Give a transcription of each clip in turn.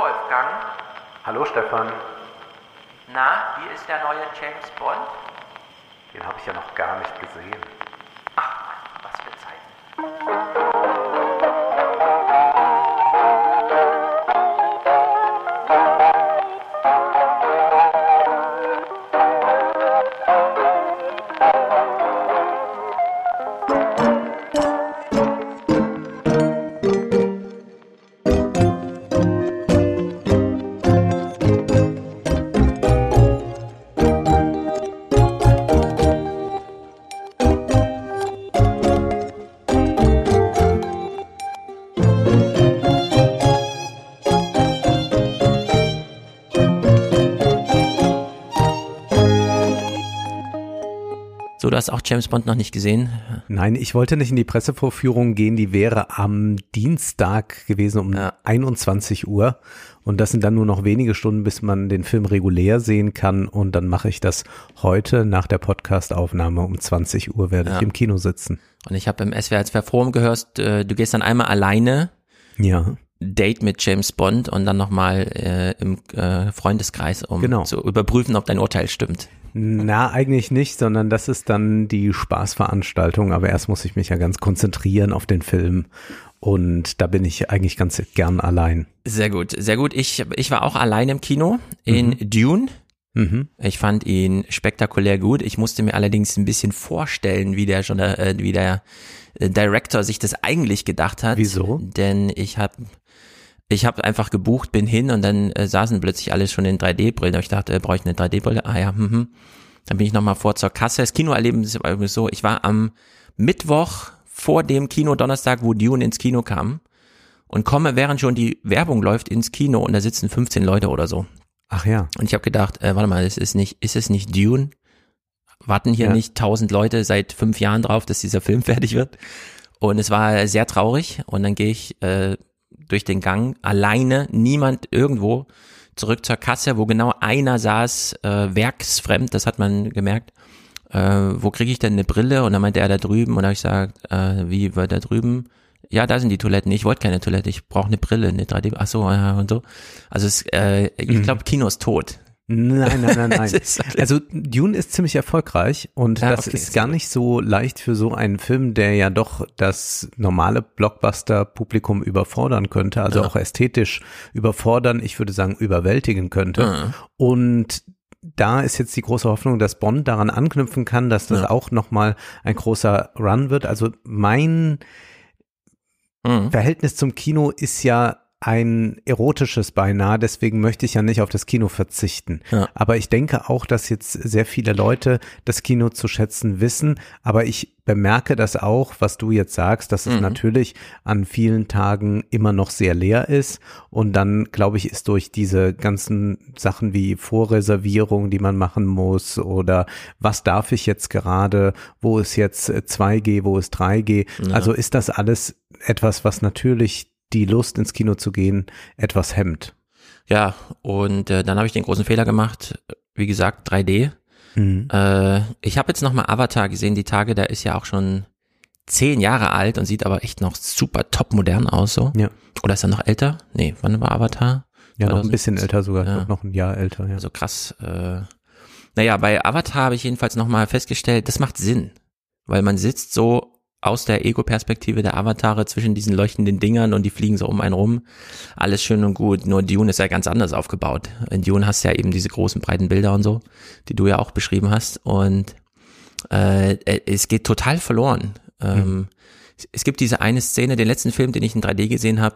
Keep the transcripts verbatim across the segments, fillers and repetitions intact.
Wolfgang. Hallo Stefan. Na, wie ist der neue James Bond? Den habe ich ja noch gar nicht gesehen. Ach Mann, was für Zeiten. So, du hast auch James Bond noch nicht gesehen? Nein, ich wollte nicht in die Pressevorführung gehen, die wäre am Dienstag gewesen um Ja. einundzwanzig Uhr und das sind dann nur noch wenige Stunden, bis man den Film regulär sehen kann und dann mache ich das heute nach der Podcast-Aufnahme um zwanzig Uhr werde Ja. ich im Kino sitzen. Und ich habe im S W R zwei Forum gehört, äh, du gehst dann einmal alleine, Ja. Date mit James Bond und dann nochmal äh, im äh, Freundeskreis, um Genau. zu überprüfen, ob dein Urteil stimmt. Na, eigentlich nicht, sondern das ist dann die Spaßveranstaltung, aber erst muss ich mich ja ganz konzentrieren auf den Film und da bin ich eigentlich ganz gern allein. Sehr gut, sehr gut. Ich, ich war auch allein im Kino in mhm. Dune. Mhm. Ich fand ihn spektakulär gut. Ich musste mir allerdings ein bisschen vorstellen, wie der schon äh, wie der äh, Director sich das eigentlich gedacht hat. Wieso? Denn ich habe ich habe einfach gebucht, bin hin und dann äh, saßen plötzlich alle schon in drei D-Brillen. Ich dachte, äh, brauche ich eine drei D-Brille? Ah ja, mhm. Dann bin ich nochmal vor zur Kasse. Das Kinoerleben ist übrigens so, ich war am Mittwoch vor dem Kino Donnerstag, wo Dune ins Kino kam und komme, während schon die Werbung läuft, ins Kino und da sitzen fünfzehn Leute oder so. Ach ja. Und ich habe gedacht, äh, warte mal, ist es nicht, ist es nicht Dune? Warten hier Ja. nicht tausend Leute seit fünf Jahren drauf, dass dieser Film fertig wird? Und es war sehr traurig und dann gehe ich äh, durch den Gang alleine, niemand irgendwo, zurück zur Kasse, wo genau einer saß, äh, werksfremd, das hat man gemerkt. Äh, wo kriege ich denn eine Brille? Und dann meinte er da drüben und da habe ich gesagt, äh, wie war da drüben? Ja, da sind die Toiletten. Ich wollte keine Toilette, ich brauche eine Brille, eine drei D. Ach so, ja, und so. Also es, äh, ich glaube, Kino ist tot. Nein, nein, nein, nein. Es ist alles- Also Dune ist ziemlich erfolgreich und Ja, das okay, ist sehr gar gut. nicht so leicht für so einen Film, der ja doch das normale Blockbuster-Publikum überfordern könnte, also Ja. auch ästhetisch überfordern, ich würde sagen überwältigen könnte. Ja. Und da ist jetzt die große Hoffnung, dass Bond daran anknüpfen kann, dass das Ja. auch nochmal ein großer Run wird. Also mein Mhm. Verhältnis zum Kino ist ja ein erotisches beinahe, deswegen möchte ich ja nicht auf das Kino verzichten. Ja. Aber ich denke auch, dass jetzt sehr viele Leute das Kino zu schätzen wissen, aber ich bemerke das auch, was du jetzt sagst, dass es Mhm. natürlich an vielen Tagen immer noch sehr leer ist und dann, glaube ich, ist durch diese ganzen Sachen wie Vorreservierung, die man machen muss oder was darf ich jetzt gerade, wo ist jetzt zwei G, wo ist drei G, Ja. also ist das alles etwas, was natürlich die Lust ins Kino zu gehen etwas hemmt. Ja, und äh, dann habe ich den großen Fehler gemacht, wie gesagt, drei D. Mhm. Äh, ich habe jetzt nochmal Avatar gesehen, die Tage, der ist ja auch schon zehn Jahre alt und sieht aber echt noch super top modern aus so. Ja. Oder ist er noch älter? Nee, wann war Avatar? Ja, noch ein zweitausend bisschen älter sogar, ich Ja. glaub, noch ein Jahr älter. Ja. Also krass. Äh, naja, bei Avatar habe ich jedenfalls nochmal festgestellt, das macht Sinn, weil man sitzt so aus der Ego-Perspektive der Avatare zwischen diesen leuchtenden Dingern und die fliegen so um einen rum. Alles schön und gut, nur Dune ist ja ganz anders aufgebaut. In Dune hast du ja eben diese großen, breiten Bilder und so, die du ja auch beschrieben hast und äh, es geht total verloren. Ähm, es gibt diese eine Szene, den letzten Film, den ich in drei D gesehen habe,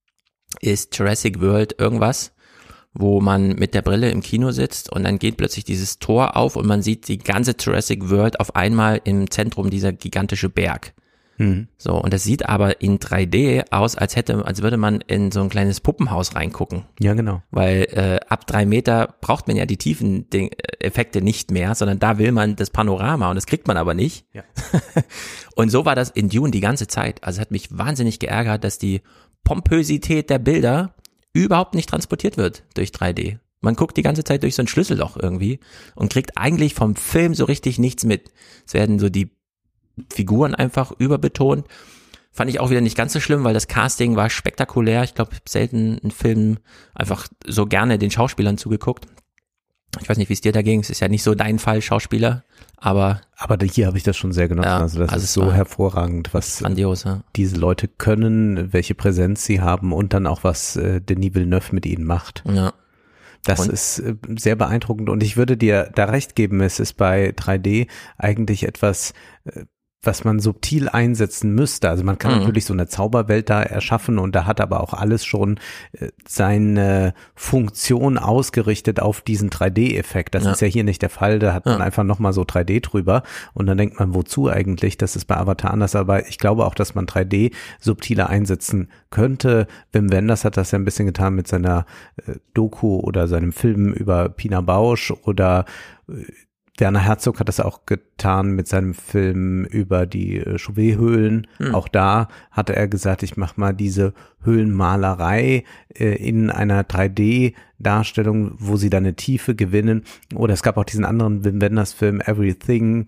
ist Jurassic World irgendwas, wo man mit der Brille im Kino sitzt und dann geht plötzlich dieses Tor auf und man sieht die ganze Jurassic World auf einmal im Zentrum, dieser gigantische Berg. Mhm. So, und das sieht aber in drei D aus, als hätte, als würde man in so ein kleines Puppenhaus reingucken. Ja, genau. Weil äh, ab drei Meter braucht man ja die tiefen Ding- Effekte nicht mehr, sondern da will man das Panorama und das kriegt man aber nicht. Ja. Und so war das in Dune die ganze Zeit. Also es hat mich wahnsinnig geärgert, dass die Pompösität der Bilder überhaupt nicht transportiert wird durch drei D. Man guckt die ganze Zeit durch so ein Schlüsselloch irgendwie und kriegt eigentlich vom Film so richtig nichts mit. Es werden so die Figuren einfach überbetont. Fand ich auch wieder nicht ganz so schlimm, weil das Casting war spektakulär. Ich glaube, ich habe selten einen Film einfach so gerne den Schauspielern zugeguckt. Ich weiß nicht, wie es dir da ging. Es ist ja nicht so dein Fall, Schauspieler, aber aber hier habe ich das schon sehr genossen. Ja, also das also ist so hervorragend, was grandios, ja. diese Leute können, welche Präsenz sie haben und dann auch, was äh, Denis Villeneuve mit ihnen macht. Ja. Das Und? ist äh, sehr beeindruckend und ich würde dir da recht geben, es ist bei drei D eigentlich etwas, äh, was man subtil einsetzen müsste. Also man kann Mhm. natürlich so eine Zauberwelt da erschaffen und da hat aber auch alles schon äh, seine Funktion ausgerichtet auf diesen drei D-Effekt. Das Ja. ist ja hier nicht der Fall, da hat man Ja. einfach nochmal so drei D drüber und dann denkt man, wozu eigentlich? Das ist bei Avatar anders, aber ich glaube auch, dass man drei D subtiler einsetzen könnte. Wim Wenders hat das ja ein bisschen getan mit seiner äh, Doku oder seinem Film über Pina Bausch oder äh, Werner Herzog hat das auch getan mit seinem Film über die äh, Chauvet-Höhlen. Hm. Auch da hatte er gesagt, ich mache mal diese Höhlenmalerei äh, in einer drei D-Darstellung, wo sie dann eine Tiefe gewinnen. Oder es gab auch diesen anderen Wim Wenders-Film Everything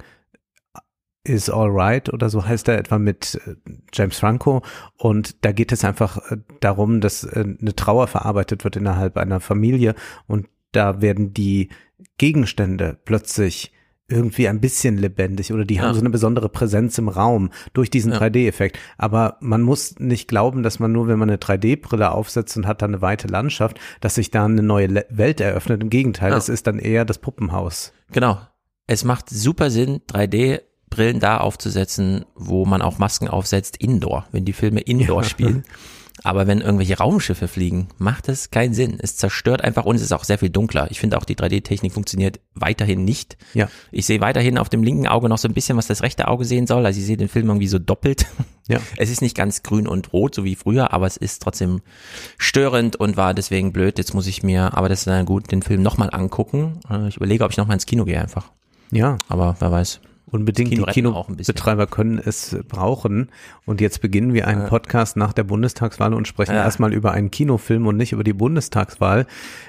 is Alright oder so heißt er, etwa mit äh, James Franco. Und da geht es einfach äh, darum, dass äh, eine Trauer verarbeitet wird innerhalb einer Familie und da werden die Gegenstände plötzlich irgendwie ein bisschen lebendig oder die Ja. haben so eine besondere Präsenz im Raum durch diesen Ja. drei D-Effekt. Aber man muss nicht glauben, dass man nur, wenn man eine drei D-Brille aufsetzt und hat dann eine weite Landschaft, dass sich da eine neue Le- Welt eröffnet. Im Gegenteil, Ja. es ist dann eher das Puppenhaus. Genau. Es macht super Sinn, drei D-Brillen da aufzusetzen, wo man auch Masken aufsetzt, indoor, wenn die Filme indoor Ja. spielen. Aber wenn irgendwelche Raumschiffe fliegen, macht es keinen Sinn. Es zerstört einfach und es ist auch sehr viel dunkler. Ich finde auch, die drei D-Technik funktioniert weiterhin nicht. Ja. Ich sehe weiterhin auf dem linken Auge noch so ein bisschen, was das rechte Auge sehen soll. Also ich sehe den Film irgendwie so doppelt. Ja. Es ist nicht ganz grün und rot, so wie früher, aber es ist trotzdem störend und war deswegen blöd. Jetzt muss ich mir, aber das ist dann gut, den Film nochmal angucken. Ich überlege, ob ich nochmal ins Kino gehe einfach. Ja. Aber wer weiß. Unbedingt, Kino die retten auch ein bisschen. Kinobetreiber können es brauchen. Und jetzt beginnen wir einen Ja. Podcast nach der Bundestagswahl und sprechen Ja. erstmal über einen Kinofilm und nicht über die Bundestagswahl.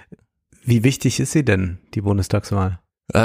Wie wichtig ist sie denn, die Bundestagswahl?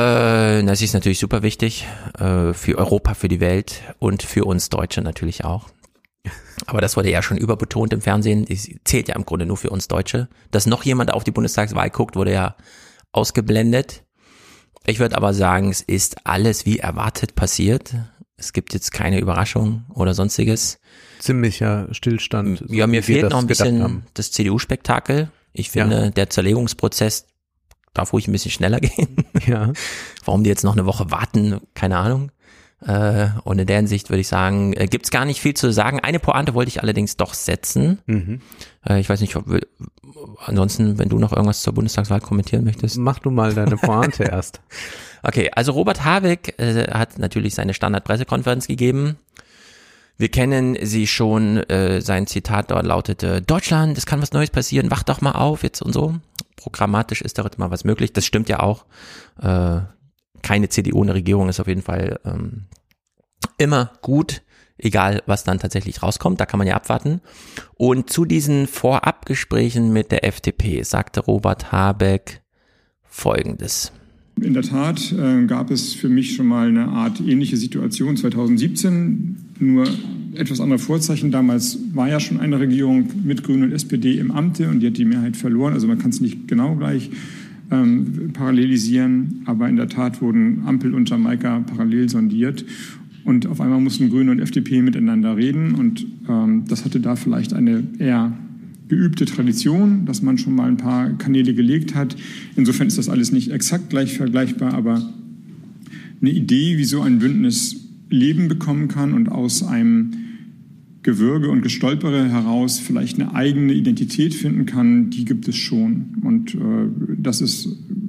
Äh, das ist natürlich super wichtig äh, für Europa, für die Welt und für uns Deutsche natürlich auch. Aber das wurde ja schon überbetont im Fernsehen. Das zählt ja im Grunde nur für uns Deutsche. Dass noch jemand auf die Bundestagswahl guckt, wurde ja ausgeblendet. Ich würde aber sagen, es ist alles wie erwartet passiert. Es gibt jetzt keine Überraschung oder sonstiges. Ziemlicher Stillstand. so Ja, wie mir wir fehlt das noch ein gedacht bisschen haben. das C D U-Spektakel. Ich finde, Ja. der Zerlegungsprozess darf ruhig ein bisschen schneller gehen. Ja. Warum die jetzt noch eine Woche warten, keine Ahnung. Äh, und in der Hinsicht würde ich sagen, äh, gibt's gar nicht viel zu sagen. Eine Pointe wollte ich allerdings doch setzen. Mhm. Äh, ich weiß nicht, ob, ansonsten, wenn du noch irgendwas zur Bundestagswahl kommentieren möchtest. Mach du mal deine Pointe erst. Okay, also Robert Habeck äh, hat natürlich seine Standard-Pressekonferenz gegeben. Wir kennen sie schon, äh, sein Zitat dort lautete, Deutschland, es kann was Neues passieren, wach doch mal auf jetzt und so. Programmatisch ist da mal was möglich, das stimmt ja auch. Äh, keine C D U in der Regierung ist auf jeden Fall ähm, immer gut, egal was dann tatsächlich rauskommt, da kann man ja abwarten. Und zu diesen Vorabgesprächen mit der F D P sagte Robert Habeck Folgendes. In der Tat äh, gab es für mich schon mal eine Art ähnliche Situation zwanzig siebzehn, nur etwas andere Vorzeichen. Damals war ja schon eine Regierung mit Grünen und S P D im Amte und die hat die Mehrheit verloren. Also man kann es nicht genau gleich ähm, parallelisieren, aber in der Tat wurden Ampel und Jamaika parallel sondiert. Und auf einmal mussten Grüne und F D P miteinander reden und ähm, das hatte da vielleicht eine eher geübte Tradition, dass man schon mal ein paar Kanäle gelegt hat. Insofern ist das alles nicht exakt gleich vergleichbar, aber eine Idee, wie so ein Bündnis Leben bekommen kann und aus einem Gewürge und Gestolpere heraus vielleicht eine eigene Identität finden kann, die gibt es schon. Und äh, das ist,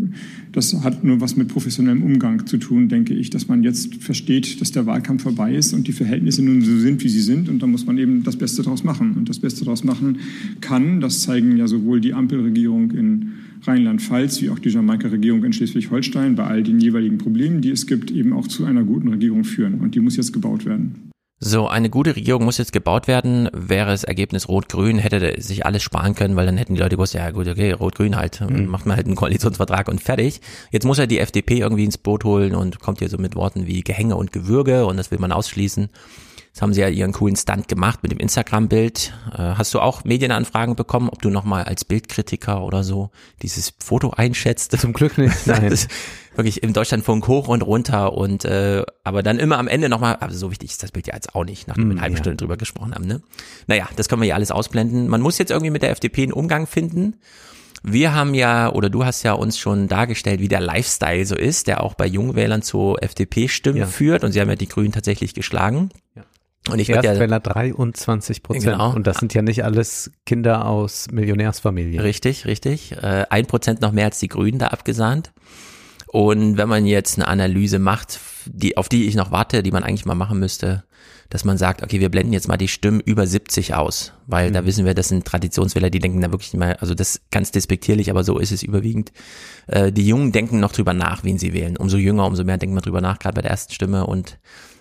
das hat nur was mit professionellem Umgang zu tun, denke ich, dass man jetzt versteht, dass der Wahlkampf vorbei ist und die Verhältnisse nun so sind, wie sie sind. Und da muss man eben das Beste draus machen. Und das Beste draus machen kann, das zeigen ja sowohl die Ampelregierung in Rheinland-Pfalz wie auch die Jamaika-Regierung in Schleswig-Holstein bei all den jeweiligen Problemen, die es gibt, eben auch zu einer guten Regierung führen. Und die muss jetzt gebaut werden. So, eine gute Regierung muss jetzt gebaut werden. Wäre das Ergebnis Rot-Grün, hätte sich alles sparen können, weil dann hätten die Leute gewusst, ja gut, okay, Rot-Grün halt, mhm. macht man halt einen Koalitionsvertrag und fertig. Jetzt muss er die F D P irgendwie ins Boot holen und kommt hier so mit Worten wie Gehänge und Gewürge und das will man ausschließen. Das haben sie ja ihren coolen Stunt gemacht mit dem Instagram-Bild. Äh, hast du auch Medienanfragen bekommen, ob du nochmal als Bildkritiker oder so dieses Foto einschätzt? Zum Glück nicht, nein. Das, wirklich im Deutschlandfunk hoch und runter und äh, aber dann immer am Ende nochmal, also so wichtig ist das Bild ja jetzt auch nicht, nachdem wir eine halbe ja. Stunde drüber gesprochen haben, ne? Naja, das können wir ja alles ausblenden. Man muss jetzt irgendwie mit der F D P einen Umgang finden. Wir haben ja, oder du hast ja uns schon dargestellt, wie der Lifestyle so ist, der auch bei Jungwählern zu F D P-Stimmen ja. führt und sie haben ja die Grünen tatsächlich geschlagen. Ja. Und ich würde ja, Erstwähler dreiundzwanzig Prozent genau. Und das sind ja nicht alles Kinder aus Millionärsfamilien. Richtig, richtig. Äh, ein Prozent noch mehr als die Grünen da abgesahnt. Und wenn man jetzt eine Analyse macht, die, auf die ich noch warte, die man eigentlich mal machen müsste, dass man sagt, okay, wir blenden jetzt mal die Stimmen über siebzig aus, weil mhm. da wissen wir, das sind Traditionswähler, die denken da wirklich nicht mehr, also das ist ganz despektierlich, aber so ist es überwiegend. Äh, die Jungen denken noch drüber nach, wen sie wählen. Umso jünger, umso mehr denken wir drüber nach, gerade bei der ersten Stimme. Und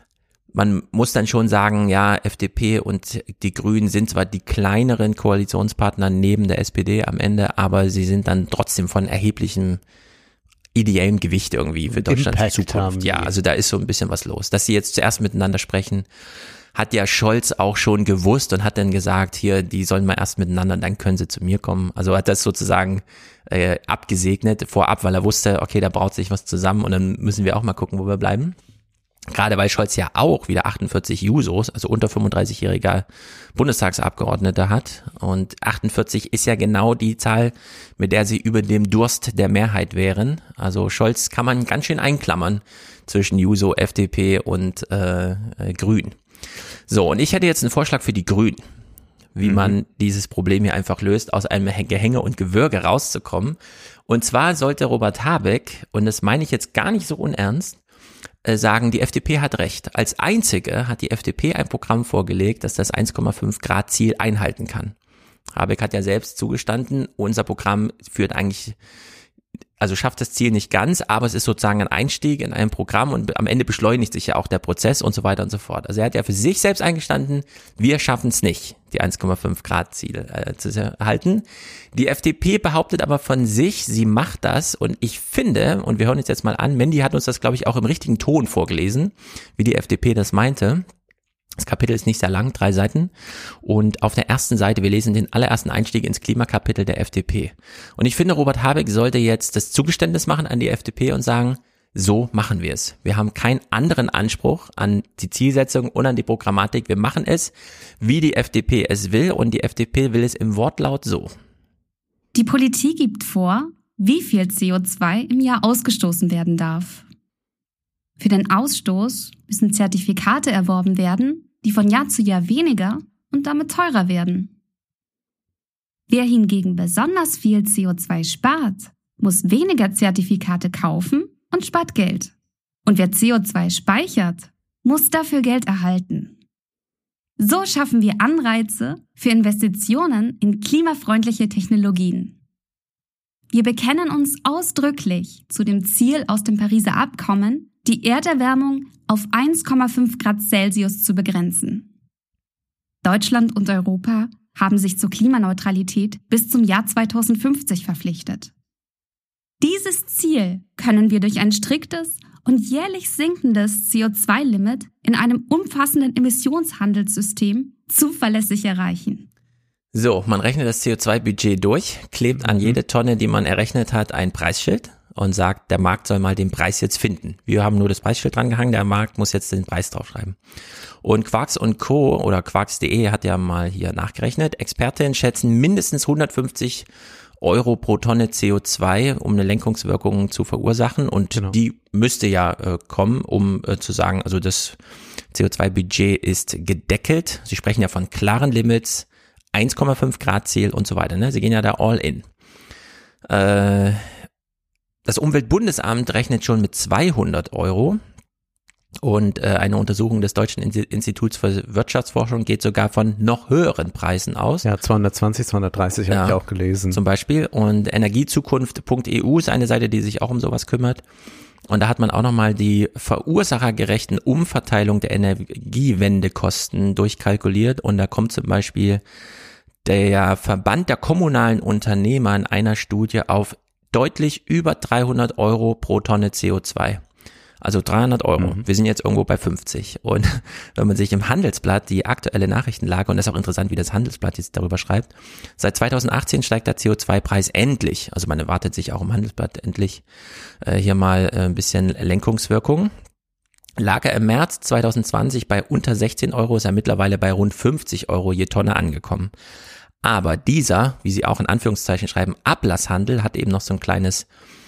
man muss dann schon sagen, ja, F D P und die Grünen sind zwar die kleineren Koalitionspartner neben der S P D am Ende, aber sie sind dann trotzdem von erheblichem ideellem Gewicht irgendwie für Deutschlands Impact Zukunft. Ja, also da ist so ein bisschen was los. Dass sie jetzt zuerst miteinander sprechen, hat ja Scholz auch schon gewusst und hat dann gesagt, hier, die sollen mal erst miteinander, dann können sie zu mir kommen. Also hat das sozusagen äh, abgesegnet vorab, weil er wusste, okay, da braut sich was zusammen und dann müssen wir auch mal gucken, wo wir bleiben. Gerade weil Scholz ja auch wieder achtundvierzig Jusos, also unter fünfunddreißigjähriger Bundestagsabgeordneter hat. Und achtundvierzig ist ja genau die Zahl, mit der sie über dem Durst der Mehrheit wären. Also Scholz kann man ganz schön einklammern zwischen Juso, F D P und äh, äh, Grün. So, und ich hätte jetzt einen Vorschlag für die Grünen, wie mhm. man dieses Problem hier einfach löst, aus einem Gehänge und Gewürge rauszukommen. Und zwar sollte Robert Habeck, und das meine ich jetzt gar nicht so unernst, sagen, die F D P hat recht. Als einzige hat die F D P ein Programm vorgelegt, das das eins Komma fünf Grad Ziel einhalten kann. Habeck hat ja selbst zugestanden, unser Programm führt eigentlich, also schafft das Ziel nicht ganz, aber es ist sozusagen ein Einstieg in ein Programm und am Ende beschleunigt sich ja auch der Prozess und so weiter und so fort. Also er hat ja für sich selbst eingestanden, wir schaffen es nicht, die eins Komma fünf Grad Ziel äh, zu erhalten. Die F D P behauptet aber von sich, sie macht das und ich finde, und wir hören uns jetzt mal an, Mandy hat uns das, glaube ich, auch im richtigen Ton vorgelesen, wie die F D P das meinte. Das Kapitel ist nicht sehr lang, drei Seiten. Und auf der ersten Seite, wir lesen den allerersten Einstieg ins Klimakapitel der F D P. Und ich finde, Robert Habeck sollte jetzt das Zugeständnis machen an die F D P und sagen, so machen wir es. Wir haben keinen anderen Anspruch an die Zielsetzung und an die Programmatik. Wir machen es, wie die F D P es will. Und die F D P will es im Wortlaut so. Die Politik gibt vor, wie viel C O zwei im Jahr ausgestoßen werden darf. Für den Ausstoß müssen Zertifikate erworben werden, die von Jahr zu Jahr weniger und damit teurer werden. Wer hingegen besonders viel C O zwei spart, muss weniger Zertifikate kaufen und spart Geld. Und wer C O zwei speichert, muss dafür Geld erhalten. So schaffen wir Anreize für Investitionen in klimafreundliche Technologien. Wir bekennen uns ausdrücklich zu dem Ziel aus dem Pariser Abkommen, die Erderwärmung auf eins Komma fünf Grad Celsius zu begrenzen. Deutschland und Europa haben sich zur Klimaneutralität bis zum Jahr zweitausendfünfzig verpflichtet. Dieses Ziel können wir durch ein striktes und jährlich sinkendes C O zwei Limit in einem umfassenden Emissionshandelssystem zuverlässig erreichen. So, man rechnet das C O zwei Budget durch, klebt an jede Tonne, die man errechnet hat, ein Preisschild und sagt, der Markt soll mal den Preis jetzt finden. Wir haben nur das Preisschild dran gehangen, der Markt muss jetzt den Preis draufschreiben. Und Quarks und Co. oder Quarks punkt de hat ja mal hier nachgerechnet. Expertinnen schätzen mindestens hundertfünfzig Euro pro Tonne C O zwei, um eine Lenkungswirkung zu verursachen. Und genau. die müsste ja äh, kommen, um äh, zu sagen, also das C O zwei Budget ist gedeckelt. Sie sprechen ja von klaren Limits, eins Komma fünf Grad Ziel und so weiter. Ne? Sie gehen ja da all in. Äh, das Umweltbundesamt rechnet schon mit zweihundert Euro. Und äh, eine Untersuchung des Deutschen Instituts für Wirtschaftsforschung geht sogar von noch höheren Preisen aus. Ja, zweihundertzwanzig, zweihundertdreißig ja, habe ich auch gelesen. Zum Beispiel. Und Energiezukunft punkt e u ist eine Seite, die sich auch um sowas kümmert. Und da hat man auch nochmal die verursachergerechten Umverteilung der Energiewendekosten durchkalkuliert. Und da kommt zum Beispiel der Verband der kommunalen Unternehmer in einer Studie auf deutlich über dreihundert Euro pro Tonne C O zwei. Also dreihundert Euro. Mhm. Wir sind jetzt irgendwo bei fünfzig. Und wenn man sich im Handelsblatt die aktuelle Nachrichtenlage, und das ist auch interessant, wie das Handelsblatt jetzt darüber schreibt, seit zweitausendachtzehn steigt der C O zwei Preis endlich, also man erwartet sich auch im Handelsblatt endlich äh, hier mal äh, ein bisschen Lenkungswirkung. Lag er im März zweitausendzwanzig bei unter sechzehn Euro, ist er mittlerweile bei rund fünfzig Euro je Tonne angekommen. Aber dieser, wie sie auch in Anführungszeichen schreiben, Ablasshandel hat eben noch so ein kleines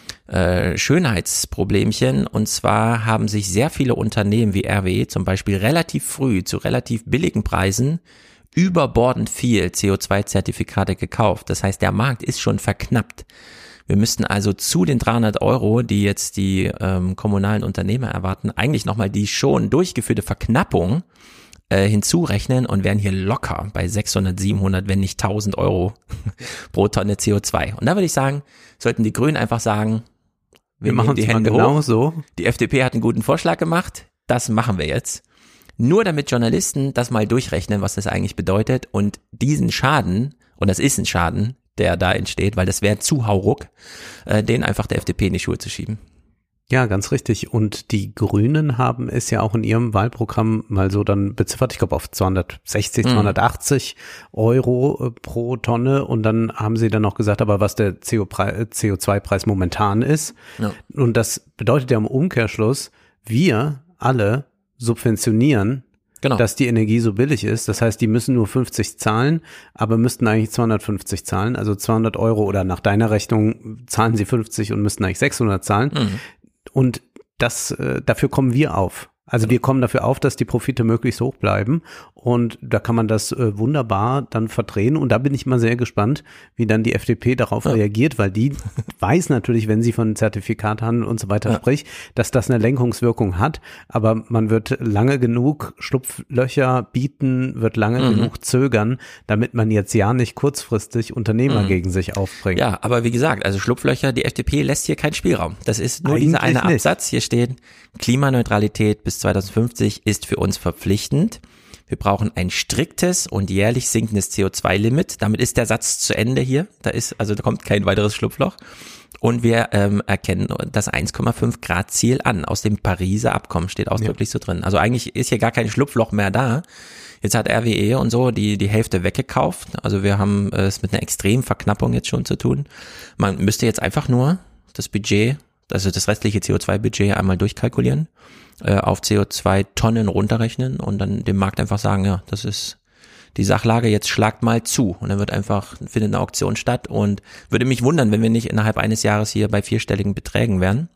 Äh, Schönheitsproblemchen, und zwar haben sich sehr viele Unternehmen wie R W E zum Beispiel relativ früh zu relativ billigen Preisen überbordend viel C O zwei Zertifikate gekauft. Das heißt, der Markt ist schon verknappt. Wir müssten also zu den dreihundert Euro, die jetzt die ähm, kommunalen Unternehmer erwarten, eigentlich nochmal die schon durchgeführte Verknappung äh, hinzurechnen und wären hier locker bei sechshundert, siebenhundert, wenn nicht tausend Euro pro Tonne C O zwei. Und da würde ich sagen, sollten die Grünen einfach sagen, wir, wir machen die es Hände mal genau hoch. so. Die F D P hat einen guten Vorschlag gemacht, das machen wir jetzt. Nur damit Journalisten das mal durchrechnen, was das eigentlich bedeutet, und diesen Schaden, und das ist ein Schaden, der da entsteht, weil das wäre zu Hauruck, äh, den einfach der F D P in die Schuhe zu schieben. Ja, ganz richtig. Und die Grünen haben es ja auch in ihrem Wahlprogramm mal so dann beziffert, ich glaube auf zweihundertsechzig, zweihundertachtzig Euro pro Tonne. Und dann haben sie dann noch gesagt, aber was der C O zwei Preis momentan ist. Ja. Und das bedeutet ja im Umkehrschluss, wir alle subventionieren, Genau. dass die Energie so billig ist. Das heißt, die müssen nur fünfzig zahlen, aber müssten eigentlich zweihundertfünfzig zahlen. Also zweihundert Euro, oder nach deiner Rechnung zahlen sie fünfzig und müssten eigentlich sechshundert zahlen. Mhm. Und das, äh, dafür kommen wir auf. Also wir kommen dafür auf, dass die Profite möglichst hoch bleiben, und da kann man das äh, wunderbar dann verdrehen, und da bin ich mal sehr gespannt, wie dann die F D P darauf ja. reagiert, weil die weiß natürlich, wenn sie von Zertifikathandel und so weiter ja. spricht, dass das eine Lenkungswirkung hat, aber man wird lange genug Schlupflöcher bieten, wird lange mhm. genug zögern, damit man jetzt ja nicht kurzfristig Unternehmer mhm. gegen sich aufbringt. Ja, aber wie gesagt, also Schlupflöcher, die F D P lässt hier keinen Spielraum. Das ist nur Eigentlich dieser eine nicht. Absatz. Hier steht, Klimaneutralität bis zweitausendfünfzig ist für uns verpflichtend. Wir brauchen ein striktes und jährlich sinkendes C O zwei Limit. Damit ist der Satz zu Ende hier. Da ist, also da kommt kein weiteres Schlupfloch. Und wir ähm, erkennen das eins Komma fünf Grad Ziel an. Aus dem Pariser Abkommen steht ausdrücklich ja. so drin. Also eigentlich ist hier gar kein Schlupfloch mehr da. Jetzt hat R W E und so die die Hälfte weggekauft. Also wir haben es mit einer extremen Verknappung jetzt schon zu tun. Man müsste jetzt einfach nur das Budget, also das restliche C O zwei Budget einmal durchkalkulieren, äh, auf C O zwei Tonnen runterrechnen und dann dem Markt einfach sagen, ja, das ist die Sachlage, jetzt schlagt mal zu. Und dann wird einfach, findet eine Auktion statt, und würde mich wundern, wenn wir nicht innerhalb eines Jahres hier bei vierstelligen Beträgen wären.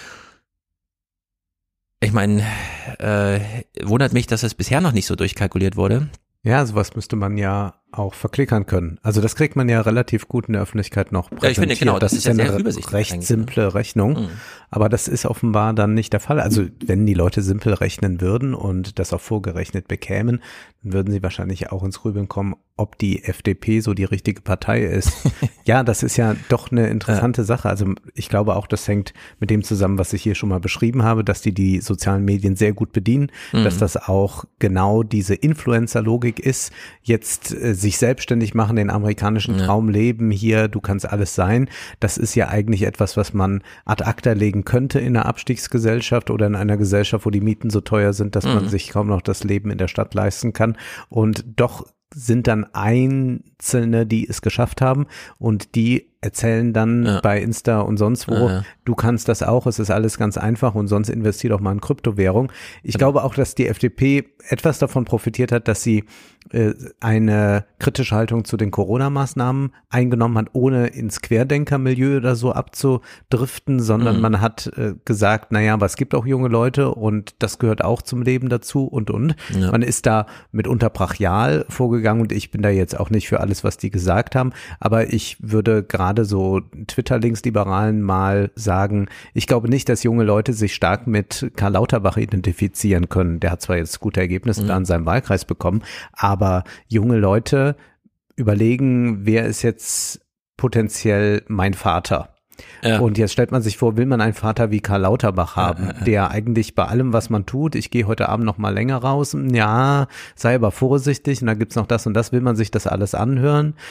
Ich meine, äh, wundert mich, dass es bisher noch nicht so durchkalkuliert wurde. Ja, sowas müsste man ja auch verklickern können. Also das kriegt man ja relativ gut in der Öffentlichkeit noch präsentiert. Ja, ich finde, genau, das, das ist ja eine sehr übersichtlich recht simple Rechnung, mhm. aber das ist offenbar dann nicht der Fall. Also wenn die Leute simpel rechnen würden und das auch vorgerechnet bekämen, dann würden sie wahrscheinlich auch ins Grübeln kommen, ob die F D P so die richtige Partei ist. Ja, das ist ja doch eine interessante ja. Sache. Also ich glaube auch, das hängt mit dem zusammen, was ich hier schon mal beschrieben habe, dass die die sozialen Medien sehr gut bedienen, mhm. dass das auch genau diese Influencer-Logik ist, jetzt äh, sich selbstständig machen, den amerikanischen ja. Traum leben, hier, du kannst alles sein. Das ist ja eigentlich etwas, was man ad acta legen könnte in einer Abstiegsgesellschaft oder in einer Gesellschaft, wo die Mieten so teuer sind, dass mhm. man sich kaum noch das Leben in der Stadt leisten kann. Und doch sind dann Einzelne, die es geschafft haben, und die erzählen dann ja. bei Insta und sonst wo, ja, ja. du kannst das auch, es ist alles ganz einfach, und sonst investier doch mal in Kryptowährung. Ich genau. glaube auch, dass die F D P etwas davon profitiert hat, dass sie äh, eine kritische Haltung zu den Corona-Maßnahmen eingenommen hat, ohne ins Querdenkermilieu oder so abzudriften, sondern mhm. man hat äh, gesagt, naja, aber es gibt auch junge Leute und das gehört auch zum Leben dazu und und. Ja. Man ist da mitunter brachial vorgegangen, und ich bin da jetzt auch nicht für alles, was die gesagt haben, aber ich würde gerade gerade so Twitter-Linksliberalen mal sagen, ich glaube nicht, dass junge Leute sich stark mit Karl Lauterbach identifizieren können. Der hat zwar jetzt gute Ergebnisse mhm. da in seinem Wahlkreis bekommen, aber junge Leute überlegen, wer ist jetzt potenziell mein Vater? Ja. Und jetzt stellt man sich vor, will man einen Vater wie Karl Lauterbach haben, ja, ja, ja. der eigentlich bei allem, was man tut, ich gehe heute Abend noch mal länger raus, ja, sei aber vorsichtig, und da gibt's noch das und das, will man sich das alles anhören?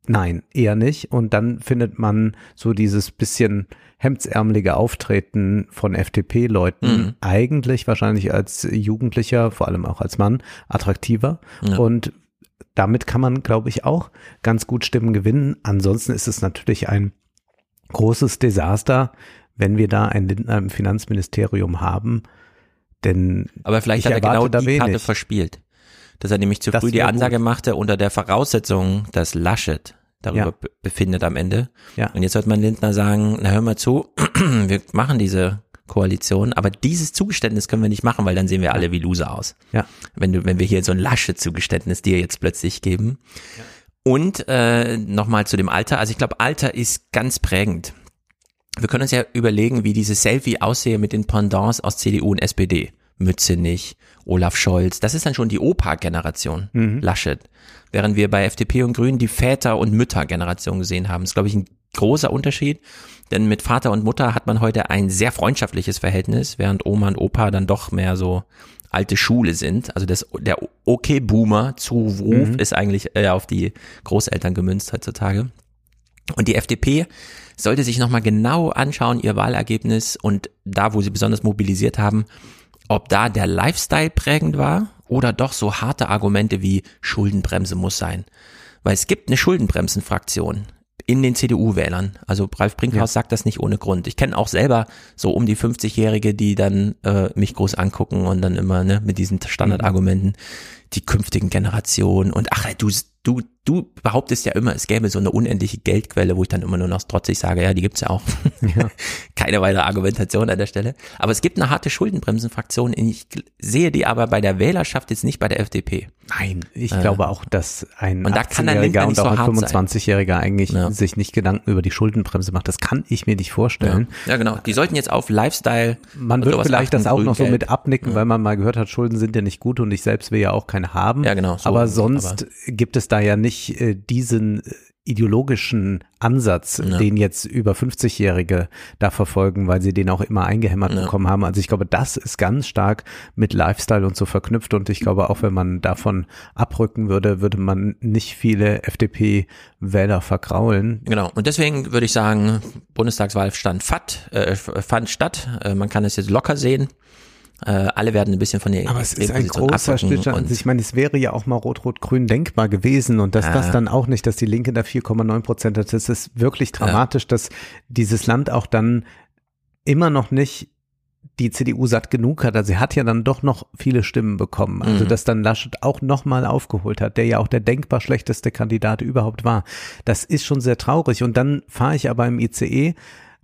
Nein, eher nicht. Und dann findet man so dieses bisschen hemdsärmelige Auftreten von F D P-Leuten mhm. eigentlich wahrscheinlich als Jugendlicher, vor allem auch als Mann, attraktiver. Ja. Und damit kann man, glaube ich, auch ganz gut Stimmen gewinnen. Ansonsten ist es natürlich ein großes Desaster, wenn wir da ein Lindner im Finanzministerium haben. Denn aber vielleicht hat er genau die wenig. Karte verspielt. Dass er nämlich zu das früh die Ansage gut. machte unter der Voraussetzung, dass Laschet darüber ja. b- befindet am Ende. Ja. Und jetzt hört man Lindner sagen, na hör mal zu, wir machen diese Koalition, aber dieses Zugeständnis können wir nicht machen, weil dann sehen wir alle wie Loser aus. Ja. Wenn du, wenn wir hier so ein Laschet-Zugeständnis dir jetzt plötzlich geben. Ja. Und äh, nochmal zu dem Alter, also ich glaube, Alter ist ganz prägend. Wir können uns ja überlegen, wie dieses Selfie aussehe mit den Pendants aus C D U und S P D. Mützenich, Olaf Scholz, das ist dann schon die Opa-Generation, mhm. Laschet. Während wir bei F D P und Grünen die Väter- und Mütter-Generation gesehen haben. Das ist, glaube ich, ein großer Unterschied, denn mit Vater und Mutter hat man heute ein sehr freundschaftliches Verhältnis, während Oma und Opa dann doch mehr so alte Schule sind. Also das, der Okay-Boomer-Zuruf mhm. ist eigentlich äh, auf die Großeltern gemünzt heutzutage. Und die F D P sollte sich nochmal genau anschauen, ihr Wahlergebnis und da, wo sie besonders mobilisiert haben, ob da der Lifestyle prägend war oder doch so harte Argumente wie Schuldenbremse muss sein. Weil es gibt eine Schuldenbremsenfraktion in den C D U-Wählern. Also Ralf Brinkhaus ja. sagt das nicht ohne Grund. Ich kenne auch selber so um die fünfzigjährige, die dann äh, mich groß angucken und dann immer ne mit diesen Standardargumenten, mhm. die künftigen Generationen und ach, du du du behauptest ja immer, es gäbe so eine unendliche Geldquelle, wo ich dann immer nur noch trotzig sage, ja, die gibt's ja auch. Ja. Keine weitere Argumentation an der Stelle. Aber es gibt eine harte Schuldenbremsenfraktion. Ich sehe die aber bei der Wählerschaft jetzt nicht bei der F D P. Nein, ich äh, glaube auch, dass ein und da achtzehnjähriger und auch ein fünfundzwanzigjähriger eigentlich ja. sich nicht Gedanken über die Schuldenbremse macht. Das kann ich mir nicht vorstellen. Ja, ja genau. Die sollten jetzt auf Lifestyle. Man wird vielleicht das auch noch so mit abnicken, ja. weil man mal gehört hat, Schulden sind ja nicht gut und ich selbst will ja auch keine haben. Ja, genau. So, aber sonst aber gibt es da ja nicht äh, diesen äh, ideologischen Ansatz, ja. den jetzt über fünfzigjährige da verfolgen, weil sie den auch immer eingehämmert ja. bekommen haben. Also ich glaube, das ist ganz stark mit Lifestyle und so verknüpft und ich glaube auch, wenn man davon abrücken würde, würde man nicht viele F D P-Wähler vergraulen. Genau. Und deswegen würde ich sagen, Bundestagswahl stand fat, äh, fand statt. Äh, man kann es jetzt locker sehen. Äh, alle werden ein bisschen von der Aber es ist ein großer Stillstand. Ich meine, es wäre ja auch mal Rot-Rot-Grün denkbar gewesen und dass ja. das dann auch nicht, dass die Linke da vier Komma neun Prozent hat. Das ist wirklich dramatisch, ja. dass dieses Land auch dann immer noch nicht die C D U satt genug hat. Also sie hat ja dann doch noch viele Stimmen bekommen. Also mhm. dass dann Laschet auch nochmal aufgeholt hat, der ja auch der denkbar schlechteste Kandidat überhaupt war. Das ist schon sehr traurig. Und dann fahre ich aber im I C E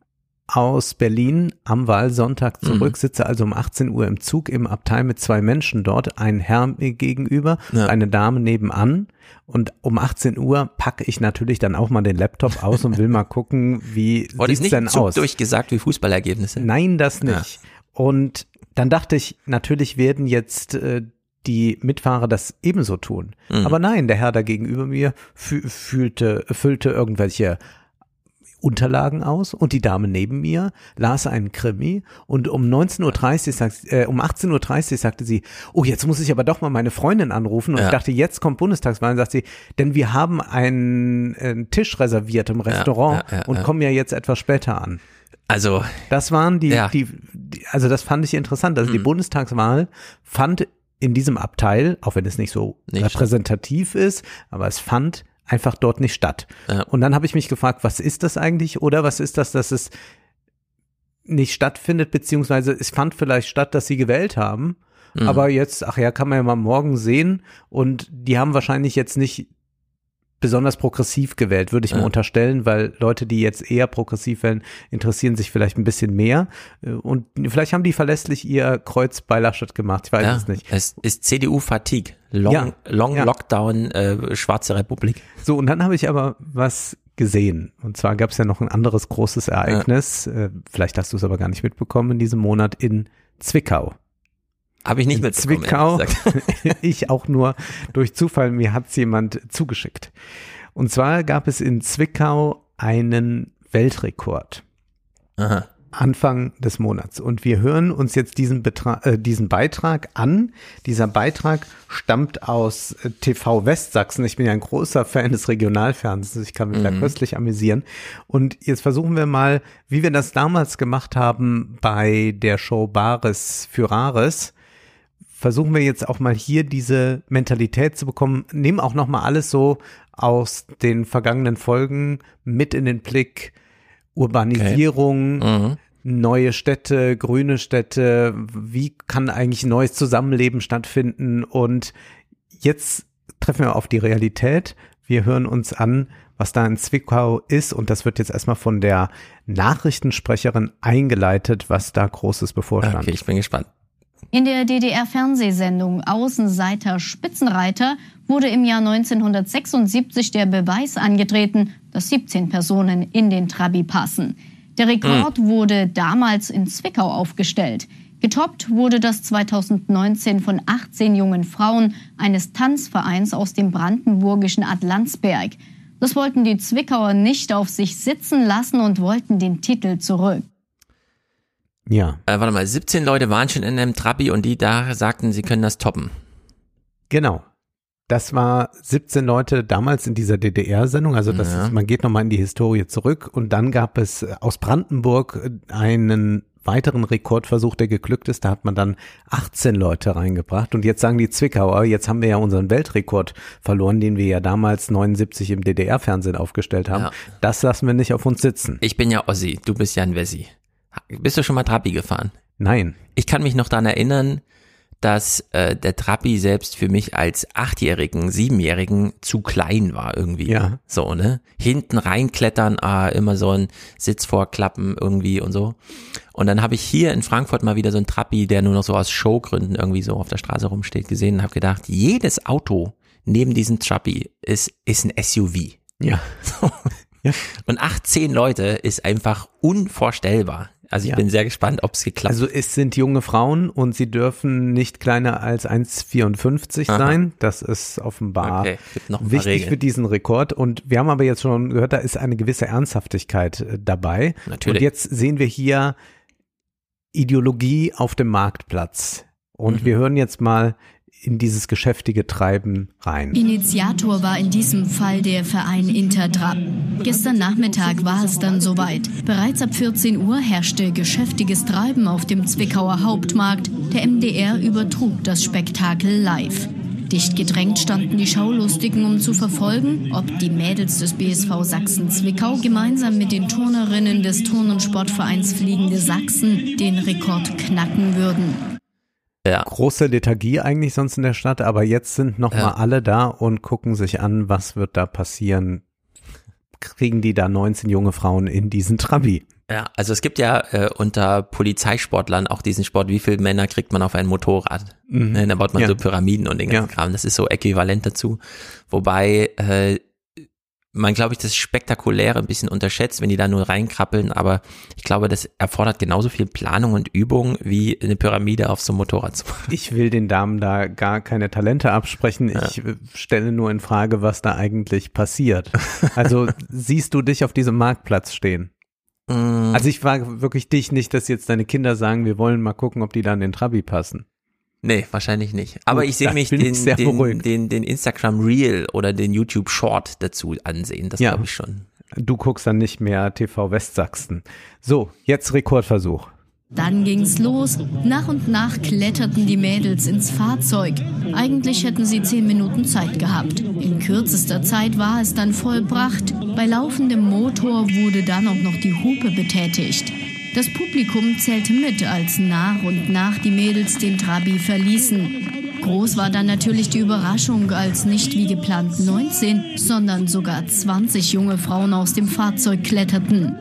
aus Berlin am Wahlsonntag zurück, mhm. sitze also um achtzehn Uhr im Zug im Abteil mit zwei Menschen dort, ein Herr mir gegenüber, ja. eine Dame nebenan und um achtzehn Uhr packe ich natürlich dann auch mal den Laptop aus und will mal gucken, wie oh, sieht's nicht denn Zug aus. Durchgesagt wie Fußballergebnisse? Nein, das nicht. Ja. Und dann dachte ich, natürlich werden jetzt äh, die Mitfahrer das ebenso tun. Mhm. Aber nein, der Herr da gegenüber mir fü- fühlte, füllte irgendwelche Unterlagen aus und die Dame neben mir las einen Krimi und um neunzehn Uhr dreißig, sagt, äh, um achtzehn Uhr dreißig sagte sie, oh, jetzt muss ich aber doch mal meine Freundin anrufen und ja. ich dachte, jetzt kommt Bundestagswahl und sagt sie, denn wir haben einen, einen Tisch reserviert im Restaurant ja, ja, ja, und ja. kommen ja jetzt etwas später an. Also das waren die, ja. die, die, also das fand ich interessant, also mhm. die Bundestagswahl fand in diesem Abteil, auch wenn es nicht so nicht repräsentativ stimmt. ist, aber es fand einfach dort nicht statt. Ja. Und dann habe ich mich gefragt, was ist das eigentlich oder was ist das, dass es nicht stattfindet, beziehungsweise es fand vielleicht statt, dass sie gewählt haben, mhm. aber jetzt, ach ja, kann man ja mal morgen sehen und die haben wahrscheinlich jetzt nicht besonders progressiv gewählt, würde ich ja. mal unterstellen, weil Leute, die jetzt eher progressiv wählen, interessieren sich vielleicht ein bisschen mehr und vielleicht haben die verlässlich ihr Kreuz bei Laschet gemacht, ich weiß ja, es nicht. Es ist C D U-Fatigue, Long, ja, Long ja. Lockdown, äh, Schwarze Republik. So, und dann habe ich aber was gesehen und zwar gab es ja noch ein anderes großes Ereignis, ja. äh, vielleicht hast du es aber gar nicht mitbekommen, in diesem Monat in Zwickau. Habe ich nicht mit Zwickau, ich auch nur durch Zufall, mir hat's jemand zugeschickt. Und zwar gab es in Zwickau einen Weltrekord. Aha. Anfang des Monats. Und wir hören uns jetzt diesen, Betra- äh, diesen Beitrag an. Dieser Beitrag stammt aus äh, T V Westsachsen. Ich bin ja ein großer Fan des Regionalfernsehens. Ich kann mich mhm. da köstlich amüsieren. Und jetzt versuchen wir mal, wie wir das damals gemacht haben bei der Show Bares für Rares, versuchen wir jetzt auch mal hier diese Mentalität zu bekommen. Nehmen auch nochmal alles so aus den vergangenen Folgen mit in den Blick. Urbanisierung, okay. mhm. neue Städte, grüne Städte, wie kann eigentlich ein neues Zusammenleben stattfinden? Und jetzt treffen wir auf die Realität. Wir hören uns an, was da in Zwickau ist, und das wird jetzt erstmal von der Nachrichtensprecherin eingeleitet, was da Großes bevorstand. Okay, ich bin gespannt. In der D D R-Fernsehsendung Außenseiter Spitzenreiter wurde im Jahr neunzehnhundertsechsundsiebzig der Beweis angetreten, dass siebzehn Personen in den Trabi passen. Der Rekord mhm. wurde damals in Zwickau aufgestellt. Getoppt wurde das zweitausendneunzehn von achtzehn jungen Frauen eines Tanzvereins aus dem brandenburgischen Atlantsberg. Das wollten die Zwickauer nicht auf sich sitzen lassen und wollten den Titel zurück. Ja. Äh, warte mal, siebzehn Leute waren schon in einem Trabi und die da sagten, sie können das toppen. Genau. Das war siebzehn Leute damals in dieser D D R-Sendung, also das ja. ist, man geht nochmal in die Historie zurück, und dann gab es aus Brandenburg einen weiteren Rekordversuch, der geglückt ist, da hat man dann achtzehn Leute reingebracht, und jetzt sagen die Zwickauer, jetzt haben wir ja unseren Weltrekord verloren, den wir ja damals neunundsiebzig im D D R-Fernsehen aufgestellt haben, ja. das lassen wir nicht auf uns sitzen. Ich bin ja Ossi, du bist ja ein Wessi. Bist du schon mal Trabi gefahren? Nein. Ich kann mich noch daran erinnern, dass äh, der Trabi selbst für mich als Achtjährigen, Siebenjährigen zu klein war irgendwie. Ja. So, ne? Hinten reinklettern, ah, immer so ein Sitz vorklappen irgendwie und so. Und dann habe ich hier in Frankfurt mal wieder so einen Trabi, der nur noch so aus Showgründen irgendwie so auf der Straße rumsteht, gesehen und habe gedacht, jedes Auto neben diesem Trabi ist, ist ein S U V. Ja. So. Ja. Und achtzehn Leute ist einfach unvorstellbar. Also ich ja. bin sehr gespannt, ob es geklappt hat. Also es sind junge Frauen und sie dürfen nicht kleiner als eins Komma vierundfünfzig sein. Das ist offenbar okay. noch wichtig Regeln. für diesen Rekord. Und wir haben aber jetzt schon gehört, da ist eine gewisse Ernsthaftigkeit dabei. Natürlich. Und jetzt sehen wir hier Ideologie auf dem Marktplatz. Und mhm. wir hören jetzt mal in dieses geschäftige Treiben rein. Initiator war in diesem Fall der Verein Intertrab. Gestern Nachmittag war es dann soweit. Bereits ab vierzehn Uhr herrschte geschäftiges Treiben auf dem Zwickauer Hauptmarkt. Der M D R übertrug das Spektakel live. Dicht gedrängt standen die Schaulustigen, um zu verfolgen, ob die Mädels des B S V Sachsen-Zwickau gemeinsam mit den Turnerinnen des Turn- und Sportvereins Fliegende Sachsen den Rekord knacken würden. Ja. Große Lethargie eigentlich sonst in der Stadt, aber jetzt sind nochmal ja. alle da und gucken sich an, was wird da passieren. Kriegen die da neunzehn junge Frauen in diesen Trabi? Ja, also es gibt ja äh, unter Polizeisportlern auch diesen Sport, wie viele Männer kriegt man auf ein Motorrad? Mhm. Ne, da baut man ja. so Pyramiden und den ganzen ja. Kram, das ist so äquivalent dazu. Wobei äh, man, glaube ich, das Spektakuläre ein bisschen unterschätzt, wenn die da nur reinkrabbeln, aber ich glaube, das erfordert genauso viel Planung und Übung, wie eine Pyramide auf so einem Motorrad zu machen. Ich will den Damen da gar keine Talente absprechen, ich ja. stelle nur in Frage, was da eigentlich passiert. Also siehst du dich auf diesem Marktplatz stehen? Mm. Also ich frage wirklich dich nicht, dass jetzt deine Kinder sagen, wir wollen mal gucken, ob die da in den Trabi passen. Nee, wahrscheinlich nicht. Aber Gut, ich sehe mich den, den, den, den Instagram Reel oder den YouTube Short dazu ansehen. Das ja. glaube ich schon. Du guckst dann nicht mehr T V Westsachsen. So, jetzt Rekordversuch. Dann ging's los. Nach und nach kletterten die Mädels ins Fahrzeug. Eigentlich hätten sie zehn Minuten Zeit gehabt. In kürzester Zeit war es dann vollbracht. Bei laufendem Motor wurde dann auch noch die Hupe betätigt. Das Publikum zählte mit, als nach und nach die Mädels den Trabi verließen. Groß war dann natürlich die Überraschung, als nicht wie geplant neunzehn, sondern sogar zwanzig junge Frauen aus dem Fahrzeug kletterten.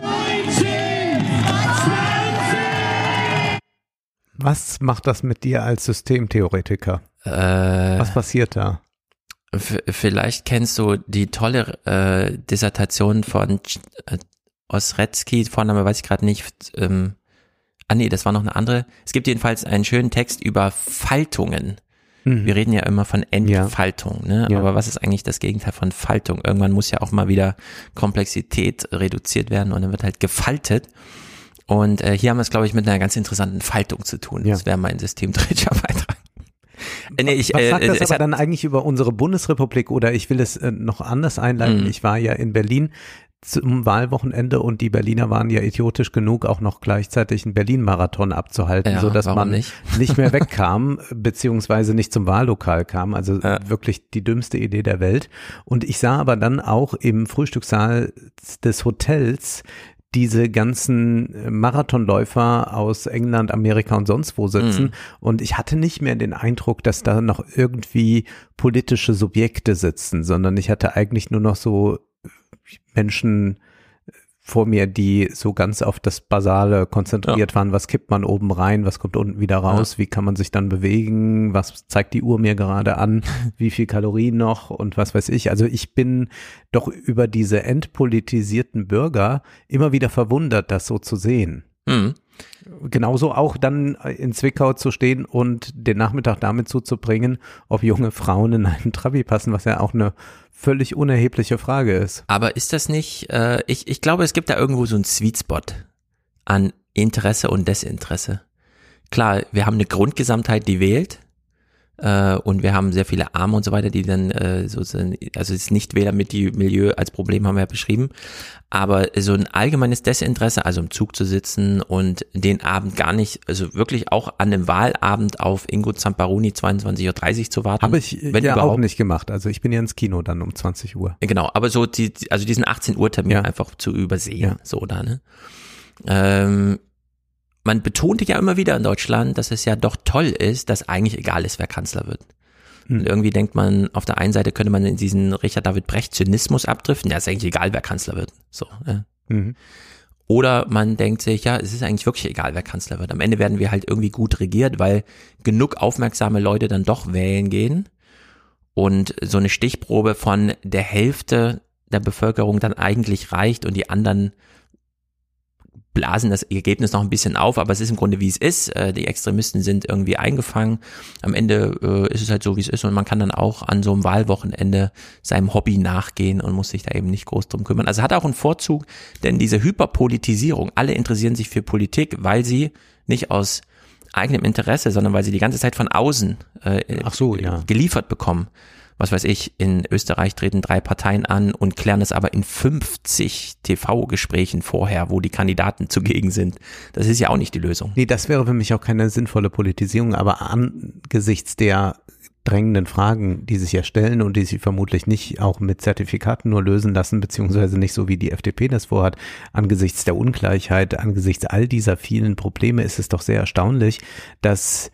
Was macht das mit dir als Systemtheoretiker? Äh, Was passiert da? F- vielleicht kennst du die tolle äh, Dissertation von äh, Osretzky, Vorname weiß ich gerade nicht, ähm, ah nee, das war noch eine andere. Es gibt jedenfalls einen schönen Text über Faltungen. Mhm. Wir reden ja immer von Entfaltung, ja. ne? Ja. Aber was ist eigentlich das Gegenteil von Faltung? Irgendwann muss ja auch mal wieder Komplexität reduziert werden und dann wird halt gefaltet. Und äh, hier haben wir es, glaube ich, mit einer ganz interessanten Faltung zu tun. Ja. Das wäre mein systemkritischer Beitrag. Äh, nee, ich, Was äh, sagt das es aber hat, dann eigentlich über unsere Bundesrepublik? Oder ich will es äh, noch anders einleiten. Mhm. Ich war ja in Berlin zum Wahlwochenende und die Berliner waren ja idiotisch genug, auch noch gleichzeitig einen Berlin-Marathon abzuhalten, Ja, sodass warum man nicht? nicht mehr wegkam, beziehungsweise nicht zum Wahllokal kam. Also Ja. wirklich die dümmste Idee der Welt. Und ich sah aber dann auch im Frühstückssaal des Hotels diese ganzen Marathonläufer aus England, Amerika und sonst wo sitzen. Mhm. Und ich hatte nicht mehr den Eindruck, dass da noch irgendwie politische Subjekte sitzen, sondern ich hatte eigentlich nur noch so Menschen vor mir, die so ganz auf das Basale konzentriert Ja. waren. Was kippt man oben rein? Was kommt unten wieder raus? Ja. Wie kann man sich dann bewegen? Was zeigt die Uhr mir gerade an? Wie viel Kalorien noch? Und was weiß ich. Also ich bin doch über diese entpolitisierten Bürger immer wieder verwundert, das so zu sehen. Mhm. Genauso auch dann in Zwickau zu stehen und den Nachmittag damit zuzubringen, ob junge Frauen in einen Trabi passen, was ja auch eine völlig unerhebliche Frage ist. Aber ist das nicht, äh, ich, ich glaube, es gibt da irgendwo so einen Sweet Spot an Interesse und Desinteresse. Klar, wir haben eine Grundgesamtheit, die wählt, äh, und wir haben sehr viele Arme und so weiter, die dann äh, sozusagen, also das Nichtwähler mit die Milieu als Problem haben wir ja beschrieben, aber so ein allgemeines Desinteresse, also im Zug zu sitzen und den Abend gar nicht, also wirklich auch an einem Wahlabend auf Ingo Zamparoni zweiundzwanzig Uhr dreißig zu warten. Habe ich wenn ja überhaupt. auch nicht gemacht. Also ich bin ja ins Kino dann um zwanzig Uhr. Genau, aber so die, also diesen achtzehn Uhr Termin Ja. einfach zu übersehen, Ja. so da, ne? Ähm, man betonte ja immer wieder in Deutschland, dass es ja doch toll ist, dass eigentlich egal ist, wer Kanzler wird. Hm. Und irgendwie denkt man, auf der einen Seite könnte man in diesen Richard David Brecht Zynismus abdriften, ja, ist eigentlich egal, wer Kanzler wird, so, ja. Mhm. Oder man denkt sich, ja, es ist eigentlich wirklich egal, wer Kanzler wird. Am Ende werden wir halt irgendwie gut regiert, weil genug aufmerksame Leute dann doch wählen gehen und so eine Stichprobe von der Hälfte der Bevölkerung dann eigentlich reicht und die anderen blasen das Ergebnis noch ein bisschen auf, aber es ist im Grunde, wie es ist. Die Extremisten sind irgendwie eingefangen. Am Ende äh, ist es halt so, wie es ist und man kann dann auch an so einem Wahlwochenende seinem Hobby nachgehen und muss sich da eben nicht groß drum kümmern. Also hat auch einen Vorzug, denn diese Hyperpolitisierung, alle interessieren sich für Politik, weil sie nicht aus eigenem Interesse, sondern weil sie die ganze Zeit von außen äh, Ach so, ja. geliefert bekommen. Was weiß ich, in Österreich treten drei Parteien an und klären es aber in fünfzig T V-Gesprächen vorher, wo die Kandidaten zugegen sind. Das ist ja auch nicht die Lösung. Nee, das wäre für mich auch keine sinnvolle Politisierung, aber angesichts der drängenden Fragen, die sich ja stellen und die sich vermutlich nicht auch mit Zertifikaten nur lösen lassen, beziehungsweise nicht so wie die F D P das vorhat, angesichts der Ungleichheit, angesichts all dieser vielen Probleme ist es doch sehr erstaunlich, dass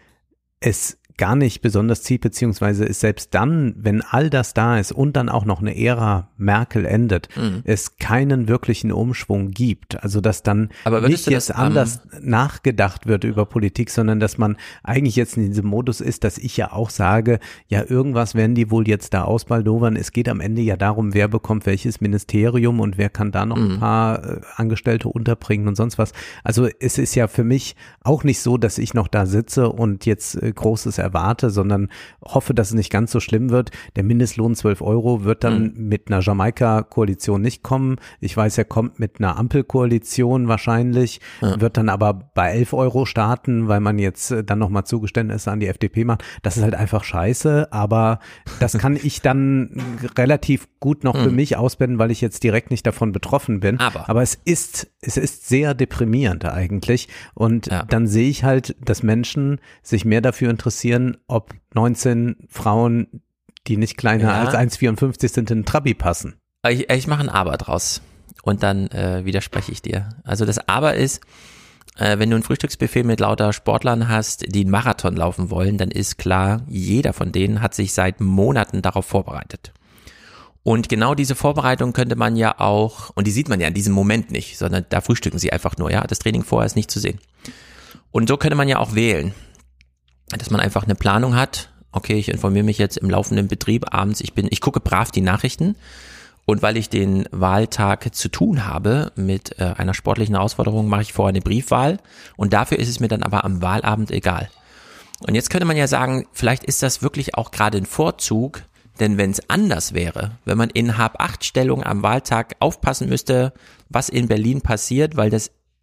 es gar nicht besonders zieht, beziehungsweise ist selbst dann, wenn all das da ist und dann auch noch eine Ära Merkel endet, Mhm. es keinen wirklichen Umschwung gibt. Also dass dann Aber würdest nicht du jetzt das, anders nachgedacht wird über Politik, sondern dass man eigentlich jetzt in diesem Modus ist, dass ich ja auch sage, ja irgendwas werden die wohl jetzt da ausbaldowern. Es geht am Ende ja darum, wer bekommt welches Ministerium und wer kann da noch Mhm. ein paar äh, Angestellte unterbringen und sonst was. Also es ist ja für mich auch nicht so, dass ich noch da sitze und jetzt äh, Großes erwarte, sondern hoffe, dass es nicht ganz so schlimm wird. Der Mindestlohn zwölf Euro wird dann Mhm. mit einer Jamaika-Koalition nicht kommen. Ich weiß, er kommt mit einer Ampelkoalition wahrscheinlich, Ja. wird dann aber bei elf Euro starten, weil man jetzt äh, dann nochmal Zugeständnisse an die F D P macht. Das ist halt einfach scheiße, aber das kann ich dann relativ gut noch für Mhm. mich ausblenden, weil ich jetzt direkt nicht davon betroffen bin. Aber. aber es ist, es ist sehr deprimierend eigentlich und Ja. dann sehe ich halt, dass Menschen sich mehr dafür interessieren, ob neunzehn Frauen, die nicht kleiner Ja. als eins Komma vierundfünfzig sind, in einen Trabi passen. Ich, ich mache ein Aber draus und dann äh, widerspreche ich dir. Also das Aber ist, äh, wenn du ein Frühstücksbuffet mit lauter Sportlern hast, die einen Marathon laufen wollen, dann ist klar, jeder von denen hat sich seit Monaten darauf vorbereitet. Und genau diese Vorbereitung könnte man ja auch, und die sieht man ja in diesem Moment nicht, sondern da frühstücken sie einfach nur, ja, das Training vorher ist nicht zu sehen. Und so könnte man ja auch wählen, dass man einfach eine Planung hat, okay, ich informiere mich jetzt im laufenden Betrieb abends, ich bin, ich gucke brav die Nachrichten und weil ich den Wahltag zu tun habe mit äh, einer sportlichen Herausforderung, mache ich vorher eine Briefwahl und dafür ist es mir dann aber am Wahlabend egal. Und jetzt könnte man ja sagen, vielleicht ist das wirklich auch gerade ein Vorzug, denn wenn es anders wäre, wenn man in Hab-acht Stellung am Wahltag aufpassen müsste, was in Berlin passiert, weil das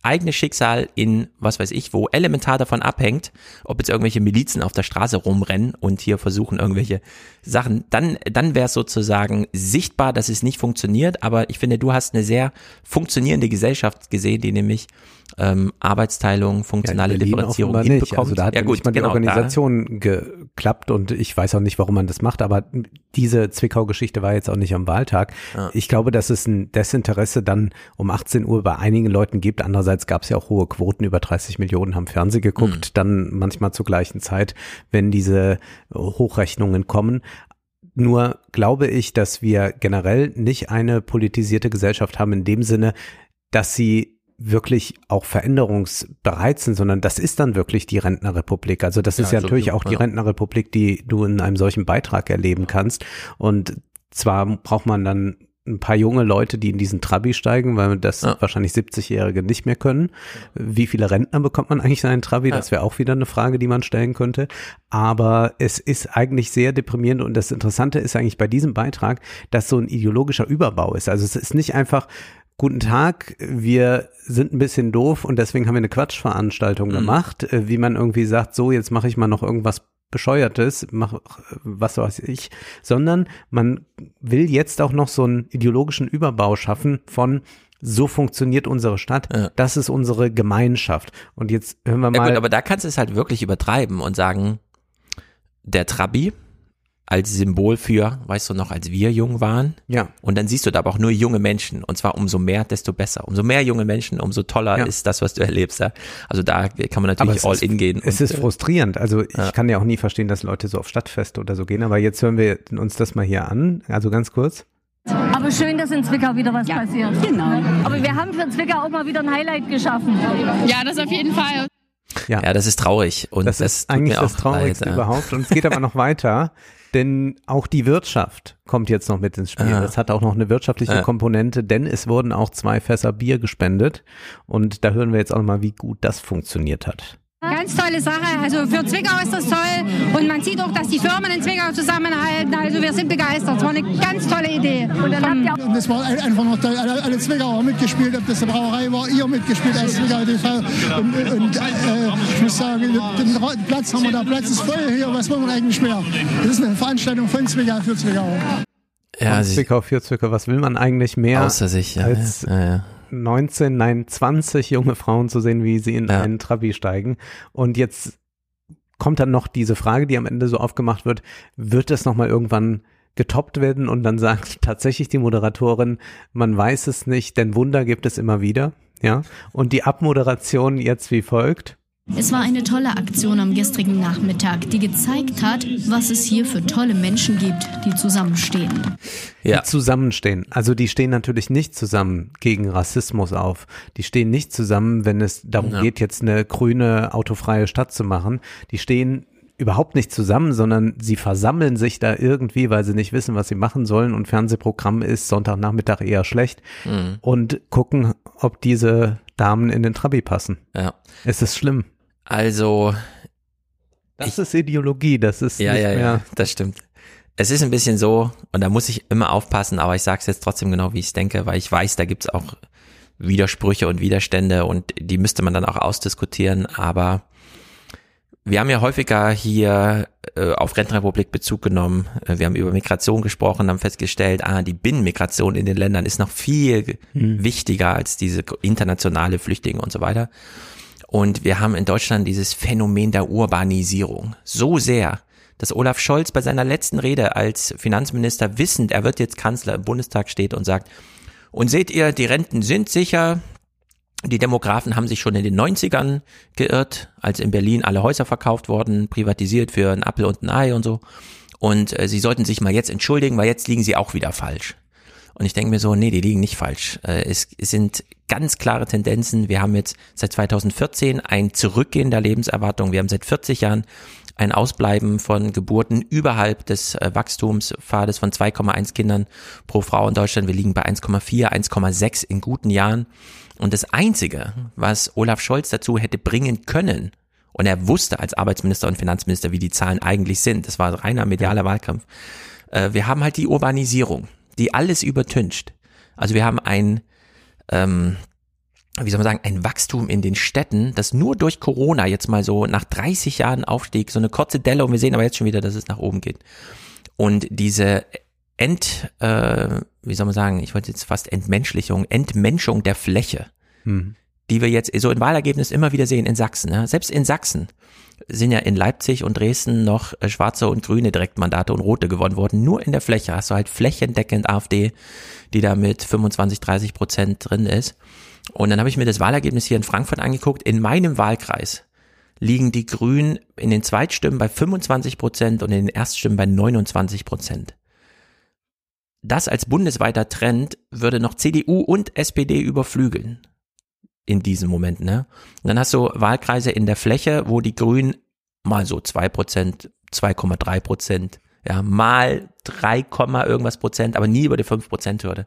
eigene Schicksal in, was weiß ich wo, elementar davon abhängt, ob jetzt irgendwelche Milizen auf der Straße rumrennen und hier versuchen irgendwelche Sachen, dann, dann wäre es sozusagen sichtbar, dass es nicht funktioniert, aber ich finde, du hast eine sehr funktionierende Gesellschaft gesehen, die nämlich ähm, Arbeitsteilung, funktionale ja, Differenzierung hinbekommt. Nicht. Also da hat ja, gut, nicht mal die genau, Organisation geklappt und ich weiß auch nicht, warum man das macht, aber diese Zwickau-Geschichte war jetzt auch nicht am Wahltag. Ja. Ich glaube, dass es ein Desinteresse dann um achtzehn Uhr bei einigen Leuten gibt. Andererseits gab es ja auch hohe Quoten, über dreißig Millionen haben Fernsehen geguckt, mhm. dann manchmal zur gleichen Zeit, wenn diese Hochrechnungen kommen. Nur glaube ich, dass wir generell nicht eine politisierte Gesellschaft haben in dem Sinne, dass sie wirklich auch veränderungsbereit sind, sondern das ist dann wirklich die Rentnerrepublik. Also das ist ja, ja natürlich so, auch die ja. Rentnerrepublik, die du in einem solchen Beitrag erleben kannst. Und zwar braucht man dann ein paar junge Leute, die in diesen Trabi steigen, weil das ja. wahrscheinlich siebzigjährige nicht mehr können. Wie viele Rentner bekommt man eigentlich in einen Trabi? Ja. Das wäre auch wieder eine Frage, die man stellen könnte. Aber es ist eigentlich sehr deprimierend und das Interessante ist eigentlich bei diesem Beitrag, dass so ein ideologischer Überbau ist. Also es ist nicht einfach guten Tag, wir sind ein bisschen doof und deswegen haben wir eine Quatschveranstaltung mhm. gemacht, wie man irgendwie sagt, so jetzt mache ich mal noch irgendwas Bescheuertes, mach was weiß ich, sondern man will jetzt auch noch so einen ideologischen Überbau schaffen von so funktioniert unsere Stadt, ja. das ist unsere Gemeinschaft. Und jetzt hören wir mal. Ja gut, aber da kannst du es halt wirklich übertreiben und sagen, der Trabi als Symbol für, weißt du noch, als wir jung waren. Ja. Und dann siehst du da aber auch nur junge Menschen. Und zwar umso mehr, desto besser. Umso mehr junge Menschen, umso toller ja. ist das, was du erlebst. Ja? Also da kann man natürlich all in gehen. Es ist frustrierend. Also ich ja. kann ja auch nie verstehen, dass Leute so auf Stadtfeste oder so gehen. Aber jetzt hören wir uns das mal hier an. Also ganz kurz. Aber schön, dass in Zwickau wieder was ja, passiert. Genau. Aber wir haben für Zwickau auch mal wieder ein Highlight geschaffen. Ja, das auf jeden Fall. Ja, ja das ist traurig. Und das, das ist eigentlich das Traurigste leid, überhaupt. Und es geht aber noch weiter. Denn auch die Wirtschaft kommt jetzt noch mit ins Spiel. Ja. Das hat auch noch eine wirtschaftliche ja. Komponente, denn es wurden auch zwei Fässer Bier gespendet. Und da hören wir jetzt auch mal, wie gut das funktioniert hat. Ganz tolle Sache, also für Zwickau ist das toll und man sieht auch, dass die Firmen in Zwickau zusammenhalten, also wir sind begeistert, es war eine ganz tolle Idee. Und dann habt ihr und es war einfach noch, alle, alle Zwickauer mitgespielt, ob das eine Brauerei war, ihr mitgespielt als Zwickau T V und, und äh, ich muss sagen, den Platz haben wir, der Platz ist voll hier, was wollen wir eigentlich mehr? Das ist eine Veranstaltung von Zwickau für Zwickau. Ja, von Zwickau für Zwickau, was will man eigentlich mehr außer sich, ja, als ja, ja. neunzehn, nein, zwanzig junge Frauen zu sehen, wie sie in ja. einen Trabi steigen. Und jetzt kommt dann noch diese Frage, die am Ende so aufgemacht wird, wird das nochmal irgendwann getoppt werden? Und dann sagt tatsächlich die Moderatorin, man weiß es nicht, denn Wunder gibt es immer wieder. Ja. Und die Abmoderation jetzt wie folgt. Es war eine tolle Aktion am gestrigen Nachmittag, die gezeigt hat, was es hier für tolle Menschen gibt, die zusammenstehen. Ja. Die zusammenstehen. Also die stehen natürlich nicht zusammen gegen Rassismus auf. Die stehen nicht zusammen, wenn es darum ja. geht, jetzt eine grüne, autofreie Stadt zu machen. Die stehen überhaupt nicht zusammen, sondern sie versammeln sich da irgendwie, weil sie nicht wissen, was sie machen sollen und Fernsehprogramm ist Sonntagnachmittag eher schlecht mhm. und gucken, ob diese Damen in den Trabi passen. Ja. Es ist schlimm. Also das ich, ist Ideologie, das ist ja, nicht ja, mehr. Ja, das stimmt. Es ist ein bisschen so, und da muss ich immer aufpassen, aber ich sage es jetzt trotzdem genau, wie ich es denke, weil ich weiß, da gibt es auch Widersprüche und Widerstände und die müsste man dann auch ausdiskutieren, aber wir haben ja häufiger hier äh, auf Rentenrepublik Bezug genommen. Wir haben über Migration gesprochen, haben festgestellt, ah, die Binnenmigration in den Ländern ist noch viel hm. wichtiger als diese internationale Flüchtlinge und so weiter. Und wir haben in Deutschland dieses Phänomen der Urbanisierung so sehr, dass Olaf Scholz bei seiner letzten Rede als Finanzminister wissend, er wird jetzt Kanzler im Bundestag steht und sagt, und seht ihr, die Renten sind sicher. Die Demografen haben sich schon in den neunzigern geirrt, als in Berlin alle Häuser verkauft wurden, privatisiert für einen Apfel und ein Ei und so. Und äh, sie sollten sich mal jetzt entschuldigen, weil jetzt liegen sie auch wieder falsch. Und ich denke mir so, nee, die liegen nicht falsch. Äh, es, es sind ganz klare Tendenzen. Wir haben jetzt seit zweitausendvierzehn ein Zurückgehen der Lebenserwartung. Wir haben seit vierzig Jahren ein Ausbleiben von Geburten überhalb des äh, Wachstumspfades von zwei Komma eins Kindern pro Frau in Deutschland. Wir liegen bei eins Komma vier, eins Komma sechs in guten Jahren. Und das Einzige, was Olaf Scholz dazu hätte bringen können, und er wusste als Arbeitsminister und Finanzminister, wie die Zahlen eigentlich sind, das war reiner medialer Wahlkampf, äh, wir haben halt die Urbanisierung, die alles übertüncht. Also wir haben ein, ähm, wie soll man sagen, ein Wachstum in den Städten, das nur durch Corona jetzt mal so nach dreißig Jahren aufstieg, so eine kurze Delle, und wir sehen aber jetzt schon wieder, dass es nach oben geht. Und diese Ent, äh, wie soll man sagen, ich wollte jetzt fast Entmenschlichung, Entmenschung der Fläche, hm. die wir jetzt so in Wahlergebnis immer wieder sehen in Sachsen. Ne? Selbst in Sachsen sind ja in Leipzig und Dresden noch äh, schwarze und grüne Direktmandate und rote gewonnen worden. Nur in der Fläche hast du halt flächendeckend AfD, die da mit fünfundzwanzig, dreißig Prozent drin ist. Und dann habe ich mir das Wahlergebnis hier in Frankfurt angeguckt. In meinem Wahlkreis liegen die Grünen in den Zweitstimmen bei fünfundzwanzig Prozent und in den Erststimmen bei neunundzwanzig Prozent. Das als bundesweiter Trend würde noch C D U und S P D überflügeln in diesem Moment, ne? Und dann hast du Wahlkreise in der Fläche, wo die Grünen mal so zwei Prozent, zwei Komma drei Prozent, ja, mal drei, irgendwas Prozent, aber nie über die fünf Prozent Hürde.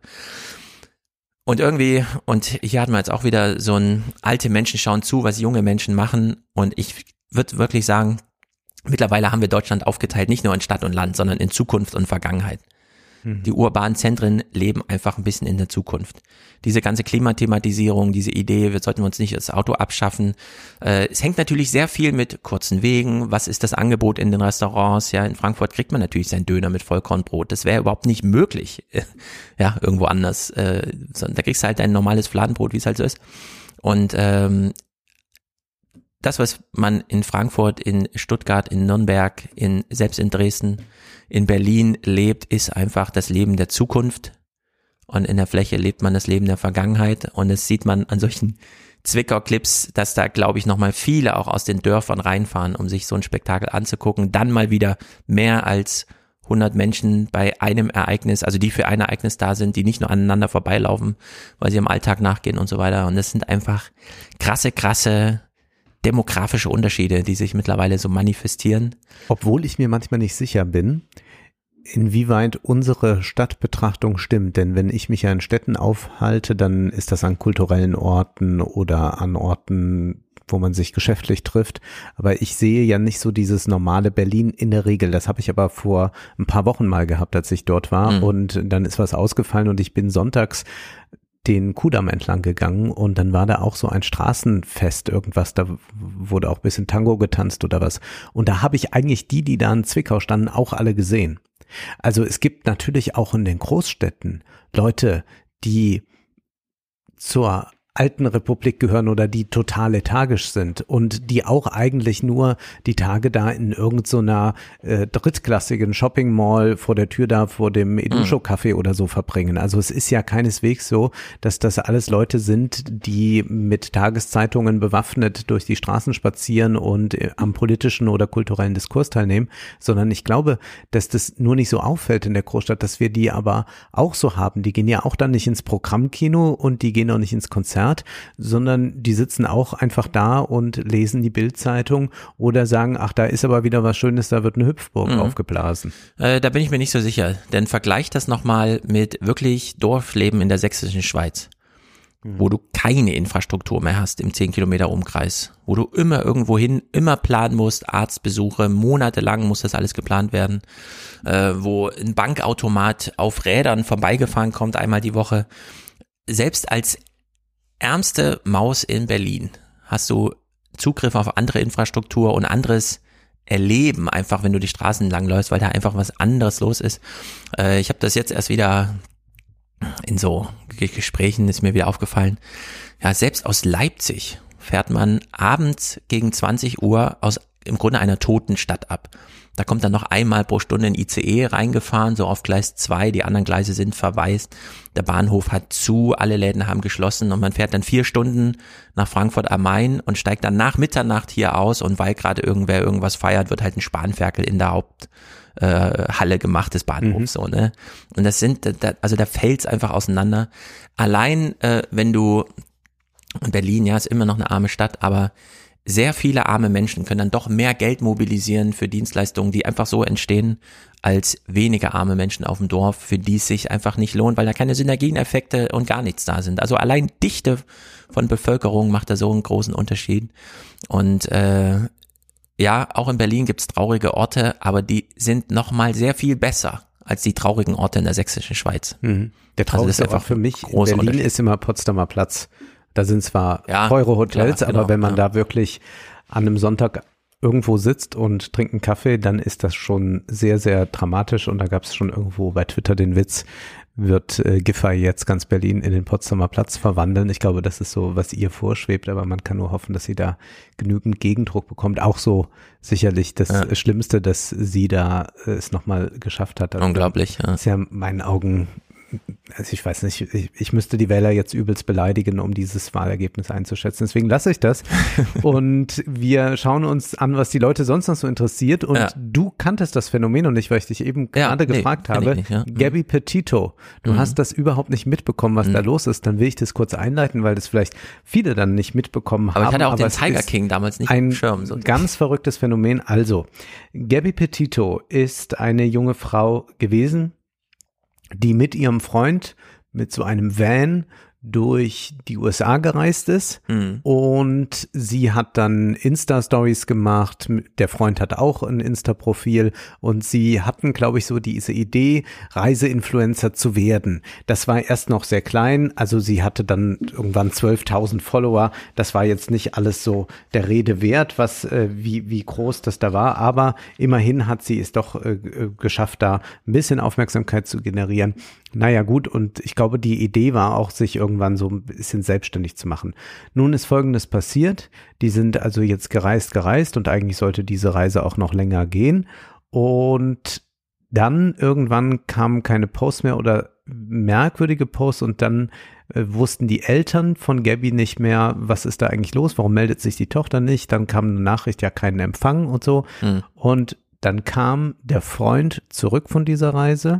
Und irgendwie, und hier hatten wir jetzt auch wieder so ein, alte Menschen schauen zu, was junge Menschen machen, und ich würde wirklich sagen, mittlerweile haben wir Deutschland aufgeteilt, nicht nur in Stadt und Land, sondern in Zukunft und Vergangenheit. Die urbanen Zentren leben einfach ein bisschen in der Zukunft. Diese ganze Klimathematisierung, diese Idee, wir sollten uns nicht das Auto abschaffen. Äh, es hängt natürlich sehr viel mit kurzen Wegen. Was ist das Angebot in den Restaurants? Ja, in Frankfurt kriegt man natürlich seinen Döner mit Vollkornbrot. Das wäre überhaupt nicht möglich. Ja, irgendwo anders. Äh, da kriegst du halt ein normales Fladenbrot, wie es halt so ist. Und ähm, das, was man in Frankfurt, in Stuttgart, in Nürnberg, in selbst in Dresden, in Berlin lebt, ist einfach das Leben der Zukunft, und in der Fläche lebt man das Leben der Vergangenheit, und das sieht man an solchen Zwickau-Clips, dass da, glaube ich, nochmal viele auch aus den Dörfern reinfahren, um sich so ein Spektakel anzugucken, dann mal wieder mehr als hundert Menschen bei einem Ereignis, also die für ein Ereignis da sind, die nicht nur aneinander vorbeilaufen, weil sie im Alltag nachgehen und so weiter, und das sind einfach krasse, krasse demografische Unterschiede, die sich mittlerweile so manifestieren. Obwohl ich mir manchmal nicht sicher bin, inwieweit unsere Stadtbetrachtung stimmt. Denn wenn ich mich ja in Städten aufhalte, dann ist das an kulturellen Orten oder an Orten, wo man sich geschäftlich trifft. Aber ich sehe ja nicht so dieses normale Berlin in der Regel. Das habe ich aber vor ein paar Wochen mal gehabt, als ich dort war. Mhm. Und dann ist was ausgefallen, und ich bin sonntags den Kudamm entlang gegangen, und dann war da auch so ein Straßenfest, irgendwas, da wurde auch ein bisschen Tango getanzt oder was. Und da habe ich eigentlich die, die da in Zwickau standen, auch alle gesehen. Also es gibt natürlich auch in den Großstädten Leute, die zur alten Republik gehören oder die total lethargisch sind und die auch eigentlich nur die Tage da in irgendeiner so äh, drittklassigen Shopping Mall vor der Tür da vor dem Edusho-Café oder so verbringen. Also es ist ja keineswegs so, dass das alles Leute sind, die mit Tageszeitungen bewaffnet durch die Straßen spazieren und äh, am politischen oder kulturellen Diskurs teilnehmen, sondern ich glaube, dass das nur nicht so auffällt in der Großstadt, dass wir die aber auch so haben. Die gehen ja auch dann nicht ins Programmkino und die gehen auch nicht ins Konzert, sondern die sitzen auch einfach da und lesen die Bild-Zeitung oder sagen, ach, da ist aber wieder was Schönes, da wird eine Hüpfburg mhm. aufgeblasen. Äh, da bin ich mir nicht so sicher, denn vergleich das nochmal mit wirklich Dorfleben in der sächsischen Schweiz, mhm. wo du keine Infrastruktur mehr hast im zehn Kilometer Umkreis, wo du immer irgendwo hin, immer planen musst, Arztbesuche, monatelang muss das alles geplant werden, äh, wo ein Bankautomat auf Rädern vorbeigefahren kommt, einmal die Woche. Selbst als ärmste Maus in Berlin hast du Zugriff auf andere Infrastruktur und anderes Erleben, einfach wenn du die Straßen langläufst, weil da einfach was anderes los ist. Äh, ich habe das jetzt erst wieder in so Gesprächen, ist mir wieder aufgefallen, ja, selbst aus Leipzig fährt man abends gegen zwanzig Uhr aus im Grunde einer toten Stadt ab. Da kommt dann noch einmal pro Stunde ein I C E reingefahren, so auf Gleis zwei, die anderen Gleise sind verwaist, der Bahnhof hat zu, alle Läden haben geschlossen und man fährt dann vier Stunden nach Frankfurt am Main und steigt dann nach Mitternacht hier aus, und weil gerade irgendwer irgendwas feiert, wird halt ein Spanferkel in der Haupthalle äh, gemacht des Bahnhofs, mhm. so, ne? Und das sind, da, also da fällt's einfach auseinander. Allein, äh, wenn du, Berlin, ja, ist immer noch eine arme Stadt, aber sehr viele arme Menschen können dann doch mehr Geld mobilisieren für Dienstleistungen, die einfach so entstehen, als weniger arme Menschen auf dem Dorf, für die es sich einfach nicht lohnt, weil da keine Synergieneffekte und gar nichts da sind. Also allein Dichte von Bevölkerung macht da so einen großen Unterschied. Und äh, ja, auch in Berlin gibt's traurige Orte, aber die sind nochmal sehr viel besser als die traurigen Orte in der sächsischen Schweiz. Mhm. Der traurigste also Ort für mich in Berlin ist immer Potsdamer Platz. Da sind zwar Ja, teure Hotels, klar, aber genau, wenn man ja. da wirklich an einem Sonntag irgendwo sitzt und trinkt einen Kaffee, dann ist das schon sehr, sehr dramatisch. Und da gab es schon irgendwo bei Twitter den Witz, wird äh, Giffey jetzt ganz Berlin in den Potsdamer Platz verwandeln. Ich glaube, das ist so, was ihr vorschwebt, aber man kann nur hoffen, dass sie da genügend Gegendruck bekommt. Auch so sicherlich das Ja. Schlimmste, dass sie da äh, es nochmal geschafft hat. Also, Unglaublich, ja. ist ja in meinen Augen, also ich weiß nicht, ich, ich müsste die Wähler jetzt übelst beleidigen, um dieses Wahlergebnis einzuschätzen. Deswegen lasse ich das. Und wir schauen uns an, was die Leute sonst noch so interessiert. Und Ja. du kanntest das Phänomen und nicht, weil ich dich eben Ja, gerade nee, gefragt kenn ich habe. nicht, ja. Mhm. Gabby Petito, du Mhm. hast das überhaupt nicht mitbekommen, was Mhm. da los ist. Dann will ich das kurz einleiten, weil das vielleicht viele dann nicht mitbekommen Aber haben. ich hatte auch den es Tiger ist King damals nicht ein im Schirm. So. ganz verrücktes Phänomen. Also, Gabby Petito ist eine junge Frau gewesen, die mit ihrem Freund mit so einem Van durch die U S A gereist ist Mhm. und sie hat dann Insta-Stories gemacht, der Freund hat auch ein Insta-Profil und sie hatten, glaube ich, so diese Idee, Reiseinfluencer zu werden. Das war erst noch sehr klein, also sie hatte dann irgendwann zwölftausend Follower, das war jetzt nicht alles so der Rede wert, was äh, wie, wie groß das da war, aber immerhin hat sie es doch äh, geschafft, da ein bisschen Aufmerksamkeit zu generieren. Naja gut, und ich glaube, die Idee war auch, sich irgendwann so ein bisschen selbstständig zu machen. Nun ist Folgendes passiert, die sind also jetzt gereist, gereist und eigentlich sollte diese Reise auch noch länger gehen und dann irgendwann kamen keine Posts mehr oder merkwürdige Posts und dann äh, wussten die Eltern von Gabby nicht mehr, was ist da eigentlich los, warum meldet sich die Tochter nicht, dann kam eine Nachricht, ja keinen Empfang und so Mhm. und dann kam der Freund zurück von dieser Reise,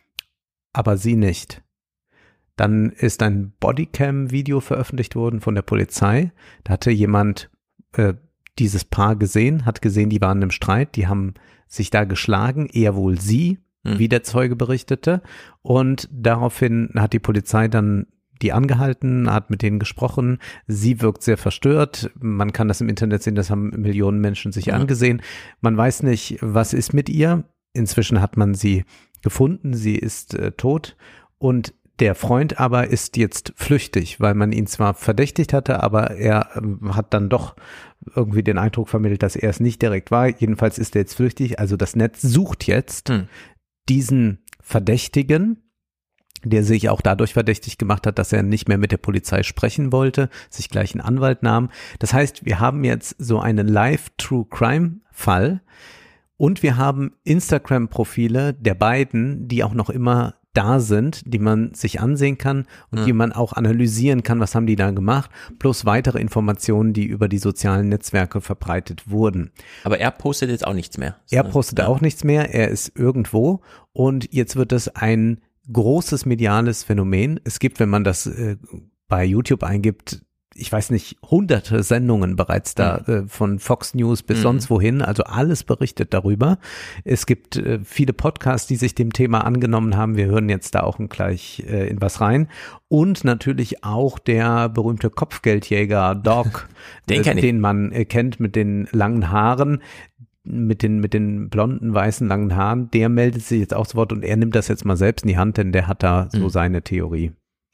aber sie nicht. Dann ist ein Bodycam-Video veröffentlicht worden von der Polizei. Da hatte jemand äh, dieses Paar gesehen, hat gesehen, die waren im Streit, die haben sich da geschlagen, eher wohl sie, Hm. wie der Zeuge berichtete. Und daraufhin hat die Polizei dann die angehalten, hat mit denen gesprochen. Sie wirkt sehr verstört. Man kann das im Internet sehen, das haben Millionen Menschen sich Ja. angesehen. Man weiß nicht, was ist mit ihr. Inzwischen hat man sie gefunden, sie ist äh, tot und der Freund aber ist jetzt flüchtig, weil man ihn zwar verdächtigt hatte, aber er ähm, hat dann doch irgendwie den Eindruck vermittelt, dass er es nicht direkt war. Jedenfalls ist er jetzt flüchtig, also das Netz sucht jetzt Hm. diesen Verdächtigen, der sich auch dadurch verdächtig gemacht hat, dass er nicht mehr mit der Polizei sprechen wollte, sich gleich einen Anwalt nahm. Das heißt, wir haben jetzt so einen Live-True-Crime-Fall und wir haben Instagram-Profile der beiden, die auch noch immer da sind, die man sich ansehen kann und Mhm. die man auch analysieren kann, was haben die da gemacht, plus weitere Informationen, die über die sozialen Netzwerke verbreitet wurden. Aber er postet jetzt auch nichts mehr. Er postet Ja. auch nichts mehr, er ist irgendwo und jetzt wird es ein großes mediales Phänomen. Es gibt, wenn man das äh, bei YouTube eingibt, ich weiß nicht, hunderte Sendungen bereits da, Mhm. äh, von Fox News bis Mhm. sonst wohin, also alles berichtet darüber. Es gibt äh, viele Podcasts, die sich dem Thema angenommen haben. Wir hören jetzt da auch gleich äh, in was rein. Und natürlich auch der berühmte Kopfgeldjäger Doc, Den äh, kenn ich. den man äh, kennt mit den langen Haaren. mit den mit den blonden, weißen, langen Haaren, der meldet sich jetzt auch zu Wort und er nimmt das jetzt mal selbst in die Hand, denn der hat da so Mhm. seine Theorie.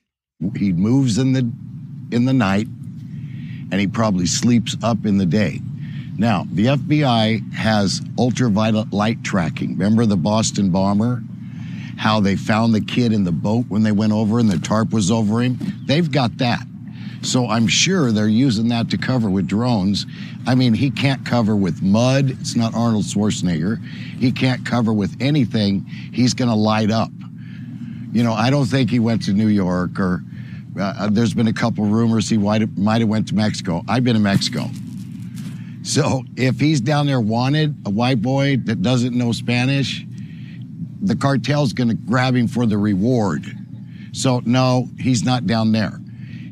He moves in the in the night and he probably sleeps up in the day. Now, the F B I has ultraviolet light tracking. Remember the Boston bomber? How they found the kid in the boat when they went over and the tarp was over him? They've got that. So I'm sure they're using that to cover with drones. I mean, he can't cover with mud. It's not Arnold Schwarzenegger. He can't cover with anything. He's going to light up. You know, I don't think he went to New York or uh, there's been a couple rumors he might have, might have went to Mexico. I've been to Mexico. So if he's down there wanted, a white boy that doesn't know Spanish, the cartel's going to grab him for the reward. So no, he's not down there.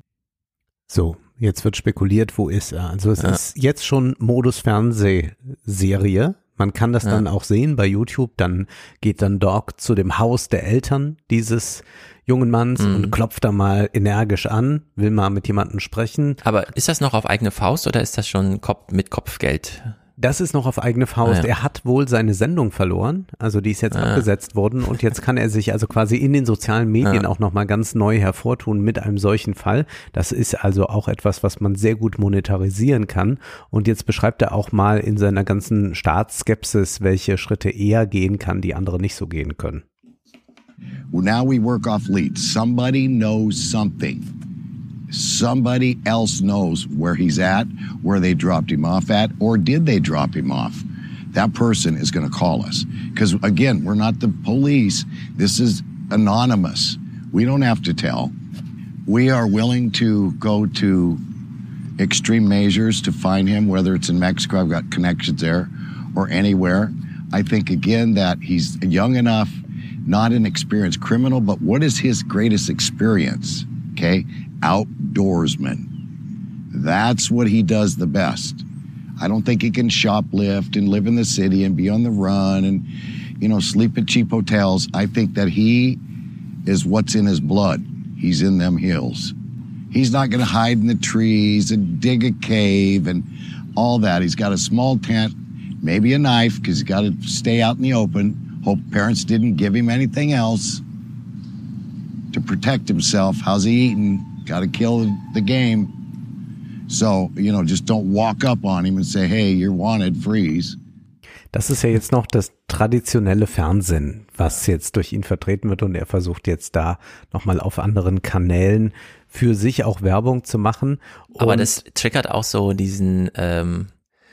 So, jetzt wird spekuliert, wo ist er? Also es Ja. ist jetzt schon Modus Fernsehserie. Man kann das Ja. dann auch sehen bei YouTube. Dann geht dann Doc zu dem Haus der Eltern dieses jungen Manns Mhm. und klopft da mal energisch an, will mal mit jemandem sprechen. Aber ist das noch auf eigene Faust oder ist das schon Kopf, mit Kopfgeld Das ist noch auf eigene Faust. Ah, ja. Er hat wohl seine Sendung verloren, also die ist jetzt Ah. abgesetzt worden und jetzt kann er sich also quasi in den sozialen Medien Ah. auch nochmal ganz neu hervortun mit einem solchen Fall. Das ist also auch etwas, was man sehr gut monetarisieren kann und jetzt beschreibt er auch mal in seiner ganzen Staatsskepsis, welche Schritte er gehen kann, die andere nicht so gehen können. Well, now we work off leads. Somebody knows something. Somebody else knows where he's at, where they dropped him off at, or did they drop him off? That person is going to call us. Because, again, we're not the police. This is anonymous. We don't have to tell. We are willing to go to extreme measures to find him, whether it's in Mexico, I've got connections there, or anywhere. I think, again, that he's young enough, not an experienced criminal, but what is his greatest experience? Okay? Outdoorsman. That's what he does the best. I don't think he can shoplift and live in the city and be on the run and, you know, sleep at cheap hotels. I think that he is what's in his blood. He's in them hills. He's not going to hide in the trees and dig a cave and all that. He's got a small tent, maybe a knife, because he's got to stay out in the open. Hope parents didn't give him anything else to protect himself. How's he eating? Got to kill the game. So, you know, just don't walk up on him and say, hey, you're wanted, freeze. Das ist ja jetzt noch das traditionelle Fernsehen, was jetzt durch ihn vertreten wird und er versucht jetzt da nochmal auf anderen Kanälen für sich auch Werbung zu machen. Und Aber das triggert auch so diesen, ähm,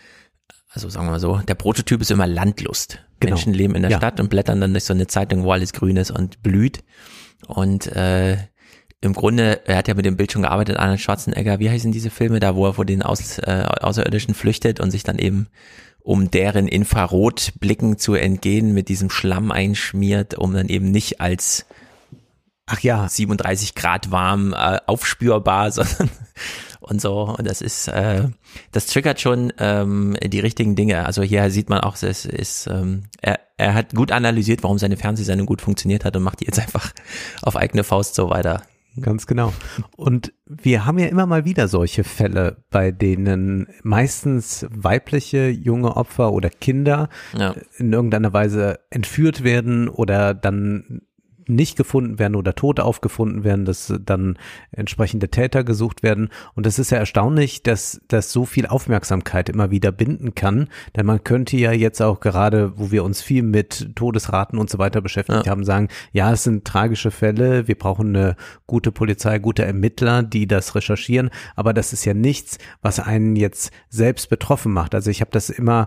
also sagen wir mal so, der Prototyp ist immer Landlust. Genau. Menschen leben in der Ja. Stadt und blättern dann durch so eine Zeitung, wo alles grün ist und blüht. Und äh, im Grunde, er hat ja mit dem Bild schon gearbeitet, Arnold Schwarzenegger, wie heißen diese Filme da, wo er vor den Aus, äh, Außerirdischen flüchtet und sich dann eben, um deren Infrarotblicken zu entgehen, mit diesem Schlamm einschmiert, um dann eben nicht als Ach ja. siebenunddreißig Grad warm äh, aufspürbar, sondern und so. Und das ist, äh, das triggert schon ähm, die richtigen Dinge. Also hier sieht man auch, es ist, ähm, er, er hat gut analysiert, warum seine Fernsehsendung gut funktioniert hat und macht die jetzt einfach auf eigene Faust so weiter. Ganz genau. Und wir haben ja immer mal wieder solche Fälle, bei denen meistens weibliche junge Opfer oder Kinder Ja. in irgendeiner Weise entführt werden oder dann nicht gefunden werden oder tot aufgefunden werden, dass dann entsprechende Täter gesucht werden. Und es ist ja erstaunlich, dass das so viel Aufmerksamkeit immer wieder binden kann, denn man könnte ja jetzt auch gerade, wo wir uns viel mit Todesraten und so weiter beschäftigt Ja. haben, sagen, ja, es sind tragische Fälle, wir brauchen eine gute Polizei, gute Ermittler, die das recherchieren, aber das ist ja nichts, was einen jetzt selbst betroffen macht. Also ich habe das immer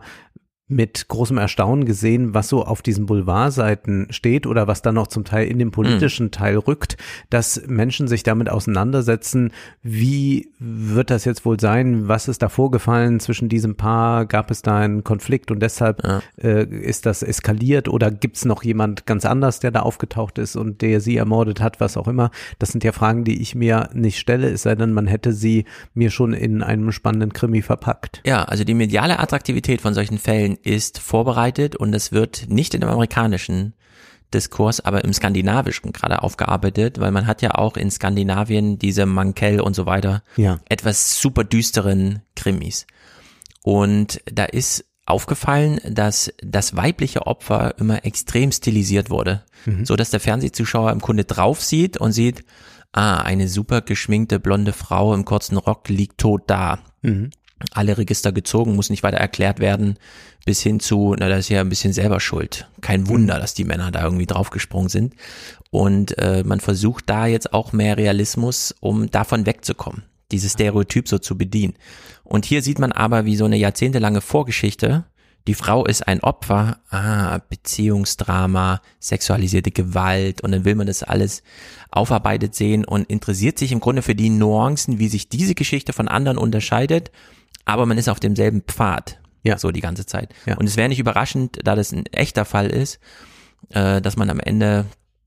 mit großem Erstaunen gesehen, was so auf diesen Boulevardseiten steht oder was dann noch zum Teil in den politischen mhm. Teil rückt, dass Menschen sich damit auseinandersetzen, wie wird das jetzt wohl sein, was ist da vorgefallen zwischen diesem Paar, gab es da einen Konflikt und deshalb ja. äh, ist das eskaliert oder gibt es noch jemand ganz anders, der da aufgetaucht ist und der sie ermordet hat, was auch immer. Das sind ja Fragen, die ich mir nicht stelle, es sei denn, man hätte sie mir schon in einem spannenden Krimi verpackt. Ja, also die mediale Attraktivität von solchen Fällen ist vorbereitet und es wird nicht in dem amerikanischen Diskurs, aber im skandinavischen gerade aufgearbeitet, weil man hat ja auch in Skandinavien diese Mankell und so weiter, ja. etwas super düsteren Krimis. Und da ist aufgefallen, dass das weibliche Opfer immer extrem stilisiert wurde, mhm. so dass der Fernsehzuschauer im Grunde drauf sieht und sieht, ah, eine super geschminkte blonde Frau im kurzen Rock liegt tot da. Mhm. Alle Register gezogen, muss nicht weiter erklärt werden, bis hin zu, na, das ist ja ein bisschen selber schuld. Kein Wunder, dass die Männer da irgendwie draufgesprungen sind. Und äh, man versucht da jetzt auch mehr Realismus, um davon wegzukommen, dieses Stereotyp so zu bedienen. Und hier sieht man aber, wie so eine jahrzehntelange Vorgeschichte, die Frau ist ein Opfer, ah, Beziehungsdrama, sexualisierte Gewalt und dann will man das alles aufarbeitet sehen und interessiert sich im Grunde für die Nuancen, wie sich diese Geschichte von anderen unterscheidet, aber man ist auf demselben Pfad, ja. so die ganze Zeit. Ja. Und es wäre nicht überraschend, da das ein echter Fall ist, äh, dass man am Ende,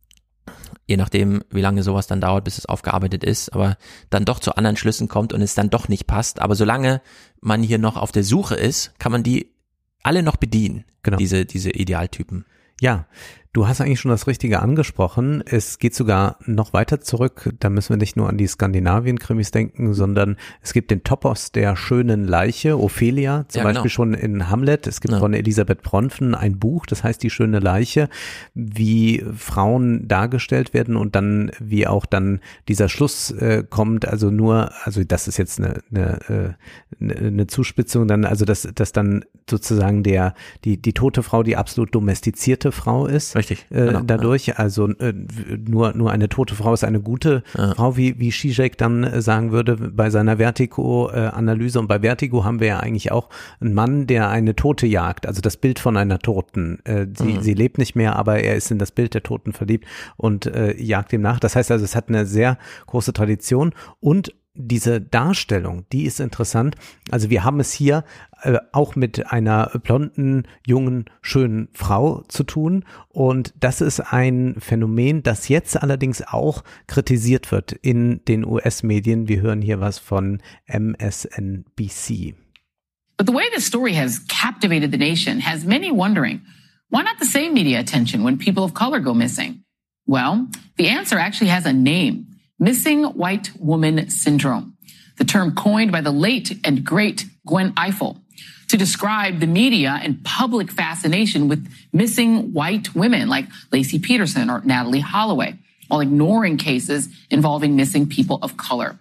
je nachdem, wie lange sowas dann dauert, bis es aufgearbeitet ist, aber dann doch zu anderen Schlüssen kommt und es dann doch nicht passt. Aber solange man hier noch auf der Suche ist, kann man die alle noch bedienen, genau. diese, diese Idealtypen. Ja, Du hast eigentlich schon das Richtige angesprochen. Es geht sogar noch weiter zurück. Da müssen wir nicht nur an die Skandinavien-Krimis denken, sondern es gibt den Topos der schönen Leiche, Ophelia, zum ja, Beispiel genau. schon in Hamlet. Es gibt ja. von Elisabeth Bronfen ein Buch, das heißt Die schöne Leiche, wie Frauen dargestellt werden und dann, wie auch dann dieser Schluss äh, kommt. Also nur, also das ist jetzt eine, eine, eine, eine Zuspitzung, dann, also dass, dass dann sozusagen der, die, die tote Frau die absolut domestizierte Frau ist. Richtig, äh, genau, dadurch, ja. also äh, nur nur eine tote Frau ist eine gute ja. Frau, wie wie Zizek dann äh, sagen würde bei seiner Vertigo-Analyse. Und bei Vertigo haben wir ja eigentlich auch einen Mann, der eine Tote jagt, also das Bild von einer Toten. Äh, sie, mhm. sie lebt nicht mehr, aber er ist in das Bild der Toten verliebt und äh, jagt ihm nach. Das heißt also, es hat eine sehr große Tradition und diese Darstellung, die ist interessant. Also wir haben es hier äh, auch mit einer blonden, jungen, schönen Frau zu tun und das ist ein Phänomen, das jetzt allerdings auch kritisiert wird in den U S-Medien. Wir hören hier was von M S N B C. But the way this story has captivated the nation has many wondering, why not the same media attention when people of color go missing? Well, the answer actually has a name. Missing White Woman Syndrome, the term coined by the late and great Gwen Ifill to describe the media and public fascination with missing white women like Lacey Peterson or Natalie Holloway, while ignoring cases involving missing people of color.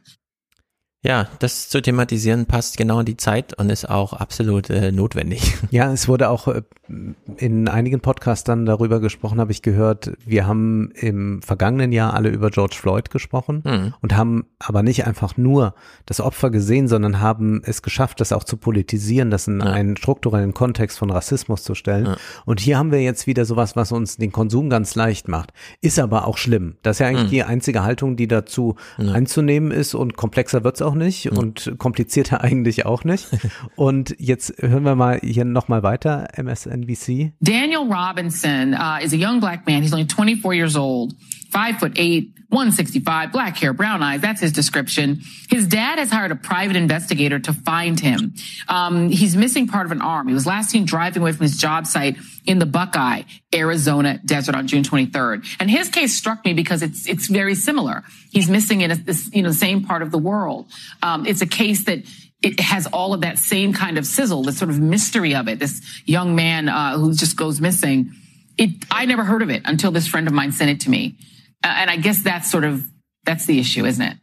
Ja, das zu thematisieren passt genau in die Zeit und ist auch absolut äh, notwendig. Ja, es wurde auch äh, in einigen Podcasts dann darüber gesprochen, habe ich gehört, wir haben im vergangenen Jahr alle über George Floyd gesprochen mhm. und haben aber nicht einfach nur das Opfer gesehen, sondern haben es geschafft, das auch zu politisieren, das in ja. einen strukturellen Kontext von Rassismus zu stellen. Ja. Und hier haben wir jetzt wieder sowas, was uns den Konsum ganz leicht macht. Ist aber auch schlimm. Das ist ja eigentlich mhm. die einzige Haltung, die dazu ja. einzunehmen ist und komplexer wird's auch nicht und komplizierter eigentlich auch nicht. Und jetzt hören wir mal hier nochmal weiter, M S N B C. Daniel Robinson uh, is a young black man. He's only twenty-four years old, five foot eight, one sixty-five, black hair, brown eyes. That's his description. His dad has hired a private investigator to find him. Um, he's missing part of an arm. He was last seen driving away from his job site in the Buckeye, Arizona desert on June twenty-third. And his case struck me because it's it's very similar. He's missing in a, this, you know, same part of the world. Um, it's a case that it has all of that same kind of sizzle, the sort of mystery of it. This young man uh, who just goes missing. It I never heard of it until this friend of mine sent it to me. Uh, and I guess that's sort of, that's the issue, isn't it?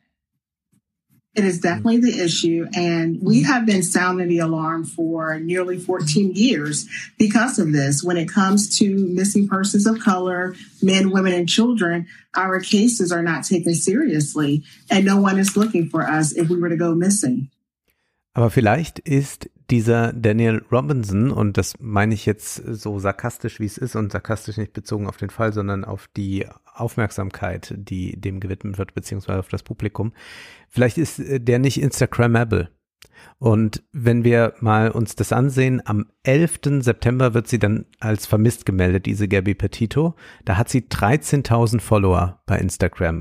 It is definitely the issue. And we have been sounding the alarm for nearly fourteen years because of this. When it comes to missing persons of color, men, women, and children, our cases are not taken seriously. And no one is looking for us if we were to go missing. Aber vielleicht ist dieser Daniel Robinson, und das meine ich jetzt so sarkastisch, wie es ist, und sarkastisch nicht bezogen auf den Fall, sondern auf die Aufmerksamkeit, die dem gewidmet wird, beziehungsweise auf das Publikum, vielleicht ist der nicht Instagrammable. Und wenn wir mal uns das ansehen, am elften September wird sie dann als vermisst gemeldet, diese Gabby Petito. Da hat sie dreizehntausend Follower bei Instagram.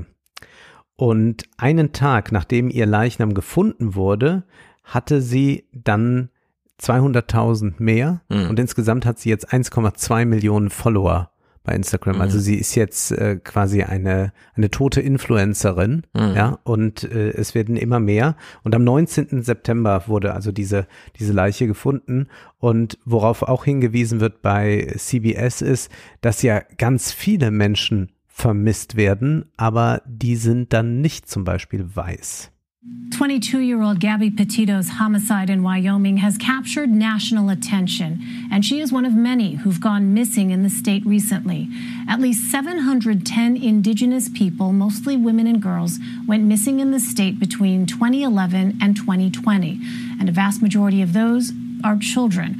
Und einen Tag, nachdem ihr Leichnam gefunden wurde, hatte sie dann zweihunderttausend mehr mhm. und insgesamt hat sie jetzt eins Komma zwei Millionen Follower bei Instagram. Mhm. Also sie ist jetzt äh, quasi eine eine tote Influencerin, mhm. ja, und äh, es werden immer mehr. Und am neunzehnten September wurde also diese diese Leiche gefunden. Und worauf auch hingewiesen wird bei C B S ist, dass ja ganz viele Menschen vermisst werden, aber die sind dann nicht zum Beispiel weiß. twenty-two-year-old Gabby Petito's homicide in Wyoming has captured national attention, and she is one of many who've gone missing in the state recently. At least seven hundred ten indigenous people, mostly women and girls, went missing in the state between twenty eleven and twenty twenty, and a vast majority of those are children.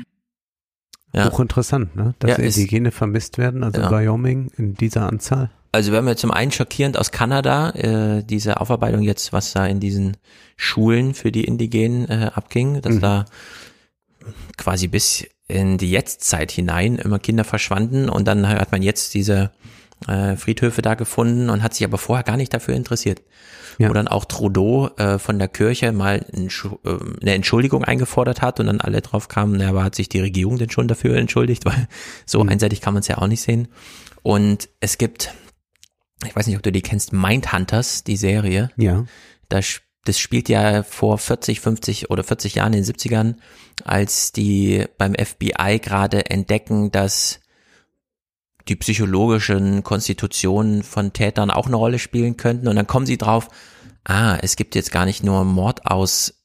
Ja. Hochinteressant, ne? Dass ja, Indigene vermisst werden, also ja. Wyoming in dieser Anzahl. Also wir haben ja zum einen schockierend aus Kanada, äh, diese Aufarbeitung jetzt, was da in diesen Schulen für die Indigenen äh, abging, dass mhm. da quasi bis in die Jetztzeit hinein immer Kinder verschwanden und dann hat man jetzt diese äh, Friedhöfe da gefunden und hat sich aber vorher gar nicht dafür interessiert. Ja. Wo dann auch Trudeau äh, von der Kirche mal ein, äh, eine Entschuldigung eingefordert hat und dann alle drauf kamen, na, aber hat sich die Regierung denn schon dafür entschuldigt, weil so mhm. einseitig kann man es ja auch nicht sehen. Und es gibt, ich weiß nicht, ob du die kennst, Mindhunters, die Serie. Ja. Das, das spielt ja vor vierzig, fünfzig oder vierzig Jahren in den siebzigern, als die beim F B I gerade entdecken, dass die psychologischen Konstitutionen von Tätern auch eine Rolle spielen könnten. Und dann kommen sie drauf, ah, es gibt jetzt gar nicht nur Mord aus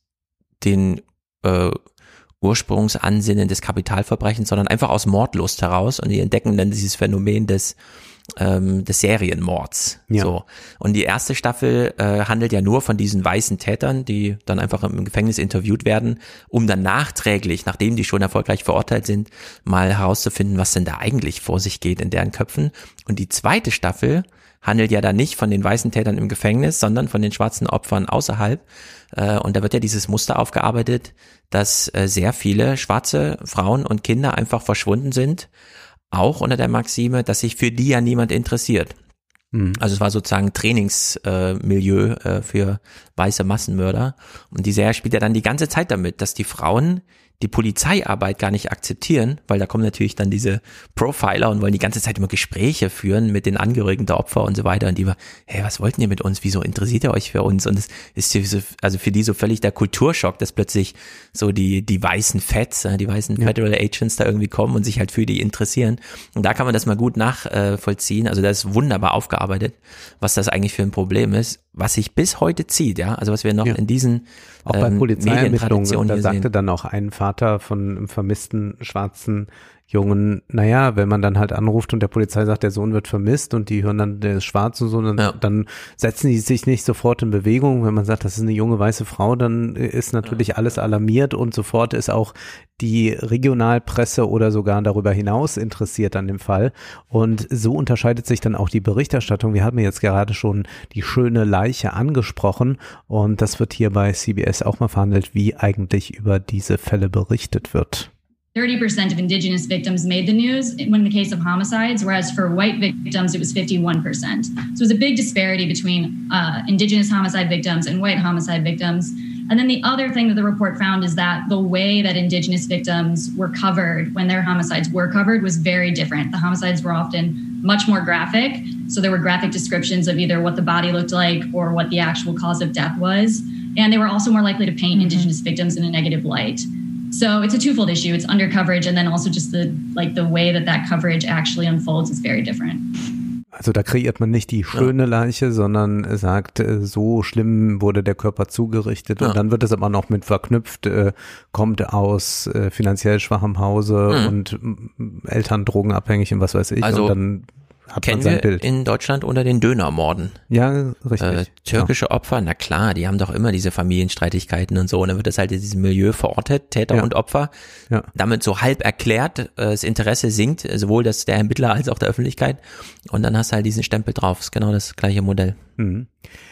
den äh, Ursprungsansinnen des Kapitalverbrechens, sondern einfach aus Mordlust heraus. Und die entdecken dann dieses Phänomen des ähm, des Serienmords. Ja. So. Und die erste Staffel äh, handelt ja nur von diesen weißen Tätern, die dann einfach im Gefängnis interviewt werden, um dann nachträglich, nachdem die schon erfolgreich verurteilt sind, mal herauszufinden, was denn da eigentlich vor sich geht in deren Köpfen. Und die zweite Staffel handelt ja dann nicht von den weißen Tätern im Gefängnis, sondern von den schwarzen Opfern außerhalb. Äh, und da wird ja dieses Muster aufgearbeitet, dass äh, sehr viele schwarze Frauen und Kinder einfach verschwunden sind, auch unter der Maxime, dass sich für die ja niemand interessiert. Mhm. Also es war sozusagen Trainingsmilieu äh, äh, für weiße Massenmörder. Und die Serie spielt ja dann die ganze Zeit damit, dass die Frauen die Polizeiarbeit gar nicht akzeptieren, weil da kommen natürlich dann diese Profiler und wollen die ganze Zeit immer Gespräche führen mit den Angehörigen der Opfer und so weiter. Und die war, hey, was wollten ihr mit uns? Wieso interessiert ihr euch für uns? Und es ist so, also für die so völlig der Kulturschock, dass plötzlich so die die weißen Feds, die weißen ja. Federal Agents da irgendwie kommen und sich halt für die interessieren. Und da kann man das mal gut nachvollziehen. Also das ist wunderbar aufgearbeitet, was das eigentlich für ein Problem ist, was sich bis heute zieht, ja. Also was wir noch ja. in diesen auch bei ähm, Polizeiermittlungen, da sagte sehen. Dann auch ein Vater von einem vermissten schwarzen Jungen, naja, wenn man dann halt anruft und der Polizei sagt, der Sohn wird vermisst und die hören dann, der ist schwarz und so, dann, ja. dann setzen die sich nicht sofort in Bewegung. Wenn man sagt, das ist eine junge weiße Frau, dann ist natürlich ja. alles alarmiert und sofort ist auch die Regionalpresse oder sogar darüber hinaus interessiert an dem Fall. Und so unterscheidet sich dann auch die Berichterstattung. Wir haben jetzt gerade schon die schöne Leiche angesprochen und das wird hier bei C B S auch mal verhandelt, wie eigentlich über diese Fälle berichtet wird. thirty percent of indigenous victims made the news when the case of homicides, whereas for white victims, it was fifty-one percent. So it was a big disparity between uh, indigenous homicide victims and white homicide victims. And then the other thing that the report found is that the way that indigenous victims were covered when their homicides were covered was very different. The homicides were often much more graphic. So there were graphic descriptions of either what the body looked like or what the actual cause of death was. And they were also more likely to paint mm-hmm. indigenous victims in a negative light. So it's a twofold issue. It's under coverage and then also just the like the way that that coverage actually unfolds is very different. Also da kreiert man nicht die schöne Leiche, sondern sagt, so schlimm wurde der Körper zugerichtet ja. und dann wird es aber noch mit verknüpft, äh, kommt aus äh, finanziell schwachem Hause mhm. und Eltern drogenabhängig und was weiß ich also und dann hat kennen man sein wir Bild. In Deutschland unter den Dönermorden. Ja, richtig. Äh, türkische ja. Opfer, na klar, die haben doch immer diese Familienstreitigkeiten und so. Und dann wird das halt in diesem Milieu verortet, Täter ja. und Opfer. Ja. Damit so halb erklärt, äh, das Interesse sinkt, sowohl das der Ermittler als auch der Öffentlichkeit. Und dann hast du halt diesen Stempel drauf. Das ist genau das gleiche Modell. Mhm.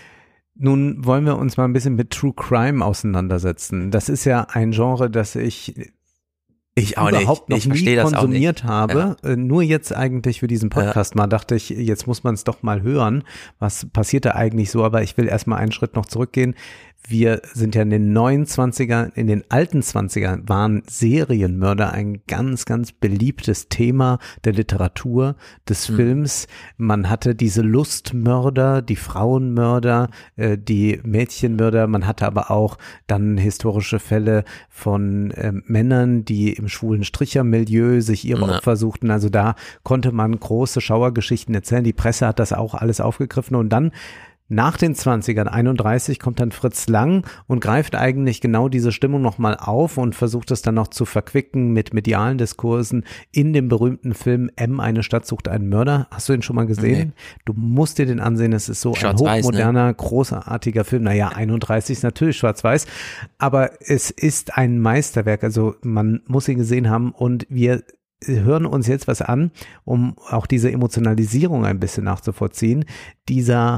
Nun wollen wir uns mal ein bisschen mit True Crime auseinandersetzen. Das ist ja ein Genre, das ich Ich auch überhaupt nicht. noch ich nie das konsumiert auch nicht. habe. Ja. Nur jetzt eigentlich für diesen Podcast ja. mal dachte ich, jetzt muss man es doch mal hören. Was passiert da eigentlich so? Aber ich will erstmal einen Schritt noch zurückgehen. Wir sind ja in den neunundzwanzigern, in den alten zwanzigern waren Serienmörder ein ganz, ganz beliebtes Thema der Literatur, des mhm. Films. Man hatte diese Lustmörder, die Frauenmörder, äh, die Mädchenmörder. Man hatte aber auch dann historische Fälle von äh, Männern, die im schwulen Strichermilieu sich ihre ja. Opfer suchten. Also da konnte man große Schauergeschichten erzählen. Die Presse hat das auch alles aufgegriffen und dann nach den zwanzigern, einunddreißig, kommt dann Fritz Lang und greift eigentlich genau diese Stimmung nochmal auf und versucht es dann noch zu verquicken mit medialen Diskursen in dem berühmten Film M, eine Stadt sucht einen Mörder. Hast du den schon mal gesehen? Nee. Du musst dir den ansehen, es ist so ein hochmoderner, ne? großartiger Film. Naja, einunddreißig ist natürlich schwarz-weiß, aber es ist ein Meisterwerk, also man muss ihn gesehen haben und wir hören uns jetzt was an, um auch diese Emotionalisierung ein bisschen nachzuvollziehen. Dieser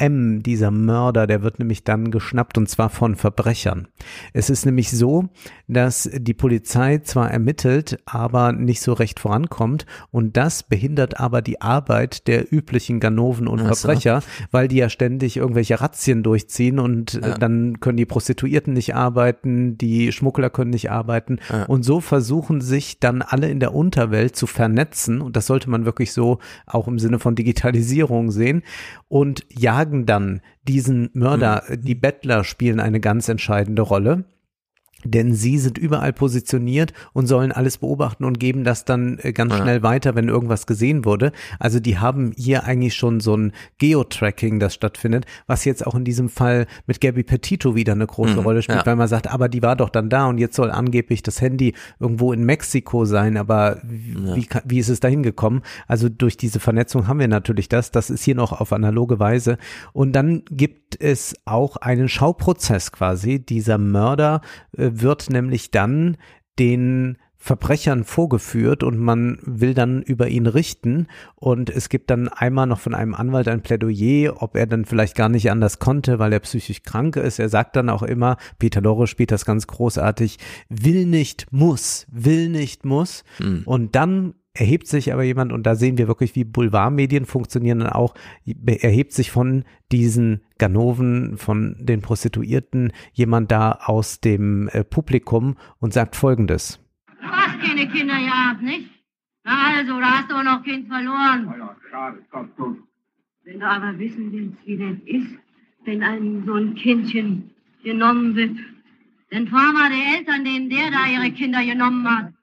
M, dieser Mörder, der wird nämlich dann geschnappt und zwar von Verbrechern. Es ist nämlich so, dass die Polizei zwar ermittelt, aber nicht so recht vorankommt und das behindert aber die Arbeit der üblichen Ganoven und Ach so. Verbrecher, weil die ja ständig irgendwelche Razzien durchziehen und Ja. dann können die Prostituierten nicht arbeiten, die Schmuggler können nicht arbeiten Ja. und so versuchen sich dann alle in der Unterwelt zu vernetzen und das sollte man wirklich so auch im Sinne von Digitalisierung sehen und jagen dann diesen Mörder. Mhm. Die Bettler spielen eine ganz entscheidende Rolle. Denn sie sind überall positioniert und sollen alles beobachten und geben das dann äh, ganz Ja. schnell weiter, wenn irgendwas gesehen wurde. Also die haben hier eigentlich schon so ein Geotracking, das stattfindet, was jetzt auch in diesem Fall mit Gabby Petito wieder eine große Mhm, Rolle spielt, ja. weil man sagt, aber die war doch dann da und jetzt soll angeblich das Handy irgendwo in Mexiko sein, aber wie, Ja. wie, kann- wie ist es da hingekommen? Also durch diese Vernetzung haben wir natürlich das, das ist hier noch auf analoge Weise und dann gibt es auch einen Schauprozess quasi, dieser Mörder äh, wird nämlich dann den Verbrechern vorgeführt und man will dann über ihn richten und es gibt dann einmal noch von einem Anwalt ein Plädoyer, ob er dann vielleicht gar nicht anders konnte, weil er psychisch krank ist. Er sagt dann auch immer, Peter Lorre spielt das ganz großartig, will nicht, muss, will nicht, muss Mhm. und dann erhebt sich aber jemand und da sehen wir wirklich, wie Boulevardmedien funktionieren dann auch, erhebt sich von diesen Ganoven, von den Prostituierten jemand da aus dem äh, Publikum und sagt Folgendes. Du hast keine Kinder gehabt, nicht? Na also, da hast du auch noch Kind verloren. Ja, schade, komm, komm. Wenn du aber wissen willst, wie das ist, wenn einem so ein Kindchen genommen wird, dann fragen wir die Eltern, denen der da ihre Kinder genommen hat.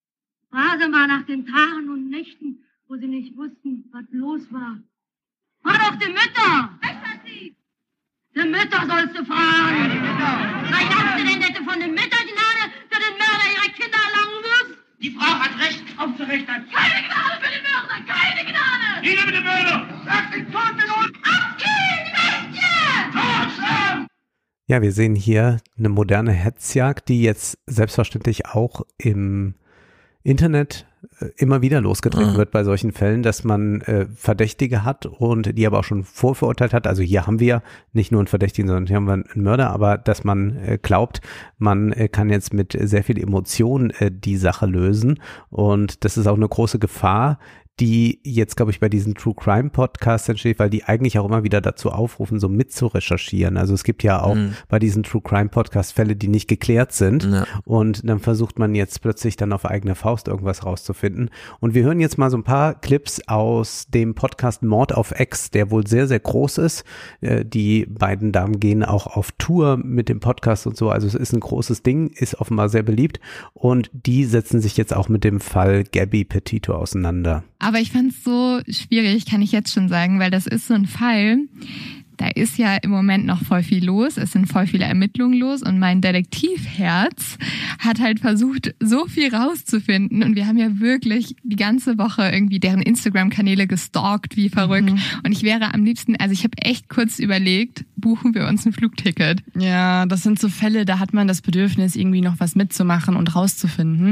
Fragen Sie mal nach den Tagen und Nächten, wo sie nicht wussten, was los war. Frag doch die Mütter! Echt hat sie? Die Mütter sollst du fragen! Ja, die Mütter! Was hast du denn, dass du von den Müttern Gnade für den Mörder ihrer Kinder erlangen musst? Die Frau hat Recht aufzurichten. Keine Gnade für den Mörder! Keine Gnade! Nieder mit dem Mörder! Sag den Toten und Abgehen, Mädchen! Totschlag! Ja, wir sehen hier eine moderne Hetzjagd, die jetzt selbstverständlich auch im Internet äh, immer wieder losgetreten Mhm. wird bei solchen Fällen, dass man äh, Verdächtige hat und die aber auch schon vorverurteilt hat. Also hier haben wir nicht nur einen Verdächtigen, sondern hier haben wir einen Mörder, aber dass man äh, glaubt, man äh, kann jetzt mit sehr viel Emotion äh, die Sache lösen und das ist auch eine große Gefahr, die jetzt, glaube ich, bei diesen True Crime Podcasts entsteht, weil die eigentlich auch immer wieder dazu aufrufen, so mitzurecherchieren. Also es gibt ja auch Mhm. bei diesen True Crime Podcast Fälle, die nicht geklärt sind Ja. und dann versucht man jetzt plötzlich dann auf eigene Faust irgendwas rauszufinden. Und wir hören jetzt mal so ein paar Clips aus dem Podcast Mord auf Ex, der wohl sehr, sehr groß ist. Äh, Die beiden Damen gehen auch auf Tour mit dem Podcast und so. Also es ist ein großes Ding, ist offenbar sehr beliebt und die setzen sich jetzt auch mit dem Fall Gabby Petito auseinander. Aber ich fand es so schwierig, kann ich jetzt schon sagen, weil das ist so ein Fall, da ist ja im Moment noch voll viel los, es sind voll viele Ermittlungen los und mein Detektivherz hat halt versucht, so viel rauszufinden und wir haben ja wirklich die ganze Woche irgendwie deren Instagram-Kanäle gestalkt, wie verrückt Mhm. und ich wäre am liebsten, also ich habe echt kurz überlegt, buchen wir uns ein Flugticket. Ja, das sind so Fälle, da hat man das Bedürfnis, irgendwie noch was mitzumachen und rauszufinden.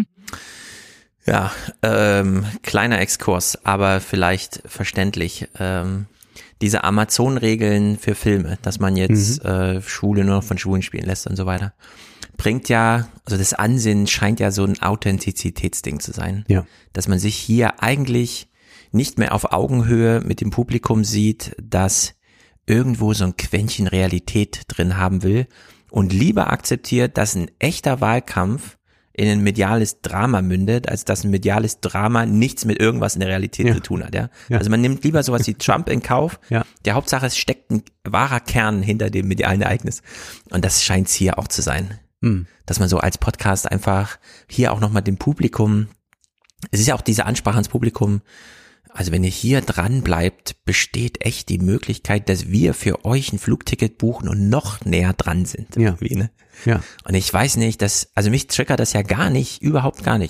Ja, ähm, kleiner Exkurs, aber vielleicht verständlich. Ähm, diese Amazon-Regeln für Filme, dass man jetzt Mhm. äh, Schwule nur noch von Schwulen spielen lässt und so weiter, bringt ja, also das Ansinnen scheint ja so ein Authentizitätsding zu sein. Ja. Dass man sich hier eigentlich nicht mehr auf Augenhöhe mit dem Publikum sieht, das irgendwo so ein Quäntchen Realität drin haben will und lieber akzeptiert, dass ein echter Wahlkampf in ein mediales Drama mündet, als dass ein mediales Drama nichts mit irgendwas in der Realität Ja. zu tun hat. Ja? Ja. Also man nimmt lieber sowas wie Trump in Kauf. Ja. Der Hauptsache, es steckt ein wahrer Kern hinter dem medialen Ereignis. Und das scheint es hier auch zu sein. Mhm. Dass man so als Podcast einfach hier auch nochmal dem Publikum, es ist ja auch diese Ansprache ans Publikum, also wenn ihr hier dran bleibt, besteht echt die Möglichkeit, dass wir für euch ein Flugticket buchen und noch näher dran sind. Ja. Irgendwie, ne? Ja. Und ich weiß nicht, dass, also mich triggert das ja gar nicht, überhaupt gar nicht, ne?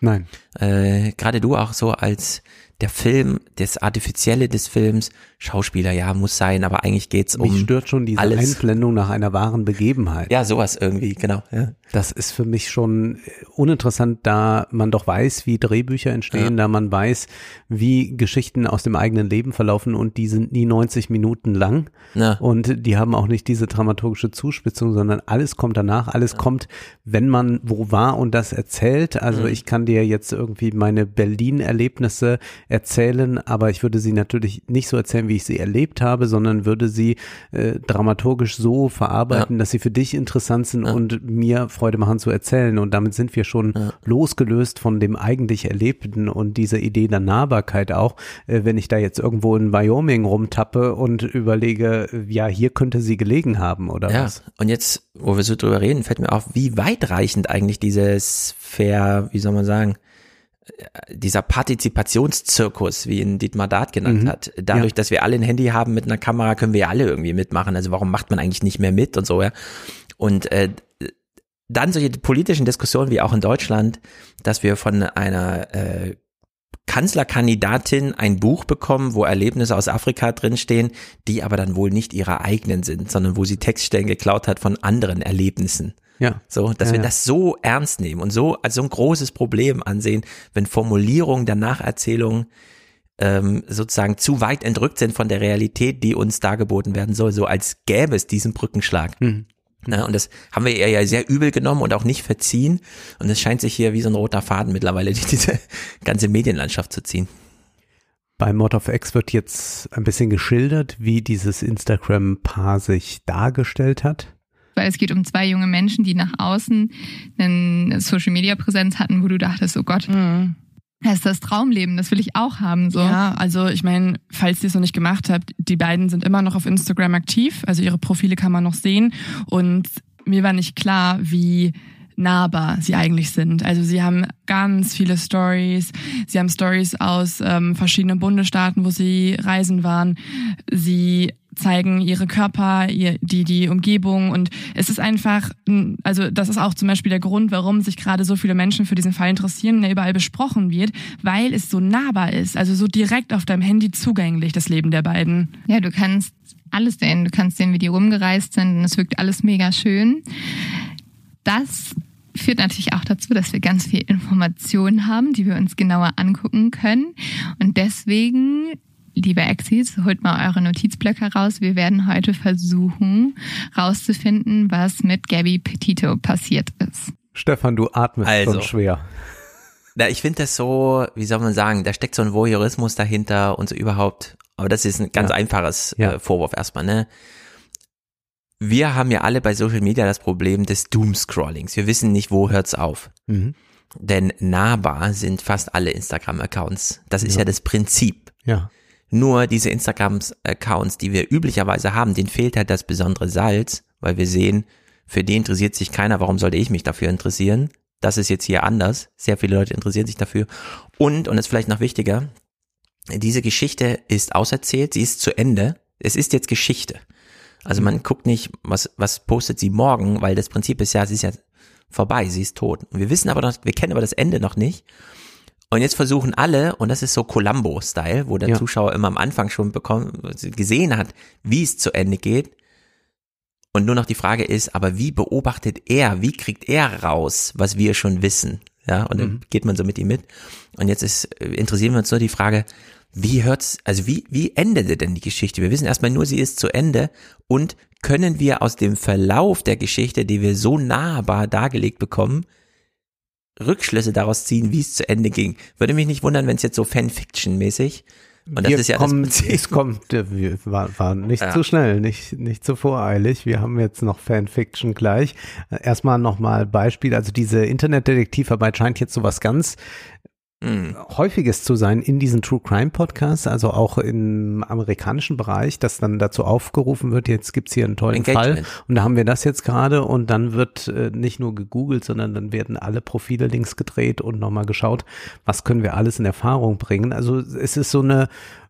Nein. Äh, gerade du auch so als der Film, das Artifizielle des Films, Schauspieler, ja, muss sein, aber eigentlich geht's um Mich stört schon diese alles. Einblendung nach einer wahren Begebenheit. Ja, sowas irgendwie, genau. Ja. Das ist für mich schon uninteressant, da man doch weiß, wie Drehbücher entstehen, ja. da man weiß, wie Geschichten aus dem eigenen Leben verlaufen und die sind nie neunzig Minuten lang ja. und die haben auch nicht diese dramaturgische Zuspitzung, sondern alles kommt danach, alles ja. kommt, wenn man wo war und das erzählt. Also mhm. ich kann dir jetzt irgendwie meine Berlin-Erlebnisse erzählen, aber ich würde sie natürlich nicht so erzählen, wie ich sie erlebt habe, sondern würde sie äh, dramaturgisch so verarbeiten, ja. dass sie für dich interessant sind ja. und mir Freude machen zu erzählen. Und damit sind wir schon ja. losgelöst von dem eigentlich Erlebten und dieser Idee der Nahbarkeit auch. Äh, wenn ich da jetzt irgendwo in Wyoming rumtappe und überlege, ja, hier könnte sie gelegen haben oder ja. was. Und jetzt, wo wir so drüber reden, fällt mir auf, wie weitreichend eigentlich dieses Fair, wie soll man sagen, dieser Partizipationszirkus, wie ihn Dietmar Dart genannt mhm. hat. Dadurch, ja. dass wir alle ein Handy haben mit einer Kamera, können wir ja alle irgendwie mitmachen. Also warum macht man eigentlich nicht mehr mit und so, ja. Und äh, dann solche politischen Diskussionen wie auch in Deutschland, dass wir von einer äh, Kanzlerkandidatin ein Buch bekommen, wo Erlebnisse aus Afrika drinstehen, die aber dann wohl nicht ihre eigenen sind, sondern wo sie Textstellen geklaut hat von anderen Erlebnissen. Ja. So, dass ja, wir ja. das so ernst nehmen und so als so ein großes Problem ansehen, wenn Formulierungen der Nacherzählung ähm, sozusagen zu weit entrückt sind von der Realität, die uns dargeboten werden soll, so als gäbe es diesen Brückenschlag. Mhm. Na, und das haben wir ihr ja sehr übel genommen und auch nicht verziehen. Und es scheint sich hier wie so ein roter Faden mittlerweile durch diese ganze Medienlandschaft zu ziehen. Bei Mod of X wird jetzt ein bisschen geschildert, wie dieses Instagram-Paar sich dargestellt hat. Weil es geht um zwei junge Menschen, die nach außen eine Social-Media-Präsenz hatten, wo du dachtest, oh Gott, mhm. das ist das Traumleben, das will ich auch haben. So. Ja, also ich meine, falls ihr es noch nicht gemacht habt, die beiden sind immer noch auf Instagram aktiv, also ihre Profile kann man noch sehen und mir war nicht klar, wie nahbar sie eigentlich sind. Also sie haben ganz viele Stories, sie haben Stories aus ähm, verschiedenen Bundesstaaten, wo sie reisen waren, sie zeigen ihre Körper, ihr, die die Umgebung und es ist einfach, also das ist auch zum Beispiel der Grund, warum sich gerade so viele Menschen für diesen Fall interessieren, der überall besprochen wird, weil es so nahbar ist, also so direkt auf deinem Handy zugänglich, das Leben der beiden. Ja, du kannst alles sehen, du kannst sehen, wie die rumgereist sind und es wirkt alles mega schön. Das führt natürlich auch dazu, dass wir ganz viel Informationen haben, die wir uns genauer angucken können und deswegen, liebe Exis, holt mal eure Notizblöcke raus. Wir werden heute versuchen, rauszufinden, was mit Gabby Petito passiert ist. Stefan, du atmest also, schon schwer. Na, ich finde das so, wie soll man sagen, da steckt so ein Voyeurismus dahinter und so überhaupt. Aber das ist ein ganz ja. einfaches ja. äh, Vorwurf erstmal, ne? Wir haben ja alle bei Social Media das Problem des Doomscrollings. Wir wissen nicht, wo hört's auf. Mhm. Denn nahbar sind fast alle Instagram-Accounts. Das ist ja, ja das Prinzip. Ja. Nur diese Instagram-Accounts, die wir üblicherweise haben, denen fehlt halt das besondere Salz, weil wir sehen, für die interessiert sich keiner, warum sollte ich mich dafür interessieren? Das ist jetzt hier anders. Sehr viele Leute interessieren sich dafür. Und, und das ist vielleicht noch wichtiger, diese Geschichte ist auserzählt, sie ist zu Ende. Es ist jetzt Geschichte. Also man guckt nicht, was, was postet sie morgen, weil das Prinzip ist ja, sie ist ja vorbei, sie ist tot. Und wir wissen aber noch, wir kennen aber das Ende noch nicht. Und jetzt versuchen alle, und das ist so Columbo-Style, wo der ja. Zuschauer immer am Anfang schon bekommen, gesehen hat, wie es zu Ende geht. Und nur noch die Frage ist, aber wie beobachtet er, wie kriegt er raus, was wir schon wissen? Ja, und dann mhm. geht man so mit ihm mit. Und jetzt ist, interessieren wir uns nur die Frage, wie hört's, also wie, wie endete denn die Geschichte? Wir wissen erstmal nur, sie ist zu Ende und können wir aus dem Verlauf der Geschichte, die wir so nahbar dargelegt bekommen, Rückschlüsse daraus ziehen, wie es zu Ende ging. Würde mich nicht wundern, wenn es jetzt so Fanfiction-mäßig, und das wir ist ja kommen, das es kommt, wir war, war nicht ja. zu schnell, nicht, nicht zu voreilig. Wir haben jetzt noch Fanfiction gleich. Erstmal nochmal Beispiel, also diese Internetdetektivarbeit scheint jetzt sowas ganz Mhm. häufiges zu sein in diesen True Crime Podcasts, also auch im amerikanischen Bereich, dass dann dazu aufgerufen wird, jetzt gibt's hier einen tollen Engagement. Fall und da haben wir das jetzt gerade und dann wird äh, nicht nur gegoogelt, sondern dann werden alle Profile links gedreht und nochmal geschaut, was können wir alles in Erfahrung bringen. Also es ist so eine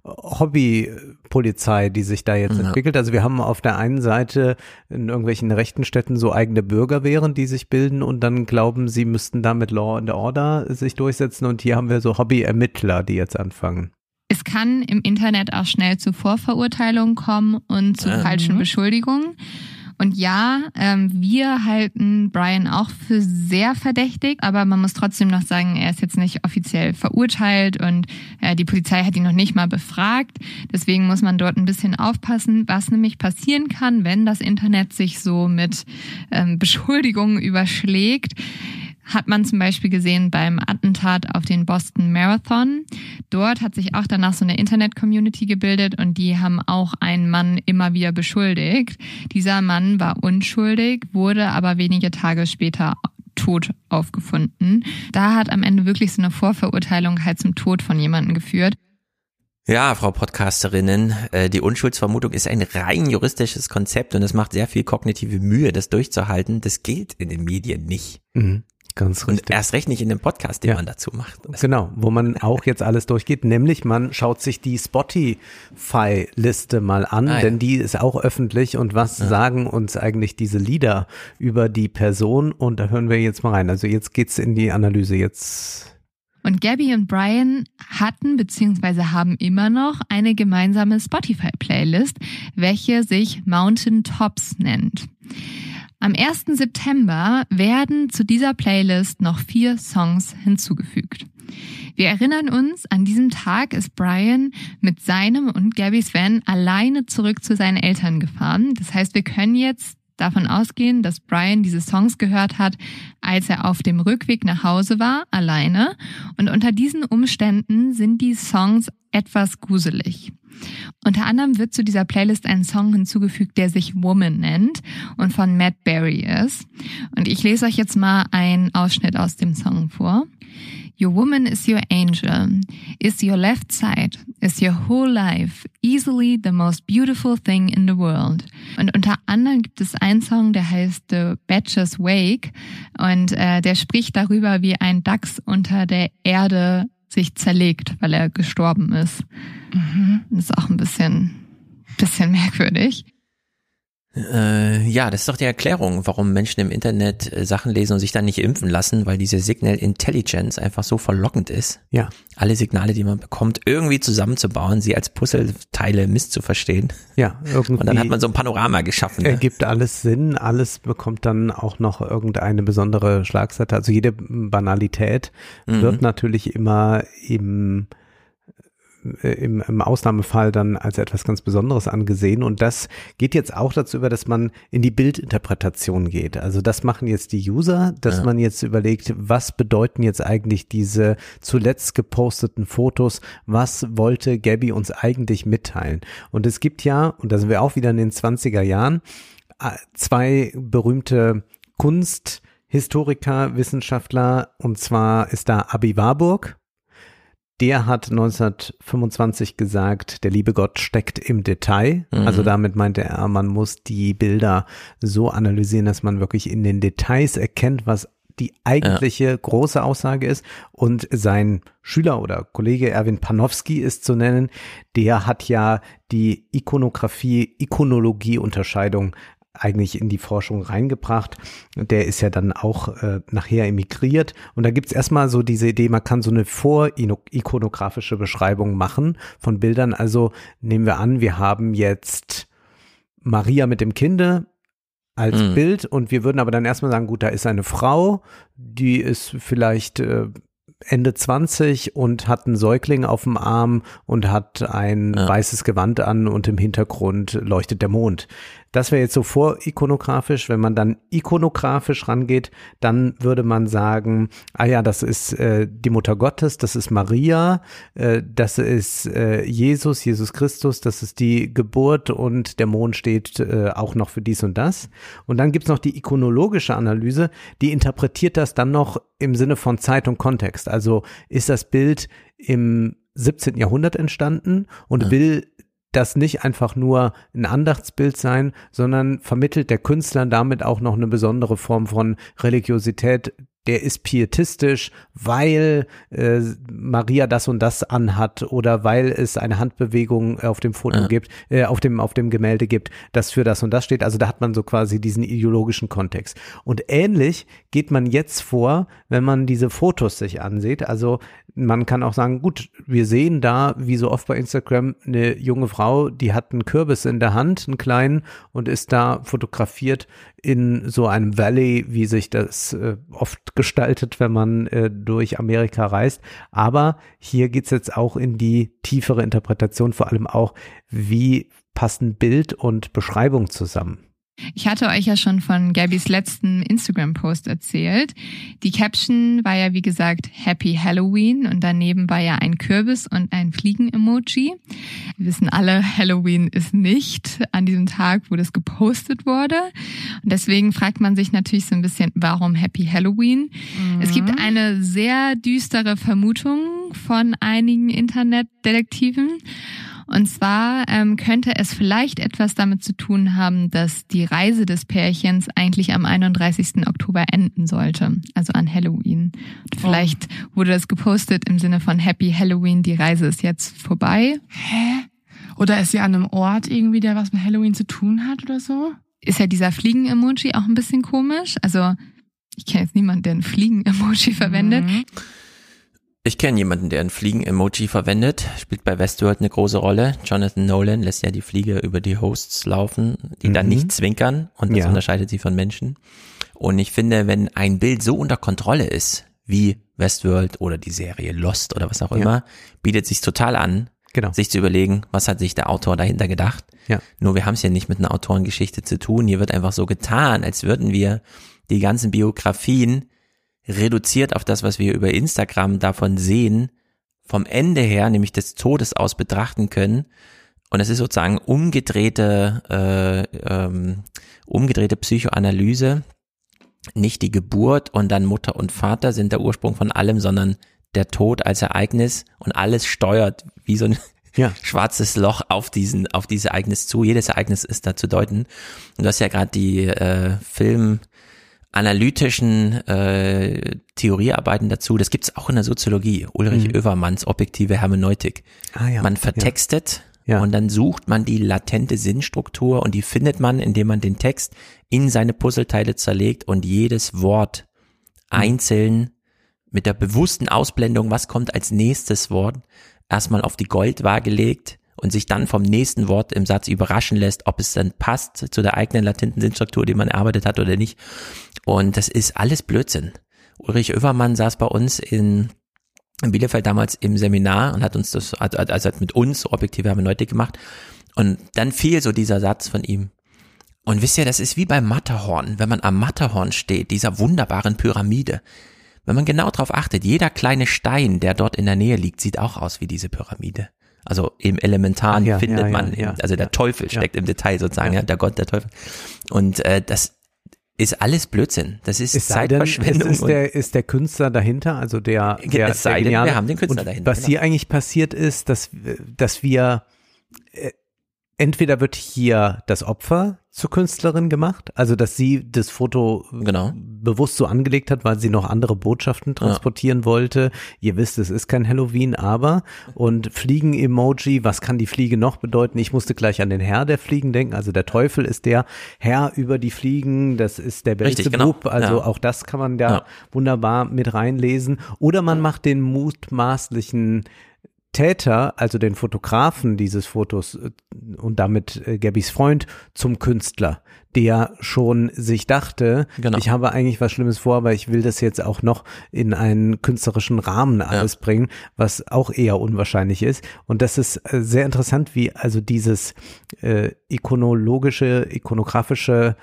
Hobbypolizei, die sich da jetzt Ja. entwickelt. Also wir haben auf der einen Seite in irgendwelchen rechten Städten so eigene Bürgerwehren, die sich bilden und dann glauben, sie müssten da mit Law and Order sich durchsetzen und hier haben wir so Hobbyermittler, die jetzt anfangen. Es kann im Internet auch schnell zu Vorverurteilungen kommen und zu Ja. falschen Beschuldigungen. Und ja, ähm, wir halten Brian auch für sehr verdächtig, aber man muss trotzdem noch sagen, er ist jetzt nicht offiziell verurteilt und äh, die Polizei hat ihn noch nicht mal befragt. Deswegen muss man dort ein bisschen aufpassen, was nämlich passieren kann, wenn das Internet sich so mit ähm, Beschuldigungen überschlägt. Hat man zum Beispiel gesehen beim Attentat auf den Boston Marathon. Dort hat sich auch danach so eine Internet-Community gebildet und die haben auch einen Mann immer wieder beschuldigt. Dieser Mann war unschuldig, wurde aber wenige Tage später tot aufgefunden. Da hat am Ende wirklich so eine Vorverurteilung halt zum Tod von jemandem geführt. Ja, Frau Podcasterinnen, äh, die Unschuldsvermutung ist ein rein juristisches Konzept und es macht sehr viel kognitive Mühe, das durchzuhalten. Das gilt in den Medien nicht. Mhm. Ganz richtig. Und erst recht nicht in dem Podcast, den Ja. man dazu macht. Genau, wo man auch jetzt alles durchgeht, nämlich man schaut sich die Spotify-Liste mal an, Ah, ja. denn die ist auch öffentlich und was Ja. sagen uns eigentlich diese Lieder über die Person und da hören wir jetzt mal rein. Also jetzt geht's in die Analyse, jetzt... Und Gabby und Brian hatten bzw. haben immer noch eine gemeinsame Spotify-Playlist, welche sich Mountain Tops nennt. Am ersten September werden zu dieser Playlist noch vier Songs hinzugefügt. Wir erinnern uns, an diesem Tag ist Brian mit seinem und Gabbys Van alleine zurück zu seinen Eltern gefahren. Das heißt, wir können jetzt davon ausgehen, dass Brian diese Songs gehört hat, als er auf dem Rückweg nach Hause war, alleine. Und unter diesen Umständen sind die Songs etwas gruselig. Unter anderem wird zu dieser Playlist ein Song hinzugefügt, der sich Woman nennt und von Matt Berry ist. Und ich lese euch jetzt mal einen Ausschnitt aus dem Song vor. Your woman is your angel, is your left side, is your whole life, easily the most beautiful thing in the world. Und unter anderem gibt es einen Song, der heißt The Badger's Wake und äh, der spricht darüber, wie ein Dachs unter der Erde sich zerlegt, weil er gestorben ist. Mhm. Das ist auch ein bisschen, bisschen merkwürdig. Äh, ja, das ist doch die Erklärung, warum Menschen im Internet äh, Sachen lesen und sich dann nicht impfen lassen, weil diese Signal Intelligence einfach so verlockend ist. Ja. Alle Signale, die man bekommt, irgendwie zusammenzubauen, sie als Puzzleteile misszuverstehen. Ja, irgendwie. Und dann hat man so ein Panorama geschaffen. Ne? Ergibt alles Sinn, alles bekommt dann auch noch irgendeine besondere Schlagseite. Also jede Banalität Mhm. wird natürlich immer im Im, im Ausnahmefall dann als etwas ganz Besonderes angesehen und das geht jetzt auch dazu über, dass man in die Bildinterpretation geht. Also das machen jetzt die User, dass Ja. man jetzt überlegt, was bedeuten jetzt eigentlich diese zuletzt geposteten Fotos, was wollte Gabby uns eigentlich mitteilen? Und es gibt ja, und da sind wir auch wieder in den zwanziger Jahren, zwei berühmte Kunsthistoriker, Wissenschaftler, und zwar ist da Abi Warburg. Der hat neunzehnhundertfünfundzwanzig gesagt, der liebe Gott steckt im Detail. Mhm. Also damit meinte er, man muss die Bilder so analysieren, dass man wirklich in den Details erkennt, was die eigentliche ja. große Aussage ist. Und sein Schüler oder Kollege Erwin Panofsky ist zu nennen, der hat ja die Ikonografie, Ikonologie-Unterscheidung eigentlich in die Forschung reingebracht. Der ist ja dann auch äh, nachher emigriert. Und da gibt's erstmal so diese Idee, man kann so eine vorikonografische Beschreibung machen von Bildern. Also nehmen wir an, wir haben jetzt Maria mit dem Kinde als mhm. Bild und wir würden aber dann erstmal sagen, gut, da ist eine Frau, die ist vielleicht äh, Ende zwanzig und hat einen Säugling auf dem Arm und hat ein ja. weißes Gewand an und im Hintergrund leuchtet der Mond. Das wäre jetzt so vorikonografisch. Wenn man dann ikonografisch rangeht, dann würde man sagen, ah ja, das ist äh, die Mutter Gottes, das ist Maria, äh, das ist äh, Jesus, Jesus Christus, das ist die Geburt und der Mond steht äh, auch noch für dies und das. Und dann gibt's noch die ikonologische Analyse, die interpretiert das dann noch im Sinne von Zeit und Kontext. Also ist das Bild im siebzehnten Jahrhundert entstanden und ja. will das nicht einfach nur ein Andachtsbild sein, sondern vermittelt der Künstler damit auch noch eine besondere Form von Religiosität, der ist pietistisch, weil äh, Maria das und das anhat oder weil es eine Handbewegung auf dem Foto ja. gibt, äh, auf dem auf dem Gemälde gibt, das für das und das steht. Also da hat man so quasi diesen ideologischen Kontext. Und ähnlich geht man jetzt vor, wenn man diese Fotos sich ansieht. Also man kann auch sagen, gut, wir sehen da, wie so oft bei Instagram, eine junge Frau, die hat einen Kürbis in der Hand, einen kleinen, und ist da fotografiert in so einem Valley, wie sich das äh, oft gestaltet, wenn man äh, durch Amerika reist. Aber hier geht's jetzt auch in die tiefere Interpretation, vor allem auch, wie passen Bild und Beschreibung zusammen. Ich hatte euch ja schon von Gabys letzten Instagram-Post erzählt. Die Caption war ja, wie gesagt, Happy Halloween, und daneben war ja ein Kürbis und ein Fliegen-Emoji. Wir wissen alle, Halloween ist nicht an diesem Tag, wo das gepostet wurde. Und deswegen fragt man sich natürlich so ein bisschen, warum Happy Halloween? Mhm. Es gibt eine sehr düstere Vermutung von einigen Internetdetektiven. Und zwar ähm, könnte es vielleicht etwas damit zu tun haben, dass die Reise des Pärchens eigentlich am einunddreißigsten Oktober enden sollte, also an Halloween. Und vielleicht oh. wurde das gepostet im Sinne von Happy Halloween, die Reise ist jetzt vorbei. Hä? Oder ist sie an einem Ort irgendwie, der was mit Halloween zu tun hat oder so? Ist ja dieser Fliegen-Emoji auch ein bisschen komisch. Also ich kenne jetzt niemanden, der ein Fliegen-Emoji verwendet. Mhm. Ich kenne jemanden, der ein Fliegen-Emoji verwendet, spielt bei Westworld eine große Rolle. Jonathan Nolan lässt ja die Fliege über die Hosts laufen, die mhm. dann nicht zwinkern, und das ja. unterscheidet sie von Menschen. Und ich finde, wenn ein Bild so unter Kontrolle ist, wie Westworld oder die Serie Lost oder was auch immer, ja. bietet sich total an, genau. sich zu überlegen, was hat sich der Autor dahinter gedacht. Ja. Nur wir haben es ja nicht mit einer Autorengeschichte zu tun. Hier wird einfach so getan, als würden wir die ganzen Biografien reduziert auf das, was wir über Instagram davon sehen, vom Ende her, nämlich des Todes aus, betrachten können. Und es ist sozusagen umgedrehte, äh, ähm, umgedrehte Psychoanalyse. Nicht die Geburt und dann Mutter und Vater sind der Ursprung von allem, sondern der Tod als Ereignis, und alles steuert wie so ein ja. schwarzes Loch auf diesen, auf dieses Ereignis zu. Jedes Ereignis ist da zu deuten. Und du hast ja gerade die äh, Film analytischen äh, Theoriearbeiten dazu, das gibt's auch in der Soziologie, Ulrich mhm. Oevermanns objektive Hermeneutik. Ah, ja. Man vertextet ja. Ja. und dann sucht man die latente Sinnstruktur, und die findet man, indem man den Text in seine Puzzleteile zerlegt und jedes Wort mhm. einzeln mit der bewussten Ausblendung, was kommt als nächstes Wort, erstmal auf die Goldwaage legt und sich dann vom nächsten Wort im Satz überraschen lässt, ob es dann passt zu der eigenen latenten Sinnstruktur, die man erarbeitet hat oder nicht. Und das ist alles Blödsinn. Ulrich Oevermann saß bei uns in, in Bielefeld damals im Seminar und hat uns das, also hat mit uns objektive Hermeneutik gemacht. Und dann fiel so dieser Satz von ihm. Und wisst ihr, das ist wie beim Matterhorn, wenn man am Matterhorn steht, dieser wunderbaren Pyramide. Wenn man genau darauf achtet, jeder kleine Stein, der dort in der Nähe liegt, sieht auch aus wie diese Pyramide. Also im Elementaren ja, findet ja, ja, man, ja, also der ja, Teufel steckt ja. im Detail sozusagen, ja. ja, der Gott, der Teufel. Und äh, das ist alles Blödsinn. Das ist es Zeitverschwendung. Denn, ist, der, ist der Künstler dahinter, also der, der, es sei der denn, wir haben den Künstler und dahinter. Was genau. hier eigentlich passiert ist, dass, dass wir äh, entweder wird hier das Opfer zur Künstlerin gemacht, also dass sie das Foto genau. bewusst so angelegt hat, weil sie noch andere Botschaften transportieren ja. wollte. Ihr wisst, es ist kein Halloween, aber und Fliegen-Emoji, was kann die Fliege noch bedeuten? Ich musste gleich an den Herr der Fliegen denken, also der Teufel ist der Herr über die Fliegen, das ist der Beelzebub, genau. also ja. auch das kann man da ja. wunderbar mit reinlesen. Oder man macht den mutmaßlichen Täter, also den Fotografen dieses Fotos und damit äh, Gabys Freund, zum Künstler, der schon sich dachte, genau. ich habe eigentlich was Schlimmes vor, aber ich will das jetzt auch noch in einen künstlerischen Rahmen alles ja. bringen, was auch eher unwahrscheinlich ist. Und das ist äh, sehr interessant, wie also dieses äh, ikonologische, ikonografische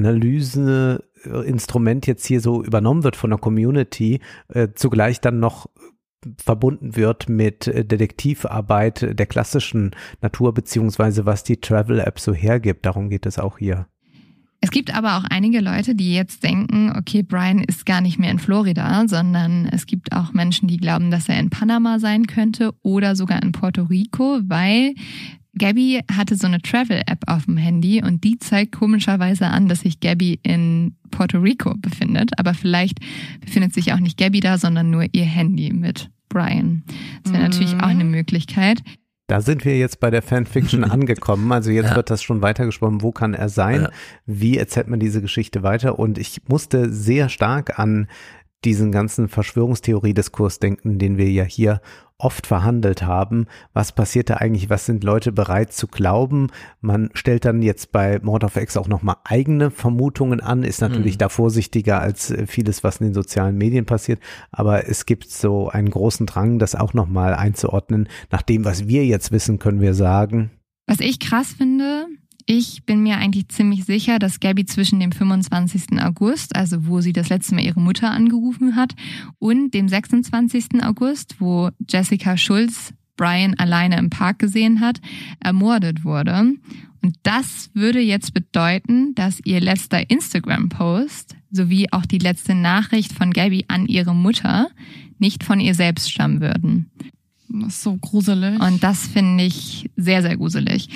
Analyseinstrument jetzt hier so übernommen wird von der Community, äh, zugleich dann noch verbunden wird mit Detektivarbeit der klassischen Natur, beziehungsweise was die Travel-App so hergibt. Darum geht es auch hier. Es gibt aber auch einige Leute, die jetzt denken, okay, Brian ist gar nicht mehr in Florida, sondern es gibt auch Menschen, die glauben, dass er in Panama sein könnte oder sogar in Puerto Rico, weil Gabby hatte so eine Travel-App auf dem Handy und die zeigt komischerweise an, dass sich Gabby in Puerto Rico befindet. Aber vielleicht befindet sich auch nicht Gabby da, sondern nur ihr Handy mit Brian. Das wäre mhm. natürlich auch eine Möglichkeit. Da sind wir jetzt bei der Fanfiction angekommen. Also jetzt ja. wird das schon weitergesponnen. Wo kann er sein? Ja. Wie erzählt man diese Geschichte weiter? Und ich musste sehr stark an diesen ganzen Verschwörungstheorie-Diskurs denken, den wir ja hier oft verhandelt haben. Was passiert da eigentlich? Was sind Leute bereit zu glauben? Man stellt dann jetzt bei Mord auf Ex auch nochmal eigene Vermutungen an, ist natürlich mhm. da vorsichtiger als vieles, was in den sozialen Medien passiert. Aber es gibt so einen großen Drang, das auch nochmal einzuordnen. Nach dem, was wir jetzt wissen, können wir sagen. Was ich krass finde, ich bin mir eigentlich ziemlich sicher, dass Gabby zwischen dem fünfundzwanzigsten August, also wo sie das letzte Mal ihre Mutter angerufen hat, und dem sechsundzwanzigsten August, wo Jessica Schulz Brian alleine im Park gesehen hat, ermordet wurde. Und das würde jetzt bedeuten, dass ihr letzter Instagram-Post sowie auch die letzte Nachricht von Gabby an ihre Mutter nicht von ihr selbst stammen würden. Das ist so gruselig. Und das finde ich sehr, sehr gruselig.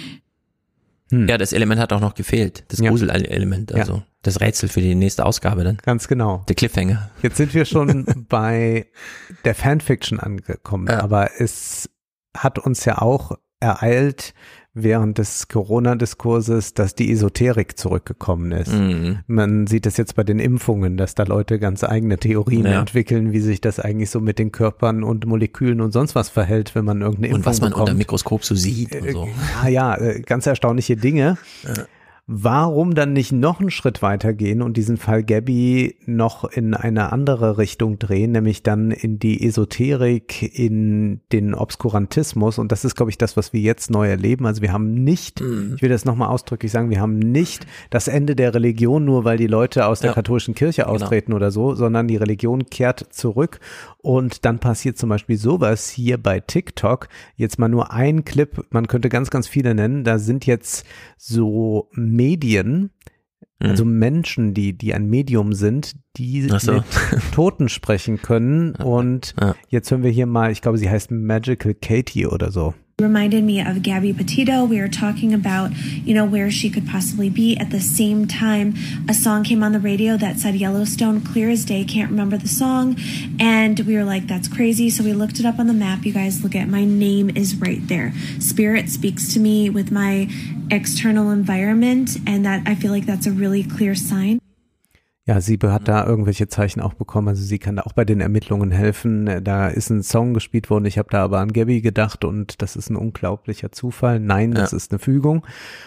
Hm. Ja, das Element hat auch noch gefehlt. Das ja. Grusel-Element, also ja. das Rätsel für die nächste Ausgabe dann. Ganz genau. Der Cliffhanger. Jetzt sind wir schon bei der Fanfiction angekommen, ja. aber es hat uns ja auch ereilt während des Corona-Diskurses, dass die Esoterik zurückgekommen ist. Mhm. Man sieht es jetzt bei den Impfungen, dass da Leute ganz eigene Theorien ja. entwickeln, wie sich das eigentlich so mit den Körpern und Molekülen und sonst was verhält, wenn man irgendeine Impfung bekommt. Und was man bekommt. Unter dem Mikroskop so sieht und so. Ja, ja, ganz erstaunliche Dinge. Ja. Warum dann nicht noch einen Schritt weiter gehen und diesen Fall Gabby noch in eine andere Richtung drehen, nämlich dann in die Esoterik, in den Obskurantismus, und das ist, glaube ich, das, was wir jetzt neu erleben. Also wir haben nicht, mhm. ich will das nochmal ausdrücklich sagen, wir haben nicht das Ende der Religion, nur weil die Leute aus der ja. katholischen Kirche austreten genau. oder so, sondern die Religion kehrt zurück und dann passiert zum Beispiel sowas hier bei TikTok, jetzt mal nur ein Clip, man könnte ganz, ganz viele nennen, da sind jetzt so Medien, also mhm. Menschen, die die ein Medium sind, die so. mit Toten sprechen können. Und ja. jetzt hören wir hier mal, ich glaube, sie heißt Magical Katie oder so. Reminded me of Gabby Petito. We were talking about, you know, where she could possibly be. At the same time, a song came on the radio that said Yellowstone, clear as day, can't remember the song. And we were like, that's crazy. So we looked it up on the map. You guys look at, my name is right there. Spirit speaks to me with my external environment. And that, I feel like that's a really clear sign. Ja, sie hat da irgendwelche Zeichen auch bekommen, also sie kann da auch bei den Ermittlungen helfen. Da ist ein Song gespielt worden, ich habe da aber an Gabby gedacht und das ist ein unglaublicher Zufall. Nein, das ja. ist eine Fügung.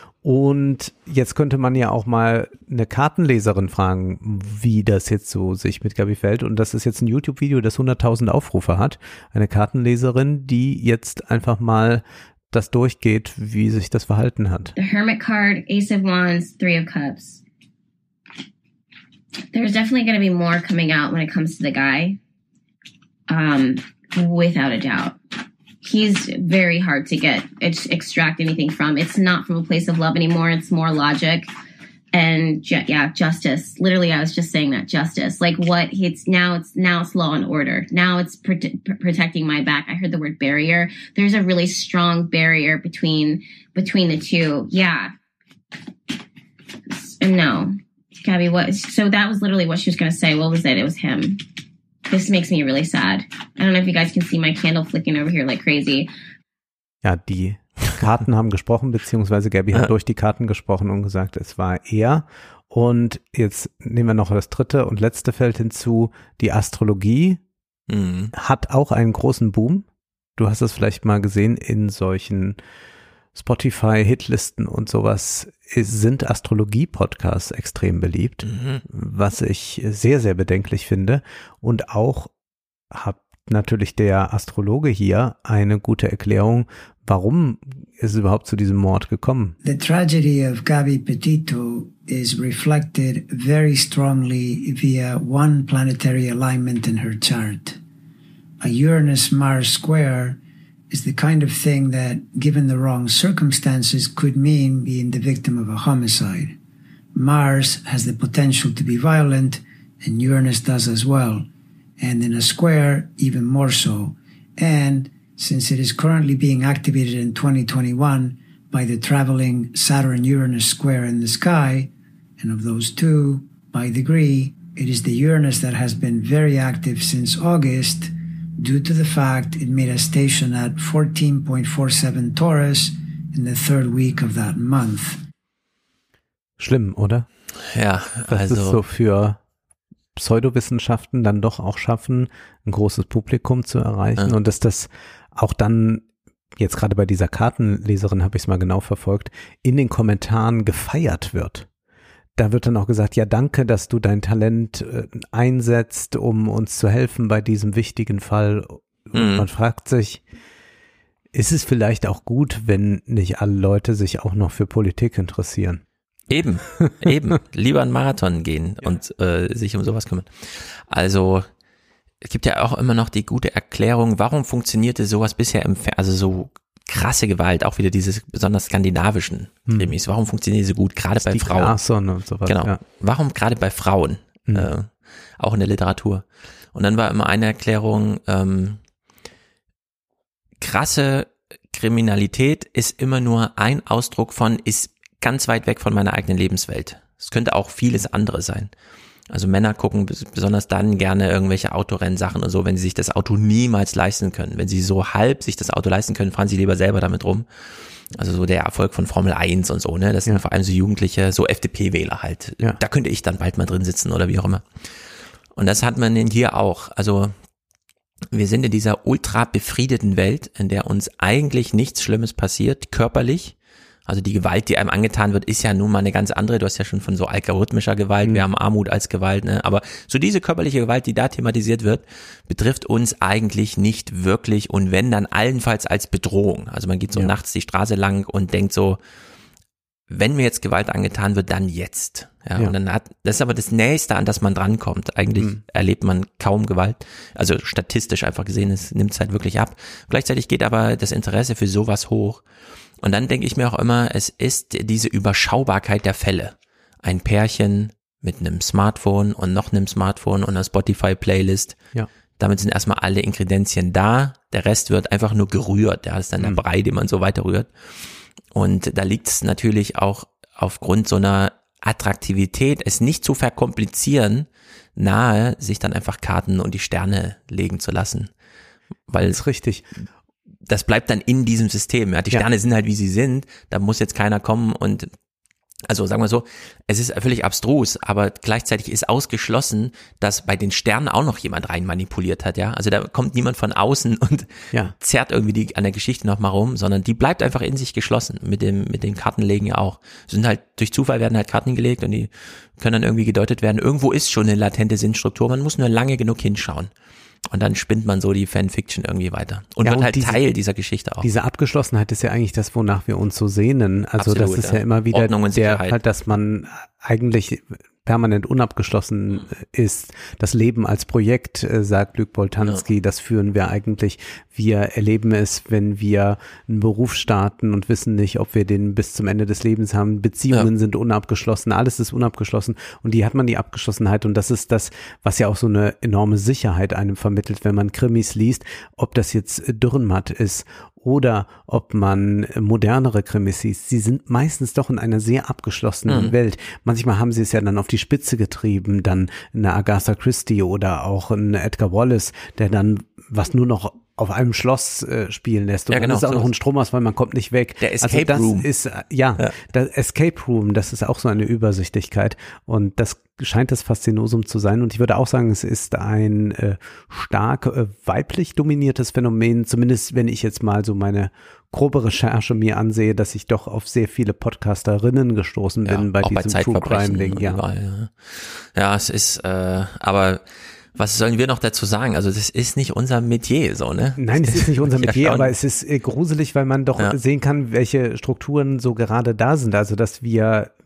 Und jetzt könnte man ja auch mal eine Kartenleserin fragen, wie das jetzt so sich mit Gabby verhält. Und das ist jetzt ein YouTube-Video, das hunderttausend Aufrufe hat. Eine Kartenleserin, die jetzt einfach mal das durchgeht, wie sich das verhalten hat. The Hermit card, Ace of Wands, Three of Cups. There's definitely going to be more coming out when it comes to the guy, um, without a doubt. He's very hard to get, extract anything from. It's not from a place of love anymore. It's more logic and ju- yeah, justice. Literally, I was just saying that justice. Like what it's now, it's now it's law and order. Now it's pr- protecting my back. I heard the word barrier. There's a really strong barrier between between the two. Yeah. No. Gabby, what? So that was literally what she was going to say. What was it? It was him. This makes me really sad. I don't know if you guys can see my candle flicking over here like crazy. Ja, die Karten haben gesprochen, beziehungsweise Gabby hat durch die Karten gesprochen und gesagt, es war er. Und jetzt nehmen wir noch das dritte und letzte Feld hinzu. Die Astrologie mhm. hat auch einen großen Boom. Du hast es vielleicht mal gesehen in solchen Spotify-Hitlisten und sowas sind Astrologie-Podcasts extrem beliebt, mhm. was ich sehr, sehr bedenklich finde. Und auch hat natürlich der Astrologe hier eine gute Erklärung, warum ist es überhaupt zu diesem Mord gekommen. The tragedy of Gabby Petito is reflected very strongly via one planetary alignment in her chart. A Uranus-Mars square is the kind of thing that, given the wrong circumstances, could mean being the victim of a homicide. Mars has the potential to be violent, and Uranus does as well. And in a square, even more so. And since it is currently being activated in twenty twenty-one by the traveling Saturn-Uranus square in the sky, and of those two, by degree, it is the Uranus that has been very active since August due to the fact it made a station at fourteen point four seven Taurus in the third week of that month. Schlimm, oder? Ja, das also ist so für Pseudowissenschaften dann doch auch schaffen, ein großes Publikum zu erreichen ja. und dass das auch dann, jetzt gerade bei dieser Kartenleserin habe ich es mal genau verfolgt, in den Kommentaren gefeiert wird. Da wird dann auch gesagt, ja danke, dass du dein Talent äh, einsetzt, um uns zu helfen bei diesem wichtigen Fall. Und mhm. man fragt sich, ist es vielleicht auch gut, wenn nicht alle Leute sich auch noch für Politik interessieren? Eben, eben. Lieber einen Marathon gehen ja. und äh, sich um sowas kümmern. Also es gibt ja auch immer noch die gute Erklärung, warum funktionierte sowas bisher im Fer- also so krasse Gewalt, auch wieder dieses besonders skandinavischen Krimis. Hm. Warum funktioniert die so gut, gerade bei Frauen? Larson und sowas. Genau. Ja. Warum gerade bei Frauen? Hm. Äh, auch in der Literatur. Und dann war immer eine Erklärung, ähm, krasse Kriminalität ist immer nur ein Ausdruck von, ist ganz weit weg von meiner eigenen Lebenswelt. Es könnte auch vieles andere sein. Also Männer gucken besonders dann gerne irgendwelche Autorennsachen und so, wenn sie sich das Auto niemals leisten können. Wenn sie so halb sich das Auto leisten können, fahren sie lieber selber damit rum. Also so der Erfolg von Formel eins und so, ne? Das sind ja. vor allem so Jugendliche, so F D P-Wähler halt. Ja. Da könnte ich dann bald mal drin sitzen oder wie auch immer. Und das hat man hier auch. Also wir sind in dieser ultra befriedeten Welt, in der uns eigentlich nichts Schlimmes passiert, körperlich. Also die Gewalt, die einem angetan wird, ist ja nun mal eine ganz andere. Du hast ja schon von so algorithmischer Gewalt, mhm. wir haben Armut als Gewalt, ne? Aber so diese körperliche Gewalt, die da thematisiert wird, betrifft uns eigentlich nicht wirklich und wenn, dann allenfalls als Bedrohung. Also man geht so ja. nachts die Straße lang und denkt so, wenn mir jetzt Gewalt angetan wird, dann jetzt. Ja, ja. Und dann hat, das ist aber das Nächste, an das man drankommt. Eigentlich mhm. erlebt man kaum Gewalt. Also statistisch einfach gesehen, es nimmt es halt wirklich ab. Gleichzeitig geht aber das Interesse für sowas hoch. Und dann denke ich mir auch immer, es ist diese Überschaubarkeit der Fälle. Ein Pärchen mit einem Smartphone und noch einem Smartphone und einer Spotify-Playlist. Ja. Damit sind erstmal alle Ingredienzien da. Der Rest wird einfach nur gerührt. Ja, das ist dann der Brei, den man so weiter rührt. Und da liegt es natürlich auch aufgrund so einer Attraktivität, es nicht zu verkomplizieren, nahe, sich dann einfach Karten und die Sterne legen zu lassen. Weil das ist richtig. Das bleibt dann in diesem System. Ja, die Sterne ja. sind halt, wie sie sind. Da muss jetzt keiner kommen und, also sagen wir so, es ist völlig abstrus, aber gleichzeitig ist ausgeschlossen, dass bei den Sternen auch noch jemand rein manipuliert hat, ja. Also da kommt niemand von außen und ja. zerrt irgendwie die, an der Geschichte nochmal rum, sondern die bleibt einfach in sich geschlossen. Mit dem, mit den Kartenlegen ja auch. Es sind halt, durch Zufall werden halt Karten gelegt und die können dann irgendwie gedeutet werden. Irgendwo ist schon eine latente Sinnstruktur, man muss nur lange genug hinschauen. Und dann spinnt man so die Fanfiction irgendwie weiter. Und ja, wird und halt diese, Teil dieser Geschichte auch. Diese Abgeschlossenheit ist ja eigentlich das, wonach wir uns so sehnen. Also Absolut, das ist ja, ja immer wieder der Fall, dass man eigentlich permanent unabgeschlossen ist. Das Leben als Projekt, sagt Luc Boltanski, ja. das führen wir eigentlich. Wir erleben es, wenn wir einen Beruf starten und wissen nicht, ob wir den bis zum Ende des Lebens haben. Beziehungen ja. sind unabgeschlossen, alles ist unabgeschlossen und die hat man die Abgeschlossenheit und das ist das, was ja auch so eine enorme Sicherheit einem vermittelt, wenn man Krimis liest, ob das jetzt Dürrenmatt ist oder ob man modernere Krimis liest. Sie sind meistens doch in einer sehr abgeschlossenen mhm. Welt. Manchmal haben sie es ja dann auf die Spitze getrieben, dann eine Agatha Christie oder auch ein Edgar Wallace, der dann was nur noch auf einem Schloss äh, spielen lässt. Und ja, genau, dann ist auch so noch ein Stromausfall, man kommt nicht weg. Der Escape also das Room. Ist, ja, ja, das Escape Room, das ist auch so eine Übersichtlichkeit und das scheint das Faszinosum zu sein und ich würde auch sagen, es ist ein äh, stark äh, weiblich dominiertes Phänomen, zumindest wenn ich jetzt mal so meine grobe Recherche mir ansehe, dass ich doch auf sehr viele Podcasterinnen gestoßen bin ja, bei auch diesem bei True Crime Ding. Ja. Überall, ja. ja, es ist, äh, aber was sollen wir noch dazu sagen? Also das ist nicht unser Metier, so, ne? Nein, es ist nicht unser Metier, aber es ist äh, gruselig, weil man doch ja. sehen kann, welche Strukturen so gerade da sind. Also dass wir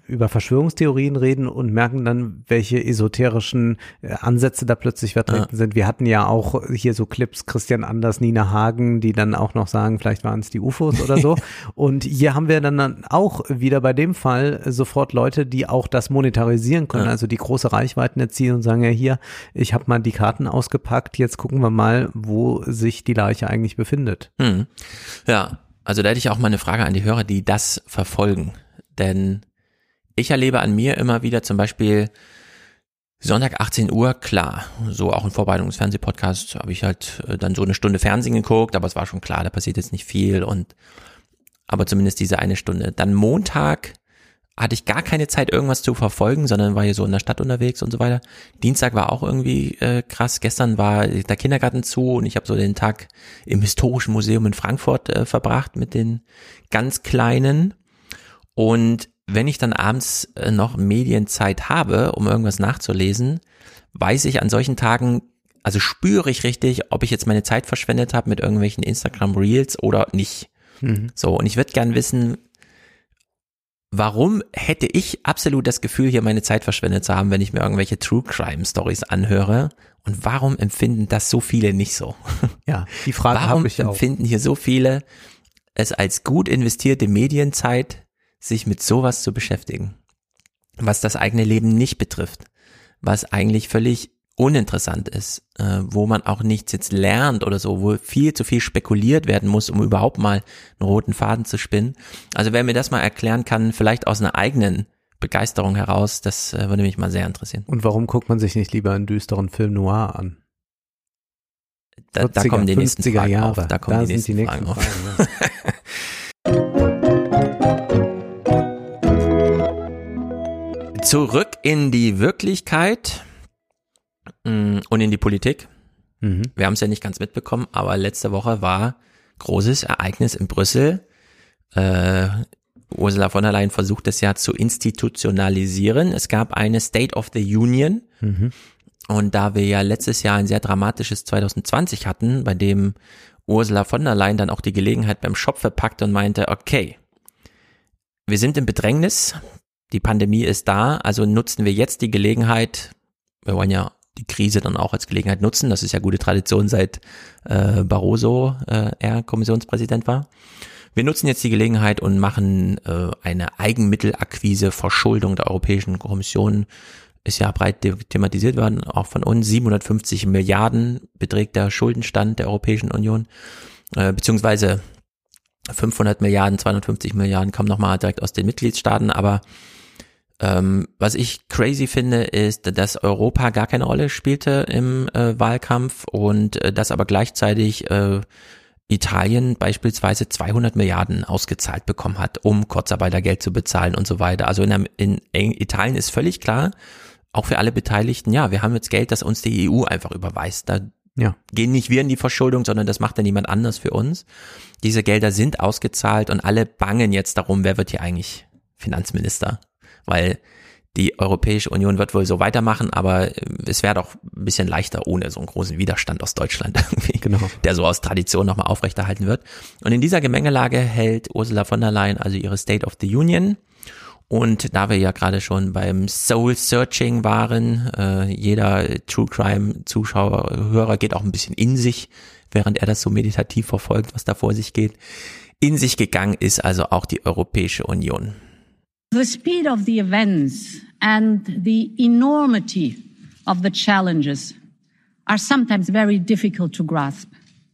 über Verschwörungstheorien reden und merken dann, welche esoterischen Ansätze da plötzlich vertreten ja. sind. Wir hatten ja auch hier so Clips, Christian Anders, Nina Hagen, die dann auch noch sagen, vielleicht waren es die U F Os oder so. Und hier haben wir dann auch wieder bei dem Fall sofort Leute, die auch das monetarisieren können, ja. also die große Reichweiten erzielen und sagen, ja hier, ich habe mal die Karten ausgepackt, jetzt gucken wir mal, wo sich die Leiche eigentlich befindet. Hm. Ja, also da hätte ich auch mal eine Frage an die Hörer, die das verfolgen. Denn ich erlebe an mir immer wieder zum Beispiel Sonntag achtzehn Uhr, klar, so auch ein Vorbereitungsfernsehpodcast, habe ich halt dann so eine Stunde Fernsehen geguckt, aber es war schon klar, da passiert jetzt nicht viel und aber zumindest diese eine Stunde. Dann Montag hatte ich gar keine Zeit, irgendwas zu verfolgen, sondern war hier so in der Stadt unterwegs und so weiter. Dienstag war auch irgendwie äh, krass. Gestern war der Kindergarten zu und ich habe so den Tag im Historischen Museum in Frankfurt äh, verbracht mit den ganz Kleinen. Und wenn ich dann abends äh, noch Medienzeit habe, um irgendwas nachzulesen, weiß ich an solchen Tagen, also spüre ich richtig, ob ich jetzt meine Zeit verschwendet habe mit irgendwelchen Instagram-Reels oder nicht. Mhm. So, und ich würde gern wissen, warum hätte ich absolut das Gefühl, hier meine Zeit verschwendet zu haben, wenn ich mir irgendwelche True Crime Stories anhöre? Und warum empfinden das so viele nicht so? Ja, die Frage habe ich auch. Warum empfinden hier so viele es als gut investierte Medienzeit, sich mit sowas zu beschäftigen? Was das eigene Leben nicht betrifft, was eigentlich völlig uninteressant ist, äh, wo man auch nichts jetzt lernt oder so, wo viel zu viel spekuliert werden muss, um überhaupt mal einen roten Faden zu spinnen. Also wer mir das mal erklären kann, vielleicht aus einer eigenen Begeisterung heraus, das äh, würde mich mal sehr interessieren. Und warum guckt man sich nicht lieber einen düsteren Film noir an? Da, da kommen die nächsten Fragen Jahre. auf. Da kommen da die nächsten, die nächsten Fragen, Fragen auf. Ja. Zurück in die Wirklichkeit und in die Politik. Mhm. Wir haben es ja nicht ganz mitbekommen, aber letzte Woche war großes Ereignis in Brüssel. Äh, Ursula von der Leyen versucht es ja zu institutionalisieren. Es gab eine State of the Union. Mhm. Und da wir ja letztes Jahr ein sehr dramatisches zwanzig zwanzig hatten, bei dem Ursula von der Leyen dann auch die Gelegenheit beim Schopfe packte und meinte, okay, wir sind im Bedrängnis, die Pandemie ist da, also nutzen wir jetzt die Gelegenheit, wir wollen ja die Krise dann auch als Gelegenheit nutzen, das ist ja gute Tradition, seit äh, Barroso äh, er Kommissionspräsident war. Wir nutzen jetzt die Gelegenheit und machen äh, eine Eigenmittelakquise, Verschuldung der Europäischen Kommission, ist ja breit thematisiert worden, auch von uns. siebenhundertfünfzig Milliarden beträgt der Schuldenstand der Europäischen Union, äh, beziehungsweise fünfhundert Milliarden, zweihundertfünfzig Milliarden kommen nochmal direkt aus den Mitgliedstaaten, aber ähm, was ich crazy finde, ist, dass Europa gar keine Rolle spielte im äh, Wahlkampf und äh, dass aber gleichzeitig äh, Italien beispielsweise zweihundert Milliarden ausgezahlt bekommen hat, um Kurzarbeitergeld zu bezahlen und so weiter. Also in, der, in, in Italien ist völlig klar, auch für alle Beteiligten, ja, wir haben jetzt Geld, das uns die E U einfach überweist. Da ja. gehen nicht wir in die Verschuldung, sondern das macht dann jemand anders für uns. Diese Gelder sind ausgezahlt und alle bangen jetzt darum, wer wird hier eigentlich Finanzminister? Weil die Europäische Union wird wohl so weitermachen, aber es wäre doch ein bisschen leichter ohne so einen großen Widerstand aus Deutschland irgendwie, genau. der so aus Tradition nochmal aufrechterhalten wird. Und in dieser Gemengelage hält Ursula von der Leyen also ihre State of the Union. Und da wir ja gerade schon beim Soul Searching waren, äh, jeder True Crime Zuschauer, Hörer geht auch ein bisschen in sich, während er das so meditativ verfolgt, was da vor sich geht. In sich gegangen ist also auch die Europäische Union. The speed of the events and the enormity of the challenges are sometimes very difficult to grasp.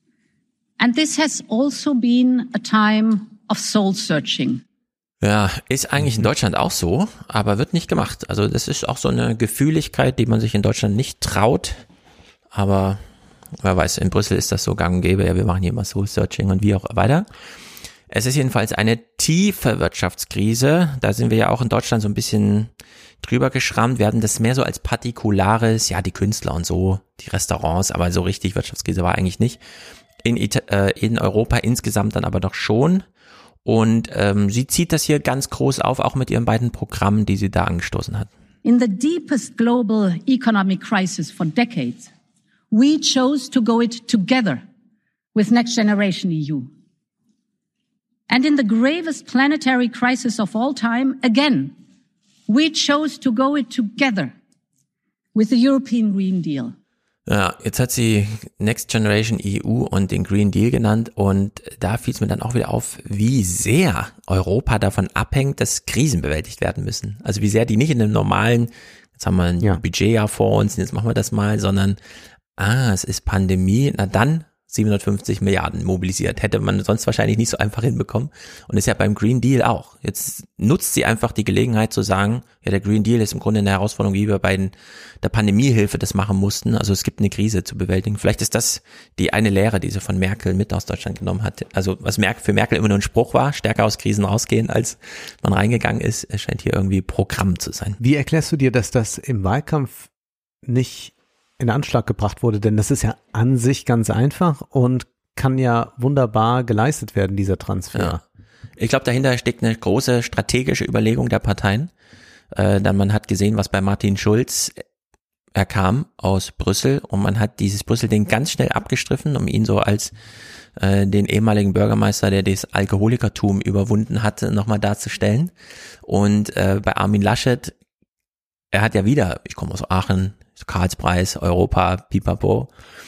And this has also been a time of soul searching. Ja, ist eigentlich in Deutschland auch so, aber wird nicht gemacht. Also das ist auch so eine Gefühligkeit, die man sich in Deutschland nicht traut. Aber wer weiß, in Brüssel ist das so gang und gäbe. Ja, wir machen hier mal Soul Searching und wie auch weiter. Es ist jedenfalls eine tiefe Wirtschaftskrise. Da sind wir ja auch in Deutschland so ein bisschen drüber geschrammt. Wir hatten das mehr so als Partikulares, ja, die Künstler und so, die Restaurants, aber so richtig Wirtschaftskrise war eigentlich nicht. In, Ita- äh, in Europa insgesamt dann aber doch schon. Und ähm, sie zieht das hier ganz groß auf, auch mit ihren beiden Programmen, die sie da angestoßen hat. In the deepest global economic crisis for decades, we chose to go it together with Next Generation E U. And in the gravest planetary crisis of all time, again, we chose to go it together with the European Green Deal. Ja, jetzt hat sie Next Generation E U und den Green Deal genannt und da fiel es mir dann auch wieder auf, wie sehr Europa davon abhängt, dass Krisen bewältigt werden müssen. Also wie sehr die nicht in einem normalen, jetzt haben wir ein ja. Budgetjahr vor uns, jetzt machen wir das mal, sondern ah, es ist Pandemie, na dann siebenhundertfünfzig Milliarden mobilisiert. Hätte man sonst wahrscheinlich nicht so einfach hinbekommen. Und ist ja beim Green Deal auch. Jetzt nutzt sie einfach die Gelegenheit zu sagen, ja, der Green Deal ist im Grunde eine Herausforderung, wie wir bei der Pandemiehilfe das machen mussten. Also es gibt eine Krise zu bewältigen. Vielleicht ist das die eine Lehre, die sie von Merkel mit aus Deutschland genommen hat. Also was für Merkel immer nur ein Spruch war, stärker aus Krisen rausgehen, als man reingegangen ist, es scheint hier irgendwie Programm zu sein. Wie erklärst du dir, dass das im Wahlkampf nicht in Anschlag gebracht wurde, denn das ist ja an sich ganz einfach und kann ja wunderbar geleistet werden, dieser Transfer. Ja. Ich glaube, dahinter steckt eine große strategische Überlegung der Parteien. Äh, dann man hat gesehen, was bei Martin Schulz, er kam aus Brüssel und man hat dieses Brüssel-Ding ganz schnell abgestriffen, um ihn so als äh, den ehemaligen Bürgermeister, der das Alkoholikertum überwunden hatte, nochmal darzustellen. Und äh, bei Armin Laschet, er hat ja wieder, ich komme aus Aachen, Karlspreis, Europa, Pipapo.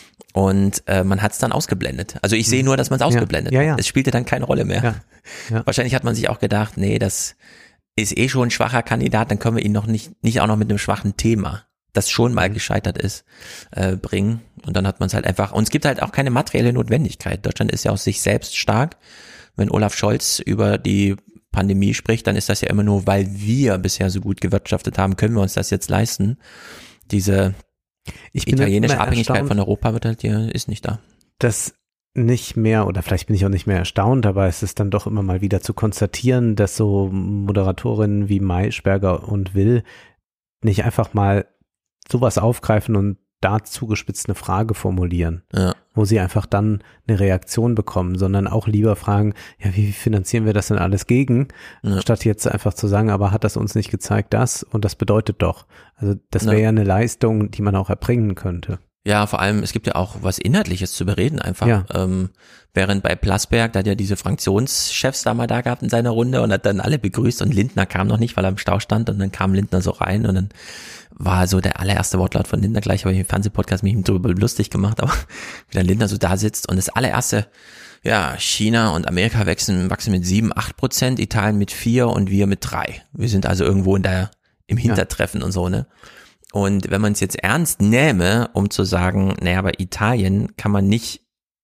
Und äh, man hat es dann ausgeblendet. Also ich sehe nur, dass man es ausgeblendet ja, ja, ja. hat. Es spielte dann keine Rolle mehr. Ja, ja. Wahrscheinlich hat man sich auch gedacht, nee, das ist eh schon ein schwacher Kandidat, dann können wir ihn noch nicht, nicht auch noch mit einem schwachen Thema, das schon mal gescheitert ist, äh, bringen. Und dann hat man es halt einfach, und es gibt halt auch keine materielle Notwendigkeit. Deutschland ist ja aus sich selbst stark. Wenn Olaf Scholz über die Pandemie spricht, dann ist das ja immer nur, weil wir bisher so gut gewirtschaftet haben, können wir uns das jetzt leisten. Diese ich bin italienische Abhängigkeit von Europa wird halt hier, ist nicht da. Das nicht mehr, oder vielleicht bin ich auch nicht mehr erstaunt, aber es ist dann doch immer mal wieder zu konstatieren, dass so Moderatorinnen wie Maischberger und Will nicht einfach mal sowas aufgreifen und da zugespitzt eine Frage formulieren, ja. wo sie einfach dann eine Reaktion bekommen, sondern auch lieber fragen, ja, wie finanzieren wir das denn alles gegen, ja. statt jetzt einfach zu sagen, aber hat das uns nicht gezeigt, das und das bedeutet doch. Also das wäre ja. ja eine Leistung, die man auch erbringen könnte. Ja, vor allem, es gibt ja auch was Inhaltliches zu bereden einfach. Ja. Ähm, während bei Plasberg, da hat ja diese Fraktionschefs da mal da gehabt in seiner Runde und hat dann alle begrüßt und Lindner kam noch nicht, weil er im Stau stand und dann kam Lindner so rein und dann war so der allererste Wortlaut von Lindner, gleich habe ich im Fernsehpodcast mich darüber lustig gemacht, aber wie dann Lindner so da sitzt und das allererste, ja, China und Amerika wachsen, wachsen mit sieben, acht Prozent, Italien mit vier und wir mit drei. Wir sind also irgendwo in der, im Hintertreffen ja. und so, ne? Und wenn man es jetzt ernst nähme, um zu sagen, naja, bei Italien kann man nicht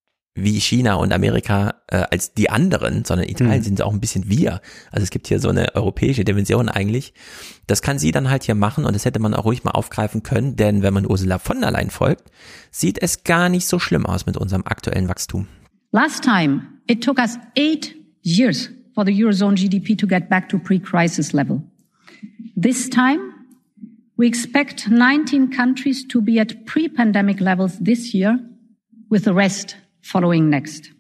wie China und Amerika äh, als die anderen, sondern Italien hm. sind auch ein bisschen wir. Also es gibt hier so eine europäische Dimension eigentlich. Das kann sie dann halt hier machen und das hätte man auch ruhig mal aufgreifen können, denn wenn man Ursula von der Leyen folgt, sieht es gar nicht so schlimm aus mit unserem aktuellen Wachstum. Last time, it took us eight years for the Eurozone G D P to get back to pre-crisis level. This time, we expect nineteen countries to be at pre-pandemic levels this year, with the rest following next.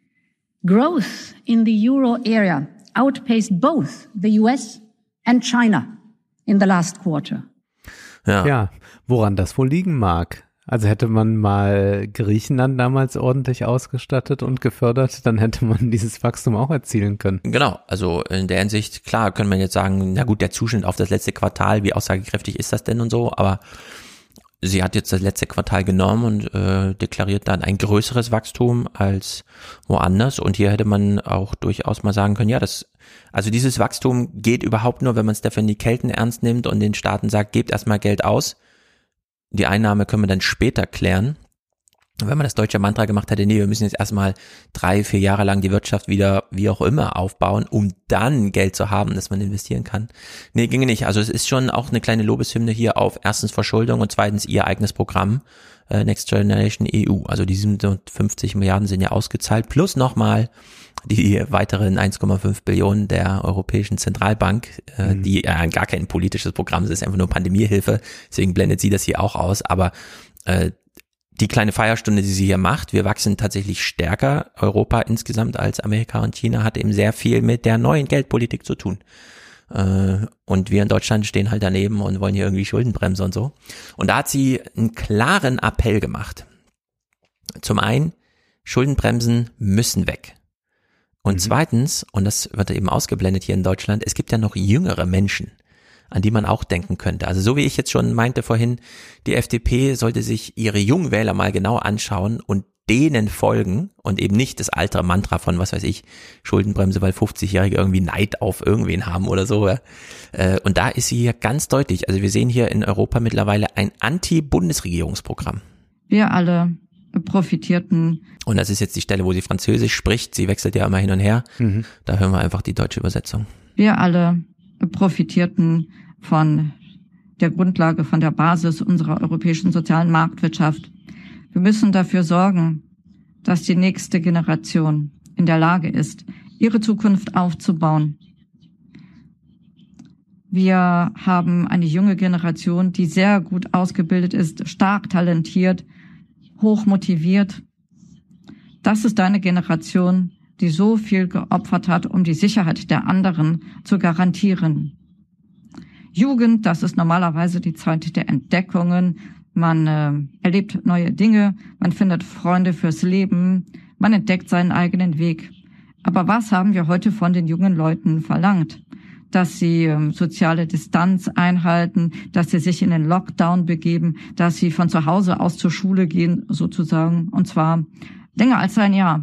Growth in the euro area outpaced both the U S and China in the last quarter. Ja. ja, woran das wohl liegen mag. Also hätte man mal Griechenland damals ordentlich ausgestattet und gefördert, dann hätte man dieses Wachstum auch erzielen können. Genau, also in der Hinsicht, klar, könnte man jetzt sagen, na gut, der Zuschnitt auf das letzte Quartal, wie aussagekräftig ist das denn und so, aber sie hat jetzt das letzte Quartal genommen und äh, deklariert dann ein größeres Wachstum als woanders und hier hätte man auch durchaus mal sagen können, ja, das, also dieses Wachstum geht überhaupt nur, wenn man Stephanie Kelton ernst nimmt und den Staaten sagt, gebt erstmal Geld aus. Die Einnahme können wir dann später klären. Wenn man das deutsche Mantra gemacht hätte, nee, wir müssen jetzt erstmal drei, vier Jahre lang die Wirtschaft wieder, wie auch immer, aufbauen, um dann Geld zu haben, dass man investieren kann. Nee, ginge nicht. Also es ist schon auch eine kleine Lobeshymne hier auf erstens Verschuldung und zweitens ihr eigenes Programm, äh, Next Generation E U. Also die siebenundfünfzig Milliarden sind ja ausgezahlt, plus nochmal die weiteren eins Komma fünf Billionen der Europäischen Zentralbank, äh, mhm. die äh, gar kein politisches Programm ist, ist einfach nur Pandemiehilfe, deswegen blendet sie das hier auch aus, aber äh, die kleine Feierstunde, die sie hier macht, wir wachsen tatsächlich stärker, Europa insgesamt als Amerika und China, hat eben sehr viel mit der neuen Geldpolitik zu tun. Äh, und wir in Deutschland stehen halt daneben und wollen hier irgendwie Schuldenbremse und so. Und da hat sie einen klaren Appell gemacht. Zum einen, Schuldenbremsen müssen weg. Und mhm. zweitens, und das wird eben ausgeblendet hier in Deutschland, es gibt ja noch jüngere Menschen. an die man auch denken könnte. Also so wie ich jetzt schon meinte vorhin, die F D P sollte sich ihre jungen Wähler mal genau anschauen und denen folgen und eben nicht das alte Mantra von, was weiß ich, Schuldenbremse, weil fünfzigjährige irgendwie Neid auf irgendwen haben oder so. Und da ist sie hier ganz deutlich. Also wir sehen hier in Europa mittlerweile ein Anti-Bundesregierungsprogramm. Wir alle profitierten. Und das ist jetzt die Stelle, wo sie Französisch spricht. Sie wechselt ja immer hin und her. Mhm. Da hören wir einfach die deutsche Übersetzung. Wir alle profitierten von der Grundlage, von der Basis unserer europäischen sozialen Marktwirtschaft. Wir müssen dafür sorgen, dass die nächste Generation in der Lage ist, ihre Zukunft aufzubauen. Wir haben eine junge Generation, die sehr gut ausgebildet ist, stark talentiert, hoch motiviert. Das ist eine Generation, die so viel geopfert hat, um die Sicherheit der anderen zu garantieren. Jugend, das ist normalerweise die Zeit der Entdeckungen. Man äh, erlebt neue Dinge, man findet Freunde fürs Leben, man entdeckt seinen eigenen Weg. Aber was haben wir heute von den jungen Leuten verlangt? Dass sie ähm, soziale Distanz einhalten, dass sie sich in den Lockdown begeben, dass sie von zu Hause aus zur Schule gehen, sozusagen, und zwar länger als ein Jahr.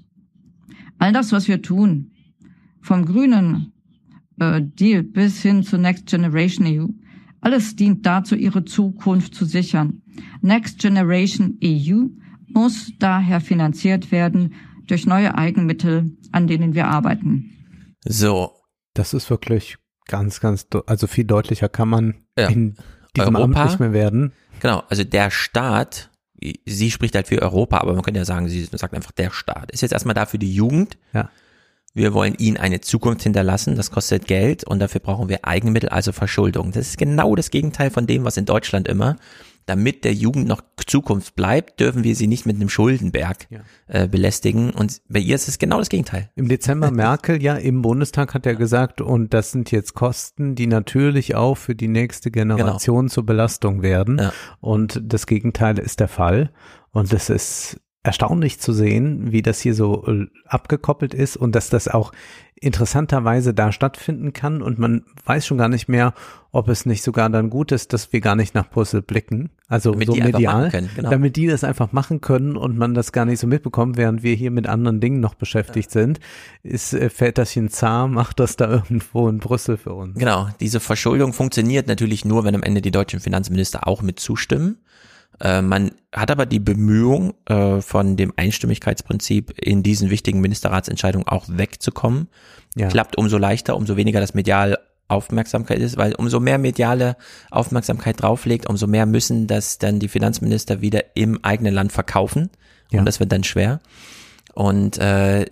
All das, was wir tun, vom grünen äh, Deal bis hin zu Next Generation E U, alles dient dazu, ihre Zukunft zu sichern. Next Generation E U muss daher finanziert werden durch neue Eigenmittel, an denen wir arbeiten. So. Das ist wirklich ganz, ganz, also viel deutlicher kann man ja. in diesem Europa, Amt nicht mehr werden. Genau, also der Staat, sie spricht halt für Europa, aber man könnte ja sagen, sie sagt einfach der Staat. Ist jetzt erstmal da für die Jugend. Ja. Wir wollen ihnen eine Zukunft hinterlassen, das kostet Geld und dafür brauchen wir Eigenmittel, also Verschuldung. Das ist genau das Gegenteil von dem, was in Deutschland immer, damit der Jugend noch Zukunft bleibt, dürfen wir sie nicht mit einem Schuldenberg ja. äh, belästigen. Und bei ihr ist es genau das Gegenteil. Im Dezember Merkel ja im Bundestag hat er gesagt, und das sind jetzt Kosten, die natürlich auch für die nächste Generation genau. zur Belastung werden. Ja. Und das Gegenteil ist der Fall. Und das ist erstaunlich zu sehen, wie das hier so abgekoppelt ist und dass das auch interessanterweise da stattfinden kann und man weiß schon gar nicht mehr, ob es nicht sogar dann gut ist, dass wir gar nicht nach Brüssel blicken, also damit so medial, können, genau. damit die das einfach machen können und man das gar nicht so mitbekommt, während wir hier mit anderen Dingen noch beschäftigt ja. sind, ist äh, Väterchen Zar, macht das da irgendwo in Brüssel für uns. Genau, diese Verschuldung funktioniert natürlich nur, wenn am Ende die deutschen Finanzminister auch mit zustimmen. Äh, man hat aber die Bemühung, äh, von dem Einstimmigkeitsprinzip in diesen wichtigen Ministerratsentscheidungen auch wegzukommen. Ja. Klappt umso leichter, umso weniger das medial Aufmerksamkeit ist, weil umso mehr mediale Aufmerksamkeit drauflegt, umso mehr müssen das dann die Finanzminister wieder im eigenen Land verkaufen. Ja. Und das wird dann schwer. Und äh,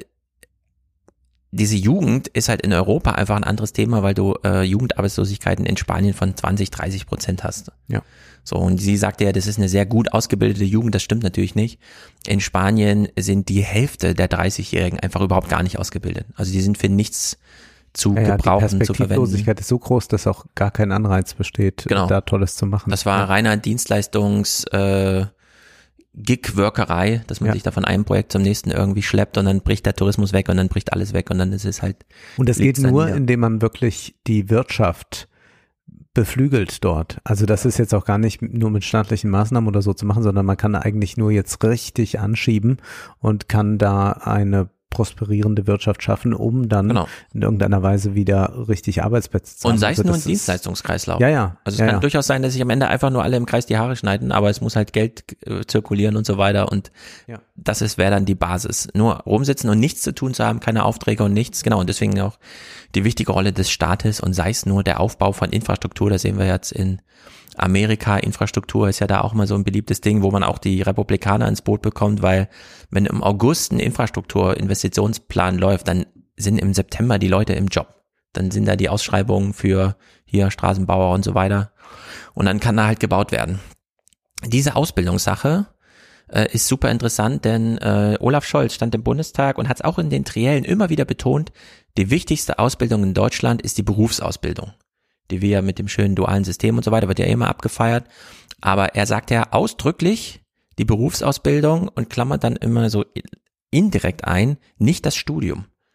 diese Jugend ist halt in Europa einfach ein anderes Thema, weil du äh, Jugendarbeitslosigkeiten in Spanien von zwanzig, dreißig Prozent hast. Ja. So, und sie sagte ja, das ist eine sehr gut ausgebildete Jugend, das stimmt natürlich nicht. In Spanien sind die Hälfte der dreißigjährigen einfach überhaupt gar nicht ausgebildet. Also die sind für nichts zu ja, gebrauchen, zu verwenden. Die Perspektivlosigkeit ist so groß, dass auch gar kein Anreiz besteht, genau. da Tolles zu machen. Das war ja. reiner Dienstleistungs- äh, Gig-Workerei, dass man ja. sich da von einem Projekt zum nächsten irgendwie schleppt und dann bricht der Tourismus weg und dann bricht alles weg und dann ist es halt. Und das geht nur, wieder. indem man wirklich die Wirtschaft beflügelt dort. Also das ist jetzt auch gar nicht nur mit staatlichen Maßnahmen oder so zu machen, sondern man kann eigentlich nur jetzt richtig anschieben und kann da eine prosperierende Wirtschaft schaffen, um dann genau. in irgendeiner Weise wieder richtig Arbeitsplätze zu haben. Und sei es also nur ein Dienstleistungskreislauf. Ja, ja. Also es ja, kann ja. durchaus sein, dass sich am Ende einfach nur alle im Kreis die Haare schneiden, aber es muss halt Geld äh, zirkulieren und so weiter und ja. das ist wäre dann die Basis. Nur rumsitzen und nichts zu tun zu haben, keine Aufträge und nichts, genau, und deswegen auch die wichtige Rolle des Staates und sei es nur der Aufbau von Infrastruktur, da sehen wir jetzt in Amerika, Infrastruktur ist ja da auch mal so ein beliebtes Ding, wo man auch die Republikaner ins Boot bekommt, weil wenn im August ein Infrastrukturinvestitionsplan läuft, dann sind im September die Leute im Job. Dann sind da die Ausschreibungen für hier Straßenbauer und so weiter und dann kann da halt gebaut werden. Diese Ausbildungssache äh, ist super interessant, denn äh, Olaf Scholz stand im Bundestag und hat es auch in den Triellen immer wieder betont, die wichtigste Ausbildung in Deutschland ist die Berufsausbildung, die wir ja mit dem schönen dualen System und so weiter, wird ja immer abgefeiert. Aber er sagt ja ausdrücklich die Berufsausbildung und klammert dann immer so indirekt ein, nicht das Studium.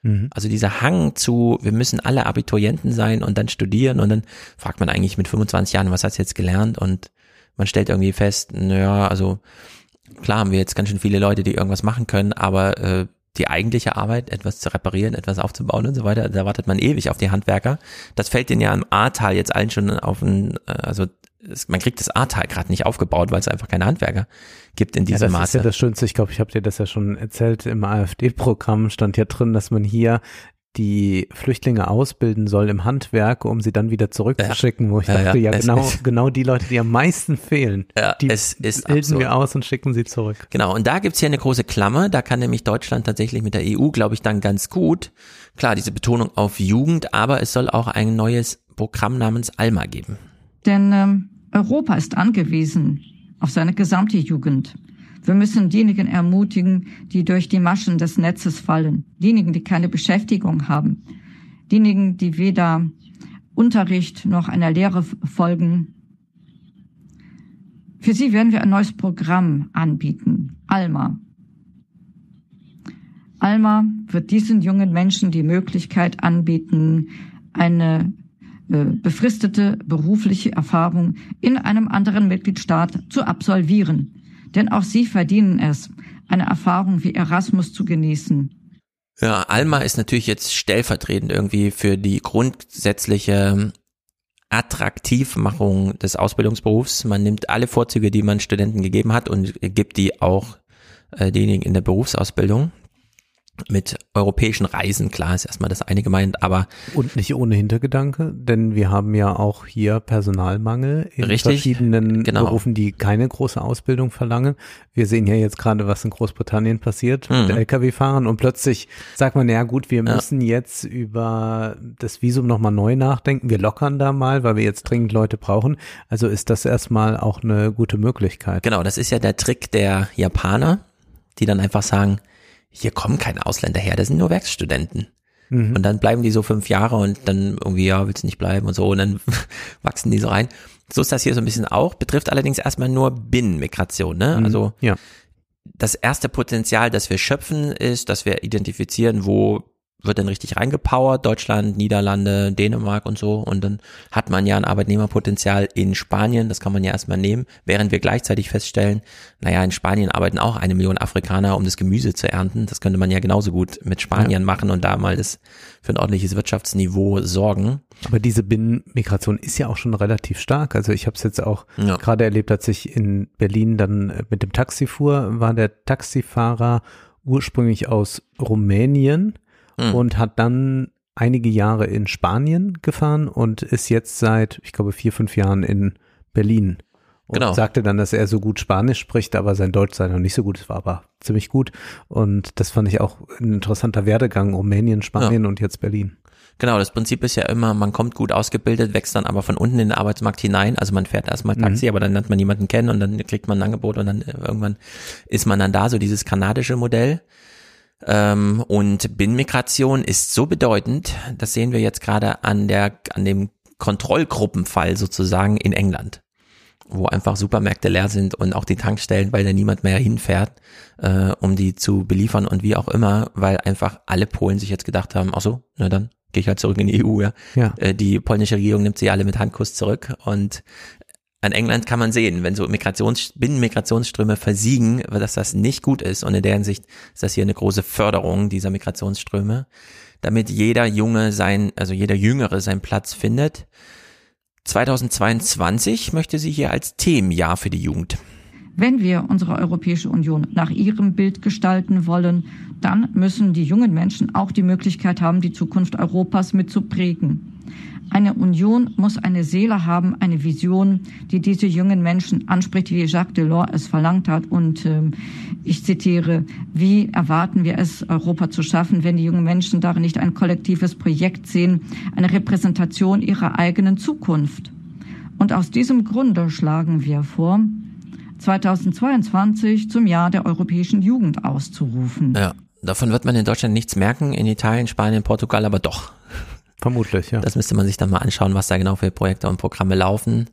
Mhm. Also dieser Hang zu, wir müssen alle Abiturienten sein und dann studieren und dann fragt man eigentlich mit fünfundzwanzig Jahren, was hast du jetzt gelernt? Und man stellt irgendwie fest, naja, also klar haben wir jetzt ganz schön viele Leute, die irgendwas machen können, aber äh, die eigentliche Arbeit, etwas zu reparieren, etwas aufzubauen und so weiter, da wartet man ewig auf die Handwerker. Das fällt denen ja im Ahrtal jetzt allen schon auf den, also es, man kriegt das Ahrtal gerade nicht aufgebaut, weil es einfach keine Handwerker gibt in diesem ja, das Maße. Das ist ja das Schönste, ich glaube, ich habe dir das ja schon erzählt, im AfD-Programm stand ja drin, dass man hier die Flüchtlinge ausbilden soll im Handwerk, um sie dann wieder zurückzuschicken, ja. wo ich ja, dachte, ja, ja genau, genau die Leute, die am meisten fehlen, ja, die es ist bilden absurd. wir aus und schicken sie zurück. Genau, und da gibt's hier eine große Klammer, da kann nämlich Deutschland tatsächlich mit der E U, glaube ich, dann ganz gut, klar, diese Betonung auf Jugend, aber es soll auch ein neues Programm namens ALMA geben. Denn ähm, Europa ist angewiesen auf seine gesamte Jugend. Wir müssen diejenigen ermutigen, die durch die Maschen des Netzes fallen, diejenigen, die keine Beschäftigung haben, diejenigen, die weder Unterricht noch einer Lehre folgen. Für sie werden wir ein neues Programm anbieten, ALMA. ALMA wird diesen jungen Menschen die Möglichkeit anbieten, eine äh, befristete berufliche Erfahrung in einem anderen Mitgliedstaat zu absolvieren. Denn auch sie verdienen es, eine Erfahrung wie Erasmus zu genießen. Ja, ALMA ist natürlich jetzt stellvertretend irgendwie für die grundsätzliche Attraktivmachung des Ausbildungsberufs. Man nimmt alle Vorzüge, die man Studenten gegeben hat und gibt die auch äh, denjenigen in der Berufsausbildung. Mit europäischen Reisen, klar, ist erstmal das eine gemeint, aber... Und nicht ohne Hintergedanke, denn wir haben ja auch hier Personalmangel in richtig, verschiedenen genau. Berufen, die keine große Ausbildung verlangen. Wir sehen ja jetzt gerade, was in Großbritannien passiert mhm. mit L K W-Fahrern und plötzlich sagt man, ja gut, wir ja. müssen jetzt über das Visum nochmal neu nachdenken, wir lockern da mal, weil wir jetzt dringend Leute brauchen. Also ist das erstmal auch eine gute Möglichkeit. Genau, das ist ja der Trick der Japaner, die dann einfach sagen, hier kommen keine Ausländer her, das sind nur Werkstudenten. Mhm. Und dann bleiben die so fünf Jahre und dann irgendwie, ja, willst du nicht bleiben und so und dann wachsen die so rein. So ist das hier so ein bisschen auch, betrifft allerdings erstmal nur Binnenmigration, ne? Mhm. Also ja. Das erste Potenzial, das wir schöpfen, ist, dass wir identifizieren, wo wird dann richtig reingepowert, Deutschland, Niederlande, Dänemark und so, und dann hat man ja ein Arbeitnehmerpotenzial in Spanien, das kann man ja erstmal nehmen, während wir gleichzeitig feststellen, naja, in Spanien arbeiten auch eine Million Afrikaner, um das Gemüse zu ernten, das könnte man ja genauso gut mit Spaniern ja. machen und da mal das für ein ordentliches Wirtschaftsniveau sorgen. Aber diese Binnenmigration ist ja auch schon relativ stark, also ich habe es jetzt auch ja. gerade erlebt, als ich in Berlin dann mit dem Taxi fuhr, war der Taxifahrer ursprünglich aus Rumänien, Mhm. und hat dann einige Jahre in Spanien gefahren und ist jetzt seit, ich glaube, vier, fünf Jahren in Berlin. Und genau. sagte dann, dass er so gut Spanisch spricht, aber sein Deutsch sei noch nicht so gut. Es war aber ziemlich gut. Und das fand ich auch ein interessanter Werdegang. Rumänien, Spanien ja. und jetzt Berlin. Genau, das Prinzip ist ja immer, man kommt gut ausgebildet, wächst dann aber von unten in den Arbeitsmarkt hinein. Also man fährt erstmal Taxi, mhm. aber dann lernt man jemanden kennen und dann kriegt man ein Angebot und dann irgendwann ist man dann da, so dieses kanadische Modell. Ähm, und Binnenmigration ist so bedeutend, das sehen wir jetzt gerade an der, an dem Kontrollgruppenfall sozusagen in England, wo einfach Supermärkte leer sind und auch die Tankstellen, weil da niemand mehr hinfährt, äh, um die zu beliefern und wie auch immer, weil einfach alle Polen sich jetzt gedacht haben, ach so, na dann gehe ich halt zurück in die E U, ja. ja. Äh, die polnische Regierung nimmt sie alle mit Handkuss zurück und an England kann man sehen, wenn so Migrations, Binnenmigrationsströme versiegen, dass das nicht gut ist. Und in der Hinsicht ist das hier eine große Förderung dieser Migrationsströme, damit jeder Junge sein, also jeder Jüngere seinen Platz findet. zweitausendzweiundzwanzig möchte sie hier als Themenjahr für die Jugend. Wenn wir unsere Europäische Union nach ihrem Bild gestalten wollen, dann müssen die jungen Menschen auch die Möglichkeit haben, die Zukunft Europas mitzuprägen. Eine Union muss eine Seele haben, eine Vision, die diese jungen Menschen anspricht, wie Jacques Delors es verlangt hat. Und ähm, ich zitiere, wie erwarten wir es, Europa zu schaffen, wenn die jungen Menschen darin nicht ein kollektives Projekt sehen, eine Repräsentation ihrer eigenen Zukunft? Und aus diesem Grunde schlagen wir vor, zweitausendzweiundzwanzig zum Jahr der europäischen Jugend auszurufen. Ja, davon wird man in Deutschland nichts merken, in Italien, Spanien, Portugal aber doch. Vermutlich, ja. Das müsste man sich dann mal anschauen, was da genau für Projekte und Programme laufen.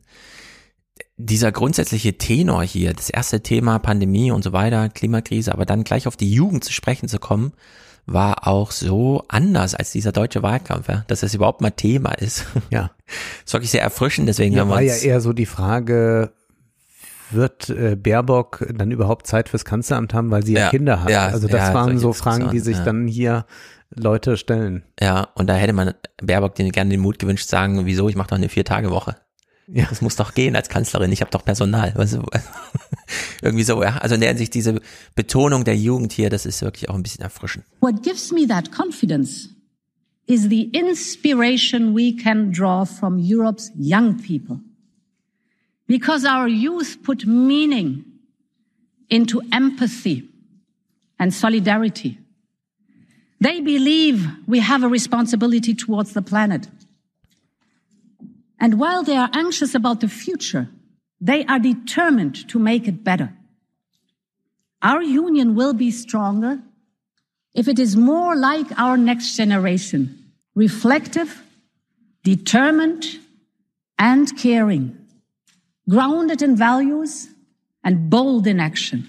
Dieser grundsätzliche Tenor hier, das erste Thema Pandemie und so weiter, Klimakrise, aber dann gleich auf die Jugend zu sprechen zu kommen, war auch so anders als dieser deutsche Wahlkampf, ja, dass das überhaupt mal Thema ist. Ja. Das ist wirklich sehr erfrischend, deswegen ja, haben wir war uns ja eher so die Frage, wird äh, Baerbock dann überhaupt Zeit fürs Kanzleramt haben, weil sie ja, ja Kinder hat? Ja, also das ja, waren so Fragen, die sich ja. dann hier Leute stellen. Ja, und da hätte man Baerbock den gerne den Mut gewünscht, sagen, wieso, ich mache doch eine Vier-Tage-Woche. Ja. Das muss doch gehen als Kanzlerin, ich habe doch Personal. Weißt du? Irgendwie so, ja. Also in der Hinsicht diese Betonung der Jugend hier, das ist wirklich auch ein bisschen erfrischend. What gives me that confidence is the inspiration we can draw from Europe's young people. Because our youth put meaning into empathy and solidarity. They believe we have a responsibility towards the planet. And while they are anxious about the future, they are determined to make it better. Our union will be stronger if it is more like our next generation, reflective, determined, and caring, grounded in values and bold in action.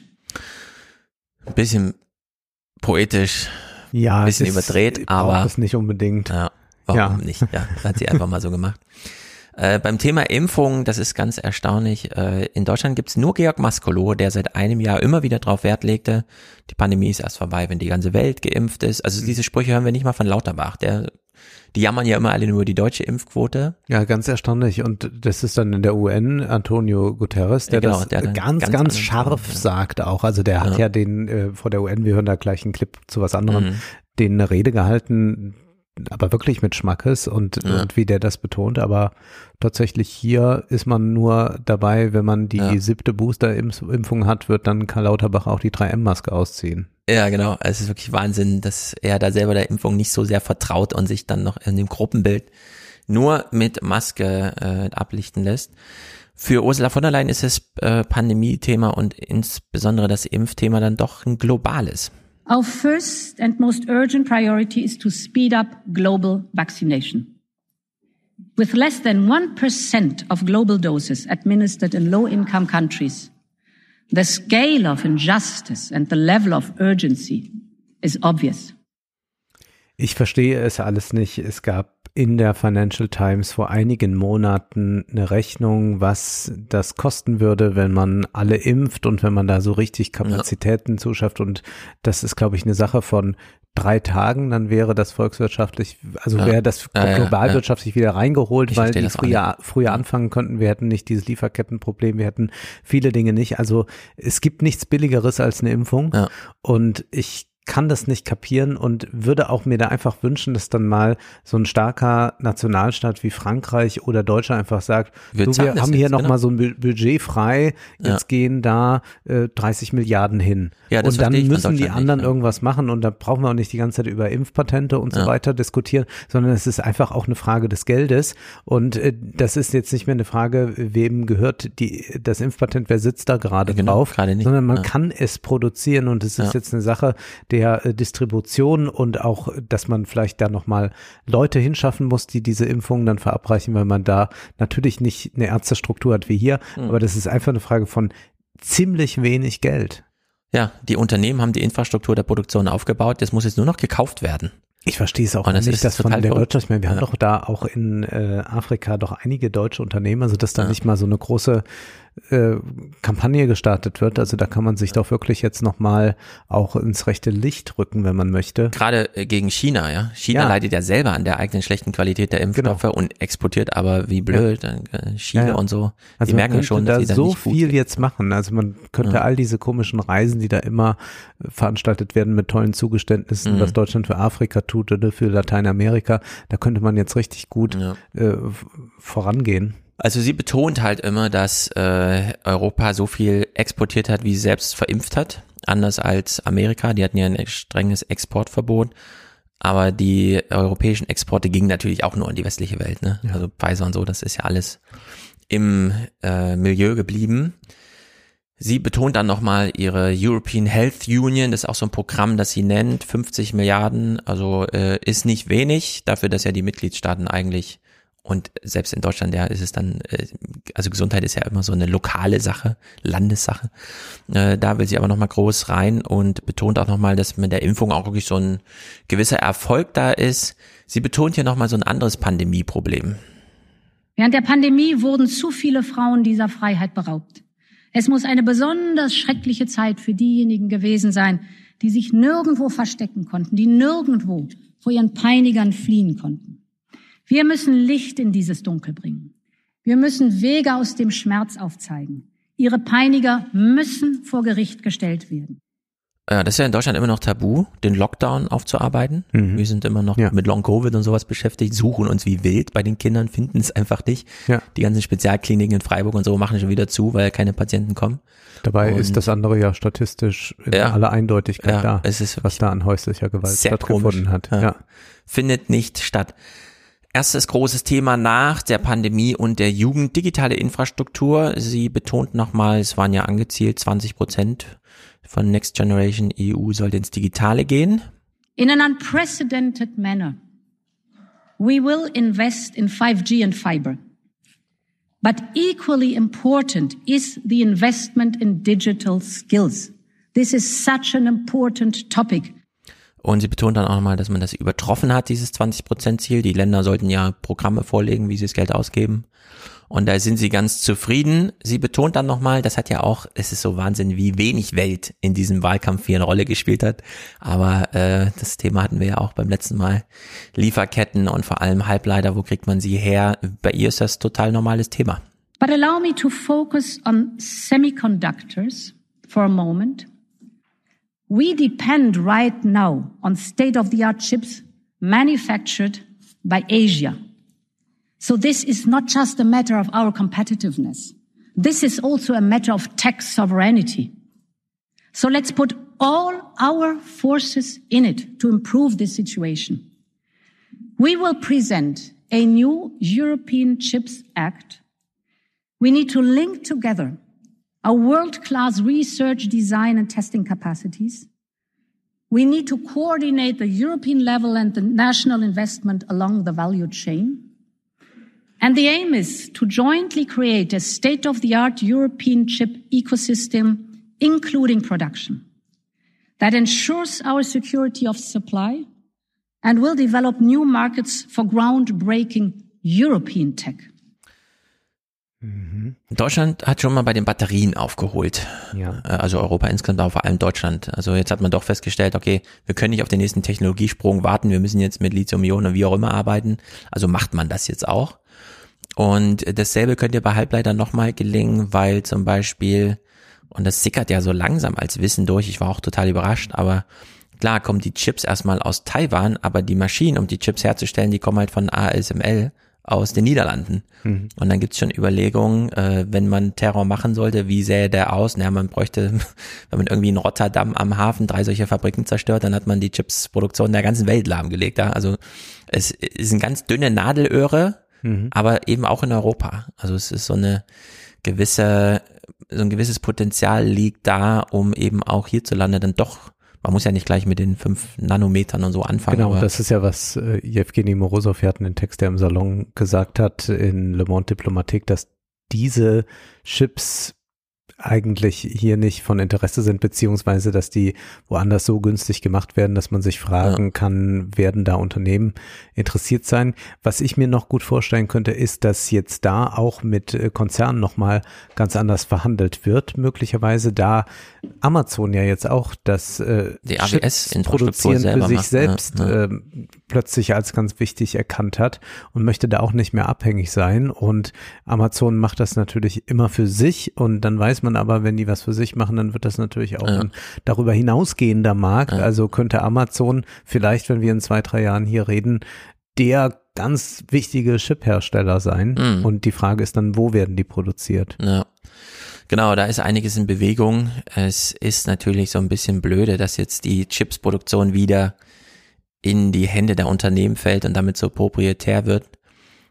Ein bisschen poetisch, ja, ein bisschen überdreht, aber das nicht unbedingt. Ja, warum ja. nicht? Ja, das hat sie einfach mal so gemacht. Äh, beim Thema Impfung, das ist ganz erstaunlich, äh, in Deutschland gibt's nur Georg Maskolo, der seit einem Jahr immer wieder drauf Wert legte, die Pandemie ist erst vorbei, wenn die ganze Welt geimpft ist. Also diese Sprüche hören wir nicht mal von Lauterbach, der, die jammern ja immer alle nur über die deutsche Impfquote. Ja, ganz erstaunlich. Und das ist dann in der U N Antonio Guterres, der ja, genau, das der ganz, ganz, ganz scharf Punkt, sagt auch. Also der ja. hat ja den äh, vor der U N, wir hören da gleich einen Clip zu was anderem, mhm. den eine Rede gehalten, aber wirklich mit Schmackes und, ja. und wie der das betont, aber tatsächlich hier ist man nur dabei, wenn man die ja. siebte Booster-Impfung hat, wird dann Karl Lauterbach auch die drei M Maske ausziehen. Ja, genau. Es ist wirklich Wahnsinn, dass er da selber der Impfung nicht so sehr vertraut und sich dann noch in dem Gruppenbild nur mit Maske äh, ablichten lässt. Für Ursula von der Leyen ist das äh, Pandemie-Thema und insbesondere das Impfthema dann doch ein globales. Our first and most urgent priority is to speed up global vaccination. With less than one percent of global doses administered in low-income countries, the scale of injustice and the level of urgency is obvious. Ich verstehe es alles nicht. Es gab in der Financial Times vor einigen Monaten eine Rechnung, was das kosten würde, wenn man alle impft und wenn man da so richtig Kapazitäten ja. zuschafft. Und das ist, glaube ich, eine Sache von drei Tagen. Dann wäre das volkswirtschaftlich, also ja. wäre das ja, globalwirtschaftlich ja, ja. wieder reingeholt, ich weil die früher, früher anfangen könnten. Wir hätten nicht dieses Lieferkettenproblem, wir hätten viele Dinge nicht. Also es gibt nichts Billigeres als eine Impfung. Ja. Und ich kann das nicht kapieren und würde auch mir da einfach wünschen, dass dann mal so ein starker Nationalstaat wie Frankreich oder Deutschland einfach sagt, wir, du, wir haben hier nochmal genau. so ein Budget frei, jetzt ja. gehen da äh, dreißig Milliarden hin. Ja, und dann müssen die anderen nicht, irgendwas machen und da brauchen wir auch nicht die ganze Zeit über Impfpatente und ja. so weiter diskutieren, sondern es ist einfach auch eine Frage des Geldes und äh, das ist jetzt nicht mehr eine Frage, wem gehört die das Impfpatent, wer sitzt da gerade ja, genau, drauf, gerade nicht. sondern man ja. kann es produzieren und es ist ja. jetzt eine Sache, der Distribution und auch, dass man vielleicht da nochmal Leute hinschaffen muss, die diese Impfungen dann verabreichen, weil man da natürlich nicht eine Ärztestruktur hat wie hier, mhm. aber das ist einfach eine Frage von ziemlich wenig Geld. Ja, die Unternehmen haben die Infrastruktur der Produktion aufgebaut, das muss jetzt nur noch gekauft werden. Ich verstehe es auch nicht, das dass von der cool. Wirtschaft, ich meine, wir ja. haben doch da auch in äh, Afrika doch einige deutsche Unternehmen, also dass da ja. nicht mal so eine große äh, Kampagne gestartet wird, also da kann man sich doch wirklich jetzt nochmal auch ins rechte Licht rücken, wenn man möchte. Gerade äh, gegen China, ja. China ja. leidet ja selber an der eigenen schlechten Qualität der Impfstoffe genau. und exportiert aber wie blöd, ja. äh, Chile ja, ja. und so. Also die merken schon, dass da sie da so nicht viel jetzt machen, also man könnte ja. all diese komischen Reisen, die da immer veranstaltet werden mit tollen Zugeständnissen, mhm. was Deutschland für Afrika tut oder für Lateinamerika, da könnte man jetzt richtig gut ja. äh, vorangehen. Also sie betont halt immer, dass äh, Europa so viel exportiert hat, wie sie selbst verimpft hat, anders als Amerika, die hatten ja ein strenges Exportverbot, aber die europäischen Exporte gingen natürlich auch nur in die westliche Welt, ne? Ja. Also Pfizer und so, das ist ja alles im äh, Milieu geblieben. Sie betont dann nochmal ihre European Health Union, das ist auch so ein Programm, das sie nennt, fünfzig Milliarden, also äh, ist nicht wenig, dafür, dass ja die Mitgliedstaaten eigentlich Und selbst in Deutschland, ja, ist es dann, also Gesundheit ist ja immer so eine lokale Sache, Landessache. Da will sie aber nochmal groß rein und betont auch nochmal, dass mit der Impfung auch wirklich so ein gewisser Erfolg da ist. Sie betont hier nochmal so ein anderes Pandemieproblem. Während der Pandemie wurden zu viele Frauen dieser Freiheit beraubt. Es muss eine besonders schreckliche Zeit für diejenigen gewesen sein, die sich nirgendwo verstecken konnten, die nirgendwo vor ihren Peinigern fliehen konnten. Wir müssen Licht in dieses Dunkel bringen. Wir müssen Wege aus dem Schmerz aufzeigen. Ihre Peiniger müssen vor Gericht gestellt werden. Ja, das ist ja in Deutschland immer noch tabu, den Lockdown aufzuarbeiten. Mhm. Wir sind immer noch ja. mit Long-Covid und sowas beschäftigt, suchen uns wie wild bei den Kindern, finden es einfach nicht. Ja. Die ganzen Spezialkliniken in Freiburg und so machen schon wieder zu, weil keine Patienten kommen. Dabei und ist das andere ja statistisch in ja. aller Eindeutigkeit ja, da, es ist was da an häuslicher Gewalt stattgefunden hat. Ja. Ja. Findet nicht statt. Erstes großes Thema nach der Pandemie und der Jugend, digitale Infrastruktur. Sie betont nochmal, es waren ja angezielt, zwanzig Prozent von Next Generation E U sollte ins Digitale gehen. In an unprecedented manner, we will invest in five G and fiber. But equally important is the investment in digital skills. This is such an important topic. Und sie betont dann auch nochmal, dass man das übertroffen hat, dieses zwanzig Prozent Ziel. Die Länder sollten ja Programme vorlegen, wie sie das Geld ausgeben. Und da sind sie ganz zufrieden. Sie betont dann nochmal, das hat ja auch, es ist so Wahnsinn, wie wenig Welt in diesem Wahlkampf hier eine Rolle gespielt hat. Aber äh, das Thema hatten wir ja auch beim letzten Mal. Lieferketten und vor allem Halbleiter, wo kriegt man sie her? Bei ihr ist das total normales Thema. But allow me to focus on semiconductors for a moment. We depend right now on state-of-the-art chips manufactured by Asia. So this is not just a matter of our competitiveness. This is also a matter of tech sovereignty. So let's put all our forces in it to improve this situation. We will present a new European Chips Act. We need to link together our world-class research, design and testing capacities. We need to coordinate the European level and the national investment along the value chain. And the aim is to jointly create a state-of-the-art European chip ecosystem, including production, that ensures our security of supply and will develop new markets for groundbreaking European tech. Deutschland hat schon mal bei den Batterien aufgeholt. Ja. Also Europa insgesamt, aber vor allem Deutschland. Also jetzt hat man doch festgestellt, okay, wir können nicht auf den nächsten Technologiesprung warten, wir müssen jetzt mit Lithium-Ionen und wie auch immer arbeiten. Also macht man das jetzt auch. Und dasselbe könnte bei Halbleitern nochmal gelingen, weil zum Beispiel, und das sickert ja so langsam als Wissen durch, ich war auch total überrascht, aber klar kommen die Chips erstmal aus Taiwan, aber die Maschinen, um die Chips herzustellen, die kommen halt von A S M L aus den Niederlanden. Mhm. Und dann gibt's schon Überlegungen, äh, wenn man Terror machen sollte, wie sähe der aus? Naja, man bräuchte, wenn man irgendwie in Rotterdam am Hafen drei solche Fabriken zerstört, dann hat man die Chipsproduktion der ganzen Welt lahmgelegt. Ja? Also es ist eine ganz dünne Nadelöhre, mhm. aber eben auch in Europa. Also es ist so eine gewisse, so ein gewisses Potenzial liegt da, um eben auch hierzulande dann doch, man muss ja nicht gleich mit den fünf Nanometern und so anfangen. Genau, das ist ja, was äh, Jewgeni Morosow, wir hatten den Text, der im Salon gesagt hat, in Le Monde Diplomatique, dass diese Chips eigentlich hier nicht von Interesse sind, beziehungsweise, dass die woanders so günstig gemacht werden, dass man sich fragen ja. kann, werden da Unternehmen interessiert sein? Was ich mir noch gut vorstellen könnte, ist, dass jetzt da auch mit Konzernen nochmal ganz anders verhandelt wird, möglicherweise, da Amazon ja jetzt auch das äh, die A W S Produzieren für sich macht, selbst ja, ja. Äh, plötzlich als ganz wichtig erkannt hat und möchte da auch nicht mehr abhängig sein, und Amazon macht das natürlich immer für sich, und dann weiß man aber, wenn die was für sich machen, dann wird das natürlich auch ja. ein darüber hinausgehender Markt, ja. also könnte Amazon vielleicht, wenn wir in zwei, drei Jahren hier reden, der ganz wichtige Chip-Hersteller sein, mhm. und die Frage ist dann, wo werden die produziert? Ja. Genau, da ist einiges in Bewegung. Es ist natürlich so ein bisschen blöde, dass jetzt die Chipsproduktion wieder in die Hände der Unternehmen fällt und damit so proprietär wird.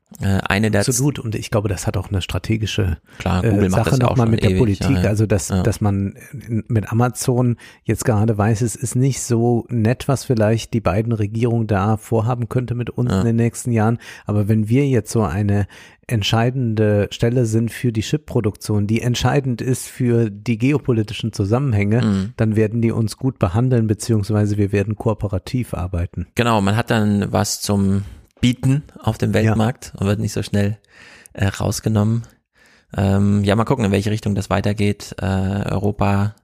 Eine der Absolut, und ich glaube, das hat auch eine strategische Klar, Google äh, macht Sache das ja nochmal mit der ewig, Politik, ja, ja. also dass, ja. dass man mit Amazon jetzt gerade weiß, es ist nicht so nett, was vielleicht die beiden Regierungen da vorhaben könnte mit uns ja. in den nächsten Jahren, aber wenn wir jetzt so eine entscheidende Stelle sind für die Chip-Produktion, die entscheidend ist für die geopolitischen Zusammenhänge, mhm. dann werden die uns gut behandeln, beziehungsweise wir werden kooperativ arbeiten. Genau, man hat dann was zum Bieten auf dem Weltmarkt ja. und wird nicht so schnell äh, rausgenommen. Ähm, ja, mal gucken, in welche Richtung das weitergeht. Äh, Europa,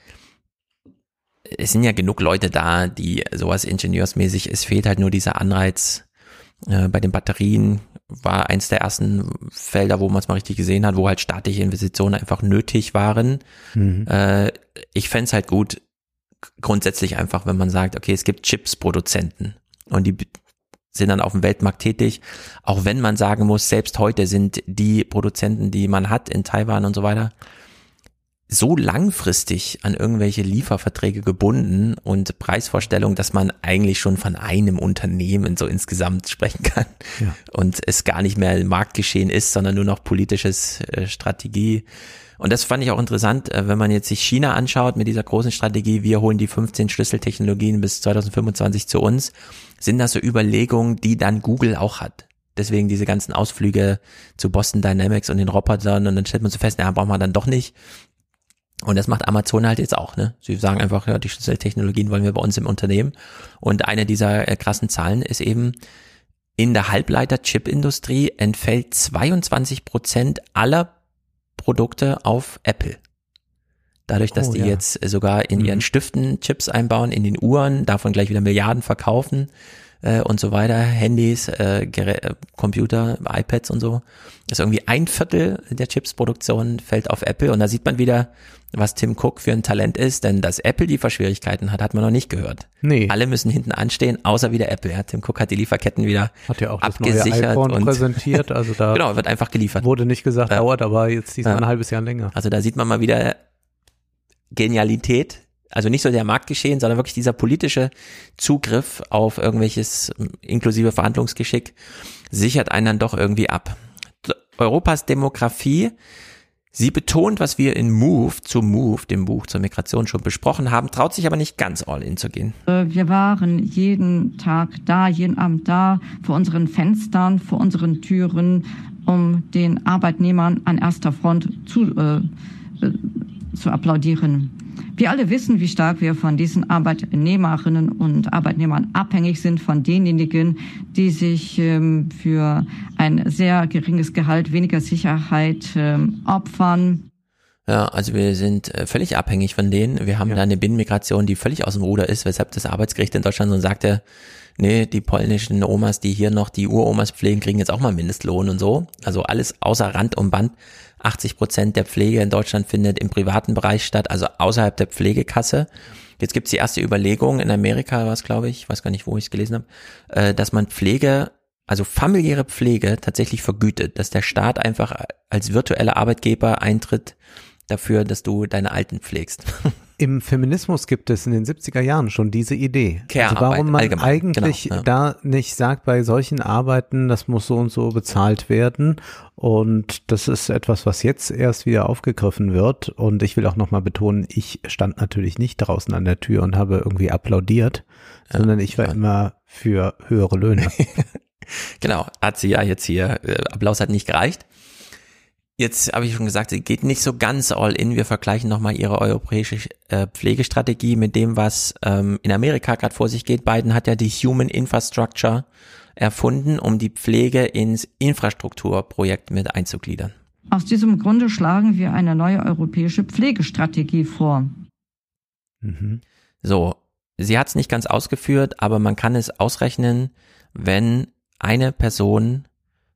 es sind ja genug Leute da, die sowas ingenieursmäßig, es fehlt halt nur dieser Anreiz. Äh, bei den Batterien war eins der ersten Felder, wo man es mal richtig gesehen hat, wo halt staatliche Investitionen einfach nötig waren. Mhm. Äh, ich fände es halt gut, grundsätzlich einfach, wenn man sagt, okay, es gibt Chips-Produzenten und die sind dann auf dem Weltmarkt tätig, auch wenn man sagen muss, selbst heute sind die Produzenten, die man hat in Taiwan und so weiter, so langfristig an irgendwelche Lieferverträge gebunden und Preisvorstellungen, dass man eigentlich schon von einem Unternehmen so insgesamt sprechen kann ja. und es gar nicht mehr Marktgeschehen ist, sondern nur noch politisches äh, Strategie. Und das fand ich auch interessant, wenn man jetzt sich China anschaut mit dieser großen Strategie, wir holen die fünfzehn Schlüsseltechnologien bis zwanzig fünfundzwanzig zu uns, sind das so Überlegungen, die dann Google auch hat. Deswegen diese ganzen Ausflüge zu Boston Dynamics und den Robotern und dann stellt man so fest, na, braucht man dann doch nicht. Und das macht Amazon halt jetzt auch, ne? Sie sagen einfach, ja, die Schlüsseltechnologien wollen wir bei uns im Unternehmen. Und eine dieser äh, krassen Zahlen ist eben, in der Halbleiter-Chip-Industrie entfällt zweiundzwanzig Prozent aller Produkte auf Apple. Dadurch, dass oh, die ja. jetzt sogar in ihren Stiften Chips einbauen, in den Uhren, davon gleich wieder Milliarden verkaufen äh, und so weiter, Handys, äh, Gerä- Computer, iPads und so. Das ist irgendwie ein Viertel der Chipsproduktion fällt auf Apple und da sieht man wieder, was Tim Cook für ein Talent ist, denn dass Apple Lieferschwierigkeiten hat, hat man noch nicht gehört. Nee. Alle müssen hinten anstehen, außer wieder Apple. Ja, Tim Cook hat die Lieferketten wieder hat ja auch abgesichert. Das neue iPhone und präsentiert, also da genau, wird einfach geliefert. Wurde nicht gesagt, ja. dauert aber jetzt diesmal ja. ein halbes Jahr länger. Also da sieht man mal wieder Genialität, also nicht so der Marktgeschehen, sondern wirklich dieser politische Zugriff auf irgendwelches inklusive Verhandlungsgeschick sichert einen dann doch irgendwie ab. Europas Demografie, sie betont, was wir in Move zu Move, dem Buch zur Migration schon besprochen haben, traut sich aber nicht ganz all in zu gehen. Wir waren jeden Tag da, jeden Abend da, vor unseren Fenstern, vor unseren Türen, um den Arbeitnehmern an erster Front zu, äh, zu applaudieren. Wir alle wissen, wie stark wir von diesen Arbeitnehmerinnen und Arbeitnehmern abhängig sind, von denjenigen, die sich ähm, für ein sehr geringes Gehalt, weniger Sicherheit ähm, opfern. Ja, also wir sind völlig abhängig von denen. Wir haben ja. da eine Binnenmigration, die völlig aus dem Ruder ist, weshalb das Arbeitsgericht in Deutschland so sagte, nee, die polnischen Omas, die hier noch die Uromas pflegen, kriegen jetzt auch mal Mindestlohn und so. Also alles außer Rand und Band. achtzig Prozent der Pflege in Deutschland findet im privaten Bereich statt, also außerhalb der Pflegekasse. Jetzt gibt's die erste Überlegung, in Amerika war es, glaube ich, ich weiß gar nicht, wo ich es gelesen habe, dass man Pflege, also familiäre Pflege tatsächlich vergütet, dass der Staat einfach als virtueller Arbeitgeber eintritt dafür, dass du deine Alten pflegst. Im Feminismus gibt es in den siebziger Jahren schon diese Idee. Care-Arbeit, also warum man allgemein. eigentlich genau, ja. da nicht sagt, bei solchen Arbeiten, das muss so und so bezahlt werden. Und das ist etwas, was jetzt erst wieder aufgegriffen wird. Und ich will auch nochmal betonen, ich stand natürlich nicht draußen an der Tür und habe irgendwie applaudiert, ja, sondern ich war ja. immer für höhere Löhne. Genau, hat sie ja jetzt hier, äh, Applaus hat nicht gereicht. Jetzt habe ich schon gesagt, sie geht nicht so ganz all in. Wir vergleichen nochmal ihre europäische äh, Pflegestrategie mit dem, was ähm, in Amerika gerade vor sich geht. Biden hat ja die Human Infrastructure erfunden, um die Pflege ins Infrastrukturprojekt mit einzugliedern. Aus diesem Grunde schlagen wir eine neue europäische Pflegestrategie vor. Mhm. So, sie hat es nicht ganz ausgeführt, aber man kann es ausrechnen, wenn eine Person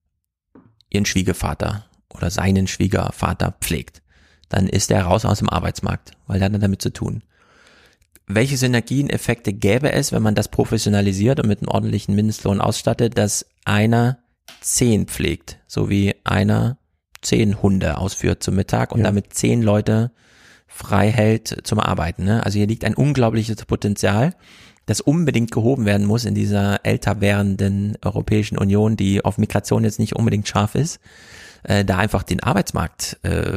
ihren Schwiegervater oder seinen Schwiegervater pflegt, dann ist er raus aus dem Arbeitsmarkt, weil der hat damit zu tun. Welche Synergieneffekte gäbe es, wenn man das professionalisiert und mit einem ordentlichen Mindestlohn ausstattet, dass einer zehn pflegt, so wie einer zehn Hunde ausführt zum Mittag und ja. damit zehn Leute frei hält zum Arbeiten. Ne? Also hier liegt ein unglaubliches Potenzial. das unbedingt gehoben werden muss in dieser älter werdenden Europäischen Union, die auf Migration jetzt nicht unbedingt scharf ist, äh, da einfach den Arbeitsmarkt äh,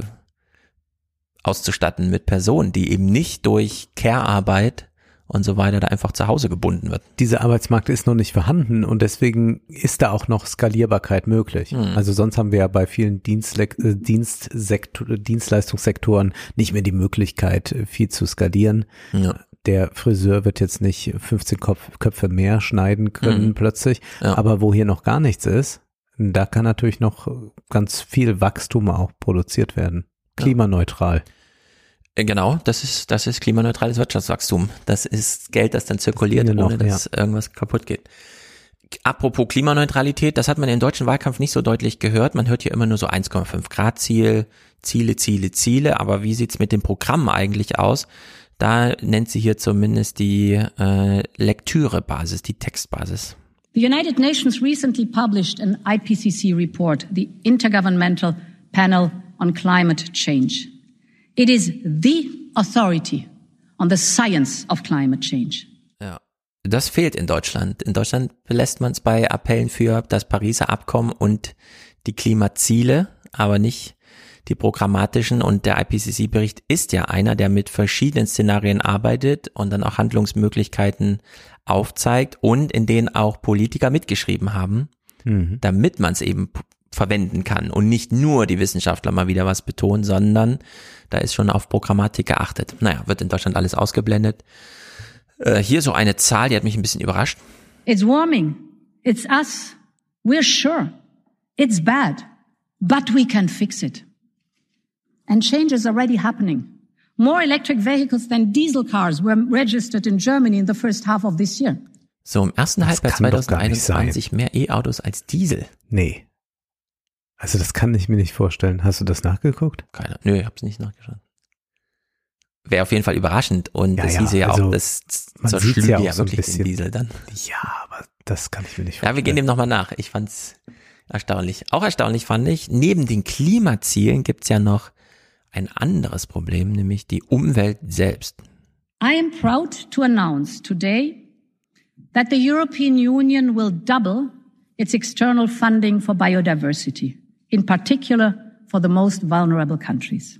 auszustatten mit Personen, die eben nicht durch Care-Arbeit und so weiter da einfach zu Hause gebunden wird. Dieser Arbeitsmarkt ist noch nicht vorhanden und deswegen ist da auch noch Skalierbarkeit möglich. Hm. Also sonst haben wir ja bei vielen Dienstle- äh, Dienstsektor- Dienstleistungssektoren nicht mehr die Möglichkeit, viel zu skalieren. Ja. Der Friseur wird jetzt nicht fünfzehn Kopf- Köpfe mehr schneiden können mhm. plötzlich, ja. aber wo hier noch gar nichts ist, da kann natürlich noch ganz viel Wachstum auch produziert werden. Klimaneutral. Genau, das ist das ist klimaneutrales Wirtschaftswachstum. Das ist Geld, das dann zirkuliert, ohne noch, dass ja. irgendwas kaputt geht. Apropos Klimaneutralität, das hat man im deutschen Wahlkampf nicht so deutlich gehört. Man hört hier immer nur so eins Komma fünf Grad Ziel, Ziele, Ziele, Ziele. Aber wie sieht's mit dem Programm eigentlich aus? Da nennt sie hier zumindest die äh, Lektürebasis, die Textbasis. The United Nations recently published an I P C C report, the Intergovernmental Panel on Climate Change. It is the authority on the science of climate change. Ja, das fehlt in Deutschland. In Deutschland belässt man es bei Appellen für das Pariser Abkommen und die Klimaziele, aber nicht die programmatischen. Und der I P C C-Bericht ist ja einer, der mit verschiedenen Szenarien arbeitet und dann auch Handlungsmöglichkeiten aufzeigt und in denen auch Politiker mitgeschrieben haben, mhm. damit man es eben verwenden kann und nicht nur die Wissenschaftler mal wieder was betonen, sondern da ist schon auf Programmatik geachtet. Naja, wird in Deutschland alles ausgeblendet. Äh, hier so eine Zahl, die hat mich ein bisschen überrascht. It's warming. It's us. We're sure. It's bad. But we can fix it. And change is already happening. More electric vehicles than diesel cars were registered in Germany in the first half of this year. So im ersten Halbjahr zwanzig einundzwanzig mehr E-Autos als Diesel. Nee. Also das kann ich mir nicht vorstellen. Hast du das nachgeguckt? Keine. Nö, ich hab's nicht nachgeschaut. Wäre auf jeden Fall überraschend und ja, es ja, hieße ja also auch, das man so sieht schlimm ja auch ja so ein wirklich bisschen den Diesel dann. Ja, aber das kann ich mir nicht vorstellen. Ja, wir gehen dem nochmal nach. Ich fand's erstaunlich. Auch erstaunlich fand ich, neben den Klimazielen gibt's ja noch ein anderes Problem, nämlich die Umwelt selbst. I am proud to announce today that the European Union will double its external funding for biodiversity, in particular for the most vulnerable countries.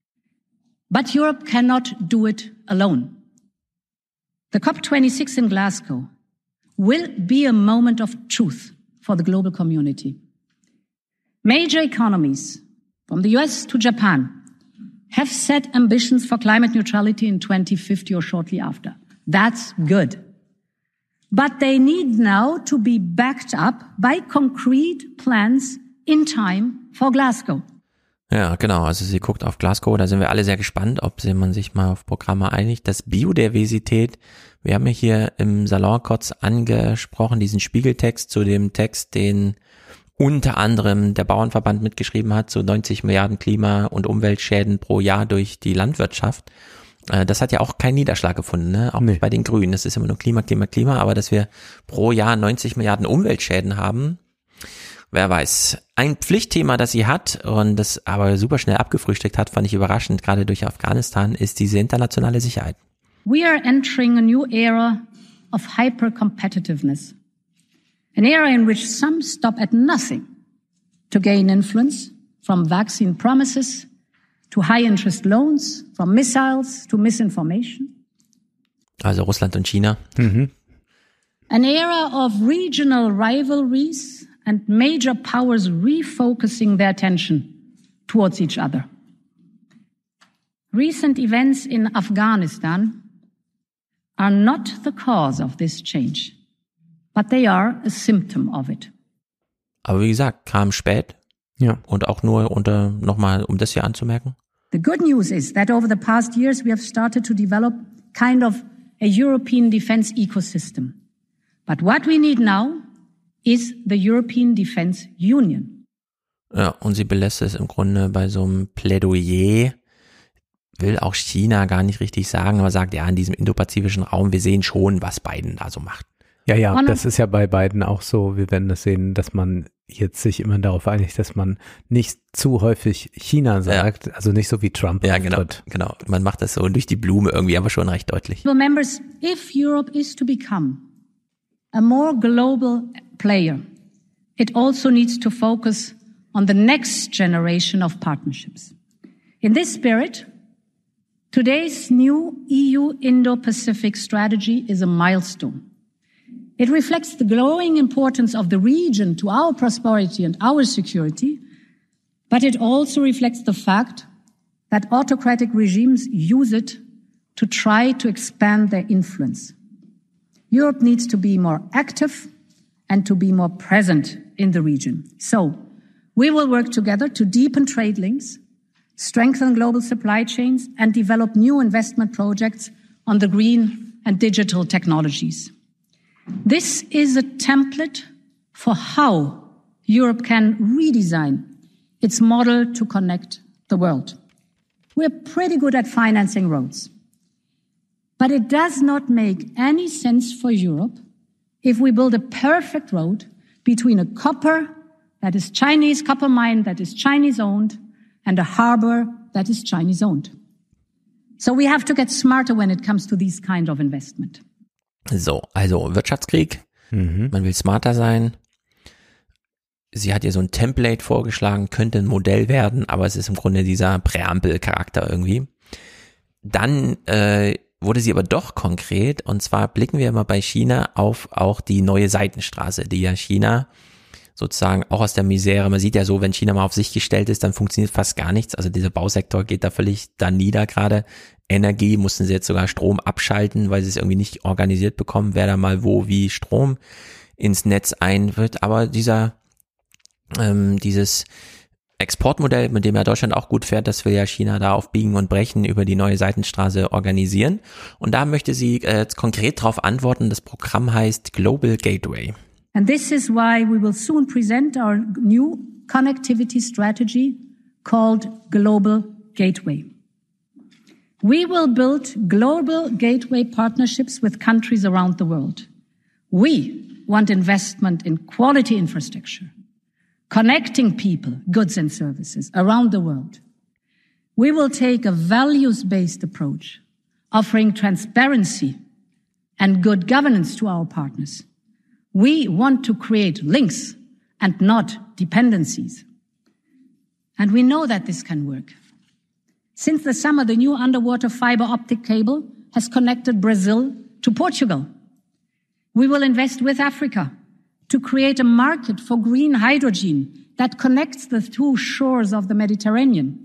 But Europe cannot do it alone. The COP twenty-six in Glasgow will be a moment of truth for the global community. Major economies, from the U S to Japan, have set ambitions for climate neutrality in twenty fifty or shortly after. That's good. But they need now to be backed up by concrete plans in time for Glasgow. Ja, genau. Also sie guckt auf Glasgow. Da sind wir alle sehr gespannt, ob man sich mal auf Programme einigt. Das Biodiversität, wir haben ja hier im Salon kurz angesprochen, diesen Spiegeltext zu dem Text, den unter anderem der Bauernverband mitgeschrieben hat, so neunzig Milliarden Klima- und Umweltschäden pro Jahr durch die Landwirtschaft. Das hat ja auch keinen Niederschlag gefunden, ne? Auch nee. Nicht bei den Grünen. Das ist immer nur Klima, Klima, Klima. Aber dass wir pro Jahr neunzig Milliarden Umweltschäden haben, wer weiß. Ein Pflichtthema, das sie hat und das aber super schnell abgefrühstückt hat, fand ich überraschend, gerade durch Afghanistan, ist diese internationale Sicherheit. We are entering a new era of hyper-competitiveness. An era in which some stop at nothing to gain influence, from vaccine promises to high-interest loans, from missiles to misinformation. Also Russland und China. Mhm. An era of regional rivalries and major powers refocusing their attention towards each other. Recent events in Afghanistan are not the cause of this change, but they are a symptom of it. Aber wie gesagt, kam spät. Ja. Und auch nur unter, nochmal, um das hier anzumerken. The good news is that over the past years we have started to develop kind of a European defense ecosystem. But what we need now is the European Defense Union. Ja, und sie belässt es im Grunde bei so einem Plädoyer, will auch China gar nicht richtig sagen, aber sagt, ja, in diesem indopazifischen Raum, wir sehen schon, was Biden da so macht. Ja, ja, das ist ja bei Biden auch so. Wir werden das sehen, dass man jetzt sich immer darauf einigt, dass man nicht zu häufig China sagt, ja. Also nicht so wie Trump. Ja, genau, genau. Man macht das so durch die Blume irgendwie, aber schon recht deutlich. Well, members, if Europe is to become a more global player, it also needs to focus on the next generation of partnerships. In this spirit, today's new E U Indo-Pacific strategy is a milestone. It reflects the growing importance of the region to our prosperity and our security, but it also reflects the fact that autocratic regimes use it to try to expand their influence. Europe needs to be more active and to be more present in the region. So, we will work together to deepen trade links, strengthen global supply chains, and develop new investment projects on the green and digital technologies. This is a template for how Europe can redesign its model to connect the world. We're pretty good at financing roads, but it does not make any sense for Europe if we build a perfect road between a copper that is Chinese copper mine that is Chinese owned and a harbor that is Chinese owned. So we have to get smarter when it comes to these kind of investment. So, also Wirtschaftskrieg, mhm. Man will smarter sein. Sie hat ihr so ein Template vorgeschlagen, könnte ein Modell werden, aber es ist im Grunde dieser Präambel-Charakter irgendwie. Dann äh, wurde sie aber doch konkret, und zwar blicken wir mal bei China auf auch die neue Seitenstraße, die ja China sozusagen auch aus der Misere, man sieht ja so, wenn China mal auf sich gestellt ist, dann funktioniert fast gar nichts, also dieser Bausektor geht da völlig da nieder gerade. Energie mussten sie jetzt sogar Strom abschalten, weil sie es irgendwie nicht organisiert bekommen, wer da mal wo wie Strom ins Netz ein wird. Aber dieser ähm, dieses Exportmodell, mit dem ja Deutschland auch gut fährt, das will ja China da auf Biegen und Brechen über die neue Seitenstraße organisieren. Und da möchte sie äh, konkret darauf antworten. Das Programm heißt Global Gateway. And this is why we will soon present our new connectivity strategy called Global Gateway. We will build global gateway partnerships with countries around the world. We want investment in quality infrastructure, connecting people, goods and services around the world. We will take a values-based approach, offering transparency and good governance to our partners. We want to create links and not dependencies. And we know that this can work. Since the summer, the new underwater fiber optic cable has connected Brazil to Portugal. We will invest with Africa to create a market for green hydrogen that connects the two shores of the Mediterranean.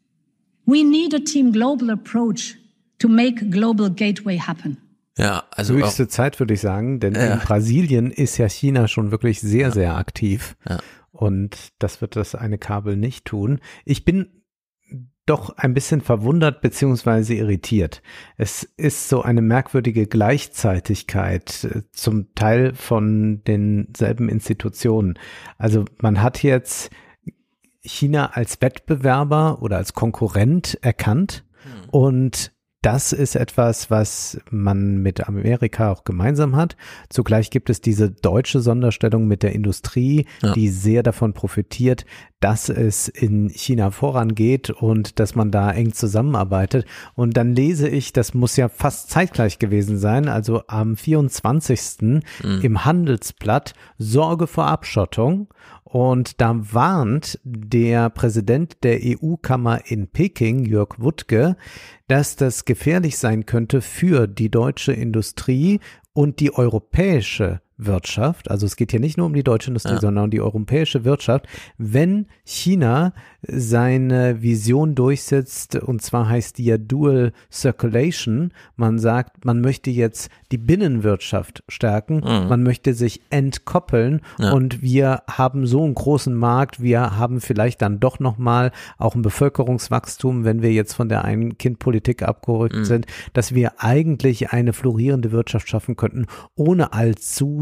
We need a team global approach to make Global Gateway happen. Ja, also höchste auch, Zeit, würde ich sagen, denn ja. in Brasilien ist ja China schon wirklich sehr, ja. sehr aktiv. Ja. Und das wird das eine Kabel nicht tun. Ich bin doch ein bisschen verwundert beziehungsweise irritiert. Es ist so eine merkwürdige Gleichzeitigkeit, zum Teil von denselben Institutionen. Also man hat jetzt China als Wettbewerber oder als Konkurrent erkannt, hm. und das ist etwas, was man mit Amerika auch gemeinsam hat. Zugleich gibt es diese deutsche Sonderstellung mit der Industrie, ja. die sehr davon profitiert, dass es in China vorangeht und dass man da eng zusammenarbeitet. Und dann lese ich, das muss ja fast zeitgleich gewesen sein, also am vierundzwanzigsten Mhm. im Handelsblatt, Sorge vor Abschottung. Und da warnt der Präsident der E U-Kammer in Peking, Jörg Wuttke, dass das gefährlich sein könnte für die deutsche Industrie und die europäische Wirtschaft, also es geht hier nicht nur um die deutsche Industrie, ja. sondern um die europäische Wirtschaft, wenn China seine Vision durchsetzt, und zwar heißt die ja Dual Circulation. Man sagt, man möchte jetzt die Binnenwirtschaft stärken, mhm. man möchte sich entkoppeln, ja. und wir haben so einen großen Markt, wir haben vielleicht dann doch nochmal auch ein Bevölkerungswachstum, wenn wir jetzt von der Ein-Kind-Politik abgerückt mhm. sind, dass wir eigentlich eine florierende Wirtschaft schaffen könnten, ohne allzu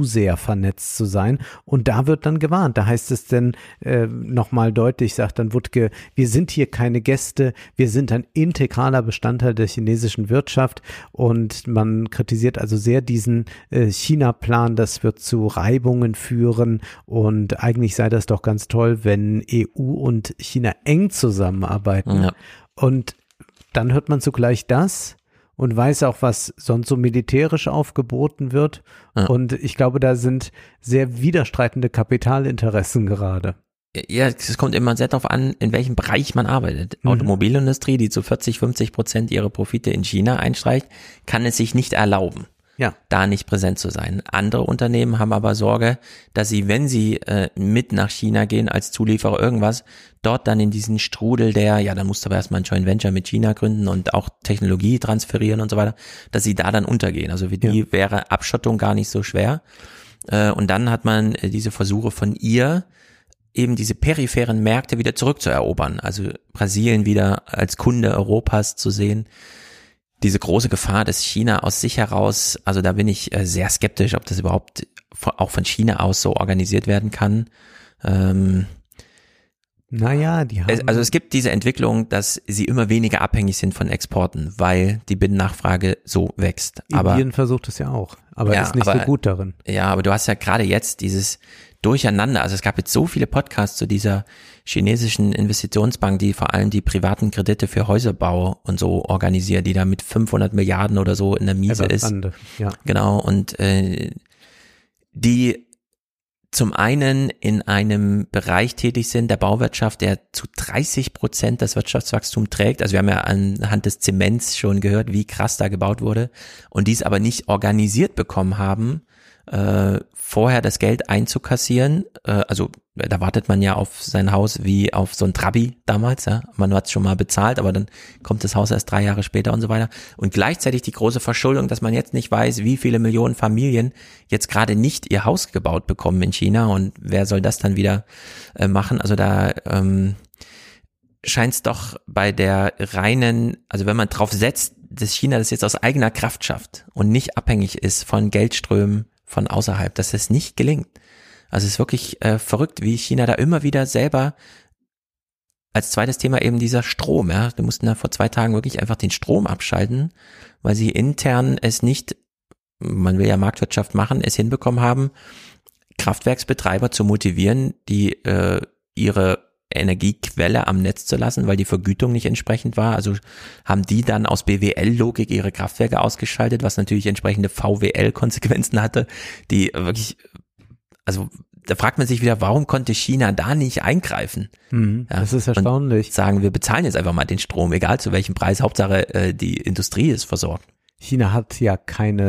zu sehr vernetzt zu sein. Und da wird dann gewarnt. Da heißt es dann äh, nochmal deutlich, sagt dann Wuttke, wir sind hier keine Gäste, wir sind ein integraler Bestandteil der chinesischen Wirtschaft. Und man kritisiert also sehr diesen äh, China-Plan, das wird zu Reibungen führen. Und eigentlich sei das doch ganz toll, wenn E U und China eng zusammenarbeiten. Ja. Und dann hört man zugleich das und weiß auch, was sonst so militärisch aufgeboten wird. Ja. Und ich glaube, da sind sehr widerstreitende Kapitalinteressen gerade. Ja, es kommt immer sehr darauf an, in welchem Bereich man arbeitet. Mhm. Automobilindustrie, die zu vierzig, fünfzig Prozent ihrer Profite in China einstreicht, kann es sich nicht erlauben, ja, da nicht präsent zu sein. Andere Unternehmen haben aber Sorge, dass sie, wenn sie äh, mit nach China gehen als Zulieferer irgendwas, dort dann in diesen Strudel der, ja, dann musst du aber erstmal ein Joint Venture mit China gründen und auch Technologie transferieren und so weiter, dass sie da dann untergehen. Also für die ja. wäre Abschottung gar nicht so schwer. Äh, und dann hat man äh, diese Versuche von ihr, eben diese peripheren Märkte wieder zurückzuerobern. Also Brasilien wieder als Kunde Europas zu sehen. Diese große Gefahr, dass China aus sich heraus, also da bin ich äh, sehr skeptisch, ob das überhaupt auch von China aus so organisiert werden kann. Ähm, naja, die haben... Es, also es gibt diese Entwicklung, dass sie immer weniger abhängig sind von Exporten, weil die Binnennachfrage so wächst. Indien versucht es ja auch, aber ja, ist nicht aber, so gut darin. Ja, aber du hast ja gerade jetzt dieses Durcheinander, also es gab jetzt so viele Podcasts zu dieser chinesischen Investitionsbank, die vor allem die privaten Kredite für Häuserbau und so organisiert, die da mit fünfhundert Milliarden oder so in der Miese ist. Ja. Genau, und äh, die zum einen in einem Bereich tätig sind, der Bauwirtschaft, der zu dreißig Prozent das Wirtschaftswachstum trägt. Also wir haben ja anhand des Zements schon gehört, wie krass da gebaut wurde und die es aber nicht organisiert bekommen haben, äh, vorher das Geld einzukassieren. Äh, also da wartet man ja auf sein Haus wie auf so ein Trabi damals. Ja, man hat es schon mal bezahlt, aber dann kommt das Haus erst drei Jahre später und so weiter. Und gleichzeitig die große Verschuldung, dass man jetzt nicht weiß, wie viele Millionen Familien jetzt gerade nicht ihr Haus gebaut bekommen in China und wer soll das dann wieder äh, machen. Also da ähm, scheint es doch bei der reinen, also wenn man drauf setzt, dass China das jetzt aus eigener Kraft schafft und nicht abhängig ist von Geldströmen von außerhalb, dass es nicht gelingt. Also es ist wirklich äh, verrückt, wie China da immer wieder selber als zweites Thema eben dieser Strom, ja, die mussten da vor zwei Tagen wirklich einfach den Strom abschalten, weil sie intern es nicht, man will ja Marktwirtschaft machen, es hinbekommen haben, Kraftwerksbetreiber zu motivieren, die äh, ihre Energiequelle am Netz zu lassen, weil die Vergütung nicht entsprechend war. Also haben die dann aus B W L-Logik ihre Kraftwerke ausgeschaltet, was natürlich entsprechende V W L-Konsequenzen hatte, die wirklich, also da fragt man sich wieder, warum konnte China da nicht eingreifen? Mhm, ja, das ist erstaunlich. Und sagen, wir bezahlen jetzt einfach mal den Strom, egal zu welchem Preis, Hauptsache äh, die Industrie ist versorgt. China hat ja keine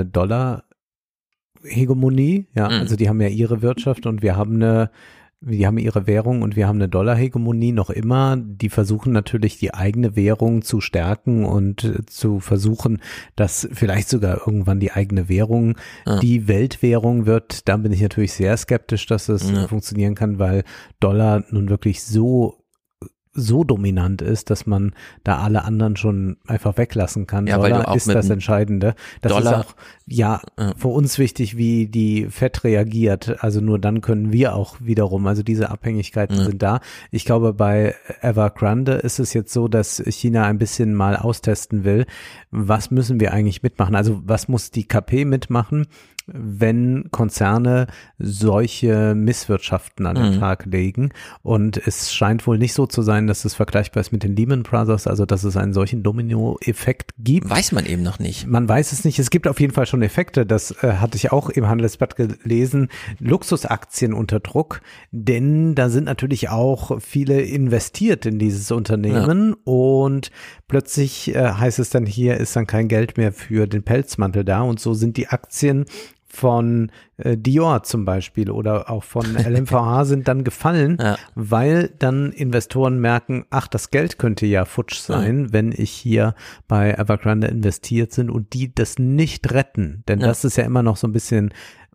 Dollar-Hegemonie, ja, mhm. also die haben ja ihre Wirtschaft und wir haben eine Die haben ihre Währung und wir haben eine Dollarhegemonie noch immer. Die versuchen natürlich die eigene Währung zu stärken und äh, zu versuchen, dass vielleicht sogar irgendwann die eigene Währung ja. die Weltwährung wird. Da bin ich natürlich sehr skeptisch, dass es ja. funktionieren kann, weil Dollar nun wirklich so so dominant ist, dass man da alle anderen schon einfach weglassen kann. Ja, Dollar ist das Entscheidende. Das Dollar, ist auch ja, ja für uns wichtig, wie die Fed reagiert. Also nur dann können wir auch wiederum, also diese Abhängigkeiten ja. sind da. Ich glaube, bei Evergrande ist es jetzt so, dass China ein bisschen mal austesten will, was müssen wir eigentlich mitmachen? Also was muss die K P mitmachen, wenn Konzerne solche Misswirtschaften an den mhm. Tag legen. Und es scheint wohl nicht so zu sein, dass es vergleichbar ist mit den Lehman Brothers, also dass es einen solchen Domino-Effekt gibt. Weiß man eben noch nicht. Man weiß es nicht. Es gibt auf jeden Fall schon Effekte, das äh, hatte ich auch im Handelsblatt gelesen. Luxusaktien unter Druck, denn da sind natürlich auch viele investiert in dieses Unternehmen ja. und plötzlich äh, heißt es dann, hier ist dann kein Geld mehr für den Pelzmantel da und so sind die Aktien von äh, Dior zum Beispiel oder auch von L M V H sind dann gefallen, ja. weil dann Investoren merken, ach, das Geld könnte ja futsch sein, ja. wenn ich hier bei Evergrande investiert bin und die das nicht retten, denn ja. das ist ja immer noch so ein bisschen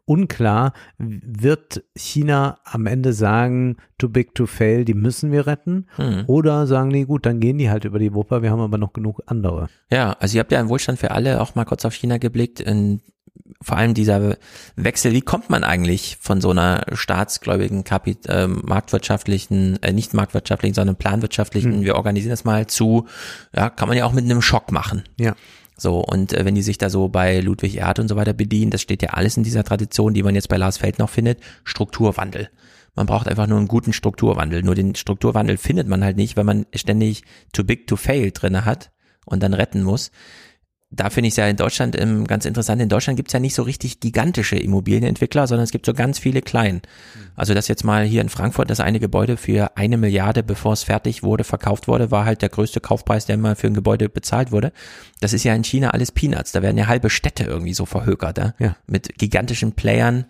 unklar, wird China am Ende sagen, too big to fail, die müssen wir retten? Hm. Oder sagen die, gut, dann gehen die halt über die Wupper, wir haben aber noch genug andere. Ja, also ihr habt ja einen Wohlstand für alle auch mal kurz auf China geblickt. In, vor allem dieser Wechsel, wie kommt man eigentlich von so einer staatsgläubigen, Kapit- äh, marktwirtschaftlichen, äh, nicht marktwirtschaftlichen, sondern planwirtschaftlichen, hm. wir organisieren das mal zu, ja, kann man ja auch mit einem Schock machen. Ja. So, und äh, wenn die sich da so bei Ludwig Erhard und so weiter bedienen, das steht ja alles in dieser Tradition, die man jetzt bei Lars Feld noch findet, Strukturwandel. Man braucht einfach nur einen guten Strukturwandel. Nur den Strukturwandel findet man halt nicht, wenn man ständig too big to fail drinne hat und dann retten muss. Da finde ich es ja in Deutschland ähm, ganz interessant. In Deutschland gibt es ja nicht so richtig gigantische Immobilienentwickler, sondern es gibt so ganz viele kleinen. Also das jetzt mal hier in Frankfurt, das eine Gebäude für eine Milliarde, bevor es fertig wurde, verkauft wurde, war halt der größte Kaufpreis, der mal für ein Gebäude bezahlt wurde. Das ist ja in China alles Peanuts. Da werden ja halbe Städte irgendwie so verhökert, ja? Ja. Mit gigantischen Playern.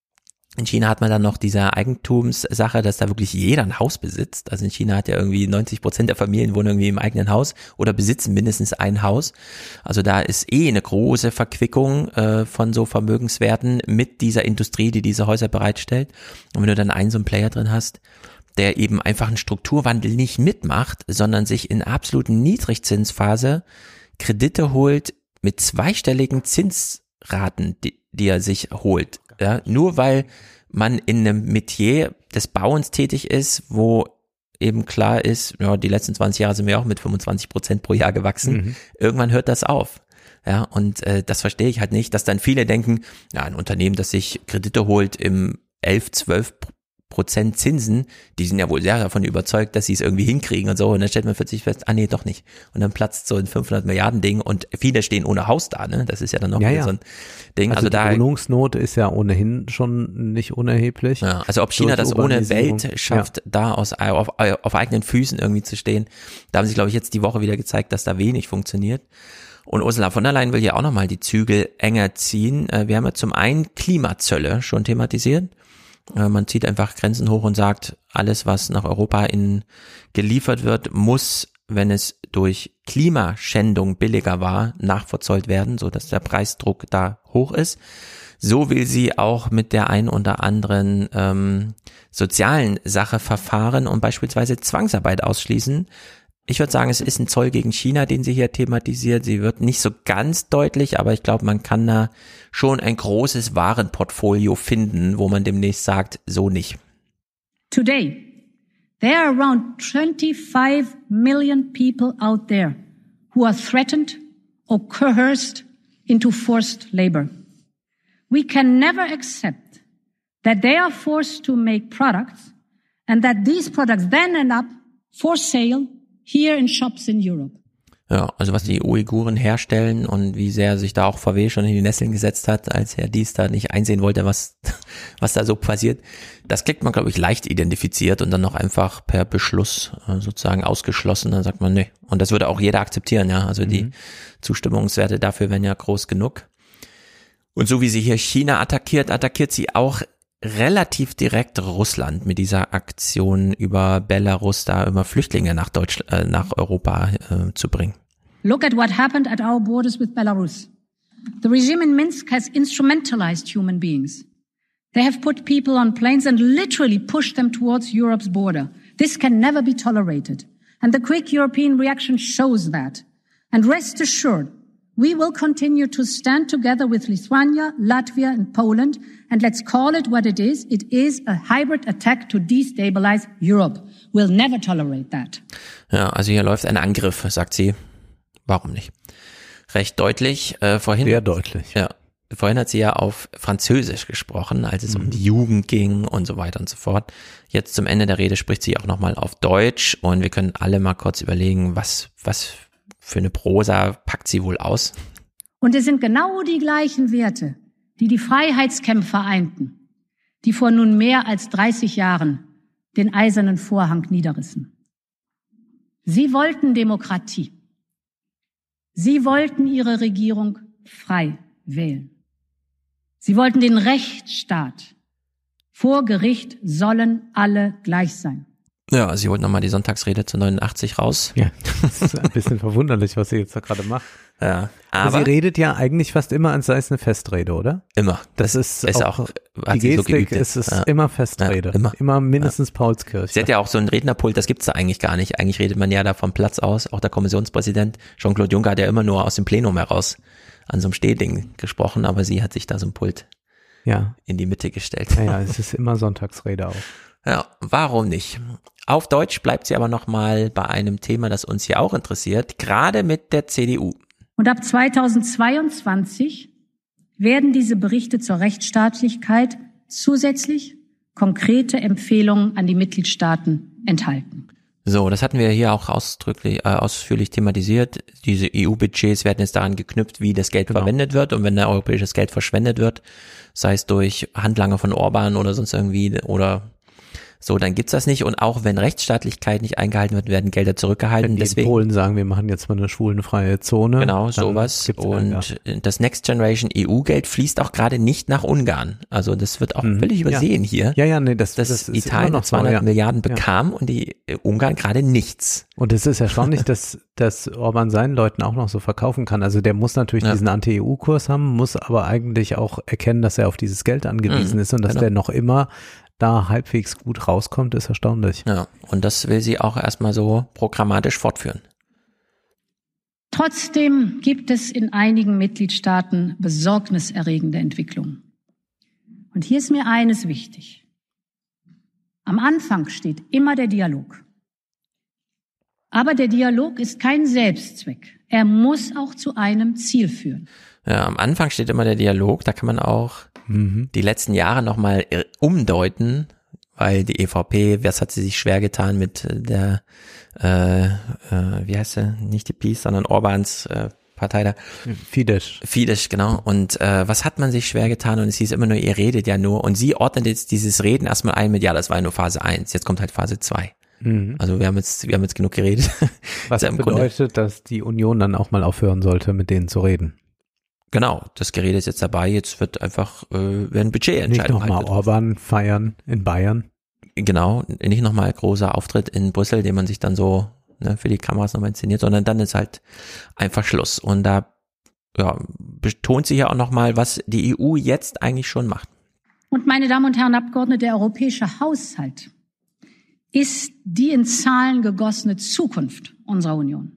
In China hat man dann noch diese Eigentumssache, dass da wirklich jeder ein Haus besitzt. Also in China hat ja irgendwie neunzig Prozent der Familien wohnen irgendwie im eigenen Haus oder besitzen mindestens ein Haus. Also da ist eh eine große Verquickung äh, von so Vermögenswerten mit dieser Industrie, die diese Häuser bereitstellt. Und wenn du dann einen so einen Player drin hast, der eben einfach einen Strukturwandel nicht mitmacht, sondern sich in absoluten Niedrigzinsphase Kredite holt mit zweistelligen Zinsraten, die, die er sich holt. Ja, nur weil man in einem Metier des Bauens tätig ist, wo eben klar ist, ja, die letzten zwanzig Jahre sind wir auch mit fünfundzwanzig Prozent pro Jahr gewachsen. Mhm. Irgendwann hört das auf. Ja, und äh, das verstehe ich halt nicht, dass dann viele denken, ja, ein Unternehmen, das sich Kredite holt im elf, zwölf Prozent Zinsen, die sind ja wohl sehr davon überzeugt, dass sie es irgendwie hinkriegen und so, und dann stellt man plötzlich fest, ah nee, doch nicht. Und dann platzt so ein fünfhundert Milliarden Ding und viele stehen ohne Haus da, ne? Das ist ja dann noch ja, ja. so ein Ding. Also, also die da, Wohnungsnot ist ja ohnehin schon nicht unerheblich. Ja, also ob China das ohne Welt schafft, ja. da aus, auf, auf eigenen Füßen irgendwie zu stehen, da haben sie, glaube ich, jetzt die Woche wieder gezeigt, dass da wenig funktioniert. Und Ursula von der Leyen will ja auch nochmal die Zügel enger ziehen. Wir haben ja zum einen Klimazölle schon thematisiert. Man zieht einfach Grenzen hoch und sagt, alles, was nach Europa in geliefert wird, muss, wenn es durch Klimaschändung billiger war, nachverzollt werden, so dass der Preisdruck da hoch ist. So will sie auch mit der ein oder anderen ähm, sozialen Sache verfahren und beispielsweise Zwangsarbeit ausschließen. Ich würde sagen, es ist ein Zoll gegen China, den sie hier thematisiert. Sie wird nicht so ganz deutlich, aber ich glaube, man kann da schon ein großes Warenportfolio finden, wo man demnächst sagt, so nicht. Today, there are around twenty-five million people out there who are threatened or coerced into forced labor. We can never accept that they are forced to make products and that these products then end up for sale here in shops in Europe. Ja, also was die Uiguren herstellen und wie sehr sich da auch V W schon in die Nesseln gesetzt hat, als Herr Dies da nicht einsehen wollte, was was da so passiert. Das kriegt man, glaube ich, leicht identifiziert und dann noch einfach per Beschluss sozusagen ausgeschlossen. Dann sagt man, nee. Und das würde auch jeder akzeptieren, ja. Also mhm. die Zustimmungswerte dafür wären ja groß genug. Und so wie sie hier China attackiert, attackiert sie auch relativ direkt Russland mit dieser Aktion über Belarus, da immer Flüchtlinge nach Deutschland, äh, nach Europa äh, zu bringen. Look at what happened at our borders with Belarus. The regime in Minsk has instrumentalized human beings. They have put people on planes and literally pushed them towards Europe's border. This can never be tolerated. And the quick European reaction shows that. And rest assured, we will continue to stand together with Lithuania, Latvia and Poland, and let's call it what it is. It is a hybrid attack to destabilize Europe. We'll never tolerate that. Ja, also hier läuft ein Angriff, sagt sie. Warum nicht? Recht deutlich. Äh, vorhin, Sehr deutlich. Ja, vorhin hat sie ja auf Französisch gesprochen, als es mhm. um die Jugend ging und so weiter und so fort. Jetzt zum Ende der Rede spricht sie auch nochmal auf Deutsch und wir können alle mal kurz überlegen, was, was für eine Prosa packt sie wohl aus? Und es sind genau die gleichen Werte, die die Freiheitskämpfer einten, die vor nun mehr als dreißig Jahren den eisernen Vorhang niederrissen. Sie wollten Demokratie. Sie wollten ihre Regierung frei wählen. Sie wollten den Rechtsstaat. Vor Gericht sollen alle gleich sein. Ja, sie holt nochmal die Sonntagsrede zu neunundachtzig raus. Ja, das ist ein bisschen verwunderlich, was sie jetzt da gerade macht. Ja, aber, aber sie redet ja eigentlich fast immer, als sei es eine Festrede, oder? Immer. Das, das ist, ist auch, auch die Gestik, so geübt, ist es ja. immer Festrede. Ja, immer. Immer mindestens ja. Paulskirche. Sie hat ja auch so ein Rednerpult, das gibt's da eigentlich gar nicht. Eigentlich redet man ja da vom Platz aus. Auch der Kommissionspräsident Jean-Claude Juncker hat ja immer nur aus dem Plenum heraus an so einem Stehding gesprochen, aber sie hat sich da so ein Pult ja. in die Mitte gestellt. Ja, ja, es ist immer Sonntagsrede auch. Ja, warum nicht? Auf Deutsch bleibt sie aber nochmal bei einem Thema, das uns hier auch interessiert, gerade mit der C D U. Und ab zweitausendzweiundzwanzig werden diese Berichte zur Rechtsstaatlichkeit zusätzlich konkrete Empfehlungen an die Mitgliedstaaten enthalten. So, das hatten wir hier auch ausdrücklich, äh, ausführlich thematisiert. Diese E U-Budgets werden jetzt daran geknüpft, wie das Geld genau. verwendet wird. Und wenn da europäisches Geld verschwendet wird, sei es durch Handlanger von Orban oder sonst irgendwie oder so, dann gibt's das nicht. Und auch wenn Rechtsstaatlichkeit nicht eingehalten wird, werden Gelder zurückgehalten. Wenn die Deswegen, in Polen sagen, wir machen jetzt mal eine schwulenfreie Zone. Genau, sowas. Und das Next Generation E U-Geld fließt auch gerade nicht nach Ungarn. Also das wird auch mhm. völlig übersehen ja. hier. Ja, ja, nee, das, dass das ist Italien noch zweihundert so, ja. Milliarden bekam ja. und die Ungarn gerade nichts. Und es ist erstaunlich, dass, dass Orban seinen Leuten auch noch so verkaufen kann. Also der muss natürlich ja. diesen Anti-E U-Kurs haben, muss aber eigentlich auch erkennen, dass er auf dieses Geld angewiesen mhm. ist und dass genau. der noch immer da halbwegs gut rauskommt, ist erstaunlich. Ja, und das will sie auch erstmal so programmatisch fortführen. Trotzdem gibt es in einigen Mitgliedstaaten besorgniserregende Entwicklungen. Und hier ist mir eines wichtig. Am Anfang steht immer der Dialog. Aber der Dialog ist kein Selbstzweck. Er muss auch zu einem Ziel führen. Ja, am Anfang steht immer der Dialog, da kann man auch mhm. die letzten Jahre nochmal umdeuten, weil die E V P, was hat sie sich schwer getan mit der, äh, äh, wie heißt sie, nicht die Peace, sondern Orbans äh, Partei da. Fidesz. Fidesz, genau. Und äh, was hat man sich schwer getan? Und es hieß immer nur, ihr redet ja nur. Und sie ordnet jetzt dieses Reden erstmal ein mit, ja, das war ja nur Phase eins, jetzt kommt halt Phase zwei. Mhm. Also wir haben jetzt, wir haben jetzt genug geredet. Was bedeutet, Grunde, dass die Union dann auch mal aufhören sollte, mit denen zu reden? Genau, das Gerede ist jetzt dabei, jetzt wird einfach, äh, werden Budgetentscheidungen. Nicht nochmal halt Orban feiern in Bayern. Genau, nicht nochmal großer Auftritt in Brüssel, den man sich dann so ne, für die Kameras nochmal inszeniert, sondern dann ist halt einfach Schluss. Und da ja, betont sich ja auch nochmal, was die E U jetzt eigentlich schon macht. Und meine Damen und Herren Abgeordnete, der europäische Haushalt ist die in Zahlen gegossene Zukunft unserer Union.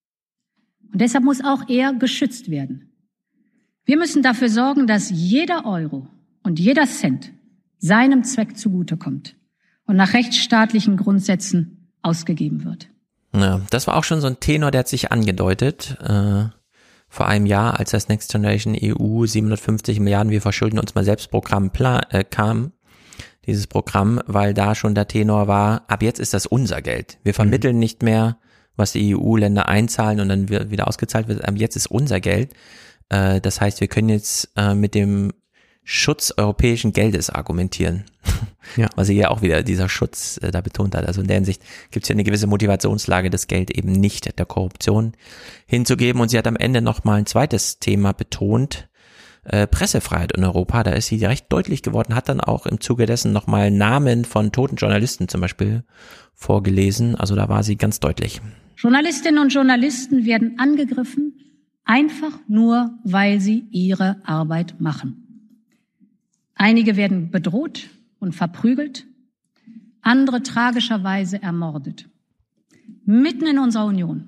Und deshalb muss auch er geschützt werden. Wir müssen dafür sorgen, dass jeder Euro und jeder Cent seinem Zweck zugutekommt und nach rechtsstaatlichen Grundsätzen ausgegeben wird. Ja, das war auch schon so ein Tenor, der hat sich angedeutet. Äh, vor einem Jahr, als das Next Generation E U siebenhundertfünfzig Milliarden, wir verschulden uns mal selbst Programm pla- äh, kam, dieses Programm, weil da schon der Tenor war, ab jetzt ist das unser Geld. Wir vermitteln mhm. nicht mehr, was die E U-Länder einzahlen und dann wieder ausgezahlt wird. Ab jetzt ist unser Geld. Das heißt, wir können jetzt äh, mit dem Schutz europäischen Geldes argumentieren, ja. Was sie ja auch wieder dieser Schutz äh, da betont hat. Also in der Hinsicht gibt es ja eine gewisse Motivationslage, das Geld eben nicht der Korruption hinzugeben. Und sie hat am Ende nochmal ein zweites Thema betont, äh, Pressefreiheit in Europa. Da ist sie recht deutlich geworden, hat dann auch im Zuge dessen nochmal Namen von toten Journalisten zum Beispiel vorgelesen. Also da war sie ganz deutlich. Journalistinnen und Journalisten werden angegriffen, einfach nur, weil sie ihre Arbeit machen. Einige werden bedroht und verprügelt, andere tragischerweise ermordet. Mitten in unserer Union.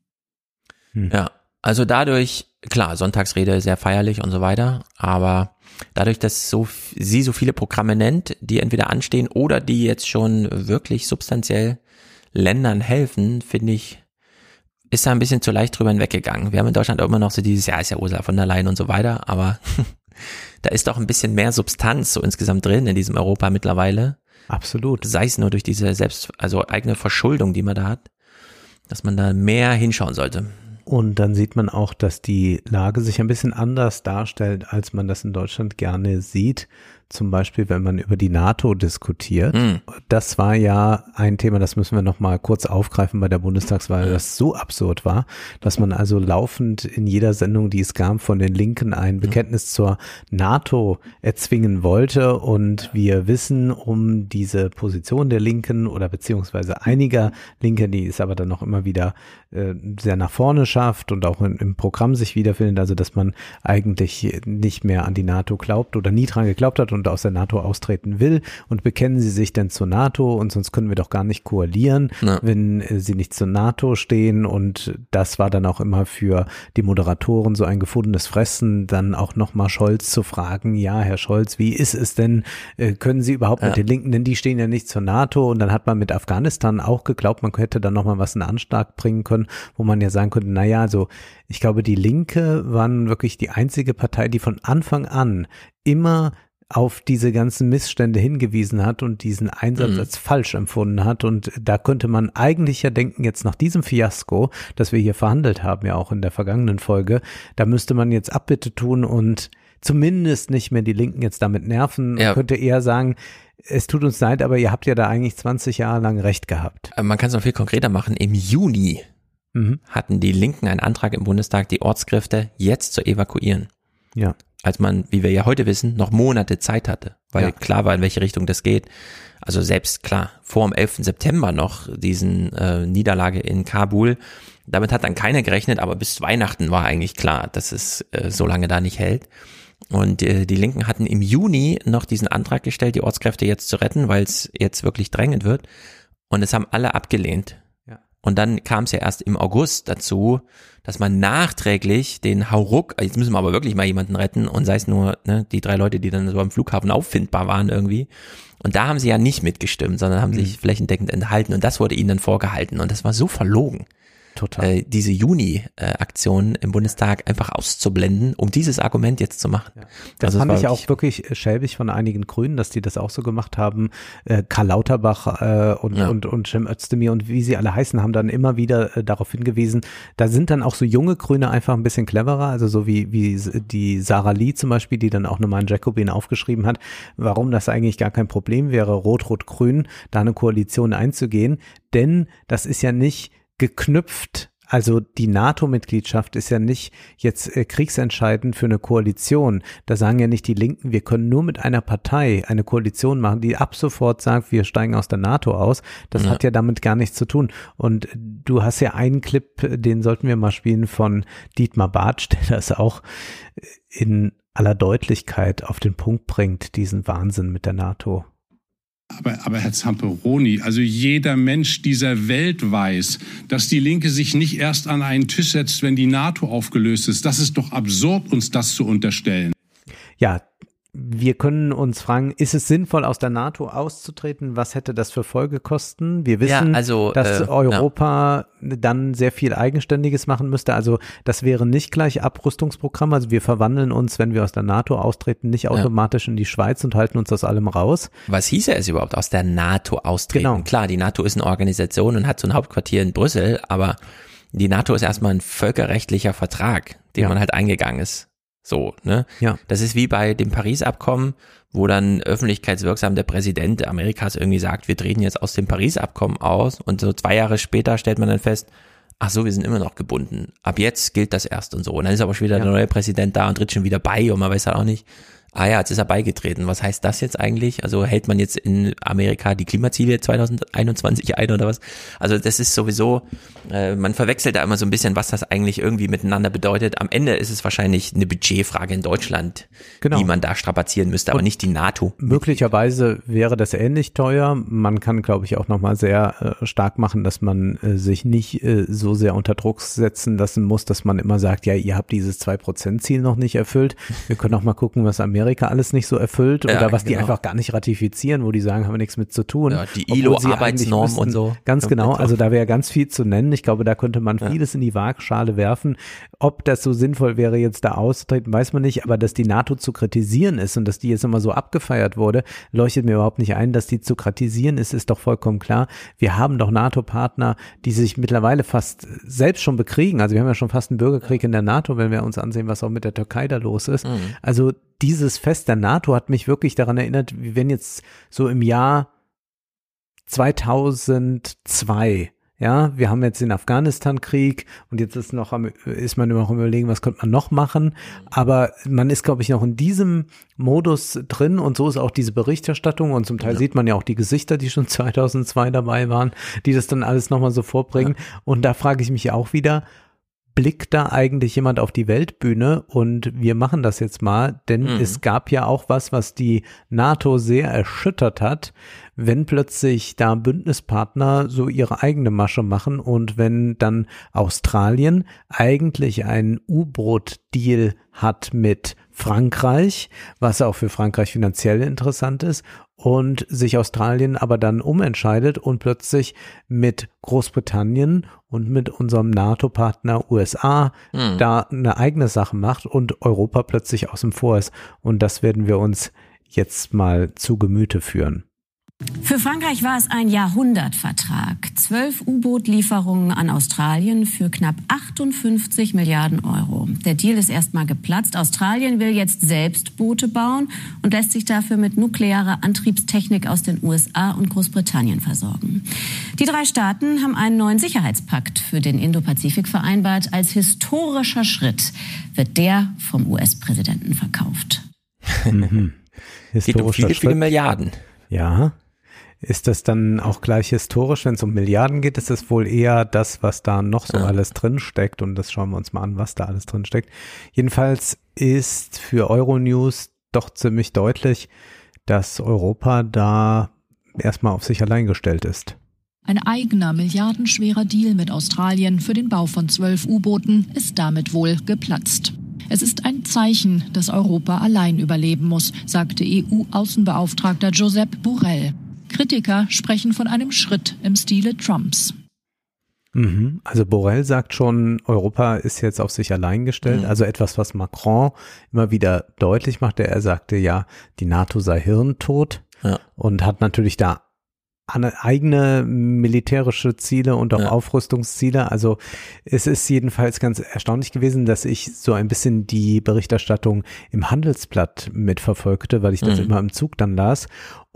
Hm. Ja, also dadurch, klar, Sonntagsrede sehr feierlich und so weiter, aber dadurch, dass so sie so viele Programme nennt, die entweder anstehen oder die jetzt schon wirklich substanziell Ländern helfen, finde ich, ist da ein bisschen zu leicht drüber hinweggegangen. Wir haben in Deutschland auch immer noch so dieses, ja, ist ja Ursula von der Leyen und so weiter, aber da ist doch ein bisschen mehr Substanz so insgesamt drin in diesem Europa mittlerweile. Absolut. Sei es nur durch diese selbst, also eigene Verschuldung, die man da hat, dass man da mehr hinschauen sollte. Und dann sieht man auch, dass die Lage sich ein bisschen anders darstellt, als man das in Deutschland gerne sieht. zum Beispiel, wenn man über die NATO diskutiert. Mhm. Das war ja ein Thema, das müssen wir noch mal kurz aufgreifen bei der Bundestagswahl, das so absurd war, dass man also laufend in jeder Sendung, die es gab, von den Linken ein Bekenntnis zur NATO erzwingen wollte. Und wir wissen um diese Position der Linken oder beziehungsweise einiger Linke, die es aber dann noch immer wieder äh, sehr nach vorne schafft und auch in, im Programm sich wiederfindet, also dass man eigentlich nicht mehr an die NATO glaubt oder nie dran geglaubt hat und aus der NATO austreten will. Und bekennen Sie sich denn zur NATO und sonst können wir doch gar nicht koalieren, ja. wenn äh, Sie nicht zur NATO stehen. Und das war dann auch immer für die Moderatoren so ein gefundenes Fressen, dann auch nochmal Scholz zu fragen, ja, Herr Scholz, wie ist es denn, äh, können Sie überhaupt ja. mit den Linken, denn die stehen ja nicht zur NATO. Und dann hat man mit Afghanistan auch geglaubt, man hätte dann nochmal was in Anschlag bringen können, wo man ja sagen könnte, naja, also ich glaube, die Linke waren wirklich die einzige Partei, die von Anfang an immer auf diese ganzen Missstände hingewiesen hat und diesen Einsatz mhm. als falsch empfunden hat. Und da könnte man eigentlich ja denken, jetzt nach diesem Fiasko, das wir hier verhandelt haben, ja auch in der vergangenen Folge, da müsste man jetzt Abbitte tun und zumindest nicht mehr die Linken jetzt damit nerven. Ja. Man könnte eher sagen, es tut uns leid, aber ihr habt ja da eigentlich zwanzig Jahre lang recht gehabt. Man kann es noch viel konkreter machen. Im Juni mhm. hatten die Linken einen Antrag im Bundestag, die Ortskräfte jetzt zu evakuieren. Ja. Als man, wie wir ja heute wissen, noch Monate Zeit hatte, weil ja. klar war, in welche Richtung das geht. Also selbst klar, vor dem elften September noch diesen äh, Niederlage in Kabul, damit hat dann keiner gerechnet, aber bis Weihnachten war eigentlich klar, dass es äh, so lange da nicht hält. Und äh, die Linken hatten im Juni noch diesen Antrag gestellt, die Ortskräfte jetzt zu retten, weil es jetzt wirklich drängend wird. Und es haben alle abgelehnt. Ja. Und dann kam es ja erst im August dazu, dass man nachträglich den Hauruck, jetzt müssen wir aber wirklich mal jemanden retten und sei es nur ne, die drei Leute, die dann so am Flughafen auffindbar waren irgendwie. Und da haben sie ja nicht mitgestimmt, sondern haben mhm. sich flächendeckend enthalten und das wurde ihnen dann vorgehalten und das war so verlogen. Total. Äh, diese Juni-Aktion im Bundestag einfach auszublenden, um dieses Argument jetzt zu machen. Ja. Das also fand das ich auch wirklich schäbig von einigen Grünen, dass die das auch so gemacht haben. Äh, Karl Lauterbach äh, und, ja. und, und Cem Özdemir und wie sie alle heißen, haben dann immer wieder äh, darauf hingewiesen, da sind dann auch so junge Grüne einfach ein bisschen cleverer, also so wie, wie die Sarah Lee zum Beispiel, die dann auch nochmal in Jacobin aufgeschrieben hat, warum das eigentlich gar kein Problem wäre, Rot-Rot-Grün da eine Koalition einzugehen, denn das ist ja nicht geknüpft, also die NATO-Mitgliedschaft ist ja nicht jetzt äh, kriegsentscheidend für eine Koalition. Da sagen ja nicht die Linken, wir können nur mit einer Partei eine Koalition machen, die ab sofort sagt, wir steigen aus der NATO aus. Das ja. hat ja damit gar nichts zu tun. Und du hast ja einen Clip, den sollten wir mal spielen, von Dietmar Bartsch, der das auch in aller Deutlichkeit auf den Punkt bringt, diesen Wahnsinn mit der NATO. Aber, aber Herr Zamperoni, also jeder Mensch dieser Welt weiß, dass die Linke sich nicht erst an einen Tisch setzt, wenn die NATO aufgelöst ist. Das ist doch absurd, uns das zu unterstellen. Ja, wir können uns fragen, ist es sinnvoll, aus der NATO auszutreten? Was hätte das für Folgekosten? Wir wissen, ja, also, dass äh, Europa ja. dann sehr viel Eigenständiges machen müsste. Also das wäre nicht gleich Abrüstungsprogramm. Also wir verwandeln uns, wenn wir aus der NATO austreten, nicht automatisch ja. in die Schweiz und halten uns aus allem raus. Was hieße es überhaupt, aus der NATO austreten? Genau. Klar, die NATO ist eine Organisation und hat so ein Hauptquartier in Brüssel, aber die NATO ist erstmal ein völkerrechtlicher Vertrag, den ja. man halt eingegangen ist. So, ne? Ja. Das ist wie bei dem Paris-Abkommen, wo dann öffentlichkeitswirksam der Präsident Amerikas irgendwie sagt, wir treten jetzt aus dem Paris-Abkommen aus und so zwei Jahre später stellt man dann fest, ach so, wir sind immer noch gebunden. Ab jetzt gilt das erst und so. Und dann ist aber schon wieder ja. der neue Präsident da und tritt schon wieder bei und man weiß halt auch nicht, ah ja, jetzt ist er beigetreten. Was heißt das jetzt eigentlich? Also hält man jetzt in Amerika die Klimaziele zwanzig einundzwanzig ein oder was? Also das ist sowieso, äh, man verwechselt da immer so ein bisschen, was das eigentlich irgendwie miteinander bedeutet. Am Ende ist es wahrscheinlich eine Budgetfrage in Deutschland, genau. die man da strapazieren müsste, aber und nicht die NATO. Möglicherweise wäre das ähnlich teuer. Man kann, glaube ich, auch nochmal sehr äh, stark machen, dass man äh, sich nicht äh, so sehr unter Druck setzen lassen muss, dass man immer sagt, ja, ihr habt dieses zwei Prozent Ziel noch nicht erfüllt. Wir können auch mal gucken, was Amerika alles nicht so erfüllt oder ja, was die genau. einfach gar nicht ratifizieren, wo die sagen, haben wir nichts mit zu tun. Ja, die I L O-Arbeitsnormen und so. Ganz genau, also da wäre ganz viel zu nennen. Ich glaube, da könnte man vieles ja. in die Waagschale werfen. Ob das so sinnvoll wäre, jetzt da auszutreten, weiß man nicht, aber dass die NATO zu kritisieren ist und dass die jetzt immer so abgefeiert wurde, leuchtet mir überhaupt nicht ein. Dass die zu kritisieren ist, ist doch vollkommen klar. Wir haben doch NATO-Partner, die sich mittlerweile fast selbst schon bekriegen. Also wir haben ja schon fast einen Bürgerkrieg in der NATO, wenn wir uns ansehen, was auch mit der Türkei da los ist. Mhm. Also diese dieses Fest der NATO hat mich wirklich daran erinnert, wie wenn jetzt so im Jahr zweitausendzwei, ja, wir haben jetzt den Afghanistan-Krieg und jetzt ist noch am, ist man noch am Überlegen, was könnte man noch machen, aber man ist, glaube ich, noch in diesem Modus drin und so ist auch diese Berichterstattung und zum Teil ja. sieht man ja auch die Gesichter, die schon zweitausendzwei dabei waren, die das dann alles nochmal so vorbringen ja. und da frage ich mich auch wieder, blickt da eigentlich jemand auf die Weltbühne und wir machen das jetzt mal, denn mhm. es gab ja auch was, was die NATO sehr erschüttert hat, wenn plötzlich da Bündnispartner so ihre eigene Masche machen und wenn dann Australien eigentlich einen U-Boot-Deal hat mit Frankreich, was auch für Frankreich finanziell interessant ist, und sich Australien aber dann umentscheidet und plötzlich mit Großbritannien und mit unserem NATO-Partner U S A hm. da eine eigene Sache macht und Europa plötzlich außen vor ist. Und das werden wir uns jetzt mal zu Gemüte führen. Für Frankreich war es ein Jahrhundertvertrag. Zwölf U-Boot-Lieferungen an Australien für knapp achtundfünfzig Milliarden Euro. Der Deal ist erstmal geplatzt. Australien will jetzt selbst Boote bauen und lässt sich dafür mit nuklearer Antriebstechnik aus den U S A und Großbritannien versorgen. Die drei Staaten haben einen neuen Sicherheitspakt für den Indopazifik vereinbart. Als historischer Schritt wird der vom U S-Präsidenten verkauft. Mhm. Geht um viele, viele Milliarden. Ja. Ist das dann auch gleich historisch, wenn es um Milliarden geht? Ist das wohl eher das, was da noch so ja. alles drinsteckt? Und das schauen wir uns mal an, was da alles drinsteckt. Jedenfalls ist für Euronews doch ziemlich deutlich, dass Europa da erstmal auf sich allein gestellt ist. Ein eigener milliardenschwerer Deal mit Australien für den Bau von zwölf U-Booten ist damit wohl geplatzt. Es ist ein Zeichen, dass Europa allein überleben muss, sagte E U-Außenbeauftragter Josep Borrell. Kritiker sprechen von einem Schritt im Stile Trumps. Mhm. Also Borrell sagt schon, Europa ist jetzt auf sich allein gestellt. Mhm. Also etwas, was Macron immer wieder deutlich machte. Er sagte ja, die NATO sei hirntot ja. und hat natürlich da eigene militärische Ziele und auch ja. Aufrüstungsziele. Also es ist jedenfalls ganz erstaunlich gewesen, dass ich so ein bisschen die Berichterstattung im Handelsblatt mitverfolgte, weil ich das mhm. immer im Zug dann las.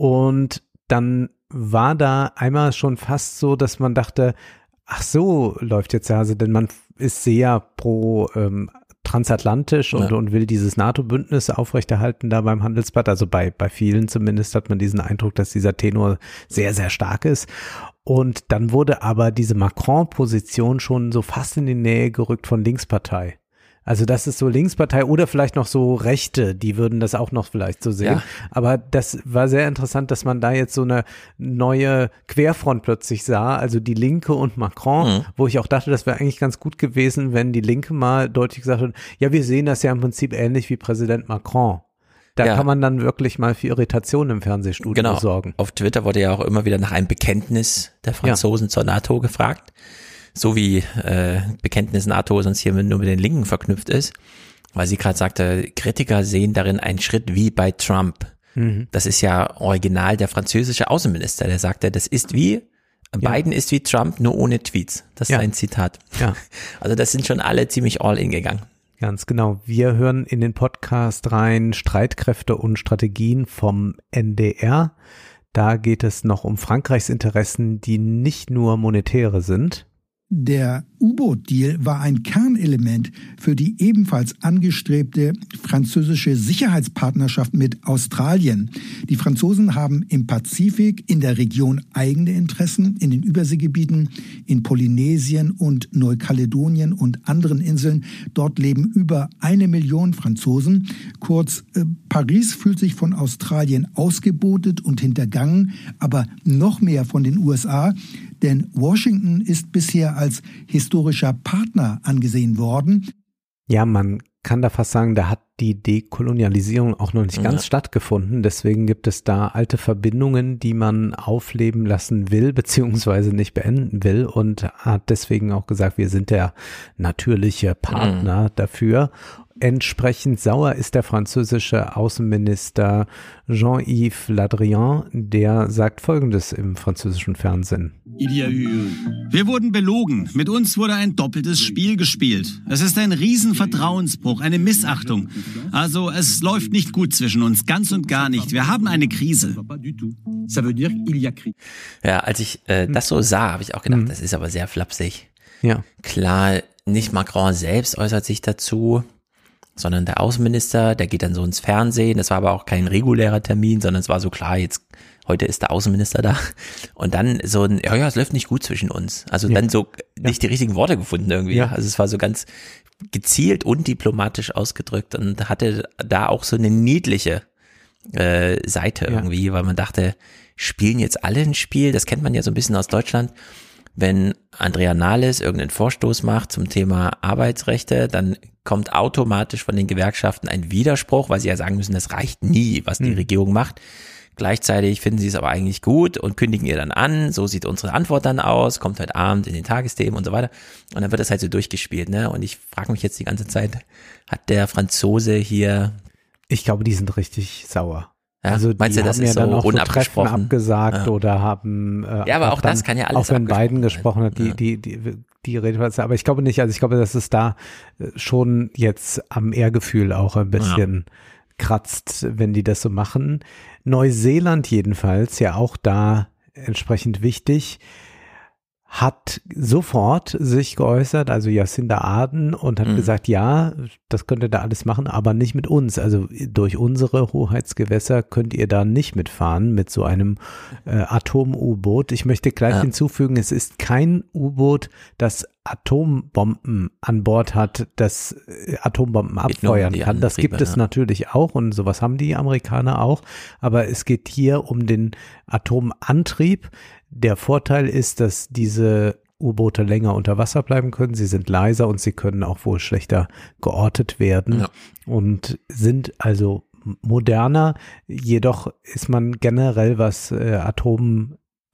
Und dann war da einmal schon fast so, dass man dachte, ach so läuft jetzt der Hase, denn man ist sehr pro ähm, transatlantisch und, ja. und will dieses NATO-Bündnis aufrechterhalten da beim Handelsblatt. Also bei, bei vielen zumindest hat man diesen Eindruck, dass dieser Tenor sehr, sehr stark ist. Und dann wurde aber diese Macron-Position schon so fast in die Nähe gerückt von Linkspartei. Also das ist so Linkspartei oder vielleicht noch so Rechte, die würden das auch noch vielleicht so sehen. Ja. Aber das war sehr interessant, dass man da jetzt so eine neue Querfront plötzlich sah, also die Linke und Macron, mhm. wo ich auch dachte, das wäre eigentlich ganz gut gewesen, wenn die Linke mal deutlich gesagt hat, ja, wir sehen das ja im Prinzip ähnlich wie Präsident Macron. Da ja. kann man dann wirklich mal für Irritation im Fernsehstudio genau. sorgen. Auf Twitter wurde ja auch immer wieder nach einem Bekenntnis der Franzosen ja. zur NATO gefragt. So wie äh, Bekenntnis NATO sonst hier nur mit den Linken verknüpft ist, weil sie gerade sagte, Kritiker sehen darin einen Schritt wie bei Trump. Mhm. Das ist ja original der französische Außenminister, der sagte, das ist wie, ja. Biden ist wie Trump, nur ohne Tweets. Das ist ja. ein Zitat. Ja. Also das sind schon alle ziemlich all in gegangen. Ganz genau. Wir hören in den Podcast rein Streitkräfte und Strategien vom N D R. Da geht es noch um Frankreichs Interessen, die nicht nur monetäre sind. Der U-Boot-Deal war ein Kernelement für die ebenfalls angestrebte französische Sicherheitspartnerschaft mit Australien. Die Franzosen haben im Pazifik in der Region eigene Interessen, in den Überseegebieten, in Polynesien und Neukaledonien und anderen Inseln. Dort leben über eine Million Franzosen. Kurz, äh, Paris fühlt sich von Australien ausgebotet und hintergangen, aber noch mehr von den U S A. Denn Washington ist bisher als historischer Partner angesehen worden. Ja, man kann da fast sagen, da hat die Dekolonialisierung auch noch nicht ja. ganz stattgefunden. Deswegen gibt es da alte Verbindungen, die man aufleben lassen will, beziehungsweise nicht beenden will und hat deswegen auch gesagt, wir sind der natürliche Partner mhm. dafür. entsprechend sauer ist der französische Außenminister Jean-Yves Le Drian, der sagt Folgendes im französischen Fernsehen. Wir wurden belogen. Mit uns wurde ein doppeltes Spiel gespielt. Es ist ein Riesenvertrauensbruch, eine Missachtung. Also es läuft nicht gut zwischen uns, ganz und gar nicht. Wir haben eine Krise. Ja, als ich äh, das so sah, habe ich auch gedacht, mhm. das ist aber sehr flapsig. Ja. Klar, nicht Macron selbst äußert sich dazu, sondern der Außenminister, der geht dann so ins Fernsehen. Das war aber auch kein regulärer Termin, sondern es war so klar, jetzt heute ist der Außenminister da. Und dann so ein, ja, ja, es läuft nicht gut zwischen uns. Also ja. dann so nicht ja. die richtigen Worte gefunden irgendwie. Ja. Also es war so ganz gezielt und diplomatisch ausgedrückt und hatte da auch so eine niedliche äh, Seite ja. irgendwie, weil man dachte, spielen jetzt alle ein Spiel? Das kennt man ja so ein bisschen aus Deutschland. Wenn Andrea Nahles irgendeinen Vorstoß macht zum Thema Arbeitsrechte, dann kommt automatisch von den Gewerkschaften ein Widerspruch, weil sie ja sagen müssen, das reicht nie, was die mhm. Regierung macht. Gleichzeitig finden sie es aber eigentlich gut und kündigen ihr dann an, so sieht unsere Antwort dann aus, kommt heute Abend in den Tagesthemen und so weiter. Und dann wird das halt so durchgespielt, ne? Und ich frage mich jetzt die ganze Zeit, hat der Franzose hier... Ich glaube, die sind richtig sauer. Ja, also die meinst du, das haben ist ja dann so auch unabgesprochen so Treffen abgesagt ja. oder haben äh, ja, aber auch dann, das kann ja alles auch wenn Biden gesprochen hat, die ja. die die die Redeweize, aber ich glaube nicht, also ich glaube, dass es da schon jetzt am Ehrgefühl auch ein bisschen ja. kratzt, wenn die das so machen. Neuseeland jedenfalls, ja auch da entsprechend wichtig, hat sofort sich geäußert, also Jacinda Ardern, und hat mhm. gesagt, ja, das könnt ihr da alles machen, aber nicht mit uns. Also durch unsere Hoheitsgewässer könnt ihr da nicht mitfahren mit so einem äh, Atom-U-Boot. Ich möchte gleich ja. hinzufügen, es ist kein U-Boot, das Atombomben an Bord hat, das äh, Atombomben abfeuern kann. Das gibt es ja. natürlich auch und sowas haben die Amerikaner auch, aber es geht hier um den Atomantrieb. Der Vorteil ist, dass diese U-Boote länger unter Wasser bleiben können. Sie sind leiser und sie können auch wohl schlechter geortet werden ja. und sind also moderner. Jedoch ist man generell, was äh, Atom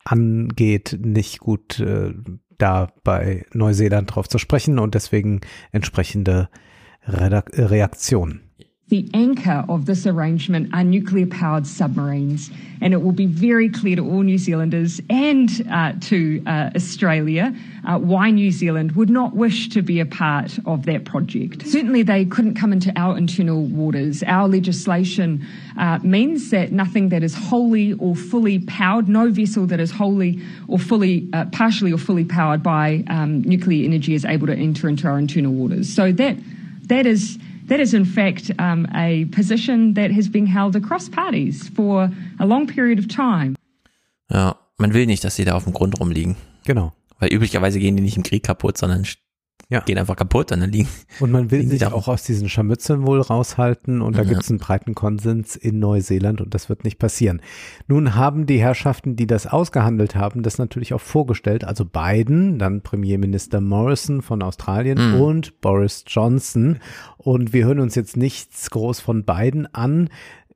angeht, nicht gut äh, da bei Neuseeland drauf zu sprechen und deswegen entsprechende Redak- Reaktionen. The anchor of this arrangement are nuclear-powered submarines, and it will be very clear to all New Zealanders and uh, to uh, Australia uh, why New Zealand would not wish to be a part of that project. Certainly they couldn't come into our internal waters. Our legislation uh, means that nothing that is wholly or fully powered, no vessel that is wholly or fully, uh, partially or fully powered by um, nuclear energy is able to enter into our internal waters. So that that is... That is in fact um, a position that has been held across parties for a long period of time. Ja, man will nicht, dass sie da auf dem Grund rumliegen. Genau. Weil üblicherweise gehen die nicht im Krieg kaputt, sondern ja. gehen einfach kaputt und dann liegen. Und man will sich da auch aus diesen Scharmützeln wohl raushalten und da ja. gibt es einen breiten Konsens in Neuseeland und das wird nicht passieren. Nun haben die Herrschaften, die das ausgehandelt haben, das natürlich auch vorgestellt, also Biden, dann Premierminister Morrison von Australien mhm. und Boris Johnson, und wir hören uns jetzt nichts groß von Biden an.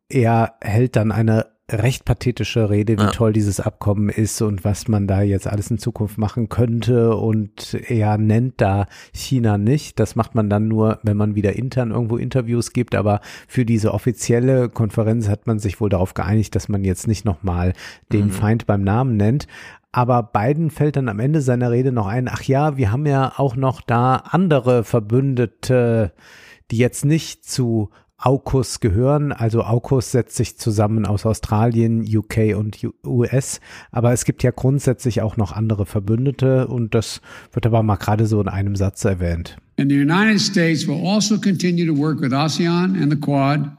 Er hält dann eine recht pathetische Rede, wie ja. toll dieses Abkommen ist und was man da jetzt alles in Zukunft machen könnte, und er nennt da China nicht. Das macht man dann nur, wenn man wieder intern irgendwo Interviews gibt, aber für diese offizielle Konferenz hat man sich wohl darauf geeinigt, dass man jetzt nicht nochmal den mhm. Feind beim Namen nennt. Aber Biden fällt dann am Ende seiner Rede noch ein, ach ja, wir haben ja auch noch da andere Verbündete, die jetzt nicht zu AUKUS gehören. Also AUKUS setzt sich zusammen aus Australien, U K und U S, aber es gibt ja grundsätzlich auch noch andere Verbündete und das wird aber mal gerade so in einem Satz erwähnt. And the United States will also continue to work with ASEAN and the Quad,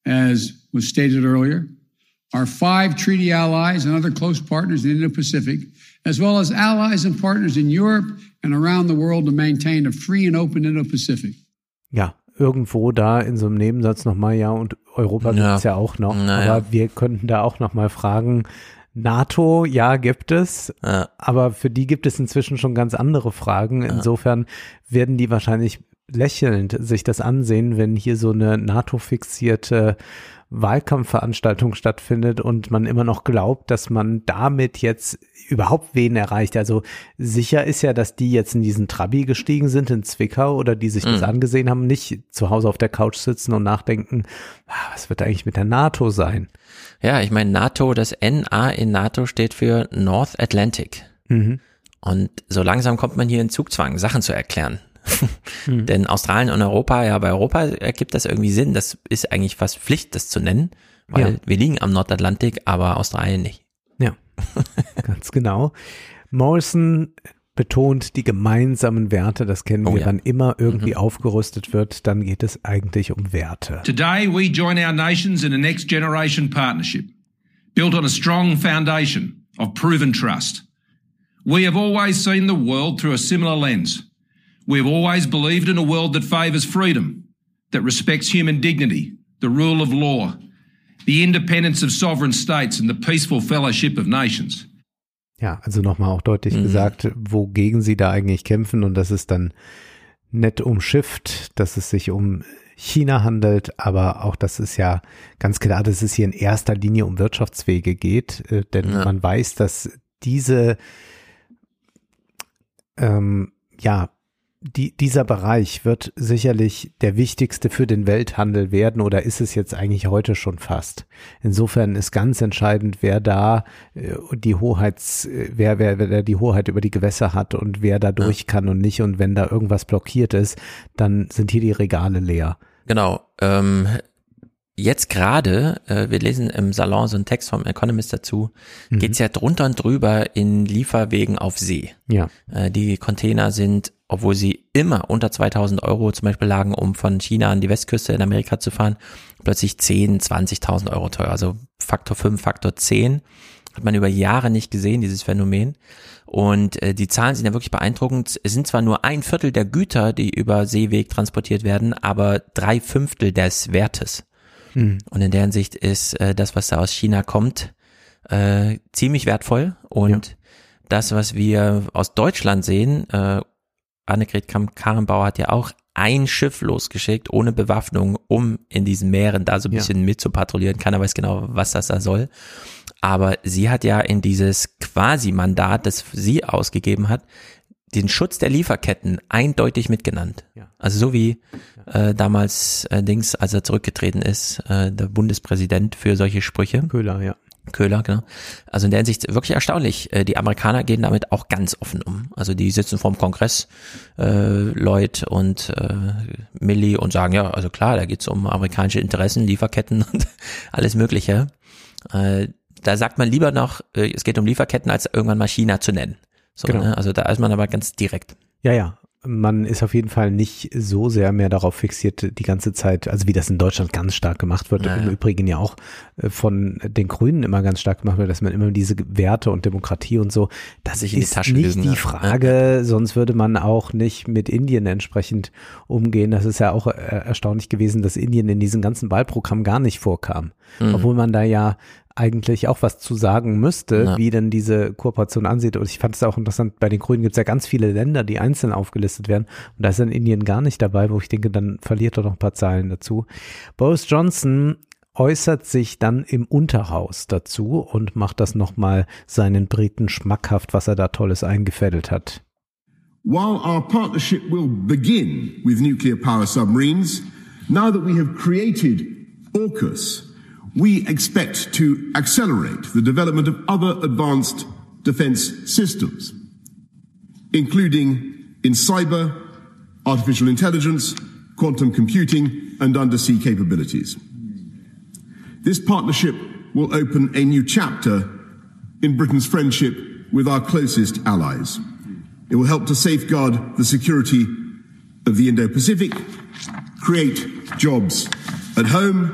as was stated earlier, our five treaty allies and other close partners in the Indo-Pacific, as well as allies and partners in Europe and around the world to maintain a free and open Indo-Pacific. Ja. Irgendwo da in so einem Nebensatz nochmal, ja, und Europa ja. gibt es ja auch noch, naja. aber wir könnten da auch nochmal fragen, NATO, ja, gibt es, ja. aber für die gibt es inzwischen schon ganz andere Fragen, insofern werden die wahrscheinlich lächelnd sich das ansehen, wenn hier so eine NATO-fixierte Wahlkampfveranstaltung stattfindet und man immer noch glaubt, dass man damit jetzt überhaupt wen erreicht. Also sicher ist ja, dass die jetzt in diesen Trabi gestiegen sind in Zwickau oder die sich mhm. das angesehen haben, nicht zu Hause auf der Couch sitzen und nachdenken, was wird eigentlich mit der NATO sein? Ja, ich meine NATO, das N A in NATO steht für North Atlantic. Mhm. Und so langsam kommt man hier in Zugzwang, Sachen zu erklären. mhm. Denn Australien und Europa, ja, bei Europa ergibt das irgendwie Sinn. Das ist eigentlich fast Pflicht, das zu nennen, weil ja. wir liegen am Nordatlantik, aber Australien nicht. Ja, ganz genau. Morrison betont die gemeinsamen Werte, das kennen oh, wir, ja. wann immer irgendwie mhm. aufgerüstet wird, dann geht es eigentlich um Werte. Today we join our nations in a next generation partnership, built on a strong foundation of proven trust. We have always seen the world through a similar lens. We have always believed in a world that favours freedom, that respects human dignity, the rule of law, the independence of sovereign states and the peaceful fellowship of nations. Ja, also nochmal auch deutlich mhm. gesagt, wogegen sie da eigentlich kämpfen und dass es dann nett umschifft, dass es sich um China handelt, aber auch, dass es ja ganz klar, dass es hier in erster Linie um Wirtschaftswege geht, äh, denn ja. man weiß, dass diese ähm, ja, Die, dieser Bereich wird sicherlich der wichtigste für den Welthandel werden oder ist es jetzt eigentlich heute schon fast. Insofern ist ganz entscheidend, wer da äh, die Hoheits, wer, wer, wer die Hoheit über die Gewässer hat und wer da durch kann und nicht. Und wenn da irgendwas blockiert ist, dann sind hier die Regale leer. Genau. Ähm, jetzt gerade, äh, wir lesen im Salon so einen Text vom Economist dazu, mhm. geht's ja drunter und drüber in Lieferwegen auf See. Ja. Äh, die Container sind, obwohl sie immer unter zweitausend Euro zum Beispiel lagen, um von China an die Westküste in Amerika zu fahren, plötzlich zehn, zwanzigtausend Euro teuer. Also Faktor fünf, Faktor zehn. Hat man über Jahre nicht gesehen, dieses Phänomen. Und äh, die Zahlen sind ja wirklich beeindruckend. Es sind zwar nur ein Viertel der Güter, die über Seeweg transportiert werden, aber drei Fünftel des Wertes. Hm. Und in der Hinsicht ist äh, das, was da aus China kommt, äh, ziemlich wertvoll. Und ja. das, was wir aus Deutschland sehen, äh, Annegret Kramp-Karrenbauer hat ja auch ein Schiff losgeschickt, ohne Bewaffnung, um in diesen Meeren da so ein bisschen ja. mit zu patrouillieren. Keiner weiß genau, was das da soll. Aber sie hat ja in dieses Quasi-Mandat, das sie ausgegeben hat, den Schutz der Lieferketten eindeutig mitgenannt. Ja. Also so wie ja. äh, damals äh, Dings, als er zurückgetreten ist, äh, der Bundespräsident für solche Sprüche. Köhler, ja. Köhler, genau. Also in der Hinsicht wirklich erstaunlich. Die Amerikaner gehen damit auch ganz offen um. Also die sitzen vorm Kongress, äh, Lloyd und äh, Milley und sagen, ja, also klar, da geht's um amerikanische Interessen, Lieferketten und alles Mögliche. Äh, da sagt man lieber noch, äh, es geht um Lieferketten, als irgendwann mal China zu nennen. So, genau. ne? Also da ist man aber ganz direkt. Ja, ja. Man ist auf jeden Fall nicht so sehr mehr darauf fixiert die ganze Zeit, also wie das in Deutschland ganz stark gemacht wird, naja. im Übrigen ja auch von den Grünen immer ganz stark gemacht wird, dass man immer diese Werte und Demokratie und so, das ist nicht lügen, die Frage, ja. sonst würde man auch nicht mit Indien entsprechend umgehen. Das ist ja auch erstaunlich gewesen, dass Indien in diesem ganzen Wahlprogramm gar nicht vorkam, mhm. obwohl man da ja eigentlich auch was zu sagen müsste, ja. wie denn diese Kooperation ansieht. Und ich fand es auch interessant, bei den Grünen gibt es ja ganz viele Länder, die einzeln aufgelistet werden. Und da ist dann Indien gar nicht dabei, wo ich denke, dann verliert er noch ein paar Zeilen dazu. Boris Johnson äußert sich dann im Unterhaus dazu und macht das nochmal seinen Briten schmackhaft, was er da Tolles eingefädelt hat. While our partnership will begin with nuclear power submarines, now that we have created AUKUS, we expect to accelerate the development of other advanced defense systems, including in cyber, artificial intelligence, quantum computing, and undersea capabilities. This partnership will open a new chapter in Britain's friendship with our closest allies. It will help to safeguard the security of the Indo-Pacific, create jobs at home.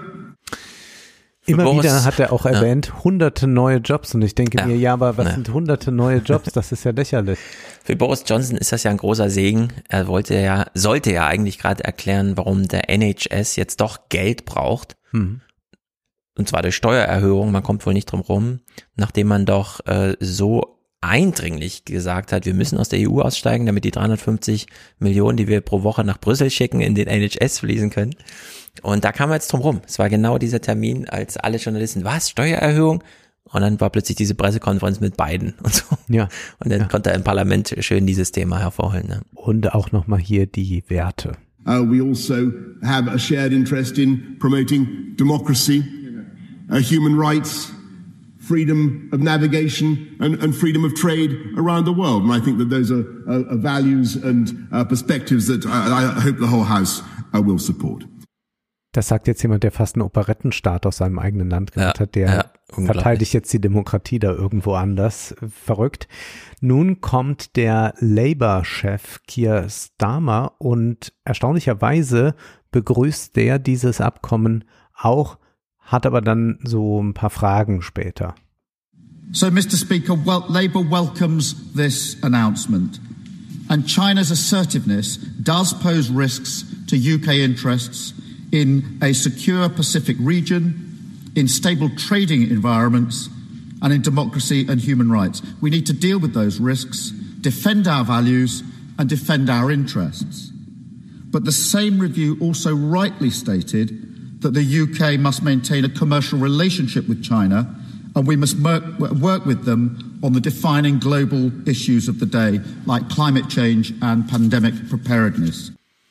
Immer Boris, wieder hat er auch erwähnt, ja. hunderte neue Jobs und ich denke ja. mir, ja, aber was ja. sind hunderte neue Jobs? Das ist ja lächerlich. Für Boris Johnson ist das ja ein großer Segen. Er wollte ja, sollte ja eigentlich gerade erklären, warum der N H S jetzt doch Geld braucht. Mhm. Und zwar durch Steuererhöhung, man kommt wohl nicht drum rum, nachdem man doch äh, so eindringlich gesagt hat, wir müssen aus der E U aussteigen, damit die dreihundertfünfzig Millionen, die wir pro Woche nach Brüssel schicken, in den N H S fließen können. Und da kam er jetzt drum rum. Es war genau dieser Termin, als alle Journalisten, was, Steuererhöhung? Und dann war plötzlich diese Pressekonferenz mit Biden und so. Ja. Und dann ja. konnte er im Parlament schön dieses Thema hervorholen. Ne? Und auch nochmal hier die Werte. Uh, we also have a shared interest in promoting democracy, uh, human rights, freedom of navigation and, and freedom of trade around the world. And I think that those are, are, are values and uh, perspectives that I, I hope the whole House uh, will support. Das sagt jetzt jemand, der fast einen Operettenstaat aus seinem eigenen Land gemacht ja, hat, der ja, verteidigt jetzt die Demokratie da irgendwo anders. Verrückt. Nun kommt der Labour-Chef Keir Starmer und erstaunlicherweise begrüßt der dieses Abkommen auch, hat aber dann so ein paar Fragen später. So, Mister Speaker, well, Labour welcomes this announcement. And China's assertiveness does pose risks to U K interests in a secure Pacific region, in stable trading environments, and in democracy and human rights. We need to deal with those risks, defend our values, and defend our interests. But the same review also rightly stated that the U K must maintain a commercial relationship with China, and we must work, work with them on the defining global issues of the day, like climate change and pandemic preparedness.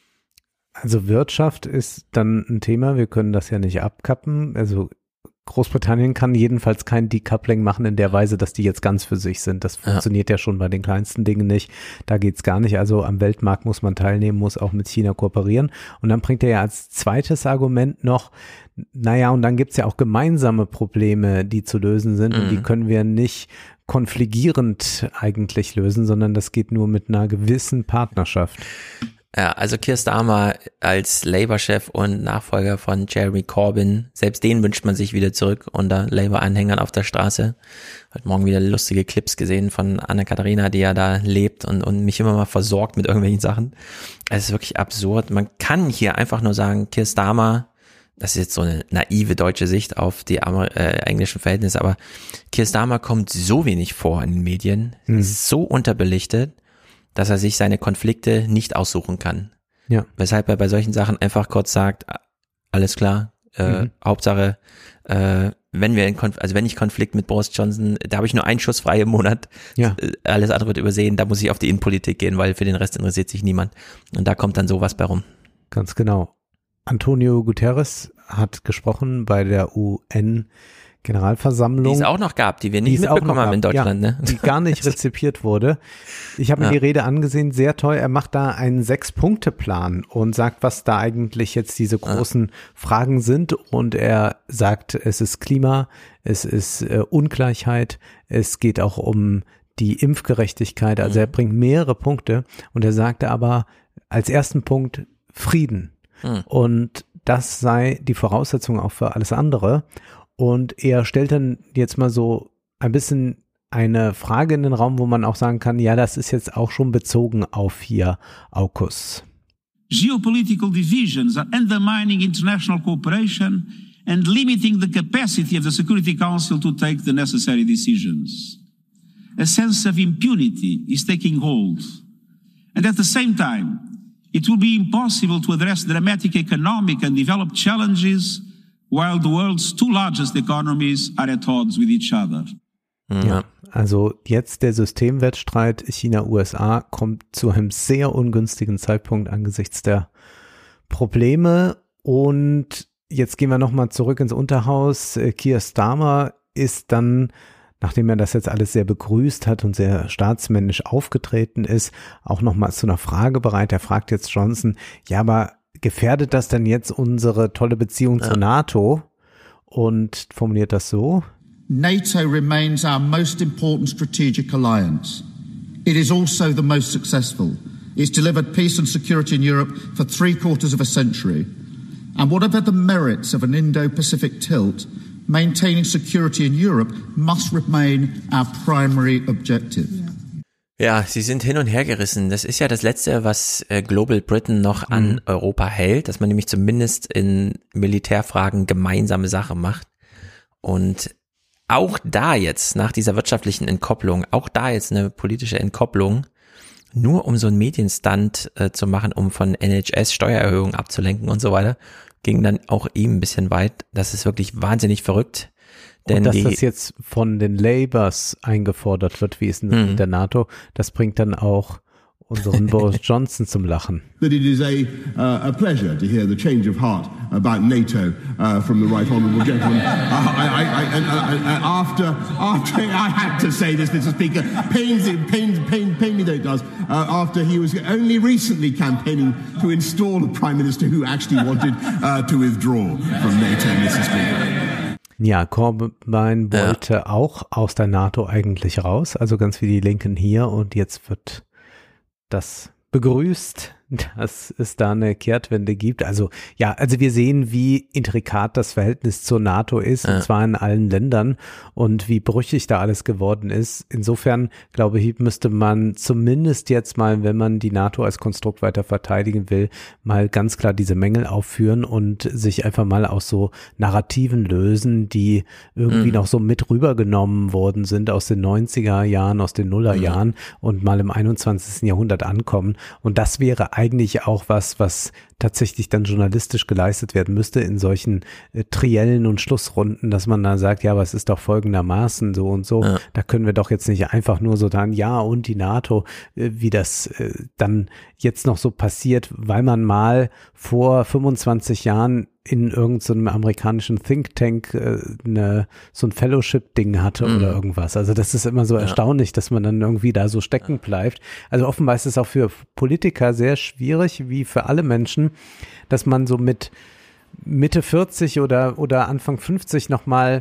Also Wirtschaft ist dann ein Thema, wir können das ja nicht abkappen. Also Großbritannien kann jedenfalls kein Decoupling machen in der Weise, dass die jetzt ganz für sich sind. Das funktioniert ja, ja schon bei den kleinsten Dingen nicht. Da geht's gar nicht. Also am Weltmarkt muss man teilnehmen, muss auch mit China kooperieren. Und dann bringt er ja als zweites Argument noch, naja, und dann gibt's ja auch gemeinsame Probleme, die zu lösen sind. Mhm. Und die können wir nicht konfligierend eigentlich lösen, sondern das geht nur mit einer gewissen Partnerschaft. Ja, also Keir Starmer als Labour-Chef und Nachfolger von Jeremy Corbyn, selbst den wünscht man sich wieder zurück unter Labour-Anhängern auf der Straße. Heute Morgen wieder lustige Clips gesehen von Anna-Katharina, die ja da lebt und, und mich immer mal versorgt mit irgendwelchen Sachen. Es ist wirklich absurd. Man kann hier einfach nur sagen, Keir Starmer, das ist jetzt so eine naive deutsche Sicht auf die Amer- äh, englischen Verhältnisse, aber Keir Starmer kommt so wenig vor in den Medien, hm. ist so unterbelichtet, dass er sich seine Konflikte nicht aussuchen kann. Ja. Weshalb er bei solchen Sachen einfach kurz sagt, alles klar, äh, mhm. Hauptsache, äh, wenn wir in Konf- also wenn ich Konflikt mit Boris Johnson, da habe ich nur einen Schuss frei im Monat, ja. alles andere wird übersehen, da muss ich auf die Innenpolitik gehen, weil für den Rest interessiert sich niemand. Und da kommt dann sowas bei rum. Ganz genau. Antonio Guterres hat gesprochen bei der U N Generalversammlung. Die es auch noch gab, die wir nicht mitbekommen haben in Deutschland. Ja, ne? Die gar nicht rezipiert wurde. Ich habe mir ja. die Rede angesehen, sehr toll. Er macht da einen Sechs-Punkte-Plan und sagt, was da eigentlich jetzt diese großen ja. Fragen sind. Und er sagt, es ist Klima, es ist äh, Ungleichheit, es geht auch um die Impfgerechtigkeit. Also mhm. er bringt mehrere Punkte. Und er sagte aber als ersten Punkt Frieden. Mhm. Und das sei die Voraussetzung auch für alles andere. Und er stellt dann jetzt mal so ein bisschen eine Frage in den Raum, wo man auch sagen kann, ja, das ist jetzt auch schon bezogen auf hier AUKUS. Geopolitical divisions are undermining international cooperation and limiting the capacity of the Security Council to take the necessary decisions. A sense of impunity is taking hold. And at the same time, it will be impossible to address dramatic economic and development challenges while the world's two largest economies are at odds with each other. Ja, also jetzt der Systemwettstreit China-U S A kommt zu einem sehr ungünstigen Zeitpunkt angesichts der Probleme. Und jetzt gehen wir nochmal zurück ins Unterhaus. Keir Starmer ist dann, nachdem er das jetzt alles sehr begrüßt hat und sehr staatsmännisch aufgetreten ist, auch nochmal zu einer Frage bereit. Er fragt jetzt Johnson, ja, aber gefährdet das denn jetzt unsere tolle Beziehung ja. zur NATO? Und formuliert das so: NATO remains our most important strategic alliance. It is also the most successful. It's delivered peace and security in Europe for three quarters of a century. And whatever the merits of an Indo-Pacific tilt, maintaining security in Europe must remain our primary objective. Ja. Ja, sie sind hin und her gerissen. Das ist ja das Letzte, was äh, Global Britain noch an mhm. Europa hält, dass man nämlich zumindest in Militärfragen gemeinsame Sache macht. Und auch da jetzt, nach dieser wirtschaftlichen Entkopplung, auch da jetzt eine politische Entkopplung, nur um so einen Medienstunt äh, zu machen, um von N H S Steuererhöhungen abzulenken und so weiter, ging dann auch ihm ein bisschen weit. Das ist wirklich wahnsinnig verrückt. Denn und dass die, das jetzt von den Labours eingefordert wird, wie es in hm. der NATO, das bringt dann auch unseren Boris Johnson zum Lachen. That it is a, uh, a pleasure to hear the change of heart about NATO uh, from the right honourable gentleman. Uh, I, I, I, I, I, after, after I had to say this, Mister Speaker, pains, pains, pain, pain me that it does. Uh, after he was only recently campaigning to install a prime minister who actually wanted uh, to withdraw from NATO, Mister Speaker. Ja, Corbyn wollte ja. auch aus der NATO eigentlich raus, also ganz wie die Linken hier, und jetzt wird das begrüßt, dass es da eine Kehrtwende gibt. Also ja, also wir sehen, wie intrikat das Verhältnis zur NATO ist, ja. und zwar in allen Ländern, und wie brüchig da alles geworden ist. Insofern, glaube ich, müsste man zumindest jetzt mal, wenn man die NATO als Konstrukt weiter verteidigen will, mal ganz klar diese Mängel aufführen und sich einfach mal aus so Narrativen lösen, die irgendwie mhm. noch so mit rübergenommen worden sind aus den neunziger Jahren, aus den Nullerjahren, mhm. und mal im einundzwanzigsten Jahrhundert ankommen. Und das wäre eigentlich auch was, was tatsächlich dann journalistisch geleistet werden müsste in solchen äh, Triellen und Schlussrunden, dass man da sagt, ja, aber es ist doch folgendermaßen so und so, ja. da können wir doch jetzt nicht einfach nur so sagen, ja, und die NATO, äh, wie das äh, dann jetzt noch so passiert, weil man mal vor fünfundzwanzig Jahren in irgendeinem so amerikanischen Think Tank äh, eine, so ein Fellowship-Ding hatte mhm. oder irgendwas. Also das ist immer so ja. erstaunlich, dass man dann irgendwie da so stecken bleibt. Also offenbar ist es auch für Politiker sehr schwierig, wie für alle Menschen, dass man so mit Mitte vierzig oder, oder Anfang fünfzig nochmal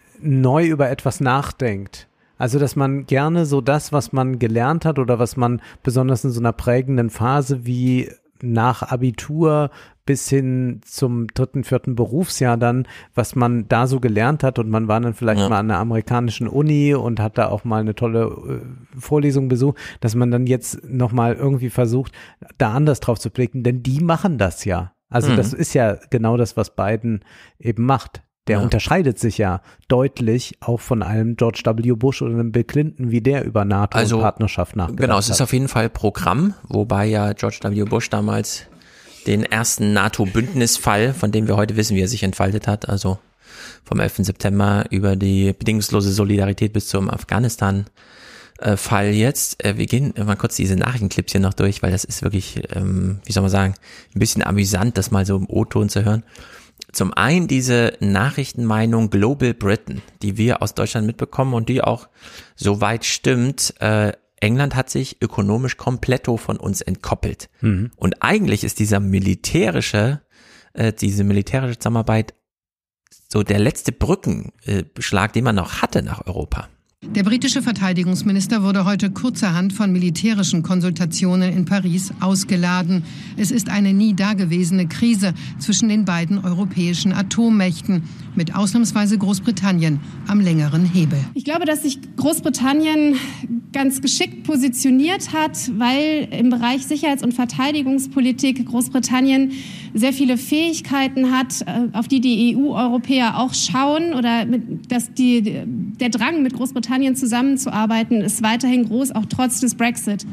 neu über etwas nachdenkt. Also, dass man gerne so das, was man gelernt hat oder was man besonders in so einer prägenden Phase wie nach Abitur bis hin zum dritten, vierten Berufsjahr dann, was man da so gelernt hat, und man war dann vielleicht ja. mal an einer amerikanischen Uni und hat da auch mal eine tolle äh, Vorlesung besucht, dass man dann jetzt nochmal irgendwie versucht, da anders drauf zu blicken, denn die machen das ja. Also mhm. das ist ja genau das, was Biden eben macht. Der ja. unterscheidet sich ja deutlich auch von einem George W. Bush oder einem Bill Clinton, wie der über NATO also, und Partnerschaft nachgedacht hat. Genau, es ist auf jeden Fall Programm, wobei ja George W. Bush damals den ersten NATO-Bündnisfall, von dem wir heute wissen, wie er sich entfaltet hat, also vom elften September über die bedingungslose Solidarität bis zum Afghanistan-Fall jetzt. Wir gehen mal kurz diese Nachrichtenclips hier noch durch, weil das ist wirklich, wie soll man sagen, ein bisschen amüsant, das mal so im O-Ton zu hören. Zum einen diese Nachrichtenmeinung Global Britain, die wir aus Deutschland mitbekommen und die auch soweit stimmt. Äh, England hat sich ökonomisch kompletto von uns entkoppelt. Mhm. Und eigentlich ist dieser militärische, äh, diese militärische Zusammenarbeit so der letzte Brückenschlag, den man noch hatte nach Europa. Der britische Verteidigungsminister wurde heute kurzerhand von militärischen Konsultationen in Paris ausgeladen. Es ist eine nie dagewesene Krise zwischen den beiden europäischen Atommächten, mit ausnahmsweise Großbritannien am längeren Hebel. Ich glaube, dass sich Großbritannien ganz geschickt positioniert hat, weil im Bereich Sicherheits- und Verteidigungspolitik Großbritannien sehr viele Fähigkeiten hat, auf die die E U-Europäer auch schauen, oder mit, dass die, der Drang, mit Großbritannien zusammenzuarbeiten, ist weiterhin groß, auch trotz des Brexit.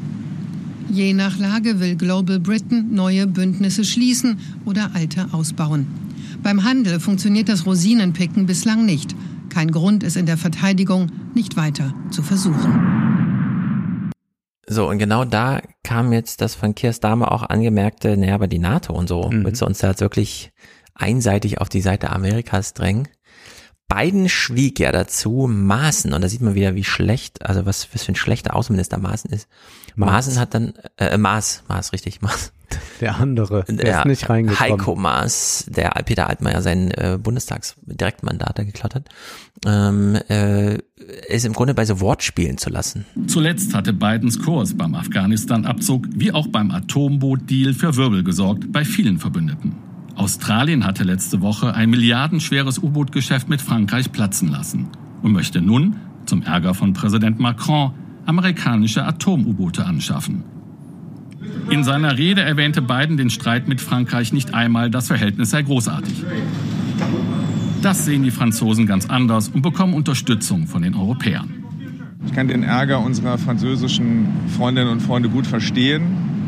Je nach Lage will Global Britain neue Bündnisse schließen oder alte ausbauen. Beim Handel funktioniert das Rosinenpicken bislang nicht. Kein Grund, es in der Verteidigung nicht weiter zu versuchen. So, und genau da kam jetzt das von Keir Starmer auch angemerkte, naja, aber die NATO und so, mhm. willst du uns da jetzt wirklich einseitig auf die Seite Amerikas drängen? Biden schwieg ja dazu. Maaßen, und da sieht man wieder, wie schlecht, also was, was für ein schlechter Außenminister Maaßen ist. Maaßen hat dann, äh, Maas, Maas, richtig, Maas. Der andere, der, der ist nicht reingekommen. Heiko Maas, der Peter Altmaier sein äh, Bundestagsdirektmandat geklaut hat, ähm, äh, ist im Grunde bei so Wortspielen zu lassen. Zuletzt hatte Bidens Kurs beim Afghanistan-Abzug wie auch beim Atomboot-Deal für Wirbel gesorgt bei vielen Verbündeten. Australien hatte letzte Woche ein milliardenschweres U-Boot-Geschäft mit Frankreich platzen lassen und möchte nun, zum Ärger von Präsident Macron, amerikanische Atom-U-Boote anschaffen. In seiner Rede erwähnte Biden den Streit mit Frankreich nicht einmal, das Verhältnis sei großartig. Das sehen die Franzosen ganz anders und bekommen Unterstützung von den Europäern. Ich kann den Ärger unserer französischen Freundinnen und Freunde gut verstehen.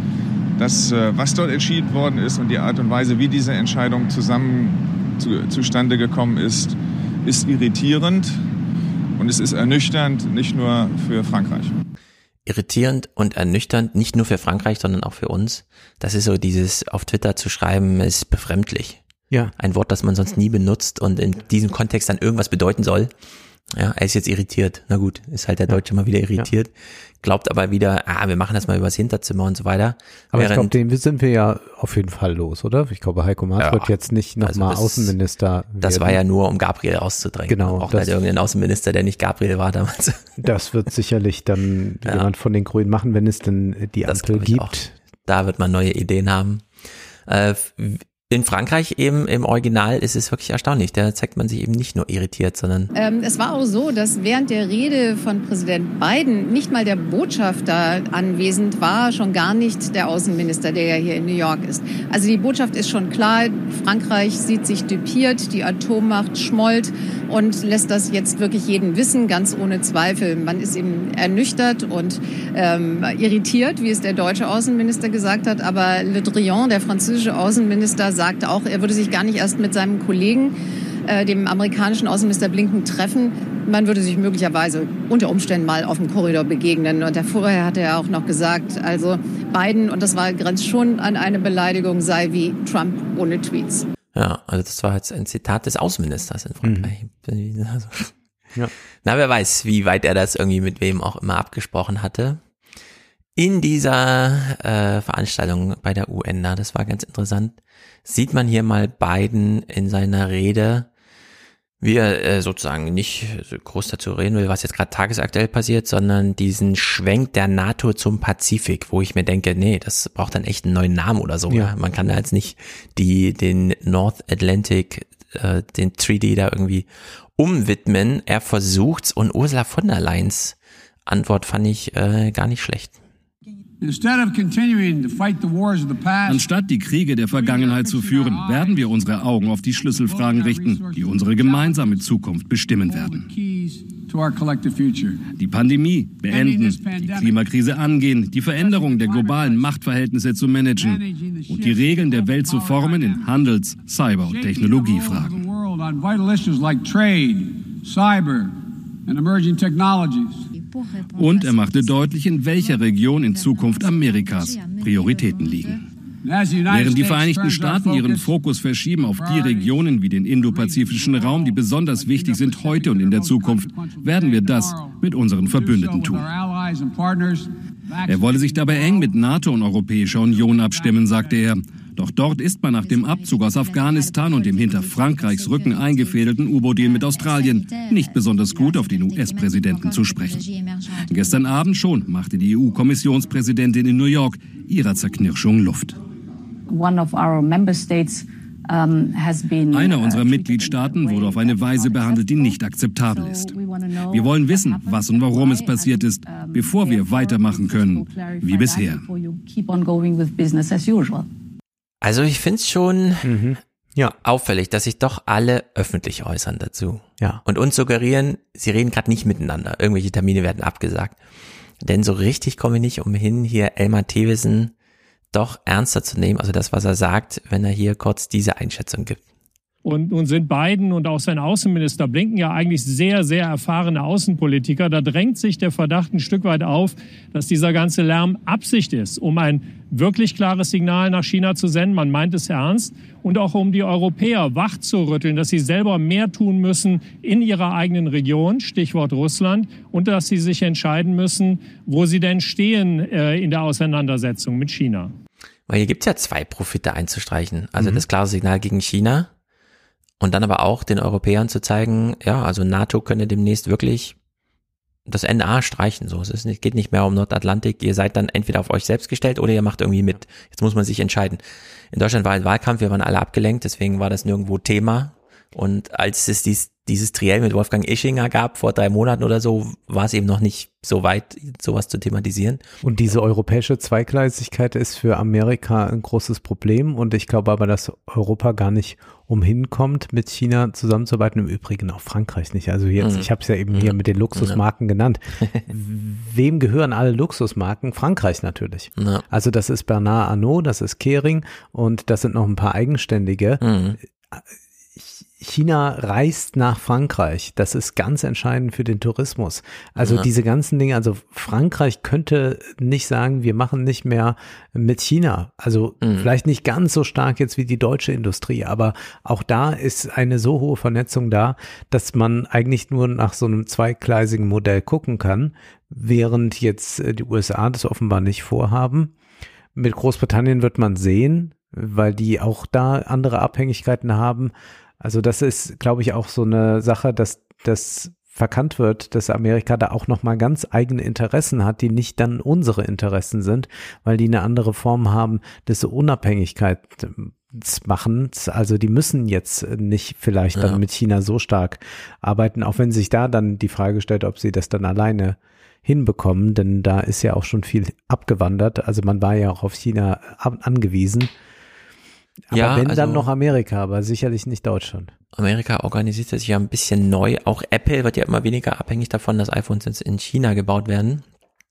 Das, was dort entschieden worden ist und die Art und Weise, wie diese Entscheidung zusammen zu, zustande gekommen ist, ist irritierend und es ist ernüchternd, nicht nur für Frankreich. Irritierend und ernüchternd, nicht nur für Frankreich, sondern auch für uns. Das ist so dieses auf Twitter zu schreiben, ist befremdlich. Ja. Ein Wort, das man sonst nie benutzt und in diesem Kontext dann irgendwas bedeuten soll. Ja, er ist jetzt irritiert. Na gut, ist halt der Deutsche mal wieder irritiert. Ja. Glaubt aber wieder, ah, wir machen das mal übers Hinterzimmer und so weiter. Aber Während, ich glaube, den sind wir ja auf jeden Fall los, oder? Ich glaube, Heiko Maas ja, wird jetzt nicht nochmal also Außenminister werden. Das war ja nur, um Gabriel rauszudrängen. Genau. Auch halt irgendein Außenminister, der nicht Gabriel war damals. Das wird sicherlich dann ja. jemand von den Grünen machen, wenn es denn die Ampel gibt. Auch. Da wird man neue Ideen haben. Äh, In Frankreich eben im Original ist es wirklich erstaunlich. Da zeigt man sich eben nicht nur irritiert, sondern... Ähm, es war auch so, dass während der Rede von Präsident Biden nicht mal der Botschafter anwesend war, schon gar nicht der Außenminister, der ja hier in New York ist. Also die Botschaft ist schon klar, Frankreich sieht sich düpiert, die Atommacht schmollt und lässt das jetzt wirklich jeden wissen, ganz ohne Zweifel. Man ist eben ernüchtert und ähm, irritiert, wie es der deutsche Außenminister gesagt hat, aber Le Drian, der französische Außenminister, sagte auch, er würde sich gar nicht erst mit seinem Kollegen, äh, dem amerikanischen Außenminister Blinken, treffen. Man würde sich möglicherweise unter Umständen mal auf dem Korridor begegnen. Und vorher hatte er auch noch gesagt, also Biden, und das war grenzt schon an eine Beleidigung, sei wie Trump ohne Tweets. Ja, also das war jetzt ein Zitat des Außenministers in Frankreich. Mhm. Also, ja. Na, wer weiß, wie weit er das irgendwie mit wem auch immer abgesprochen hatte. In dieser äh, Veranstaltung bei der U N, das war ganz interessant, sieht man hier mal Biden in seiner Rede, wie er äh, sozusagen nicht groß dazu reden will, was jetzt gerade tagesaktuell passiert, sondern diesen Schwenk der NATO zum Pazifik, wo ich mir denke, nee, das braucht dann echt einen neuen Namen oder so. Ja. Man kann da jetzt nicht die den North Atlantic, äh, den Treaty da irgendwie umwidmen. Er versucht's und Ursula von der Leyens Antwort fand ich äh, gar nicht schlecht. Anstatt die Kriege der Vergangenheit zu führen, werden wir unsere Augen auf die Schlüsselfragen richten, die unsere gemeinsame Zukunft bestimmen werden. Die Pandemie beenden, die Klimakrise angehen, die Veränderung der globalen Machtverhältnisse zu managen und die Regeln der Welt zu formen in Handels-, Cyber- und Technologiefragen. Und er machte deutlich, in welcher Region in Zukunft Amerikas Prioritäten liegen. Während die Vereinigten Staaten ihren Fokus verschieben auf die Regionen wie den indopazifischen Raum, die besonders wichtig sind heute und in der Zukunft, werden wir das mit unseren Verbündeten tun. Er wolle sich dabei eng mit NATO und Europäischer Union abstimmen, sagte er. Doch dort ist man nach dem Abzug aus Afghanistan und dem hinter Frankreichs Rücken eingefädelten U-Boot-Deal mit Australien nicht besonders gut auf den U S-Präsidenten zu sprechen. Gestern Abend schon machte die E U-Kommissionspräsidentin in New York ihrer Zerknirschung Luft. One of our member states Einer unserer Mitgliedstaaten wurde auf eine Weise behandelt, die nicht akzeptabel ist. Wir wollen wissen, was und warum es passiert ist, bevor wir weitermachen können wie bisher. Also ich finde es schon mhm. ja. auffällig, dass sich doch alle öffentlich äußern dazu. Ja. Und uns suggerieren, sie reden gerade nicht miteinander. Irgendwelche Termine werden abgesagt. Denn so richtig komme ich nicht umhin, hier Elmar Thewissen doch ernster zu nehmen, also das, was er sagt, wenn er hier kurz diese Einschätzung gibt. Und nun sind Biden und auch sein Außenminister Blinken ja eigentlich sehr, sehr erfahrene Außenpolitiker. Da drängt sich der Verdacht ein Stück weit auf, dass dieser ganze Lärm Absicht ist, um ein wirklich klares Signal nach China zu senden. Man meint es ernst. Und auch um die Europäer wach zu rütteln, dass sie selber mehr tun müssen in ihrer eigenen Region, Stichwort Russland, und dass sie sich entscheiden müssen, wo sie denn stehen äh, in der Auseinandersetzung mit China. Weil hier gibt es ja zwei Profite einzustreichen. Also mhm. das klare Signal gegen China und dann aber auch den Europäern zu zeigen, ja, also NATO könne demnächst wirklich das N A streichen. So, es ist nicht, geht nicht mehr um Nordatlantik. Ihr seid dann entweder auf euch selbst gestellt oder ihr macht irgendwie mit. Jetzt muss man sich entscheiden. In Deutschland war ein Wahlkampf, wir waren alle abgelenkt, deswegen war das nirgendwo Thema. Und als es dies, dieses Triell mit Wolfgang Ischinger gab, vor drei Monaten oder so, war es eben noch nicht so weit, sowas zu thematisieren. Und diese europäische Zweigleisigkeit ist für Amerika ein großes Problem. Und ich glaube aber, dass Europa gar nicht umhin kommt, mit China zusammenzuarbeiten. Im Übrigen auch Frankreich nicht. Also jetzt, mhm. ich habe es ja eben mhm. hier mit den Luxusmarken mhm. genannt. Wem gehören alle Luxusmarken? Frankreich natürlich. Ja. Also das ist Bernard Arnault, das ist Kering und das sind noch ein paar eigenständige. Mhm. China reist nach Frankreich. Das ist ganz entscheidend für den Tourismus. Also ja. diese ganzen Dinge, also Frankreich könnte nicht sagen, wir machen nicht mehr mit China. Also mhm. vielleicht nicht ganz so stark jetzt wie die deutsche Industrie, aber auch da ist eine so hohe Vernetzung da, dass man eigentlich nur nach so einem zweigleisigen Modell gucken kann, während jetzt die U S A das offenbar nicht vorhaben. Mit Großbritannien wird man sehen, weil die auch da andere Abhängigkeiten haben. Also das ist, glaube ich, auch so eine Sache, dass das verkannt wird, dass Amerika da auch nochmal ganz eigene Interessen hat, die nicht dann unsere Interessen sind, weil die eine andere Form haben des Unabhängigkeitsmachens. Also die müssen jetzt nicht vielleicht ja. dann mit China so stark arbeiten, auch wenn sich da dann die Frage stellt, ob sie das dann alleine hinbekommen, denn da ist ja auch schon viel abgewandert. Also man war ja auch auf China angewiesen. Aber ja, wenn also dann noch Amerika, aber sicherlich nicht Deutschland. Amerika organisiert sich ja ein bisschen neu. Auch Apple wird ja immer weniger abhängig davon, dass iPhones jetzt in China gebaut werden.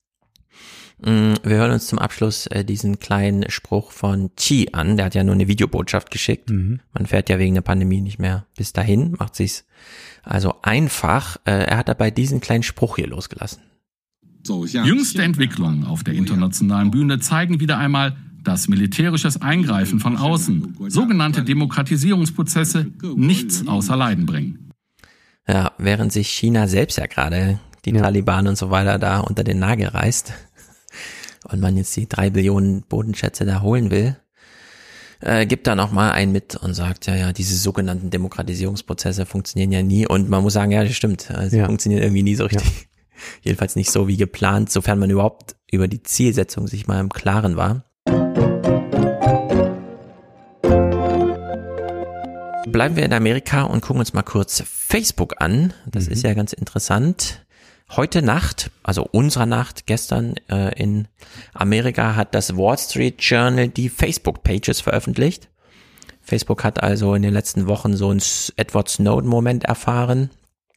Wir hören uns zum Abschluss diesen kleinen Spruch von Xi an. Der hat ja nur eine Videobotschaft geschickt. Mhm. Man fährt ja wegen der Pandemie nicht mehr bis dahin, macht sich's also einfach. Er hat dabei diesen kleinen Spruch hier losgelassen. Jüngste Entwicklungen auf der internationalen Bühne zeigen wieder einmal, dass militärisches Eingreifen von außen, sogenannte Demokratisierungsprozesse, nichts außer Leiden bringen. Ja, während sich China selbst ja gerade die ja. Taliban und so weiter da unter den Nagel reißt und man jetzt die drei Billionen Bodenschätze da holen will, äh, gibt da nochmal einen mit und sagt, ja, ja, diese sogenannten Demokratisierungsprozesse funktionieren ja nie und man muss sagen, ja, das stimmt, sie ja. funktionieren irgendwie nie so richtig. Ja. Jedenfalls nicht so wie geplant, sofern man überhaupt über die Zielsetzung sich mal im Klaren war. Bleiben wir in Amerika und gucken uns mal kurz Facebook an. Das mhm. ist ja ganz interessant. Heute Nacht, also unserer Nacht, gestern äh, in Amerika hat das Wall Street Journal die Facebook-Pages veröffentlicht. Facebook hat also in den letzten Wochen so einen Edward Snowden-Moment erfahren.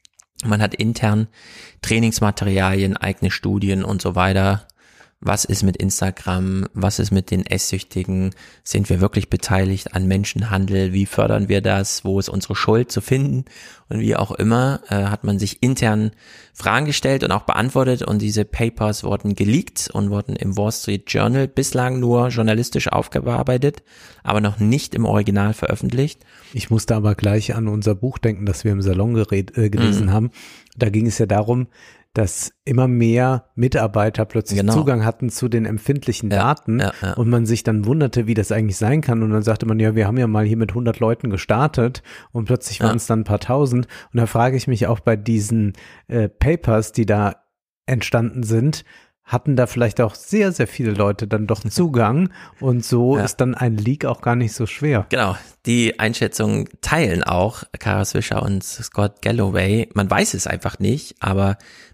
Man hat intern Trainingsmaterialien, eigene Studien und so weiter. Was ist mit Instagram? Was ist mit den Esssüchtigen? Sind wir wirklich beteiligt an Menschenhandel? Wie fördern wir das? Wo ist unsere Schuld zu finden? Und wie auch immer äh, hat man sich intern Fragen gestellt und auch beantwortet und diese Papers wurden geleakt und wurden im Wall Street Journal bislang nur journalistisch aufgearbeitet, aber noch nicht im Original veröffentlicht. Ich musste aber gleich an unser Buch denken, das wir im Salon gered, äh, gelesen mhm. haben. Da ging es ja darum, dass immer mehr Mitarbeiter plötzlich genau. Zugang hatten zu den empfindlichen ja, Daten ja, ja. und man sich dann wunderte, wie das eigentlich sein kann und dann sagte man, ja, wir haben ja mal hier mit hundert Leuten gestartet und plötzlich waren es ja. dann ein paar tausend und da frage ich mich auch bei diesen äh, Papers, die da entstanden sind, hatten da vielleicht auch sehr, sehr viele Leute dann doch Zugang und so ja. ist dann ein Leak auch gar nicht so schwer. Genau, die Einschätzung teilen auch Kara Swisher und Scott Galloway. Man weiß es einfach nicht, aber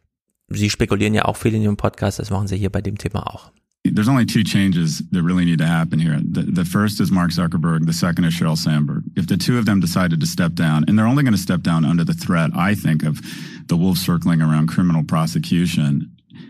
Sie spekulieren ja auch viel in Ihrem Podcast, das machen Sie hier bei dem Thema auch. There's only two changes that really need to happen here. The, the first is Mark Zuckerberg, the second is Sheryl Sandberg. If the two of them decided to step down, and they're only going to step down under the threat, I think, of the wolves circling around criminal prosecution,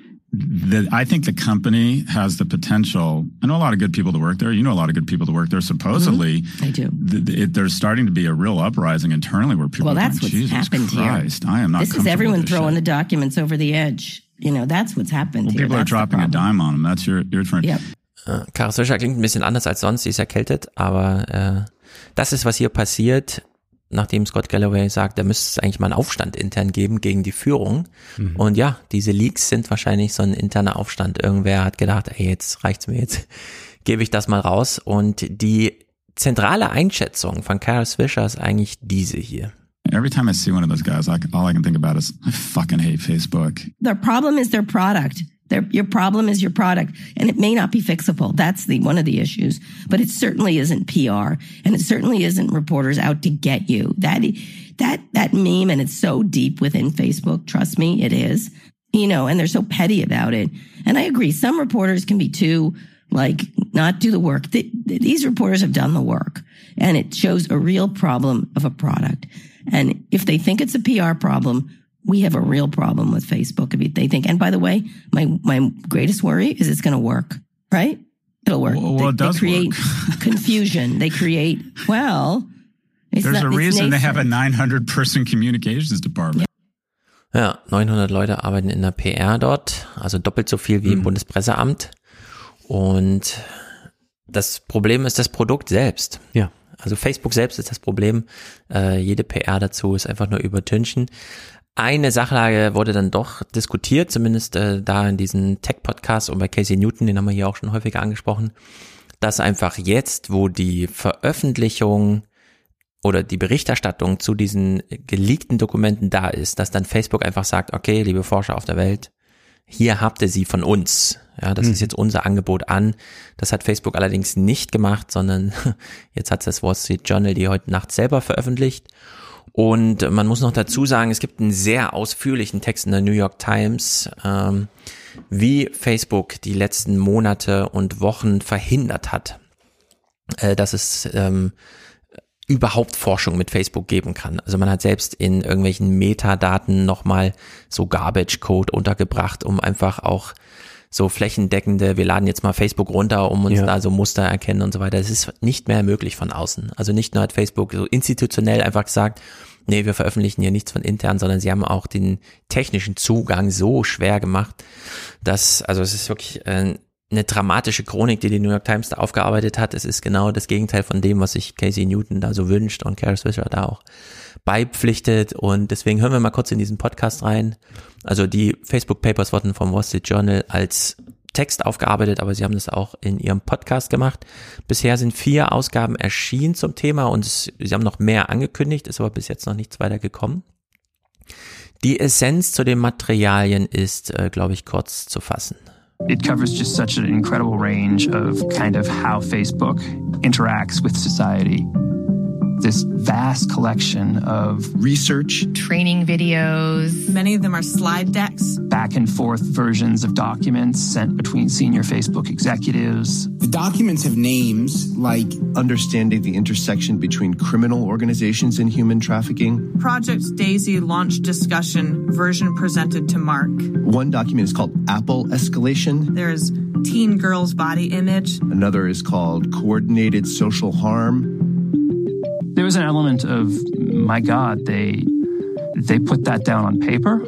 the, I think the company has the potential. I know a lot of good people to work there. You know a lot of good people to work there. Supposedly, mm-hmm. I do. Th- it, there's starting to be a real uprising internally where people well, are that's going, what's Jesus happened Christ, here. I am not This comfortable is everyone with this throwing shit. the documents over the edge. You know, that's what's happened well, here. People that's are dropping a dime on them. That's your, your friend. Yep. Kara Swisher klingt ein bisschen anders als sonst, sie ist erkältet, aber äh, das ist, was hier passiert, nachdem Scott Galloway sagt, da müsste es eigentlich mal einen Aufstand intern geben gegen die Führung. Mhm. Und ja, diese Leaks sind wahrscheinlich so ein interner Aufstand. Irgendwer hat gedacht, ey, jetzt reicht's mir, jetzt gebe ich das mal raus. Und die zentrale Einschätzung von Kara Swisher ist eigentlich diese hier. Every time I see one of those guys, like, all I can think about is, I fucking hate Facebook. The problem is their product. Their, your problem is your product, and it may not be fixable. That's the one of the issues, but it certainly isn't P R, and it certainly isn't reporters out to get you. That that that meme, and it's so deep within Facebook. Trust me, it is. You know, and they're so petty about it. And I agree, some reporters can be too like not do the work. Th- these reporters have done the work, and it shows a real problem of a product. And if they think it's a P R problem, we have a real problem with Facebook. If they think, and by the way, my, my greatest worry is it's going to work, right? It'll work. Well, well they, it does they create work. confusion. They create, well, it's There's not, a reason they nascent. have a nine hundred person communications department. Ja, neunhundert Leute arbeiten in der P R dort, also doppelt so viel wie im mhm. Bundespresseamt. Und das Problem ist das Produkt selbst. Ja. Also Facebook selbst ist das Problem. Äh, jede P R dazu ist einfach nur übertünchen. Eine Sachlage wurde dann doch diskutiert, zumindest äh, da in diesen Tech-Podcast und bei Casey Newton, den haben wir hier auch schon häufiger angesprochen, dass einfach jetzt, wo die Veröffentlichung oder die Berichterstattung zu diesen geleakten Dokumenten da ist, dass dann Facebook einfach sagt, okay, liebe Forscher auf der Welt, hier habt ihr sie von uns. Ja, das mhm. ist jetzt unser Angebot an. Das hat Facebook allerdings nicht gemacht, sondern jetzt hat das Wall Street Journal die heute Nacht selber veröffentlicht. Und man muss noch dazu sagen, es gibt einen sehr ausführlichen Text in der New York Times, ähm, wie Facebook die letzten Monate und Wochen verhindert hat, äh, dass es ähm, überhaupt Forschung mit Facebook geben kann. Also man hat selbst in irgendwelchen Metadaten nochmal so Garbage Code untergebracht, um einfach auch so flächendeckende, wir laden jetzt mal Facebook runter, um uns ja. da so Muster erkennen und so weiter. Das ist nicht mehr möglich von außen. Also nicht nur hat Facebook so institutionell einfach gesagt, nee, wir veröffentlichen hier nichts von intern, sondern sie haben auch den technischen Zugang so schwer gemacht, dass, also es ist wirklich äh, eine dramatische Chronik, die die New York Times da aufgearbeitet hat. Es ist genau das Gegenteil von dem, was sich Casey Newton da so wünscht und Kara Swisher da auch beipflichtet. Und deswegen hören wir mal kurz in diesen Podcast rein. Also die Facebook Papers wurden vom Wall Street Journal als Text aufgearbeitet, aber sie haben das auch in ihrem Podcast gemacht. Bisher sind vier Ausgaben erschienen zum Thema und es, sie haben noch mehr angekündigt, ist aber bis jetzt noch nichts weiter gekommen. Die Essenz zu den Materialien ist, äh, glaube ich, kurz zu fassen. It covers just such an incredible range of kind of how Facebook interacts with society. This vast collection of research, training videos. Many of them are slide decks. Back and forth versions of documents sent between senior Facebook executives. The documents have names like Understanding the Intersection Between Criminal Organizations and Human Trafficking. Project Daisy Launch Discussion version presented to Mark. One document is called Apple Escalation. There's Teen Girl's Body Image. Another is called Coordinated Social Harm. There was an element of, my God, they they put that down on paper.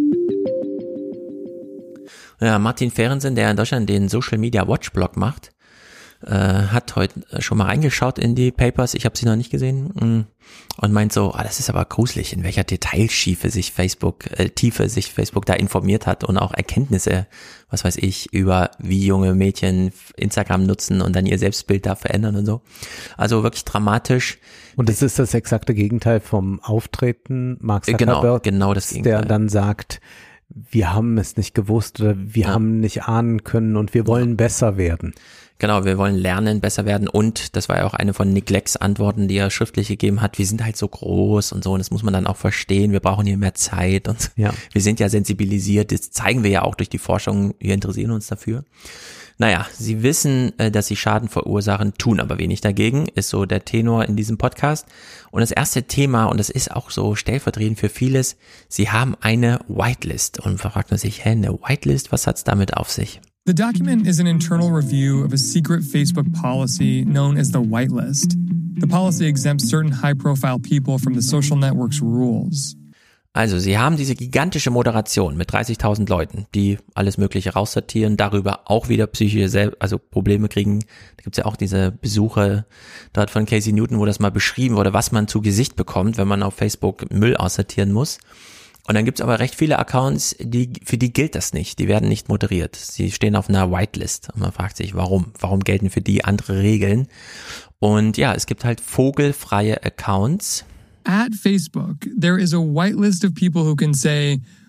Ja, Martin Fehrensen, der in Deutschland den Social Media Watch Blog macht, äh, hat heute schon mal reingeschaut in die Papers. Ich habe sie noch nicht gesehen und meint so, ah, das ist aber gruselig, in welcher Detailschiefe sich Facebook, äh, Tiefe sich Facebook da informiert hat und auch Erkenntnisse, was weiß ich, über wie junge Mädchen Instagram nutzen und dann ihr Selbstbild da verändern und so. Also wirklich dramatisch. Und es ist das exakte Gegenteil vom Auftreten Mark Zuckerberg, genau, genau das Gegenteil. Der dann sagt, wir haben es nicht gewusst oder wir ja. haben nicht ahnen können und wir wollen besser werden. Genau, wir wollen lernen, besser werden und das war ja auch eine von Nick Legg's Antworten, die er schriftlich gegeben hat, wir sind halt so groß und so und das muss man dann auch verstehen, wir brauchen hier mehr Zeit und ja. wir sind ja sensibilisiert, das zeigen wir ja auch durch die Forschung, wir interessieren uns dafür. Naja, sie wissen, dass sie Schaden verursachen, tun aber wenig dagegen, ist so der Tenor in diesem Podcast. Und das erste Thema, und das ist auch so stellvertretend für vieles, sie haben eine Whitelist. Und man fragt man sich, hä, eine Whitelist, was hat's damit auf sich? The document is an internal review of a secret Facebook policy known as the Whitelist. The policy exempts certain high-profile people from the social network's rules. Also, sie haben diese gigantische Moderation mit dreißigtausend Leuten, die alles Mögliche raussortieren, darüber auch wieder psychische, also Probleme kriegen. Da gibt's ja auch diese Besuche dort von Casey Newton, wo das mal beschrieben wurde, was man zu Gesicht bekommt, wenn man auf Facebook Müll aussortieren muss. Und dann gibt's aber recht viele Accounts, die für die gilt das nicht. Die werden nicht moderiert. Sie stehen auf einer Whitelist. Und man fragt sich, warum? Warum gelten für die andere Regeln? Und ja, es gibt halt vogelfreie Accounts. At Facebook, there is a whitelist of people who can say,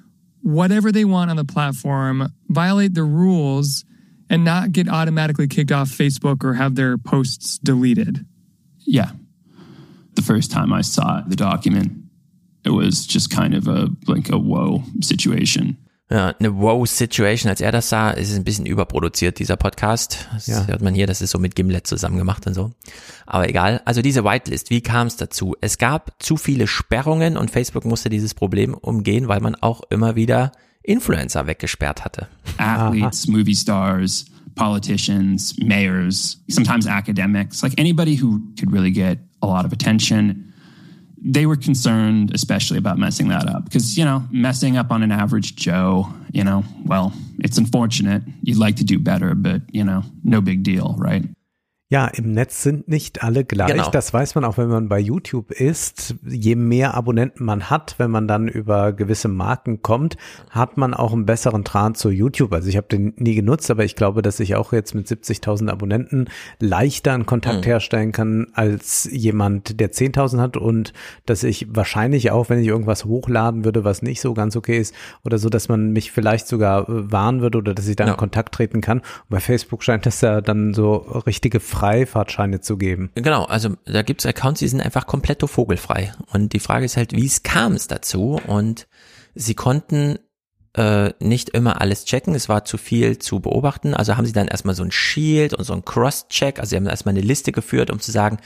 whatever they want on the platform, violate the rules, and not get automatically kicked off Facebook or have their posts deleted? Yeah. The first time I saw the document, it was just kind of a like a whoa situation. Ja, eine Wow-Situation, als er das sah, ist es ein bisschen überproduziert, dieser Podcast. Das ja. hört man hier, das ist so mit Gimlet zusammen gemacht und so. Aber egal. Also diese Whitelist, wie kam es dazu? Es gab zu viele Sperrungen und Facebook musste dieses Problem umgehen, weil man auch immer wieder Influencer weggesperrt hatte. Athletes, movie stars, politicians, mayors, sometimes academics, like anybody who could really get a lot of attention. They were concerned, especially about messing that up. Because, you know, messing up on an average Joe, you know, well, it's unfortunate. You'd like to do better, but, you know, no big deal, right? Ja, im Netz sind nicht alle gleich. Genau. Das weiß man auch, wenn man bei YouTube ist. Je mehr Abonnenten man hat, wenn man dann über gewisse Marken kommt, hat man auch einen besseren Draht zu YouTube. Also ich habe den nie genutzt, aber ich glaube, dass ich auch jetzt mit siebzigtausend Abonnenten leichter einen Kontakt mhm. herstellen kann als jemand, der zehntausend hat, und dass ich wahrscheinlich auch, wenn ich irgendwas hochladen würde, was nicht so ganz okay ist oder so, dass man mich vielleicht sogar warnen würde oder dass ich da ja. in Kontakt treten kann. Und bei Facebook scheint das ja dann so richtige Freifahrtscheine zu geben. Genau, also da gibt es Accounts, die sind einfach komplett vogelfrei. Und die Frage ist halt, wie es kam es dazu? Und sie konnten äh, nicht immer alles checken, es war zu viel zu beobachten. Also haben sie dann erstmal so ein Shield und so ein Cross-Check, also sie haben erstmal eine Liste geführt, um zu sagen,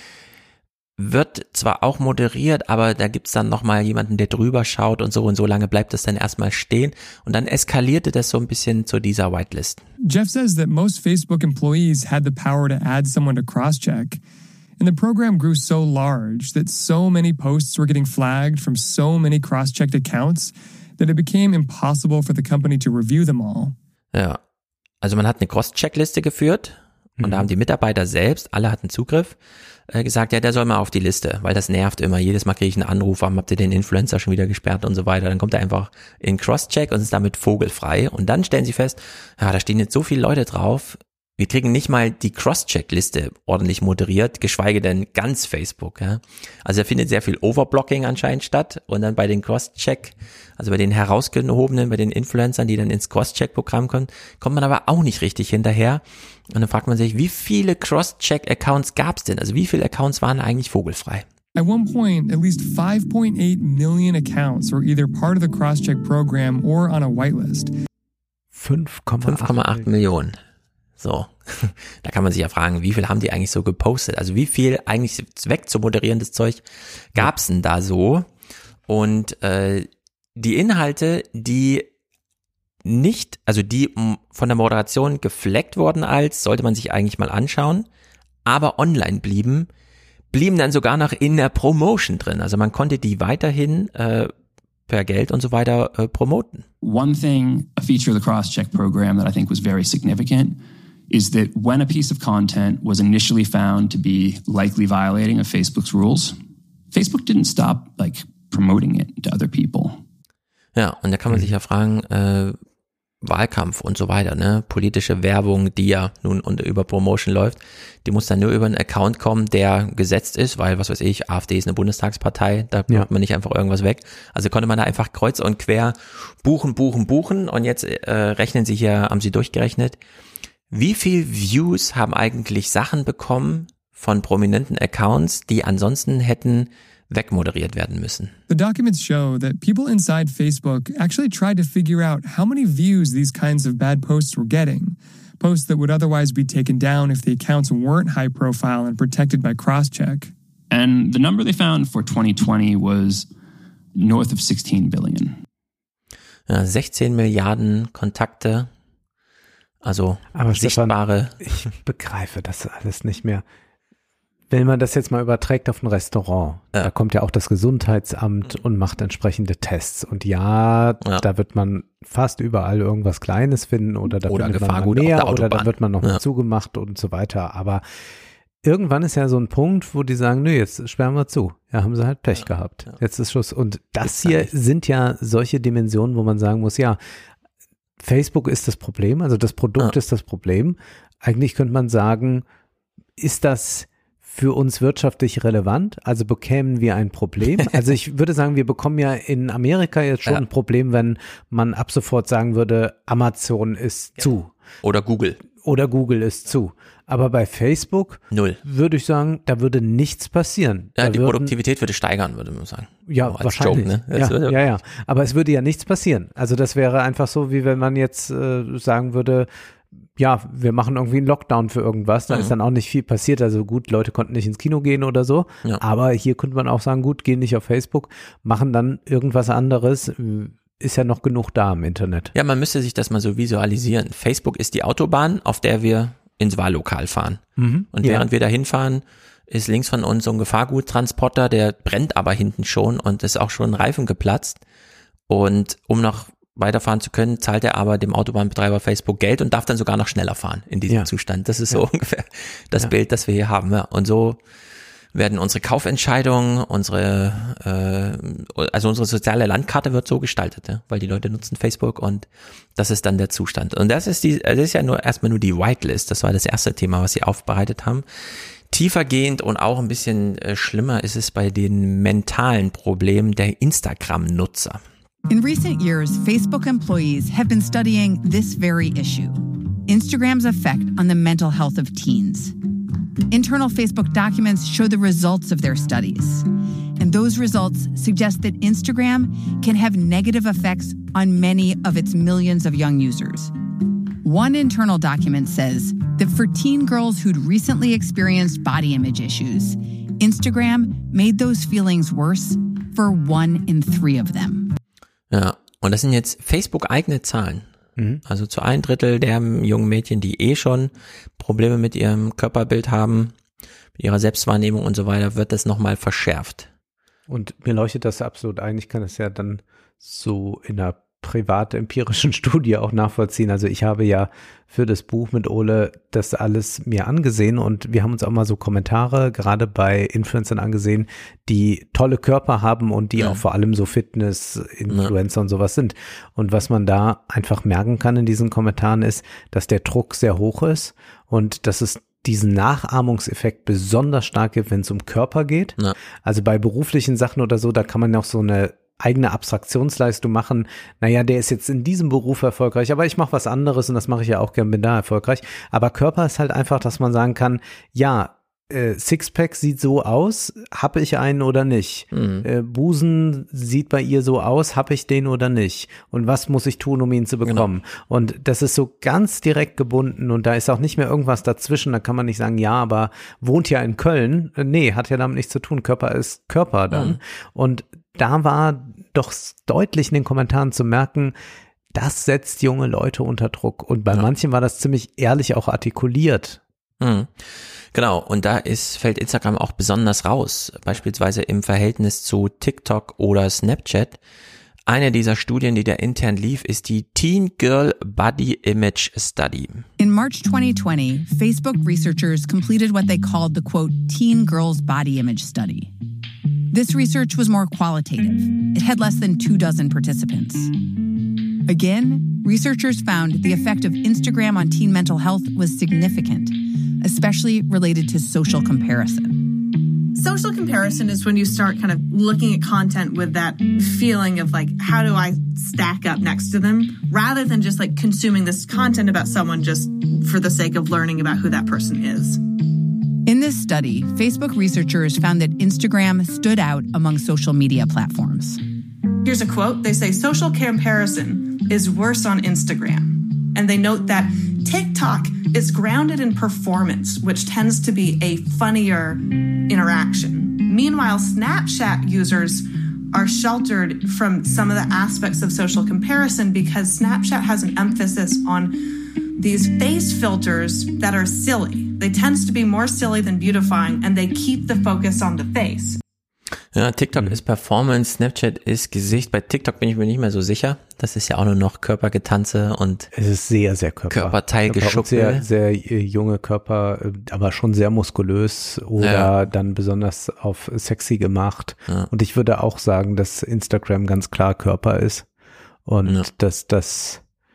wird zwar auch moderiert, aber da gibt's dann nochmal jemanden, der drüber schaut und so, und so lange bleibt das dann erstmal stehen. Und dann eskalierte das so ein bisschen zu dieser Whitelist. Jeff says that most Facebook employees had the power to add someone to crosscheck. And the program grew so large that so many posts were getting flagged from so many cross-checked accounts that it became impossible for the company to review them all. Ja, also man hat eine Cross-Check-Liste geführt und mhm. da haben die Mitarbeiter selbst, alle hatten Zugriff, gesagt, ja, der soll mal auf die Liste, weil das nervt immer. Jedes Mal kriege ich einen Anruf, warum habt ihr den Influencer schon wieder gesperrt und so weiter. Dann kommt er einfach in Crosscheck und ist damit vogelfrei. Und dann stellen sie fest, ja, da stehen jetzt so viele Leute drauf, wir kriegen nicht mal die Crosscheck-Liste ordentlich moderiert, geschweige denn ganz Facebook. Ja. Also da findet sehr viel Overblocking anscheinend statt, und dann bei den Crosscheck, also bei den herausgehobenen, bei den Influencern, die dann ins Crosscheck-Programm kommen, kommt man aber auch nicht richtig hinterher. Und dann fragt man sich, wie viele Crosscheck-Accounts gab es denn? Also wie viele Accounts waren eigentlich vogelfrei? At one point, at least five point eight million accounts were either part of the Crosscheck program or on a whitelist. fünf Komma acht Millionen. So, da kann man sich ja fragen, wie viel haben die eigentlich so gepostet? Also wie viel eigentlich wegzumoderierendes Zeug gab's denn da so? Und äh, die Inhalte, die nicht, also die von der Moderation gefleckt wurden als, sollte man sich eigentlich mal anschauen, aber online blieben, blieben dann sogar noch in der Promotion drin. Also man konnte die weiterhin äh, per Geld und so weiter äh, promoten. One thing, a feature of the Crosscheck program that I think was very significant is that when a piece of content was initially found to be likely violating of Facebook's rules, Facebook didn't stop like promoting it to other people. Ja, und da kann man sich ja fragen, äh, Wahlkampf und so weiter, ne, politische Werbung, die ja nun unter über Promotion läuft, die muss dann nur über einen Account kommen, der gesetzt ist, weil, was weiß ich, AfD ist eine Bundestagspartei, da kommt ja. man nicht einfach irgendwas weg. Also konnte man da einfach kreuz und quer buchen, buchen, buchen, und jetzt äh, rechnen sie hier, haben sie durchgerechnet, wie viel Views haben eigentlich Sachen bekommen von prominenten Accounts, die ansonsten hätten wegmoderiert werden müssen. The documents show that people inside Facebook actually tried to figure out how many views these kinds of bad posts were getting. Posts that would otherwise be taken down if the accounts weren't high profile and protected by Crosscheck. And the number they found for twenty twenty was north of sixteen billion. Ja, sechzehn Milliarden Kontakte, also aber sichtbare. Stefan, ich begreife das alles nicht mehr. Wenn man das jetzt mal überträgt auf ein Restaurant, ja. da kommt ja auch das Gesundheitsamt und macht entsprechende Tests. Und ja, ja, da wird man fast überall irgendwas Kleines finden oder da oder findet man mehr oder da wird man noch ja. zugemacht und so weiter. Aber irgendwann ist ja so ein Punkt, wo die sagen, nö, jetzt sperren wir zu. Ja, haben sie halt Pech ja. gehabt. Ja. Jetzt ist Schluss. Und das hier sind ja solche Dimensionen, wo man sagen muss, ja, Facebook ist das Problem, also das Produkt ja. ist das Problem. Eigentlich könnte man sagen, ist das für uns wirtschaftlich relevant, also bekämen wir ein Problem. Also ich würde sagen, wir bekommen ja in Amerika jetzt schon ja. ein Problem, wenn man ab sofort sagen würde, Amazon ist ja. zu. Oder Google. Oder Google ist ja. zu. Aber bei Facebook Null. würde ich sagen, da würde nichts passieren. Ja, da die würden, Produktivität würde steigern, würde man sagen. Ja, als wahrscheinlich. Joke, ne? ja, ja, ja. Aber es würde ja nichts passieren. Also das wäre einfach so, wie wenn man jetzt äh, sagen würde, ja, wir machen irgendwie einen Lockdown für irgendwas, da mhm. ist dann auch nicht viel passiert, also gut, Leute konnten nicht ins Kino gehen oder so, ja. aber hier könnte man auch sagen, gut, gehen nicht auf Facebook, machen dann irgendwas anderes, ist ja noch genug da im Internet. Ja, man müsste sich das mal so visualisieren. Facebook ist die Autobahn, auf der wir ins Wahllokal fahren. Mhm. Und ja. während wir da hinfahren, ist links von uns so ein Gefahrguttransporter, der brennt aber hinten schon und ist auch schon ein Reifen geplatzt. Und um noch weiterfahren zu können, zahlt er aber dem Autobahnbetreiber Facebook Geld und darf dann sogar noch schneller fahren in diesem ja. Zustand. Das ist so ja. ungefähr das ja. Bild, das wir hier haben. Ja. Und so werden unsere Kaufentscheidungen, unsere, äh, also unsere soziale Landkarte wird so gestaltet, ja? Weil die Leute nutzen Facebook und das ist dann der Zustand. Und das ist die, das ist ja nur erstmal nur die Whitelist. Das war das erste Thema, was sie aufbereitet haben. Tiefergehend und auch ein bisschen äh, schlimmer ist es bei den mentalen Problemen der Instagram-Nutzer. In recent years, Facebook employees have been studying this very issue, Instagram's effect on the mental health of teens. Internal Facebook documents show the results of their studies. And those results suggest that Instagram can have negative effects on many of its millions of young users. One internal document says that for teen girls who'd recently experienced body image issues, Instagram made those feelings worse for one in three of them. Ja, und das sind jetzt Facebook-eigene Zahlen. Mhm. Also zu ein Drittel der jungen Mädchen, die eh schon Probleme mit ihrem Körperbild haben, mit ihrer Selbstwahrnehmung und so weiter, wird das nochmal verschärft. Und mir leuchtet das absolut ein. Ich kann das ja dann so in einer privat empirischen Studie auch nachvollziehen. Also ich habe ja für das Buch mit Ole das alles mir angesehen und wir haben uns auch mal so Kommentare gerade bei Influencern angesehen, die tolle Körper haben und die ja. auch vor allem so Fitness-Influencer ja. und sowas sind. Und was man da einfach merken kann in diesen Kommentaren ist, dass der Druck sehr hoch ist und dass es diesen Nachahmungseffekt besonders stark gibt, wenn es um Körper geht. Ja. Also bei beruflichen Sachen oder so, da kann man auch so eine eigene Abstraktionsleistung machen, naja, der ist jetzt in diesem Beruf erfolgreich, aber ich mache was anderes und das mache ich ja auch gern, bin da erfolgreich. Aber Körper ist halt einfach, dass man sagen kann, ja, äh, Sixpack sieht so aus, habe ich einen oder nicht? Mhm. Äh, Busen sieht bei ihr so aus, habe ich den oder nicht? Und was muss ich tun, um ihn zu bekommen? Genau. Und das ist so ganz direkt gebunden und da ist auch nicht mehr irgendwas dazwischen, da kann man nicht sagen, ja, aber wohnt ja in Köln. Äh, nee, hat ja damit nichts zu tun, Körper ist Körper dann. Mhm. Und da war doch deutlich in den Kommentaren zu merken, das setzt junge Leute unter Druck. Und bei ja. manchen war das ziemlich ehrlich auch artikuliert. Mhm. Genau, und da ist, fällt Instagram auch besonders raus, beispielsweise im Verhältnis zu TikTok oder Snapchat. Eine dieser Studien, die da intern lief, ist die Teen Girl Body Image Study. In March twenty twenty, Facebook researchers completed what they called the, quote, Teen Girls Body Image Study. This research was more qualitative. It had less than two dozen participants. Again, researchers found the effect of Instagram on teen mental health was significant, especially related to social comparison. Social comparison is when you start kind of looking at content with that feeling of like, how do I stack up next to them, rather than just like consuming this content about someone just for the sake of learning about who that person is. In this study, Facebook researchers found that Instagram stood out among social media platforms. Here's a quote. They say, social comparison is worse on Instagram. And they note that TikTok is grounded in performance, which tends to be a funnier interaction. Meanwhile, Snapchat users are sheltered from some of the aspects of social comparison because Snapchat has an emphasis on these face filters that are silly. They tend to be more silly than beautifying and they keep the focus on the face. Ja, TikTok mhm. ist Performance, Snapchat ist Gesicht. Bei TikTok bin ich mir nicht mehr so sicher. Das ist ja auch nur noch Körpergetanze und es ist sehr, sehr Körper. Körperteilgeschuckel. Sehr, sehr junge Körper, aber schon sehr muskulös oder ja. dann besonders auf sexy gemacht. Ja. Und ich würde auch sagen, dass Instagram ganz klar Körper ist und ja. dass das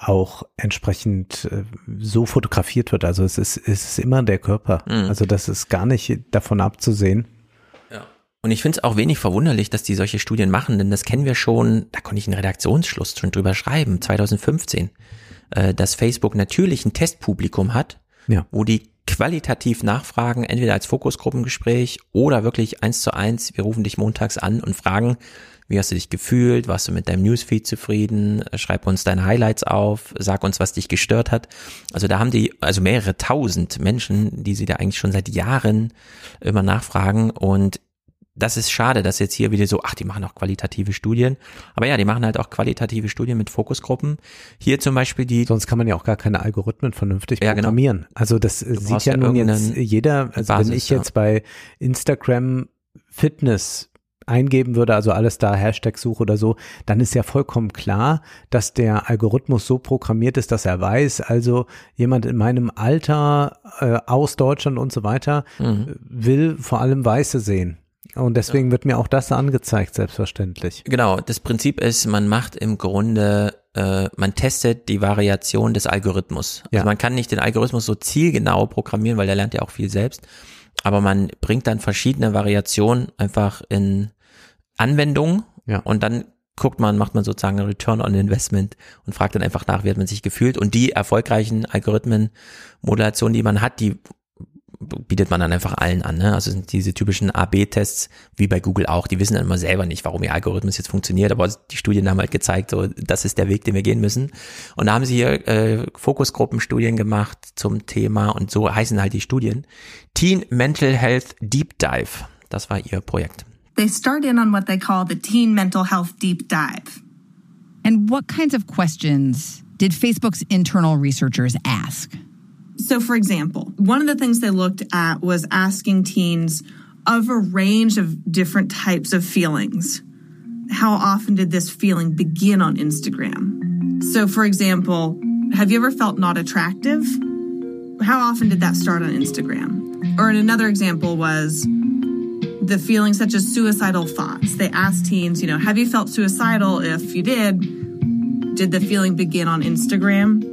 auch entsprechend äh, so fotografiert wird. Also es ist, es ist immer der Körper. Mhm. Also das ist gar nicht davon abzusehen. Ja. Und ich finde es auch wenig verwunderlich, dass die solche Studien machen, denn das kennen wir schon, da konnte ich einen Redaktionsschluss schon drüber schreiben, zwanzig fünfzehn, äh, dass Facebook natürlich ein Testpublikum hat, ja. wo die qualitativ nachfragen, entweder als Fokusgruppengespräch oder wirklich eins zu eins, wir rufen dich montags an und fragen, wie hast du dich gefühlt, warst du mit deinem Newsfeed zufrieden, schreib uns deine Highlights auf, sag uns, was dich gestört hat. Also da haben die also mehrere tausend Menschen, die sie da eigentlich schon seit Jahren immer nachfragen, und das ist schade, dass jetzt hier wieder so, ach, die machen auch qualitative Studien. Aber ja, die machen halt auch qualitative Studien mit Fokusgruppen. Hier zum Beispiel die... Sonst kann man ja auch gar keine Algorithmen vernünftig ja, programmieren. Genau. Also das du sieht ja nun jetzt jeder, also Basis, wenn ich jetzt ja. bei Instagram Fitness eingeben würde, also alles da, Hashtag Suche oder so, dann ist ja vollkommen klar, dass der Algorithmus so programmiert ist, dass er weiß, also jemand in meinem Alter äh, aus Deutschland und so weiter mhm. will vor allem Weiße sehen. Und deswegen ja. wird mir auch das angezeigt, selbstverständlich. Genau, das Prinzip ist, man macht im Grunde, äh, man testet die Variation des Algorithmus. Also ja. man kann nicht den Algorithmus so zielgenau programmieren, weil der lernt ja auch viel selbst, aber man bringt dann verschiedene Variationen einfach in Anwendung ja. und dann guckt man, macht man sozusagen ein Return on Investment und fragt dann einfach nach, wie hat man sich gefühlt, und die erfolgreichen Algorithmenmodulationen, die man hat, die bietet man dann einfach allen an, ne? Also sind diese typischen A B Tests, wie bei Google auch, die wissen dann immer selber nicht, warum ihr Algorithmus jetzt funktioniert, aber die Studien haben halt gezeigt, so, das ist der Weg, den wir gehen müssen. Und da haben sie hier äh, Fokusgruppenstudien gemacht zum Thema, und so heißen halt die Studien. Teen Mental Health Deep Dive, das war ihr Projekt. They start in on what they call the Teen Mental Health Deep Dive. And what kinds of questions did Facebook's internal researchers ask? So, for example, one of the things they looked at was asking teens of a range of different types of feelings. How often did this feeling begin on Instagram? So, for example, have you ever felt not attractive? How often did that start on Instagram? Or another example was the feelings such as suicidal thoughts. They asked teens, you know, have you felt suicidal? If you did, did the feeling begin on Instagram?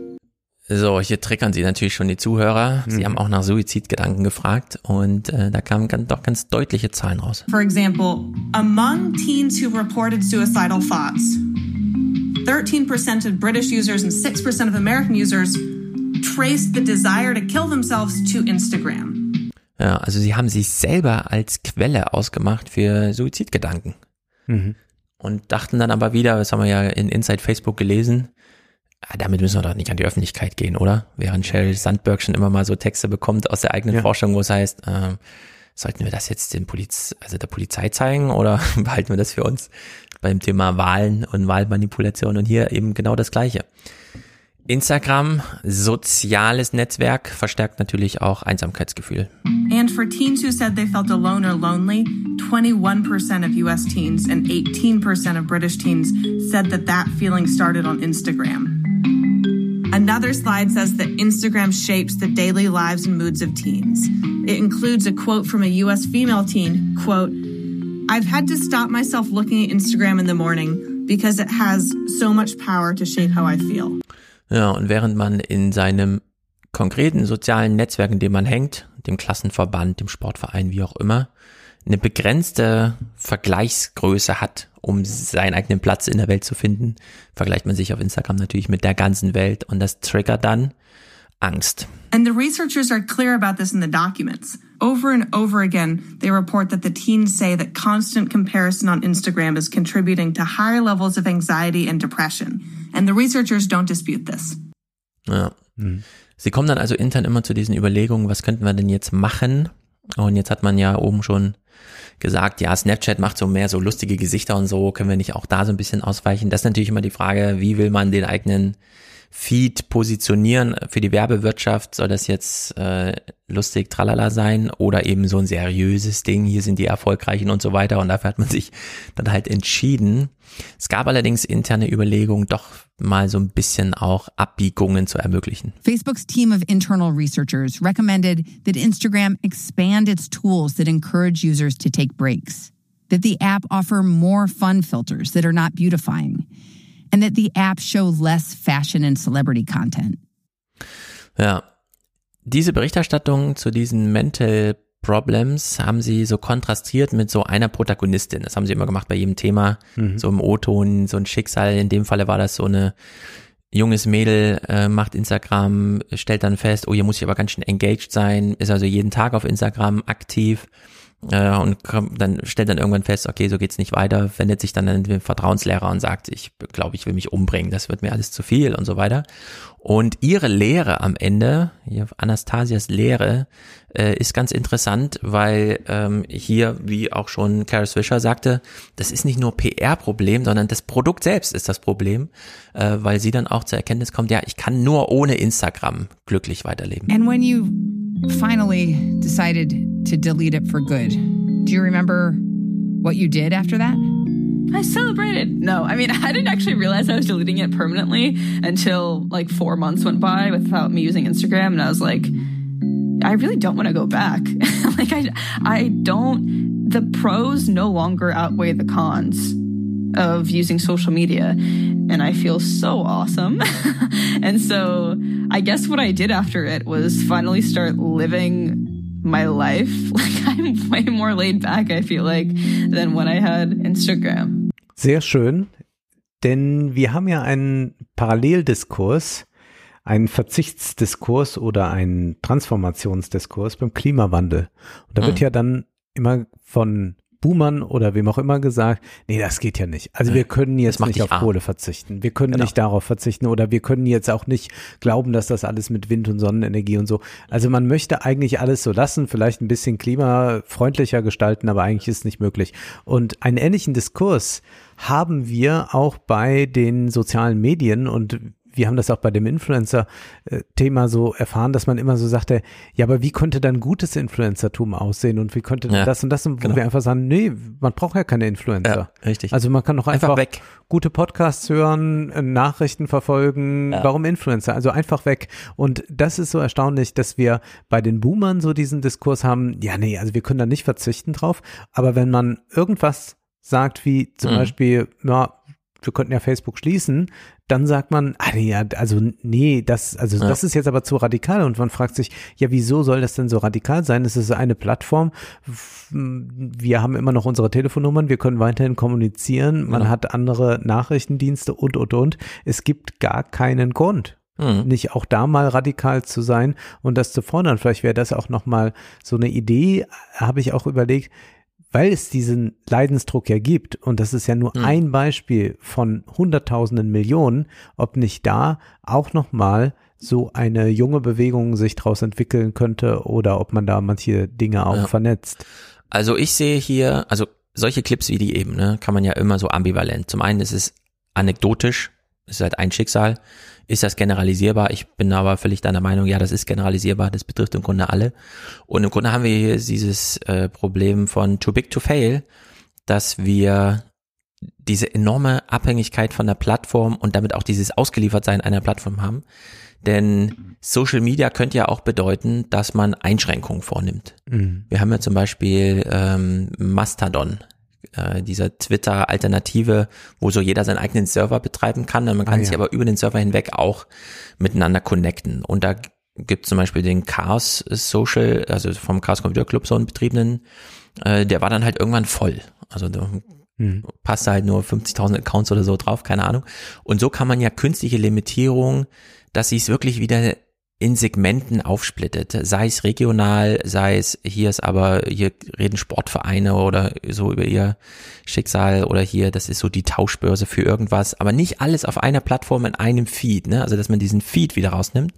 So, hier triggern sie natürlich schon die Zuhörer. Sie mhm. haben auch nach Suizidgedanken gefragt, und äh, da kamen ganz, doch ganz deutliche Zahlen raus. For example, among teens who reported suicidal thoughts, thirteen percent of British users and six percent of American users traced the desire to kill themselves to Instagram. Ja, also sie haben sich selber als Quelle ausgemacht für Suizidgedanken. Mhm. Und dachten dann aber wieder, das haben wir ja in Inside Facebook gelesen, damit müssen wir doch nicht an die Öffentlichkeit gehen, oder? Während Sheryl Sandberg schon immer mal so Texte bekommt aus der eigenen ja. Forschung, wo es heißt, äh, sollten wir das jetzt den Poliz- also der Polizei zeigen, oder behalten wir das für uns beim Thema Wahlen und Wahlmanipulation? Und hier eben genau das Gleiche. Instagram, soziales Netzwerk, verstärkt natürlich auch Einsamkeitsgefühl. And for teens who said they felt alone or lonely, twenty-one percent of U S teens and eighteen percent of British teens said that that feeling started on Instagram. Another slide says that Instagram shapes the daily lives and moods of teens. It includes a quote from a U S female teen, quote, "I've had to stop myself looking at Instagram in the morning because it has so much power to shape how I feel." Ja, und während man in seinem konkreten sozialen Netzwerk, in dem man hängt, dem Klassenverband, dem Sportverein, wie auch immer, eine begrenzte Vergleichsgröße hat, um seinen eigenen Platz in der Welt zu finden, vergleicht man sich auf Instagram natürlich mit der ganzen Welt, und das triggert dann Angst. And the researchers are clear about this in the documents. Over and over again, they report that the teens say that constant comparison on Instagram is contributing to higher levels of anxiety and depression. And the researchers don't dispute this. Ja. Mhm. Sie kommen dann also intern immer zu diesen Überlegungen, was könnten wir denn jetzt machen? Und jetzt hat man ja oben schon gesagt, ja, Snapchat macht so mehr so lustige Gesichter und so, können wir nicht auch da so ein bisschen ausweichen? Das ist natürlich immer die Frage, wie will man den eigenen Feed positionieren für die Werbewirtschaft? Soll das jetzt äh, lustig tralala sein oder eben so ein seriöses Ding, hier sind die Erfolgreichen und so weiter, und dafür hat man sich dann halt entschieden. Es gab allerdings interne Überlegungen, doch mal so ein bisschen auch Abbiegungen zu ermöglichen. Facebook's team of internal researchers recommended that Instagram expand its tools that encourage users to take breaks, that the app offer more fun filters that are not beautifying, and that the apps show less fashion and celebrity content. Ja, diese Berichterstattung zu diesen Mental Problems haben sie so kontrastiert mit so einer Protagonistin. Das haben sie immer gemacht bei jedem Thema, mhm. so im O-Ton, so ein Schicksal. In dem Falle war das so eine junges Mädel, äh, macht Instagram, stellt dann fest, oh, hier muss ich aber ganz schön engaged sein, ist also jeden Tag auf Instagram aktiv. Äh, und kommt, dann stellt dann irgendwann fest, okay, so geht's nicht weiter, wendet sich dann an den Vertrauenslehrer und sagt, ich glaube, ich will mich umbringen, das wird mir alles zu viel und so weiter. Und ihre Lehre am Ende, hier Anastasias Lehre, äh, ist ganz interessant, weil ähm, hier, wie auch schon Kara Swisher sagte, das ist nicht nur P R-Problem, sondern das Produkt selbst ist das Problem, äh, weil sie dann auch zur Erkenntnis kommt, ja, ich kann nur ohne Instagram glücklich weiterleben. And when you finally decided to delete it for good, do you remember what you did after that? I celebrated. No, I mean, I didn't actually realize I was deleting it permanently until like four months went by without me using Instagram. And I was like, I really don't want to go back. like, I, I don't, the pros no longer outweigh the cons of using social media. And I feel so awesome. And so I guess what I did after it was finally start living my life. Like, I'm way more laid back, I feel like, than when I had Instagram. Sehr schön, denn wir haben ja einen Paralleldiskurs, einen Verzichtsdiskurs oder einen Transformationsdiskurs beim Klimawandel. Und da wird mhm. ja dann immer von Boomern oder wem auch immer gesagt, nee, das geht ja nicht. Also wir können jetzt nicht auf Kohle verzichten. Wir können genau. nicht darauf verzichten oder wir können jetzt auch nicht glauben, dass das alles mit Wind- und Sonnenenergie und so. Also man möchte eigentlich alles so lassen, vielleicht ein bisschen klimafreundlicher gestalten, aber eigentlich ist es nicht möglich. Und einen ähnlichen Diskurs haben wir auch bei den sozialen Medien und wir haben das auch bei dem Influencer-Thema so erfahren, dass man immer so sagte, ja, aber wie könnte dann gutes Influencertum aussehen und wie könnte ja, das und das, und wo genau. wir einfach sagen, nee, man braucht ja keine Influencer. Ja, richtig. Also man kann doch einfach, einfach weg. Gute Podcasts hören, Nachrichten verfolgen, ja. warum Influencer? Also einfach weg. Und das ist so erstaunlich, dass wir bei den Boomern so diesen Diskurs haben, ja, nee, also wir können da nicht verzichten drauf, aber wenn man irgendwas sagt, wie zum mhm. Beispiel, ja, wir könnten ja Facebook schließen, dann sagt man, ah, nee, also nee, das, also ja. das ist jetzt aber zu radikal und man fragt sich, ja, wieso soll das denn so radikal sein? Es ist eine Plattform, wir haben immer noch unsere Telefonnummern, wir können weiterhin kommunizieren, man ja. hat andere Nachrichtendienste und, und, und. Es gibt gar keinen Grund, mhm. nicht auch da mal radikal zu sein und das zu fordern. Vielleicht wäre das auch nochmal so eine Idee, habe ich auch überlegt, weil es diesen Leidensdruck ja gibt und das ist ja nur mhm. ein Beispiel von Hunderttausenden Millionen, ob nicht da auch nochmal so eine junge Bewegung sich daraus entwickeln könnte oder ob man da manche Dinge auch ja. vernetzt. Also ich sehe hier, also solche Clips wie die eben, ne, kann man ja immer so ambivalent. Zum einen ist es anekdotisch, es ist halt ein Schicksal. Ist das generalisierbar? Ich bin aber völlig deiner Meinung, ja, das ist generalisierbar, das betrifft im Grunde alle. Und im Grunde haben wir hier dieses äh, Problem von too big to fail, dass wir diese enorme Abhängigkeit von der Plattform und damit auch dieses Ausgeliefertsein einer Plattform haben. Denn Social Media könnte ja auch bedeuten, dass man Einschränkungen vornimmt. Mhm. Wir haben ja zum Beispiel ähm, Mastodon, äh, dieser Twitter-Alternative, wo so jeder seinen eigenen Server betreiben kann. Und man kann ah, sich ja. aber über den Server hinweg auch miteinander connecten. Und da gibt es zum Beispiel den Chaos Social, also vom Chaos Computer Club so einen betriebenen, äh, der war dann halt irgendwann voll. Also da hm. passt halt nur fünfzigtausend Accounts oder so drauf, keine Ahnung. Und so kann man ja künstliche Limitierung, dass sie es wirklich wieder in Segmenten aufsplittet, sei es regional, sei es hier ist aber, hier reden Sportvereine oder so über ihr Schicksal oder hier, das ist so die Tauschbörse für irgendwas, aber nicht alles auf einer Plattform in einem Feed, ne? Also dass man diesen Feed wieder rausnimmt.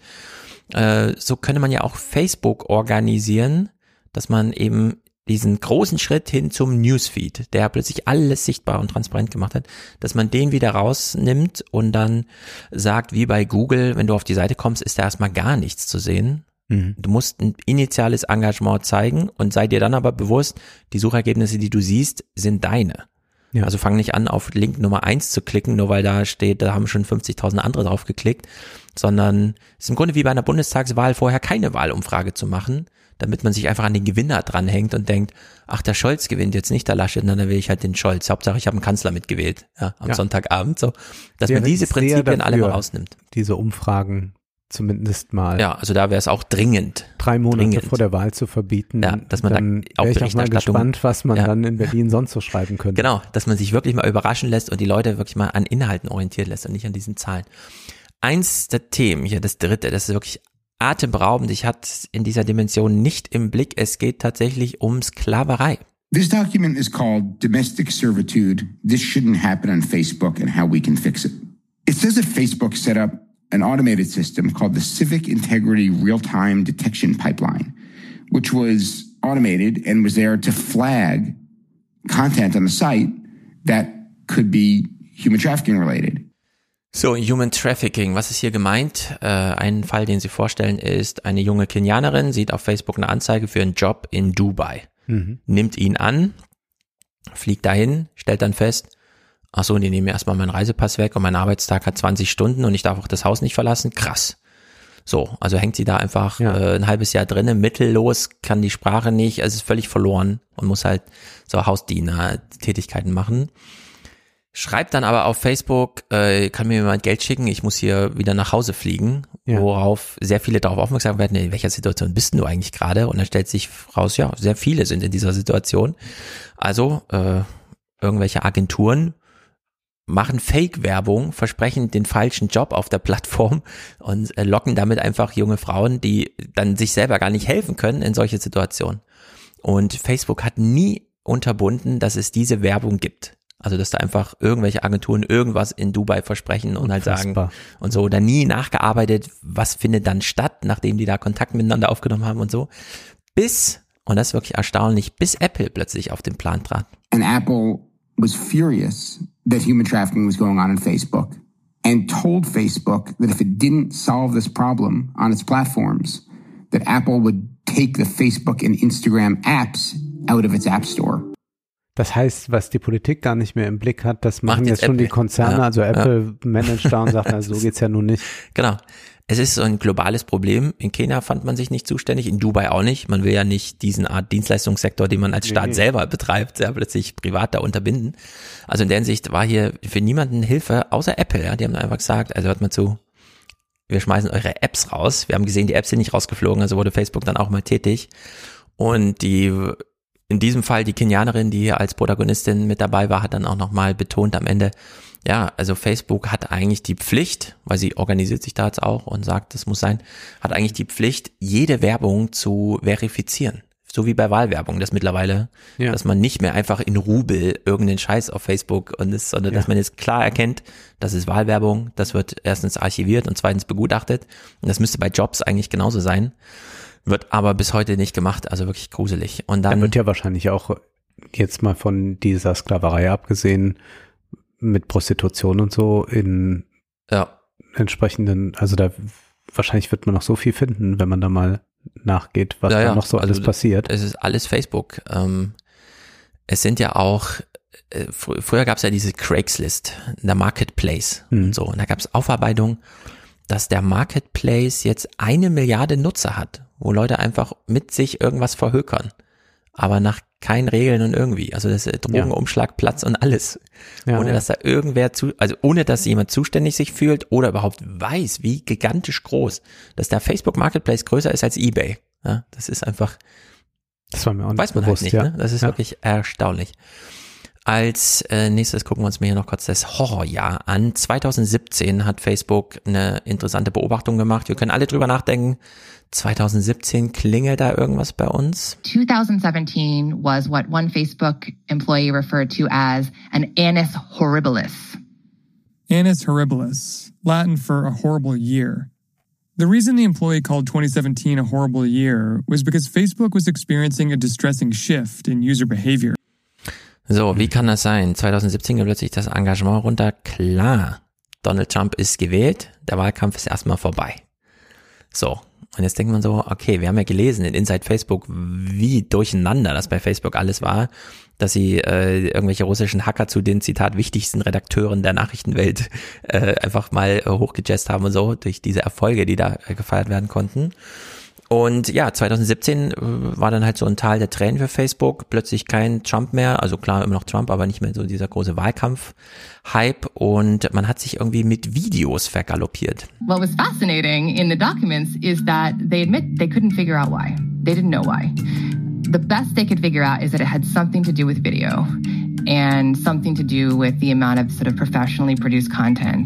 Äh, so könnte man ja auch Facebook organisieren, dass man eben diesen großen Schritt hin zum Newsfeed, der plötzlich alles sichtbar und transparent gemacht hat, dass man den wieder rausnimmt und dann sagt, wie bei Google, wenn du auf die Seite kommst, ist da erstmal gar nichts zu sehen. Mhm. Du musst ein initiales Engagement zeigen und sei dir dann aber bewusst, die Suchergebnisse, die du siehst, sind deine. Ja. Also fang nicht an, auf Link Nummer eins zu klicken, nur weil da steht, da haben schon fünfzigtausend andere drauf geklickt, sondern es ist im Grunde wie bei einer Bundestagswahl vorher keine Wahlumfrage zu machen, damit man sich einfach an den Gewinner dranhängt und denkt, ach, der Scholz gewinnt jetzt nicht, der Laschet, dann will ich halt den Scholz. Hauptsache, ich habe einen Kanzler mitgewählt, ja, am ja. Sonntagabend, so, dass Wäre man diese Prinzipien dafür, alle mal rausnimmt. Diese Umfragen zumindest mal. Ja, also da wäre es auch dringend. Drei Monate dringend. vor der Wahl zu verbieten. Ja, dass man dann da auch wäre ich auch mal gespannt, was man ja. dann in Berlin sonst so schreiben könnte. Genau, dass man sich wirklich mal überraschen lässt und die Leute wirklich mal an Inhalten orientiert lässt und nicht an diesen Zahlen. Eins der Themen hier, das dritte, das ist wirklich atemberaubend. Ich hatte in dieser Dimension nicht im Blick. Es geht tatsächlich um Sklaverei. This document is called Domestic Servitude. This shouldn't happen on Facebook and how we can fix it. It says that Facebook set up an automated system called the Civic Integrity Real-Time Detection Pipeline, which was automated and was there to flag content on the site that could be human trafficking related. So, Human Trafficking, was ist hier gemeint? Äh, ein Fall, den Sie vorstellen, ist, eine junge Kenianerin sieht auf Facebook eine Anzeige für einen Job in Dubai, mhm. nimmt ihn an, fliegt dahin, stellt dann fest, ach so, die nehmen mir erstmal meinen Reisepass weg und mein Arbeitstag hat zwanzig Stunden und ich darf auch das Haus nicht verlassen. Krass. So, also hängt sie da einfach ja. äh, ein halbes Jahr drinne, mittellos, kann die Sprache nicht, also ist völlig verloren und muss halt so Hausdiener-Tätigkeiten machen. Schreibt dann aber auf Facebook, äh, kann mir jemand Geld schicken, ich muss hier wieder nach Hause fliegen, ja. worauf sehr viele darauf aufmerksam werden, in welcher Situation bist du eigentlich gerade? Und dann stellt sich raus, ja, sehr viele sind in dieser Situation. Also, äh, irgendwelche Agenturen machen Fake-Werbung, versprechen den falschen Job auf der Plattform und äh, locken damit einfach junge Frauen, die dann sich selber gar nicht helfen können in solche Situationen. Und Facebook hat nie unterbunden, dass es diese Werbung gibt. Also, dass da einfach irgendwelche Agenturen irgendwas in Dubai versprechen und halt sagen und so, da nie nachgearbeitet, was findet dann statt, nachdem die da Kontakt miteinander aufgenommen haben und so. Bis, und das ist wirklich erstaunlich, bis Apple plötzlich auf den Plan trat. And Apple was furious that human trafficking was going on in Facebook and told Facebook that if it didn't solve this problem on its platforms, that Apple would take the Facebook and Instagram apps out of its App Store. Das heißt, was die Politik gar nicht mehr im Blick hat, das machen jetzt jetzt schon Apple. die Konzerne, Ja, also Apple ja. managt da und sagt, also so geht's ja nun nicht. Genau. Es ist so ein globales Problem. In Kenia fand man sich nicht zuständig, in Dubai auch nicht. Man will ja nicht diesen Art Dienstleistungssektor, den man als Staat Nee. selber betreibt, ja, plötzlich privat da unterbinden. Also in der Hinsicht war hier für niemanden Hilfe, außer Apple. Ja. Die haben einfach gesagt, also hört mal zu, wir schmeißen eure Apps raus. Wir haben gesehen, die Apps sind nicht rausgeflogen, also wurde Facebook dann auch mal tätig. Und die in diesem Fall die Kenianerin, die hier als Protagonistin mit dabei war, hat dann auch nochmal betont am Ende, ja, also Facebook hat eigentlich die Pflicht, weil sie organisiert sich da jetzt auch und sagt, das muss sein, hat eigentlich die Pflicht, jede Werbung zu verifizieren. So wie bei Wahlwerbung, das mittlerweile, Ja. dass man nicht mehr einfach in Rubel irgendeinen Scheiß auf Facebook und ist, sondern Ja. dass man jetzt klar erkennt, das ist Wahlwerbung, das wird erstens archiviert und zweitens begutachtet. Und das müsste bei Jobs eigentlich genauso sein. Wird aber bis heute nicht gemacht, also wirklich gruselig. Und dann Da wird ja wahrscheinlich auch jetzt mal von dieser Sklaverei abgesehen mit Prostitution und so in ja. entsprechenden, also da wahrscheinlich wird man noch so viel finden, wenn man da mal nachgeht, was ja, da ja. noch so alles also, passiert. Es ist alles Facebook. Ähm, es sind ja auch, äh, fr- früher gab es ja diese Craigslist, der Marketplace Hm. und so. Und da gab es Aufarbeitung, dass der Marketplace jetzt eine Milliarde Nutzer hat, wo Leute einfach mit sich irgendwas verhökern, aber nach keinen Regeln und irgendwie. Also das ist Drogenumschlag, Platz und alles. Ja, ohne ja. dass da irgendwer zu, also ohne dass jemand zuständig sich fühlt oder überhaupt weiß, wie gigantisch groß, dass der Facebook Marketplace größer ist als eBay. Ja, das ist einfach, das war mir auch nicht weiß man bewusst, halt nicht, ja. ne? Das ist Ja. wirklich erstaunlich. Als äh, nächstes gucken wir uns mir hier noch kurz das Horrorjahr an. zwanzig siebzehn hat Facebook eine interessante Beobachtung gemacht. Wir können alle drüber nachdenken. zwanzig siebzehn klingelt da irgendwas bei uns? twenty seventeen was what one Facebook employee referred to as an annus horribilis. Annus horribilis, Latin for a horrible year. The reason the employee called twenty seventeen a horrible year was because Facebook was experiencing a distressing shift in user behavior. So, wie kann das sein? zwanzig siebzehn geht plötzlich das Engagement runter. Klar, Donald Trump ist gewählt, der Wahlkampf ist erstmal vorbei. So, Und jetzt denkt man so, okay, wir haben ja gelesen in Inside Facebook, wie durcheinander das bei Facebook alles war, dass sie äh, irgendwelche russischen Hacker zu den, Zitat, wichtigsten Redakteuren der Nachrichtenwelt äh, einfach mal äh, hochgejazzt haben und so, durch diese Erfolge, die da äh, gefeiert werden konnten. Und ja, zwanzig siebzehn äh, war dann halt so ein Tal der Tränen für Facebook, plötzlich kein Trump mehr, also klar immer noch Trump, aber nicht mehr so dieser große Wahlkampf-Hype, und man hat sich irgendwie mit Videos vergaloppiert. What was fascinating in the documents is that they admit they couldn't figure out why. They didn't know why. The best they could figure out is that it had something to do with video and something to do with the amount of sort of professionally produced content.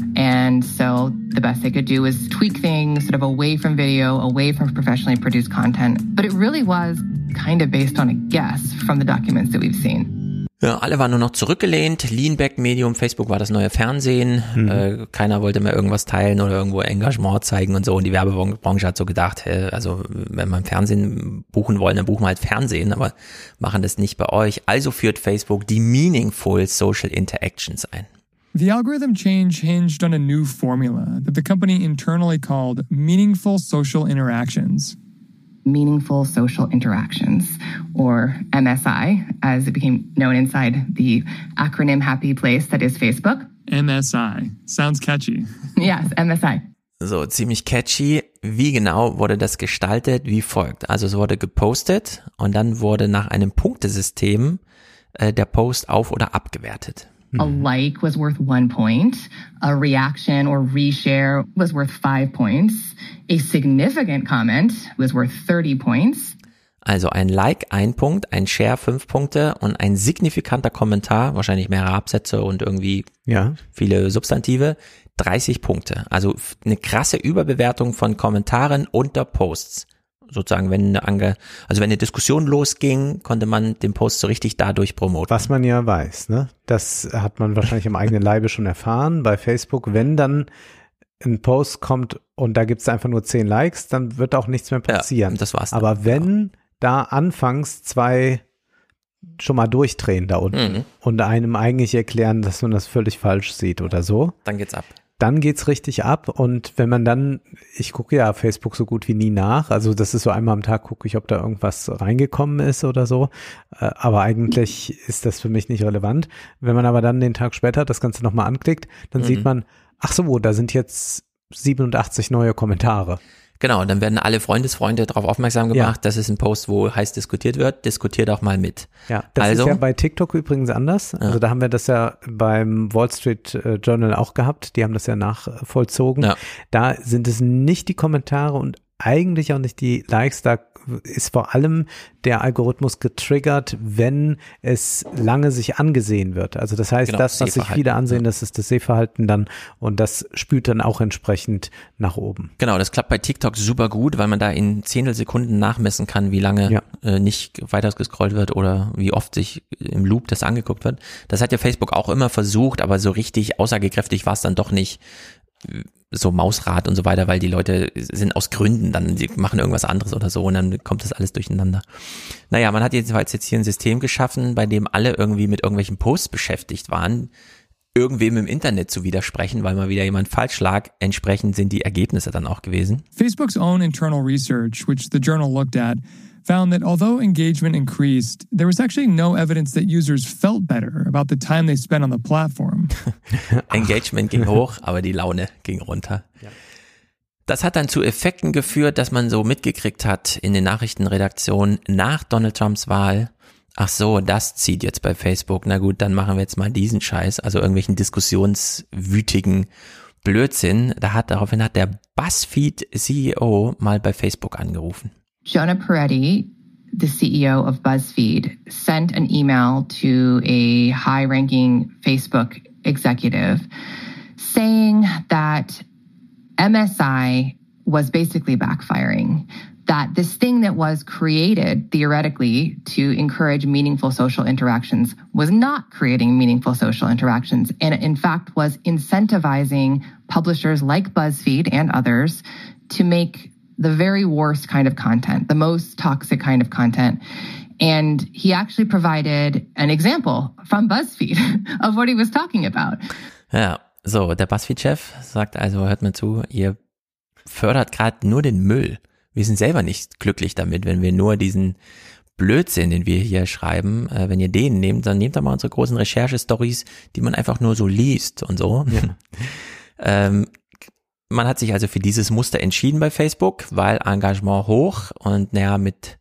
And so the best they could do was tweak things sort of away from video, away from professionally produced content. But it really was kind of based on a guess from the documents that we've seen. Ja, alle waren nur noch zurückgelehnt, Leanback-Medium, Facebook war das neue Fernsehen, mhm. äh, keiner wollte mehr irgendwas teilen oder irgendwo Engagement zeigen und so, und die Werbebranche hat so gedacht, hä, also wenn wir im Fernsehen buchen wollen, dann buchen wir halt Fernsehen, aber machen das nicht bei euch. Also führt Facebook die Meaningful Social Interactions ein. The algorithm change hinged on a new formula that the company internally called Meaningful Social Interactions. Meaningful Social Interactions, or M S I, as it became known inside the acronym happy place that is Facebook. M S I. Sounds catchy. Yes, M S I. So, ziemlich catchy. Wie genau wurde das gestaltet? Wie folgt. Also es wurde gepostet und dann wurde nach einem Punktesystem äh, der Post auf- oder abgewertet. A like was worth one point. A reaction or reshare was worth five points. A significant comment was worth thirty points. Also ein Like, ein Punkt, ein Share, fünf Punkte, und ein signifikanter Kommentar, wahrscheinlich mehrere Absätze und irgendwie ja. viele Substantive, dreißig Punkte. Also eine krasse Überbewertung von Kommentaren unter Posts. Sozusagen, wenn eine, Ange- also wenn eine Diskussion losging, konnte man den Post so richtig dadurch promoten. Was man ja weiß, ne? Das hat man wahrscheinlich im eigenen Leibe schon erfahren bei Facebook. Wenn dann ein Post kommt und da gibt es einfach nur zehn Likes, dann wird auch nichts mehr passieren. Ja, das war's dann. Aber wenn da anfangs zwei schon mal durchdrehen da unten mhm. und einem eigentlich erklären, dass man das völlig falsch sieht oder so, dann geht's ab. Dann geht's richtig ab, und wenn man dann, ich gucke ja Facebook so gut wie nie nach, also das ist so einmal am Tag, gucke ich, ob da irgendwas reingekommen ist oder so, aber eigentlich ist das für mich nicht relevant. Wenn man aber dann den Tag später das Ganze nochmal anklickt, dann mhm. sieht man, ach so, da sind jetzt siebenundachtzig neue Kommentare. Genau, dann werden alle Freundesfreunde darauf aufmerksam gemacht, ja. das ist ein Post, wo heiß diskutiert wird, diskutiert auch mal mit. Ja, das also, ist ja bei TikTok übrigens anders. Ja. Also da haben wir das ja beim Wall Street Journal auch gehabt, die haben das ja nachvollzogen. Ja. Da sind es nicht die Kommentare und eigentlich auch nicht die Likes, da ist vor allem der Algorithmus getriggert, wenn es lange sich angesehen wird. Also das heißt, genau, das, was sich viele ansehen, ja. das ist das Sehverhalten dann, und das spült dann auch entsprechend nach oben. Genau, das klappt bei TikTok super gut, weil man da in Zehntelsekunden nachmessen kann, wie lange ja. äh, nicht weiter gescrollt wird oder wie oft sich im Loop das angeguckt wird. Das hat ja Facebook auch immer versucht, aber so richtig aussagekräftig war es dann doch nicht. So Mausrad und so weiter, weil die Leute sind aus Gründen, dann die machen irgendwas anderes oder so, und dann kommt das alles durcheinander. Naja, man hat jedenfalls jetzt hier ein System geschaffen, bei dem alle irgendwie mit irgendwelchen Posts beschäftigt waren, irgendwem im Internet zu widersprechen, weil mal wieder jemand falsch lag. Entsprechend sind die Ergebnisse dann auch gewesen. Facebook's own internal research, which the journal looked at, found that although engagement increased, there was actually no evidence that users felt better about the time they spent on the platform. Engagement ging hoch, aber die Laune ging runter. Ja. Das hat dann zu Effekten geführt, dass man so mitgekriegt hat in den Nachrichtenredaktionen nach Donald Trumps Wahl, ach so, das zieht jetzt bei Facebook, na gut, dann machen wir jetzt mal diesen Scheiß, also irgendwelchen diskussionswütigen Blödsinn. Da hat, daraufhin hat der BuzzFeed-C E O mal bei Facebook angerufen. Jonah Peretti, the C E O of BuzzFeed, sent an email to a high-ranking Facebook executive saying that M S I was basically backfiring, that this thing that was created theoretically to encourage meaningful social interactions was not creating meaningful social interactions, and in fact was incentivizing publishers like BuzzFeed and others to make the very worst kind of content, the most toxic kind of content. And he actually provided an example from BuzzFeed of what he was talking about. Ja, so, der BuzzFeed-Chef sagt also, hört mir zu, ihr fördert gerade nur den Müll. Wir sind selber nicht glücklich damit, wenn wir nur diesen Blödsinn, den wir hier schreiben, äh, wenn ihr den nehmt, dann nehmt doch mal unsere großen Recherche-Stories, die man einfach nur so liest und so. Ja. ähm, man hat sich also für dieses Muster entschieden bei Facebook, weil Engagement hoch und naja, mit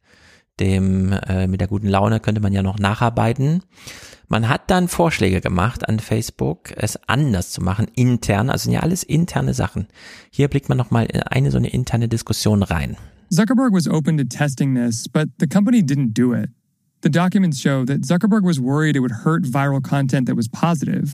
dem, äh, mit der guten Laune könnte man ja noch nacharbeiten. Man hat dann Vorschläge gemacht an Facebook, es anders zu machen, intern, also sind ja alles interne Sachen. Hier blickt man nochmal in eine so eine interne Diskussion rein. Zuckerberg was open to testing this, but the company didn't do it. The documents show that Zuckerberg was worried it would hurt viral content that was positive.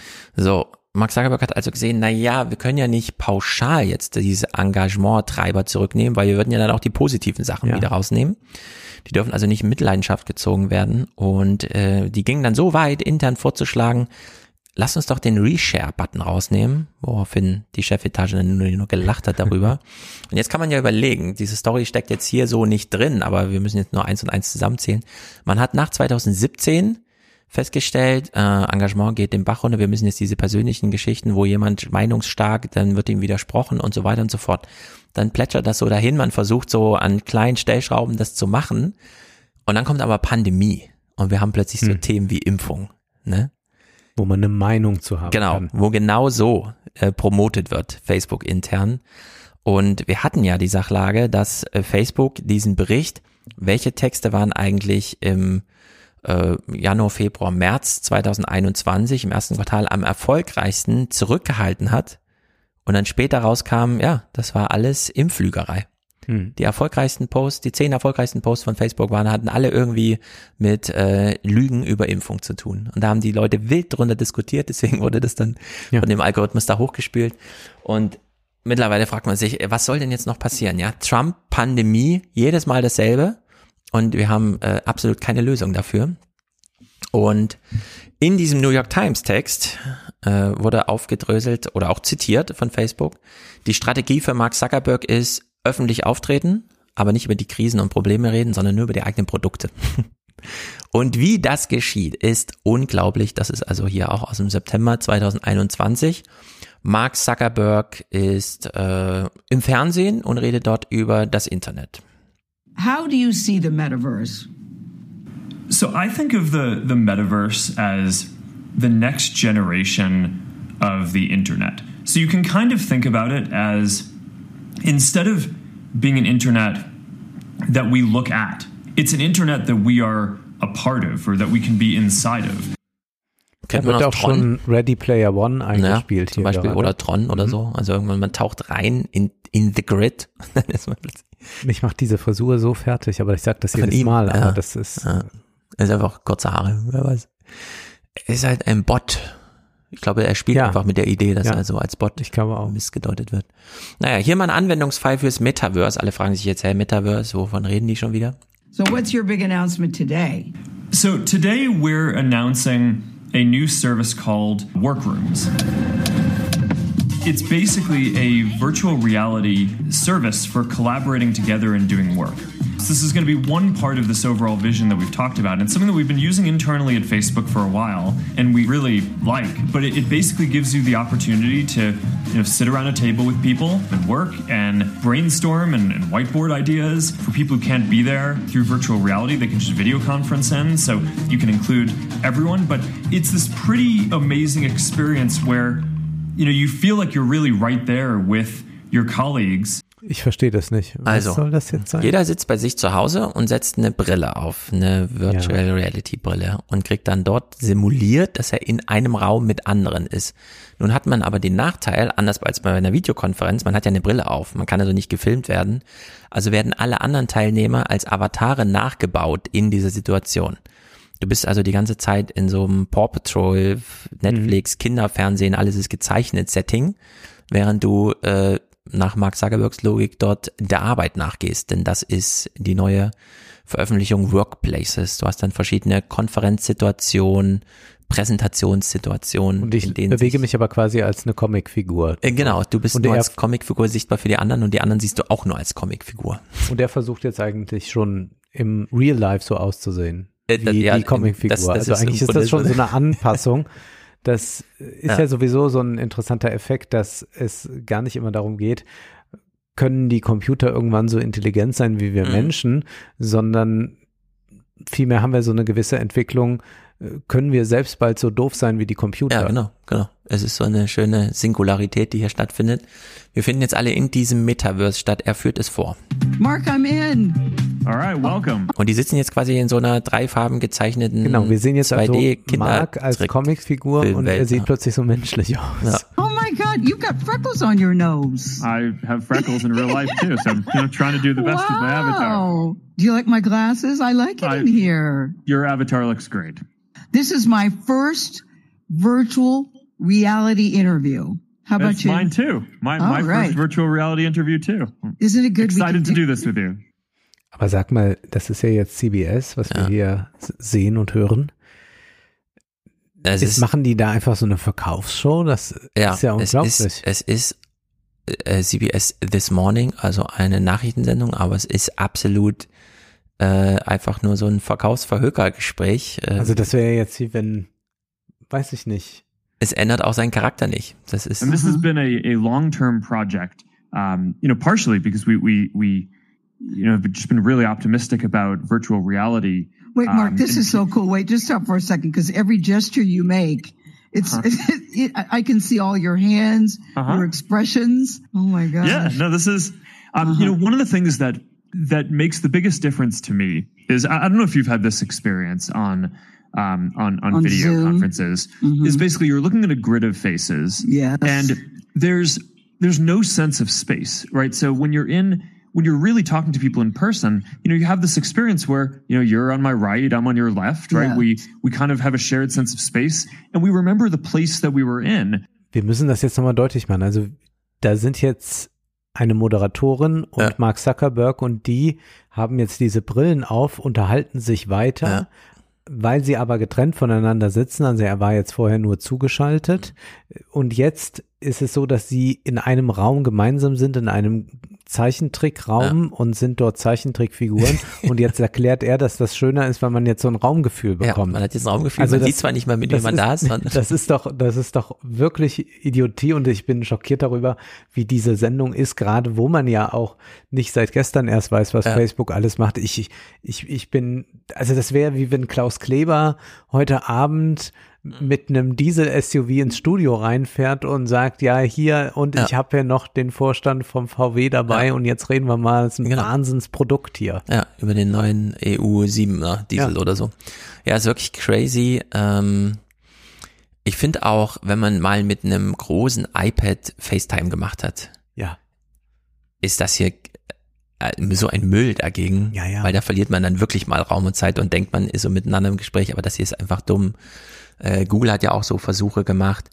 So, Mark Zuckerberg hat also gesehen, na ja, wir können ja nicht pauschal jetzt diese Engagement-Treiber zurücknehmen, weil wir würden ja dann auch die positiven Sachen ja. wieder rausnehmen. Die dürfen also nicht in Mitleidenschaft gezogen werden und äh, die gingen dann so weit, intern vorzuschlagen, lass uns doch den Reshare-Button rausnehmen, woraufhin die Chefetage dann nur, nur gelacht hat darüber. Und jetzt kann man ja überlegen, diese Story steckt jetzt hier so nicht drin, aber wir müssen jetzt nur eins und eins zusammenzählen. Man hat nach zwanzig siebzehn festgestellt, äh, Engagement geht den Bach runter, wir müssen jetzt diese persönlichen Geschichten, wo jemand meinungsstark, dann wird ihm widersprochen und so weiter und so fort. Dann plätschert das so dahin, man versucht so an kleinen Stellschrauben das zu machen und dann kommt aber Pandemie und wir haben plötzlich so hm. Themen wie Impfung, ne? Wo man eine Meinung zu haben genau, kann. Genau, wo genau so äh, promotet wird, Facebook intern. Und wir hatten ja die Sachlage, dass äh, Facebook diesen Bericht, welche Texte waren eigentlich im äh, Januar, Februar, März zwanzig einundzwanzig im ersten Quartal am erfolgreichsten zurückgehalten hat und dann später rauskam, ja, das war alles Impflügerei. Hm. Die erfolgreichsten Posts, die zehn erfolgreichsten Posts von Facebook waren, hatten alle irgendwie mit äh, Lügen über Impfung zu tun. Und da haben die Leute wild drunter diskutiert, deswegen wurde das dann ja. von dem Algorithmus da hochgespielt. Und mittlerweile fragt man sich, was soll denn jetzt noch passieren? Ja, Trump, Pandemie, jedes Mal dasselbe. Und wir haben äh, absolut keine Lösung dafür. Und in diesem New York Times Text äh, wurde aufgedröselt oder auch zitiert von Facebook, die Strategie für Mark Zuckerberg ist, öffentlich auftreten, aber nicht über die Krisen und Probleme reden, sondern nur über die eigenen Produkte. Und wie das geschieht, ist unglaublich. Das ist also hier auch aus dem September zwanzig einundzwanzig. Mark Zuckerberg ist äh, im Fernsehen und redet dort über das Internet. How do you see the metaverse? So I think of the, the metaverse as the next generation of the internet. So you can kind of think about it as instead of being an internet that we look at, it's an internet that we are a part of or that we can be inside of. Da wird auch Tron? schon Ready Player One eingespielt. Ja, zum Beispiel gerade. Oder Tron oder mhm. so. Also irgendwann, man taucht rein in, in the grid. Mich macht diese Frisur so fertig, aber ich sag das jedes Mal. Aber ja, das ist, ja. Er ist einfach kurze Haare, wer weiß. Er ist halt ein Bot. Ich glaube, er spielt ja. einfach mit der Idee, dass ja. er so als Bot ich glaube auch. missgedeutet wird. Naja, hier mal ein Anwendungsfall fürs Metaverse. Alle fragen sich jetzt, hey, Metaverse, wovon reden die schon wieder? So what's your big announcement today? So today we're announcing a new service called Workrooms. It's basically a virtual reality service for collaborating together and doing work. So this is going to be one part of this overall vision that we've talked about. And it's something that we've been using internally at Facebook for a while and we really like. But it, it basically gives you the opportunity to you know, sit around a table with people and work and brainstorm and, and whiteboard ideas. For people who can't be there through virtual reality, they can just video conference in. So you can include everyone. But it's this pretty amazing experience where you know, you feel like you're really right there with your colleagues. Ich verstehe das nicht. Was also, soll das jetzt sein? Jeder sitzt bei sich zu Hause und setzt eine Brille auf, eine Virtual ja. Reality Brille und kriegt dann dort simuliert, dass er in einem Raum mit anderen ist. Nun hat man aber den Nachteil, anders als bei einer Videokonferenz, man hat ja eine Brille auf, man kann also nicht gefilmt werden. Also werden alle anderen Teilnehmer als Avatare nachgebaut in dieser Situation. Du bist also die ganze Zeit in so einem Paw Patrol, Netflix, mhm. Kinderfernsehen, alles ist gezeichnet Setting, während du äh, nach Mark Zuckerbergs Logik dort der Arbeit nachgehst, denn das ist die neue Veröffentlichung Workplaces. Du hast dann verschiedene Konferenzsituationen, Präsentationssituationen. Und ich in denen bewege mich aber quasi als eine Comicfigur. Äh, genau, du bist und nur als Comicfigur sichtbar für die anderen und die anderen siehst du auch nur als Comicfigur. Und der versucht jetzt eigentlich schon im Real Life so auszusehen. Wie ja, die Comicfigur. Das, das also ist eigentlich ist das schon so eine Anpassung. Das ist ja. ja sowieso so ein interessanter Effekt, dass es gar nicht immer darum geht, können die Computer irgendwann so intelligent sein wie wir mhm. Menschen, sondern vielmehr haben wir so eine gewisse Entwicklung, können wir selbst bald so doof sein wie die Computer. Ja, genau, genau. Es ist so eine schöne Singularität, die hier stattfindet. Wir finden jetzt alle in diesem Metaverse statt. Er führt es vor. Mark, I'm in. All right, welcome. Und die sitzen jetzt quasi in so einer dreifarben gezeichneten Genau, wir sehen jetzt zwei D also Mark als Comicfigur und er sieht ja. plötzlich so menschlich aus. Ja. Oh my God, you've got freckles on your nose. I have freckles in real life too, so I'm you know, trying to do the best wow. with my avatar. Do you like my glasses? I like it I, in here. Your avatar looks great. This is my first virtual reality interview. How about That's you? Mine too. My, my right. first virtual reality interview too. Isn't it good? Excited to do this with you. Aber sag mal, das ist ja jetzt C B S, was ja. wir hier sehen und hören. Es ist, ist, machen die da einfach so eine Verkaufsshow? Das ja, ist ja unglaublich. Es ist, es ist äh, C B S This Morning, also eine Nachrichtensendung, aber es ist absolut äh, einfach nur so ein Verkaufsverhökergespräch. Äh, also das wäre jetzt wie wenn, weiß ich nicht. Es ändert auch seinen Charakter nicht. Das ist. And this has been a, a long-term project, um, you know, partially because we we we you know have just been really optimistic about virtual reality. Wait, Mark, um, this is so cool. Wait, just stop for a second, because every gesture you make, it's uh-huh. it, it, I can see all your hands, uh-huh. your expressions. Oh my gosh. Yeah, no, this is um, uh-huh. you know, one of the things that that makes the biggest difference to me is I, I don't know if you've had this experience on. Um, on, on, on video Zoom. Conferences mm-hmm. is basically you're looking at a grid of faces. Yes. And there's, there's no sense of space, right? So when you're in, when you're really talking to people in person, you know, you have this experience where, you know, you're on my right, I'm on your left, right? Yeah. We, we kind of have a shared sense of space and we remember the place that we were in. Wir müssen das jetzt nochmal deutlich machen. Also da sind jetzt eine Moderatorin und ja. Mark Zuckerberg und die haben jetzt diese Brillen auf, unterhalten sich weiter. Ja. Weil sie aber getrennt voneinander sitzen, also er war jetzt vorher nur zugeschaltet und jetzt ist es so, dass sie in einem Raum gemeinsam sind, in einem Zeichentrickraum ja. und sind dort Zeichentrickfiguren und jetzt erklärt er, dass das schöner ist, weil man jetzt so ein Raumgefühl bekommt. Ja, man hat jetzt ein Raumgefühl, also man das, sieht zwar nicht mal, mit wem man da ist. Das ist doch, das ist doch wirklich Idiotie und ich bin schockiert darüber, wie diese Sendung ist, gerade wo man ja auch nicht seit gestern erst weiß, was ja. Facebook alles macht. Ich, ich, ich bin, also das wäre wie wenn Klaus Kleber heute Abend mit einem Diesel-S U V ins Studio reinfährt und sagt, ja, hier und ja. ich habe ja noch den Vorstand vom V W dabei ja. und jetzt reden wir mal, das ist ein genau. Wahnsinnsprodukt hier. Ja, über den neuen E U siebener Diesel ja. oder so. Ja, ist wirklich crazy. Ähm, ich finde auch, wenn man mal mit einem großen iPad FaceTime gemacht hat, ja, ist das hier so ein Müll dagegen, ja, ja. weil da verliert man dann wirklich mal Raum und Zeit und denkt, man ist so miteinander im Gespräch, aber das hier ist einfach dumm. Äh, Google hat ja auch so Versuche gemacht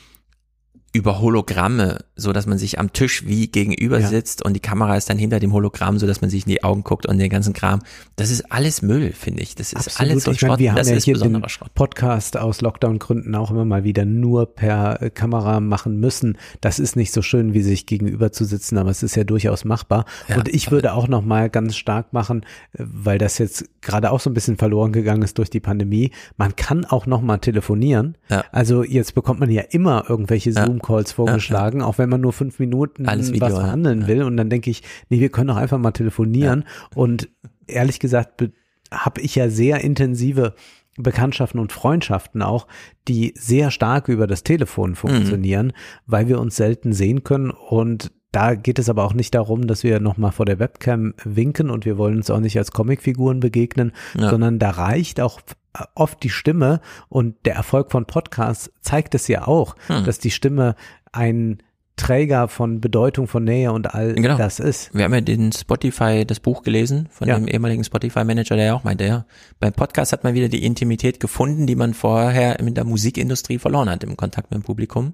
über Hologramme, so dass man sich am Tisch wie gegenüber ja. sitzt und die Kamera ist dann hinter dem Hologramm, so dass man sich in die Augen guckt und den ganzen Kram. Das ist alles Müll, finde ich. Das ist Absolut. alles so ich meine, Schrott. Wir haben das ja ist hier besonderer den Schrott. Podcast aus Lockdown-Gründen auch immer mal wieder nur per äh, Kamera machen müssen. Das ist nicht so schön, wie sich gegenüber zu sitzen, aber es ist ja durchaus machbar. Ja, und ich würde auch noch mal ganz stark machen, weil das jetzt gerade auch so ein bisschen verloren gegangen ist durch die Pandemie. Man kann auch noch mal telefonieren. Ja. Also jetzt bekommt man ja immer irgendwelche ja. Zoom-Calls vorgeschlagen. Ja, ja. Auch wenn man nur fünf Minuten Video, was verhandeln ja. will und dann denke ich, nee, wir können doch einfach mal telefonieren ja. und ehrlich gesagt habe ich ja sehr intensive Bekanntschaften und Freundschaften auch, die sehr stark über das Telefon funktionieren, mhm. weil wir uns selten sehen können und da geht es aber auch nicht darum, dass wir nochmal vor der Webcam winken und wir wollen uns auch nicht als Comicfiguren begegnen, ja. sondern da reicht auch oft die Stimme und der Erfolg von Podcasts zeigt es ja auch, hm. dass die Stimme ein Träger von Bedeutung, von Nähe und all genau. das ist. Wir haben ja den Spotify, das Buch gelesen von ja. dem ehemaligen Spotify-Manager, der ja auch meinte, ja, beim Podcast hat man wieder die Intimität gefunden, die man vorher in der Musikindustrie verloren hat, im Kontakt mit dem Publikum.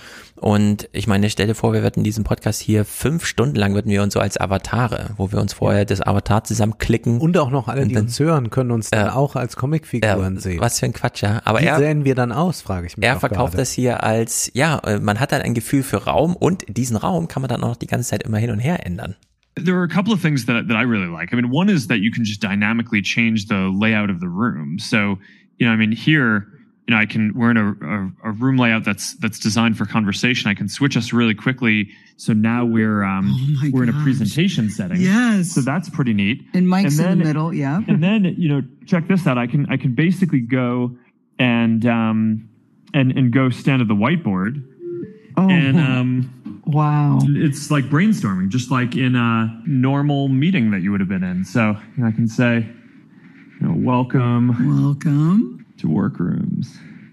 Und ich meine, stell dir vor, wir würden diesen Podcast hier fünf Stunden lang, würden wir uns so als Avatare, wo wir uns vorher ja. das Avatar zusammenklicken. Und auch noch alle, die dann, uns hören, können uns dann äh, auch als Comicfiguren äh, sehen. Was für ein Quatsch, ja. Aber Wie er, sehen wir dann aus, frage ich mich. Er verkauft gerade. Das hier als, ja, man hat dann ein Gefühl für Raum und diesen Raum kann man dann auch noch die ganze Zeit immer hin und her ändern. There are a couple of things that, that I really like. I mean, one is that you can just dynamically change the layout of the room. So, you know, I mean, here, you know, I can, we're in a, a, a room layout that's, that's designed for conversation. I can switch us really quickly. So now we're, um, oh we're gosh. in a presentation setting. Yes. So that's pretty neat. And Mike's and then, in the middle. Yeah. And then, you know, check this out. I can, I can basically go and, um, and, and go stand at the whiteboard. Oh, and, um, wow. It's like brainstorming, just like in a normal meeting that you would have been in. So you know, I can say, you know, welcome. Welcome to Workrooms.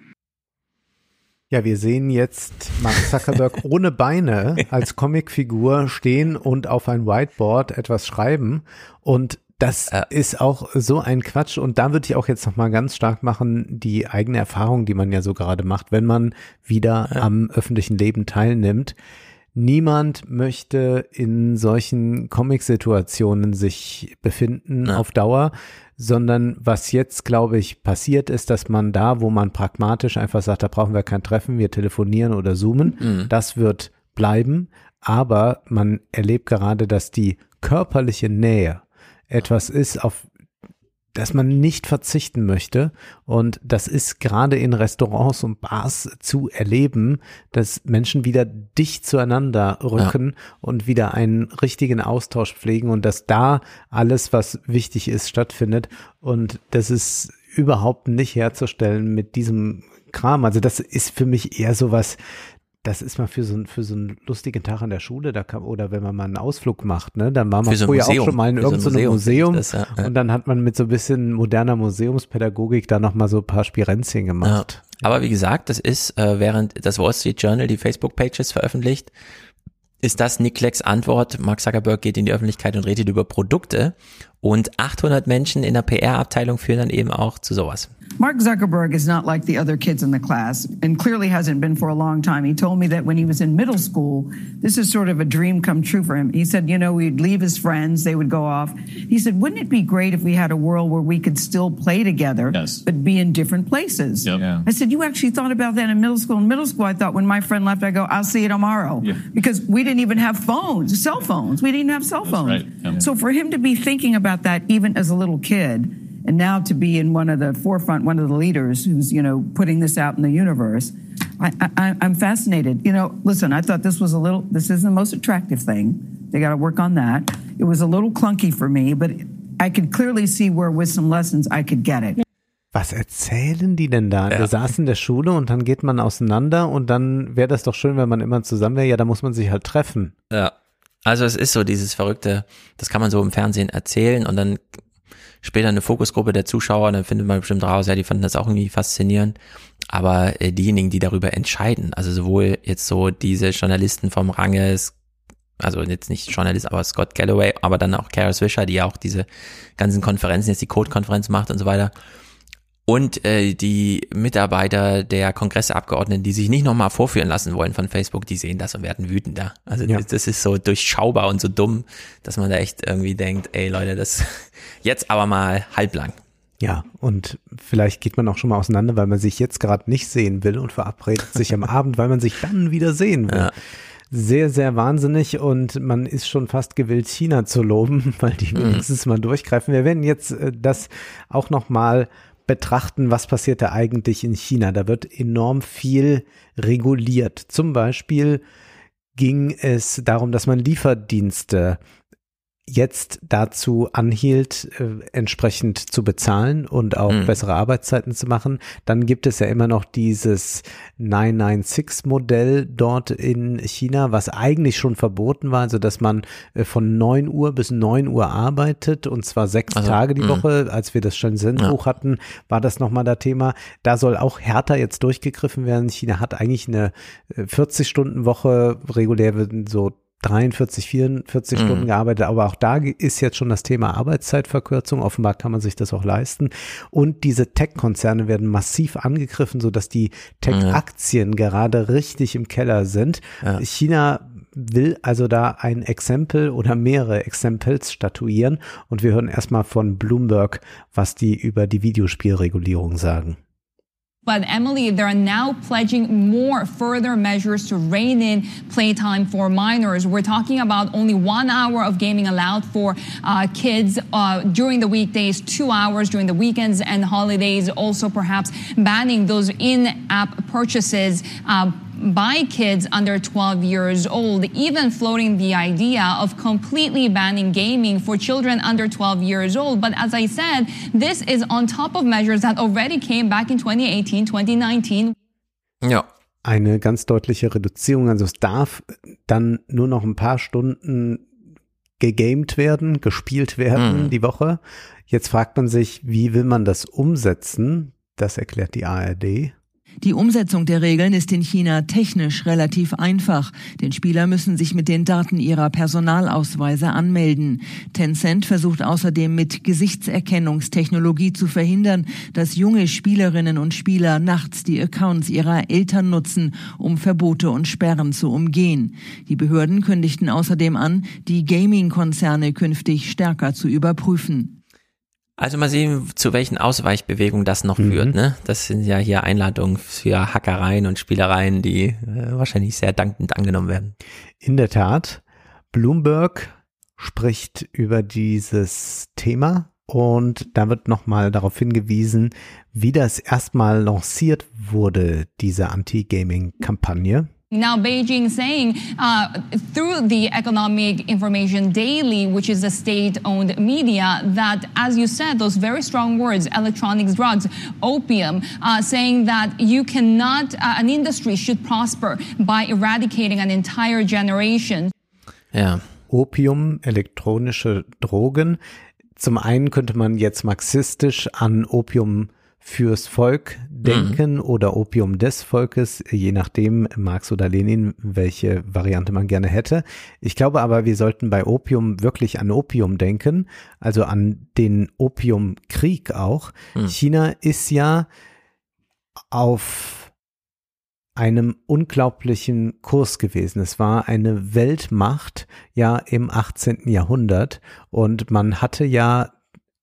Ja, wir sehen jetzt Mark Zuckerberg ohne Beine als Comicfigur stehen und auf ein Whiteboard etwas schreiben. Und das äh. ist auch so ein Quatsch. Und da würde ich auch jetzt nochmal ganz stark machen, die eigene Erfahrung, die man ja so gerade macht, wenn man wieder ja. am öffentlichen Leben teilnimmt. Niemand möchte in solchen Comic-Situationen sich befinden ja. auf Dauer, sondern was jetzt, glaube ich, passiert ist, dass man da, wo man pragmatisch einfach sagt, da brauchen wir kein Treffen, wir telefonieren oder zoomen, mhm. das wird bleiben, aber man erlebt gerade, dass die körperliche Nähe etwas ist, auf das man nicht verzichten möchte, und das ist gerade in Restaurants und Bars zu erleben, dass Menschen wieder dicht zueinander rücken ja. und wieder einen richtigen Austausch pflegen und dass da alles, was wichtig ist, stattfindet, und das ist überhaupt nicht herzustellen mit diesem Kram. Also das ist für mich eher sowas, das ist mal für so, ein, für so einen lustigen Tag an der Schule, da kann, oder wenn man mal einen Ausflug macht, ne, dann war man so früher Museum. auch schon mal in für irgendeinem so Museum, Museum, das, ja. und dann hat man mit so ein bisschen moderner Museumspädagogik da nochmal so ein paar Spirenzchen gemacht. Ja. Aber wie gesagt, das ist, äh, während das Wall Street Journal die Facebook-Pages veröffentlicht, ist das Nick Clegg's Antwort. Mark Zuckerberg geht in die Öffentlichkeit und redet über Produkte, und achthundert Menschen in der P R-Abteilung führen dann eben auch zu sowas. Mark Zuckerberg is not like the other kids in the class, and clearly hasn't been for a long time. He told me that when he was in middle school, this is sort of a dream come true for him. He said, you know, he'd leave his friends, they would go off. He said, wouldn't it be great if we had a world where we could still play together, yes. but be in different places? Yep. Yeah. I said, you actually thought about that in middle school? In middle school, I thought when my friend left, I go, I'll see you tomorrow. Yeah. Because we didn't even have phones, cell phones. We didn't have cell phones. Right. Yeah. So for him to be thinking about that even as a little kid, and now to be in one of the forefront, one of the leaders who's, you know, putting this out in the universe, I, I, I'm fascinated. You know, listen, I thought this was a little, this isn't the most attractive thing. They got to work on that. It was a little clunky for me, but I could clearly see where with some lessons I could get it. Was erzählen die denn da? Ja. Wir saßen in der Schule und dann geht man auseinander, und dann wäre das doch schön, wenn man immer zusammen wäre. Ja, da muss man sich halt treffen. Ja, also es ist so dieses Verrückte, das kann man so im Fernsehen erzählen, und dann später eine Fokusgruppe der Zuschauer, dann findet man bestimmt raus, ja, die fanden das auch irgendwie faszinierend. Aber äh, diejenigen, die darüber entscheiden, also sowohl jetzt so diese Journalisten vom Range, also jetzt nicht Journalist, aber Scott Galloway, aber dann auch Kara Swisher, die ja auch diese ganzen Konferenzen, jetzt die Code-Konferenz macht und so weiter. Und äh, die Mitarbeiter der Kongressabgeordneten, die sich nicht nochmal vorführen lassen wollen von Facebook, die sehen das und werden wütender. Also ja. das, das ist so durchschaubar und so dumm, dass man da echt irgendwie denkt, ey Leute, das jetzt aber mal halblang. Ja, und vielleicht geht man auch schon mal auseinander, weil man sich jetzt gerade nicht sehen will, und verabredet sich am Abend, weil man sich dann wieder sehen will. Ja. Sehr, sehr wahnsinnig, und man ist schon fast gewillt, China zu loben, weil die wenigstens mhm. mal durchgreifen. Wir werden jetzt äh, das auch nochmal betrachten, was passiert da eigentlich in China. Da wird enorm viel reguliert. Zum Beispiel ging es darum, dass man Lieferdienste jetzt dazu anhielt, äh, entsprechend zu bezahlen und auch mhm. bessere Arbeitszeiten zu machen. Dann gibt es ja immer noch dieses neun neun sechs Modell dort in China, was eigentlich schon verboten war, also dass man äh, von neun Uhr bis neun Uhr arbeitet, und zwar sechs also, Tage die mh. Woche. Als wir das Shenzhen-Buch ja. hatten, war das nochmal das Thema. Da soll auch härter jetzt durchgegriffen werden. China hat eigentlich eine vierzig-Stunden-Woche, regulär werden so dreiundvierzig, vierundvierzig mhm. Stunden gearbeitet, aber auch da ist jetzt schon das Thema Arbeitszeitverkürzung. Offenbar kann man sich das auch leisten. Und diese Tech-Konzerne werden massiv angegriffen, sodass die Tech-Aktien mhm. gerade richtig im Keller sind. Ja. China will also da ein Exempel oder mehrere Exempels statuieren. Und wir hören erstmal von Bloomberg, was die über die Videospielregulierung sagen. But Emily, they are now pledging more further measures to rein in playtime for minors. We're talking about only one hour of gaming allowed for uh, kids uh, during the weekdays, two hours during the weekends and holidays. Also, perhaps banning those in-app purchases uh, by kids under twelve years old, even floating the idea of completely banning gaming for children under twelve years old. But as I said, this is on top of measures that already came back in twenty eighteen, twenty nineteen. Ja. Eine ganz deutliche Reduzierung. Also es darf dann nur noch ein paar Stunden gegamed werden, gespielt werden mhm. die Woche. Jetzt fragt man sich, wie will man das umsetzen? Das erklärt die A R D. Die Umsetzung der Regeln ist in China technisch relativ einfach. Denn Spieler müssen sich mit den Daten ihrer Personalausweise anmelden. Tencent versucht außerdem mit Gesichtserkennungstechnologie zu verhindern, dass junge Spielerinnen und Spieler nachts die Accounts ihrer Eltern nutzen, um Verbote und Sperren zu umgehen. Die Behörden kündigten außerdem an, die Gaming-Konzerne künftig stärker zu überprüfen. Also mal sehen, zu welchen Ausweichbewegungen das noch mhm. führt. Ne? Das sind ja hier Einladungen für Hackereien und Spielereien, die äh, wahrscheinlich sehr dankend angenommen werden. In der Tat, Bloomberg spricht über dieses Thema und da wird nochmal darauf hingewiesen, wie das erstmal lanciert wurde, diese Anti-Gaming-Kampagne. Now Beijing saying uh, through the Economic Information Daily, which is a state-owned media, that, as you said, those very strong words, electronics, drugs, opium, uh, saying that you cannot, uh, an industry should prosper by eradicating an entire generation. Ja. Opium, elektronische Drogen. Zum einen könnte man jetzt marxistisch an Opium fürs Volk denken mhm. oder Opium des Volkes, je nachdem, Marx oder Lenin, welche Variante man gerne hätte. Ich glaube aber, wir sollten bei Opium wirklich an Opium denken, also an den Opiumkrieg auch. Mhm. China ist ja auf einem unglaublichen Kurs gewesen. Es war eine Weltmacht ja im achtzehnten Jahrhundert und man hatte ja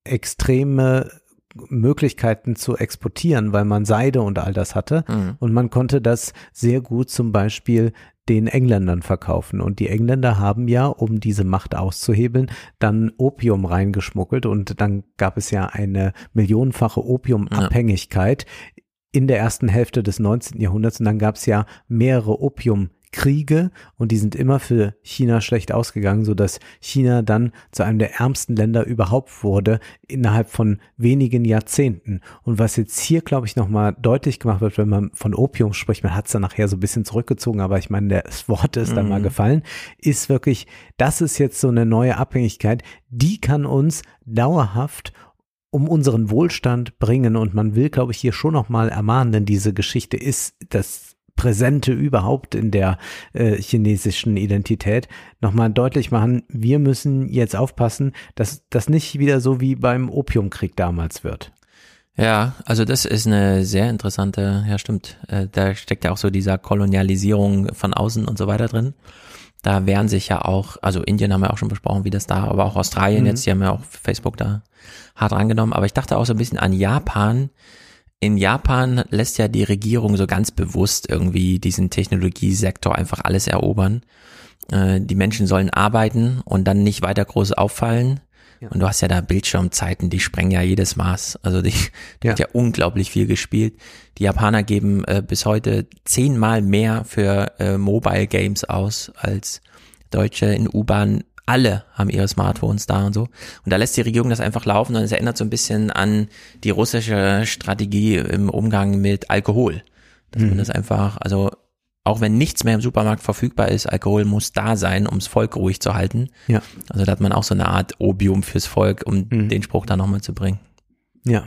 extreme Möglichkeiten zu exportieren, weil man Seide und all das hatte mhm. und man konnte das sehr gut zum Beispiel den Engländern verkaufen und die Engländer haben ja, um diese Macht auszuhebeln, dann Opium reingeschmuggelt und dann gab es ja eine millionenfache Opiumabhängigkeit ja. in der ersten Hälfte des neunzehnten Jahrhunderts und dann gab es ja mehrere Opium Kriege und die sind immer für China schlecht ausgegangen, sodass China dann zu einem der ärmsten Länder überhaupt wurde innerhalb von wenigen Jahrzehnten. Und was jetzt hier, glaube ich, nochmal deutlich gemacht wird, wenn man von Opium spricht, man hat es dann nachher so ein bisschen zurückgezogen, aber ich meine, das Wort ist dann mhm. mal gefallen, ist wirklich, das ist jetzt so eine neue Abhängigkeit, die kann uns dauerhaft um unseren Wohlstand bringen und man will, glaube ich, hier schon nochmal ermahnen, denn diese Geschichte ist das Präsente überhaupt in der äh, chinesischen Identität, nochmal deutlich machen, wir müssen jetzt aufpassen, dass das nicht wieder so wie beim Opiumkrieg damals wird. Ja, also das ist eine sehr interessante, ja stimmt, äh, da steckt ja auch so dieser Kolonialisierung von außen und so weiter drin. Da wehren sich ja auch, also Indien haben wir auch schon besprochen, wie das da, aber auch Australien mhm. jetzt, die haben ja auch Facebook da hart rangenommen, aber ich dachte auch so ein bisschen an Japan. In Japan lässt ja die Regierung so ganz bewusst irgendwie diesen Technologiesektor einfach alles erobern. Äh, die Menschen sollen arbeiten und dann nicht weiter groß auffallen. Ja. Und du hast ja da Bildschirmzeiten, die sprengen ja jedes Maß. Also die, die ja. hat ja unglaublich viel gespielt. Die Japaner geben äh, bis heute zehnmal mehr für äh, Mobile Games aus als Deutsche in U-Bahn. Alle haben ihre Smartphones da und so. Und da lässt die Regierung das einfach laufen und es erinnert so ein bisschen an die russische Strategie im Umgang mit Alkohol. Dass mhm. man das einfach, also auch wenn nichts mehr im Supermarkt verfügbar ist, Alkohol muss da sein, um das Volk ruhig zu halten. Ja. Also da hat man auch so eine Art Opium fürs Volk, um mhm. den Spruch da nochmal zu bringen. Ja.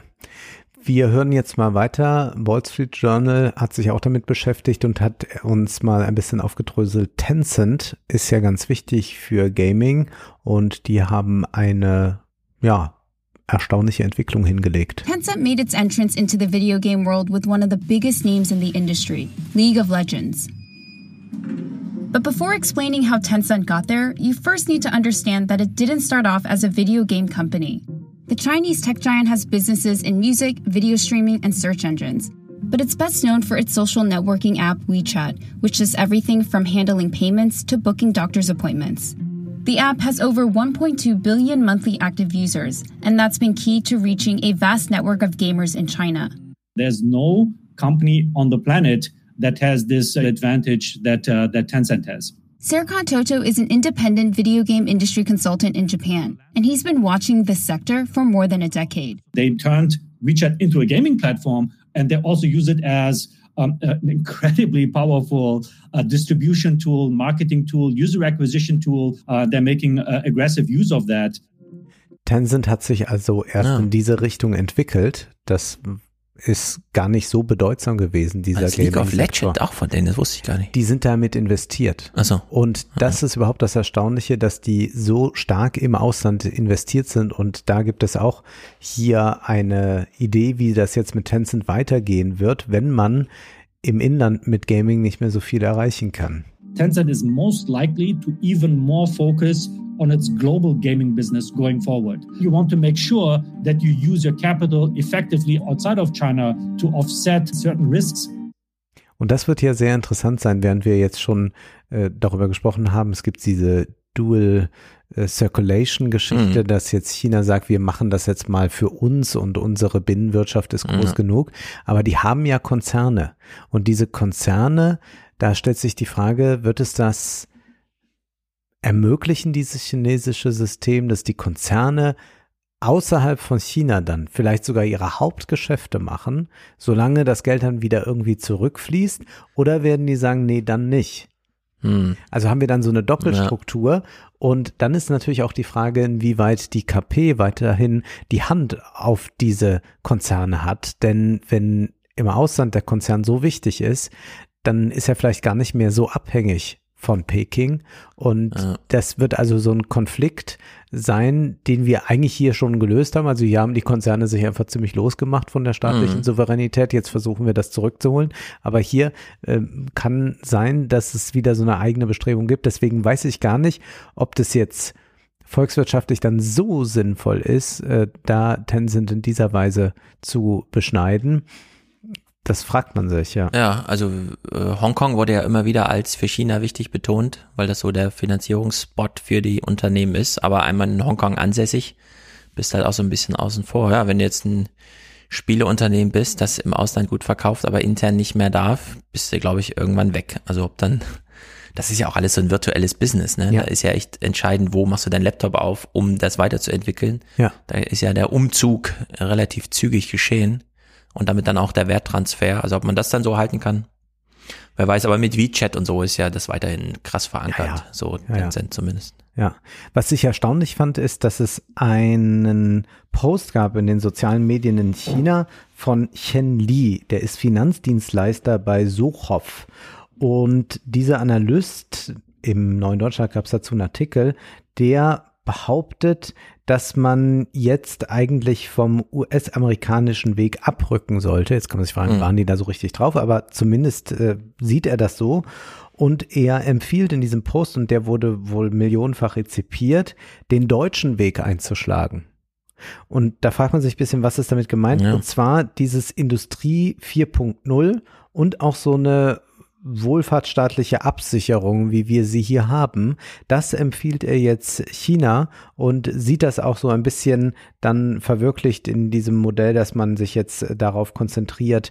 Wir hören jetzt mal weiter. Wall Street Journal hat sich auch damit beschäftigt und hat uns mal ein bisschen aufgedröselt. Tencent ist ja ganz wichtig für Gaming und die haben eine, ja, erstaunliche Entwicklung hingelegt. Tencent made its entrance into the video game world with one of the biggest names in the industry, League of Legends. But before explaining how Tencent got there, you first need to understand that it didn't start off as a video game company. The Chinese tech giant has businesses in music, video streaming, and search engines. but it's best known for its social networking app WeChat, which does everything from handling payments to booking doctor's appointments. The app has over one point two billion monthly active users, and that's been key to reaching a vast network of gamers in China. There's no company on the planet that has this advantage that uh, that Tencent has. Serkan Toto is an independent video game industry consultant in Japan, and he's been watching this sector for more than a decade. They turned WeChat into a gaming platform, and they also use it as um, an incredibly powerful uh, distribution tool, marketing tool, user acquisition tool. Uh, they're making uh, aggressive use of that. Tencent hat sich also erst ja. in diese Richtung entwickelt. Das ist gar nicht so bedeutsam gewesen, dieser Als League of Legends auch von denen, das wusste ich gar nicht. Die sind damit investiert. Ach so. Und das ja. ist überhaupt das Erstaunliche, dass die so stark im Ausland investiert sind, und da gibt es auch hier eine Idee, wie das jetzt mit Tencent weitergehen wird, wenn man im Inland mit Gaming nicht mehr so viel erreichen kann. Tencent is most likely to even more focus on its global gaming business going forward. You want to make sure that you use your capital effectively outside of China to offset certain risks. Und das wird ja sehr interessant sein, während wir jetzt schon äh, darüber gesprochen haben. Es gibt diese Dual äh, Circulation Geschichte, mhm. dass jetzt China sagt, wir machen das jetzt mal für uns und unsere Binnenwirtschaft ist groß mhm. genug. Aber die haben ja Konzerne, und diese Konzerne, da stellt sich die Frage, wird es das ermöglichen, dieses chinesische System, dass die Konzerne außerhalb von China dann vielleicht sogar ihre Hauptgeschäfte machen, solange das Geld dann wieder irgendwie zurückfließt, oder werden die sagen, nee, dann nicht? Hm. Also haben wir dann so eine Doppelstruktur, ja. Und dann ist natürlich auch die Frage, inwieweit die K P weiterhin die Hand auf diese Konzerne hat, denn wenn im Ausland der Konzern so wichtig ist, dann ist er vielleicht gar nicht mehr so abhängig von Peking, und ja. das wird also so ein Konflikt sein, den wir eigentlich hier schon gelöst haben. Also hier haben die Konzerne sich einfach ziemlich losgemacht von der staatlichen mhm. Souveränität. Jetzt versuchen wir das zurückzuholen, aber hier äh, kann sein, dass es wieder so eine eigene Bestrebung gibt. Deswegen weiß ich gar nicht, ob das jetzt volkswirtschaftlich dann so sinnvoll ist, äh, da Tencent in dieser Weise zu beschneiden. Das fragt man sich, ja. Ja, also äh, Hongkong wurde ja immer wieder als für China wichtig betont, weil das so der Finanzierungsspot für die Unternehmen ist. Aber einmal in Hongkong ansässig, bist halt auch so ein bisschen außen vor. Ja, wenn du jetzt ein Spieleunternehmen bist, das im Ausland gut verkauft, aber intern nicht mehr darf, bist du, glaube ich, irgendwann weg. Also ob dann, das ist ja auch alles so ein virtuelles Business, ne? Ja. Da ist ja echt entscheidend, wo machst du deinen Laptop auf, um das weiterzuentwickeln. Ja. Da ist ja der Umzug relativ zügig geschehen. Und damit dann auch der Werttransfer, also ob man das dann so halten kann, wer weiß, aber mit WeChat und so ist ja das weiterhin krass verankert, ja, ja. so ja, Tencent ja. zumindest. Ja, was ich erstaunlich fand, ist, dass es einen Post gab in den sozialen Medien in China von Chen Li, der ist Finanzdienstleister bei Sochow, und dieser Analyst, im Neuen Deutschland gab es dazu einen Artikel, der behauptet, dass man jetzt eigentlich vom U S-amerikanischen Weg abrücken sollte. Jetzt kann man sich fragen, mhm. waren die da so richtig drauf? Aber zumindest äh, sieht er das so. Und er empfiehlt in diesem Post, und der wurde wohl millionenfach rezipiert, den deutschen Weg einzuschlagen. Und da fragt man sich ein bisschen, was ist damit gemeint? Ja. Und zwar dieses Industrie vier Punkt null und auch so eine wohlfahrtsstaatliche Absicherung, wie wir sie hier haben, das empfiehlt er jetzt China und sieht das auch so ein bisschen dann verwirklicht in diesem Modell, dass man sich jetzt darauf konzentriert,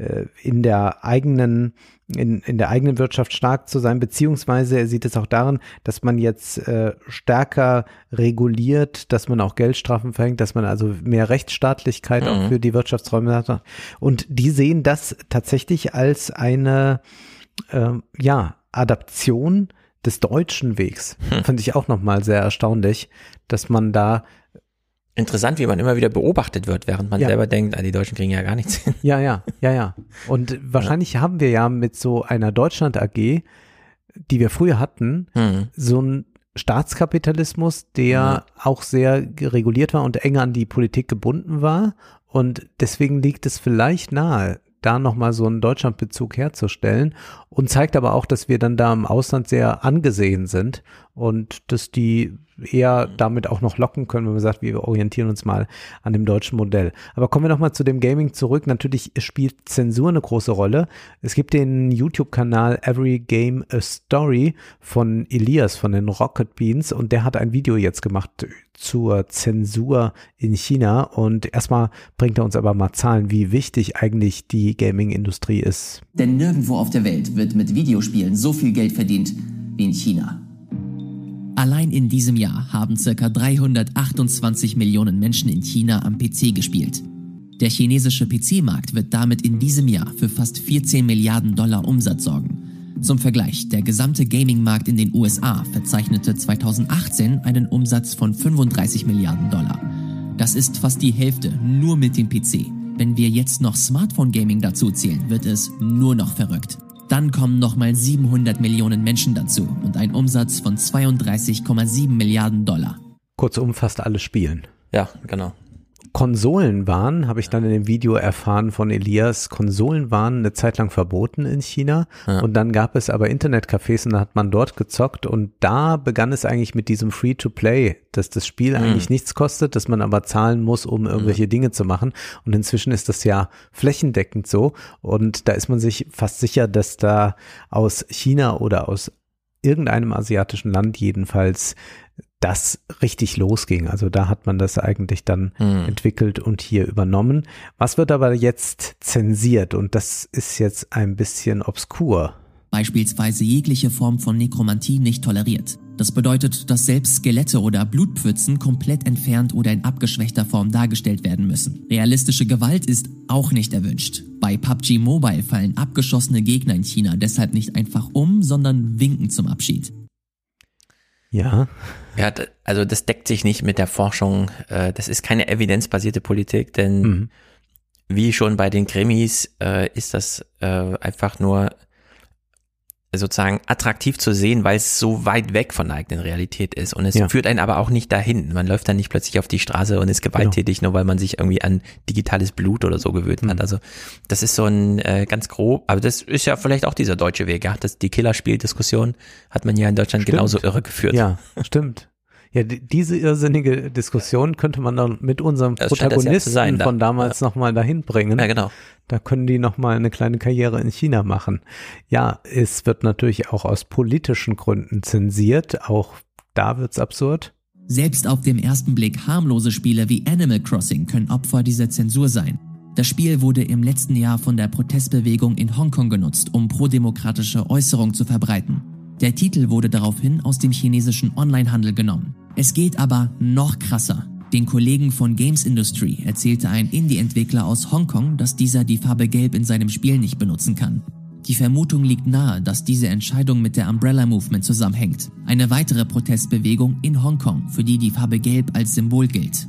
in der eigenen in, in der eigenen Wirtschaft stark zu sein, beziehungsweise er sieht es auch darin, dass man jetzt äh, stärker reguliert, dass man auch Geldstrafen verhängt, dass man also mehr Rechtsstaatlichkeit mhm. auch für die Wirtschaftsräume hat. Und die sehen das tatsächlich als eine äh, ja, Adaption des deutschen Wegs. Hm. Fand ich auch nochmal sehr erstaunlich, dass man da Interessant, wie man immer wieder beobachtet wird, während man ja. selber denkt, ah, die Deutschen kriegen ja gar nichts hin. Ja, ja, ja, ja. Und wahrscheinlich ja. haben wir ja mit so einer Deutschland-A G, die wir früher hatten, hm. so einen Staatskapitalismus, der ja. auch sehr reguliert war und eng an die Politik gebunden war. Und deswegen liegt es vielleicht nahe, da nochmal so einen Deutschlandbezug herzustellen, und zeigt aber auch, dass wir dann da im Ausland sehr angesehen sind und dass die eher damit auch noch locken können, wenn man sagt, wir orientieren uns mal an dem deutschen Modell. Aber kommen wir nochmal zu dem Gaming zurück. Natürlich spielt Zensur eine große Rolle. Es gibt den YouTube-Kanal Every Game a Story von Elias von den Rocket Beans und der hat ein Video jetzt gemacht zur Zensur in China und erstmal bringt er uns aber mal Zahlen, wie wichtig eigentlich die Gaming-Industrie ist. Denn nirgendwo auf der Welt wird mit Videospielen so viel Geld verdient wie in China. Allein in diesem Jahr haben ca. dreihundertachtundzwanzig Millionen Menschen in China am P C gespielt. Der chinesische P C-Markt wird damit in diesem Jahr für fast vierzehn Milliarden Dollar Umsatz sorgen. Zum Vergleich, der gesamte Gaming-Markt in den U S A verzeichnete zweitausendachtzehn einen Umsatz von fünfunddreißig Milliarden Dollar. Das ist fast die Hälfte nur mit dem P C. Wenn wir jetzt noch Smartphone-Gaming dazu zählen, wird es nur noch verrückt. Dann kommen nochmal siebenhundert Millionen Menschen dazu und ein Umsatz von zweiunddreißig Komma sieben Milliarden Dollar. Kurzum, fast alle spielen. Ja, genau. Konsolen waren, habe ich dann in dem Video erfahren von Elias, Konsolen waren eine Zeit lang verboten in China ja. und dann gab es aber Internetcafés und da hat man dort gezockt und da begann es eigentlich mit diesem Free-to-Play, dass das Spiel mhm. eigentlich nichts kostet, dass man aber zahlen muss, um irgendwelche mhm. Dinge zu machen und inzwischen ist das ja flächendeckend so und da ist man sich fast sicher, dass da aus China oder aus irgendeinem asiatischen Land jedenfalls das richtig losging. Also da hat man das eigentlich dann hm. entwickelt und hier übernommen. Was wird aber jetzt zensiert? Und das ist jetzt ein bisschen obskur. Beispielsweise jegliche Form von Nekromantie nicht toleriert. Das bedeutet, dass selbst Skelette oder Blutpfützen komplett entfernt oder in abgeschwächter Form dargestellt werden müssen. Realistische Gewalt ist auch nicht erwünscht. Bei P U B G Mobile fallen abgeschossene Gegner in China deshalb nicht einfach um, sondern winken zum Abschied. Ja. Ja, also das deckt sich nicht mit der Forschung. Das ist keine evidenzbasierte Politik, denn mhm. wie schon bei den Krimis ist das einfach nur sozusagen attraktiv zu sehen, weil es so weit weg von der eigenen Realität ist. Und es ja. führt einen aber auch nicht dahin. Man läuft dann nicht plötzlich auf die Straße und ist gewalttätig, genau. nur weil man sich irgendwie an digitales Blut oder so gewöhnt mhm. hat. Also das ist so ein äh, ganz grob, aber das ist ja vielleicht auch dieser deutsche Weg. Ja? Das, die Killerspiel-Diskussion hat man ja in Deutschland stimmt. genauso irre geführt. Ja, stimmt. Ja, die, diese irrsinnige Diskussion könnte man dann mit unserem das Protagonisten ja sein, von damals ja. nochmal dahin bringen. Ja, genau. Da können die nochmal eine kleine Karriere in China machen. Ja, es wird natürlich auch aus politischen Gründen zensiert. Auch da wird's absurd. Selbst auf dem ersten Blick harmlose Spiele wie Animal Crossing können Opfer dieser Zensur sein. Das Spiel wurde im letzten Jahr von der Protestbewegung in Hongkong genutzt, um prodemokratische Äußerungen zu verbreiten. Der Titel wurde daraufhin aus dem chinesischen Onlinehandel genommen. Es geht aber noch krasser. Den Kollegen von Games Industry erzählte ein Indie-Entwickler aus Hongkong, dass dieser die Farbe Gelb in seinem Spiel nicht benutzen kann. Die Vermutung liegt nahe, dass diese Entscheidung mit der Umbrella Movement zusammenhängt. Eine weitere Protestbewegung in Hongkong, für die die Farbe Gelb als Symbol gilt.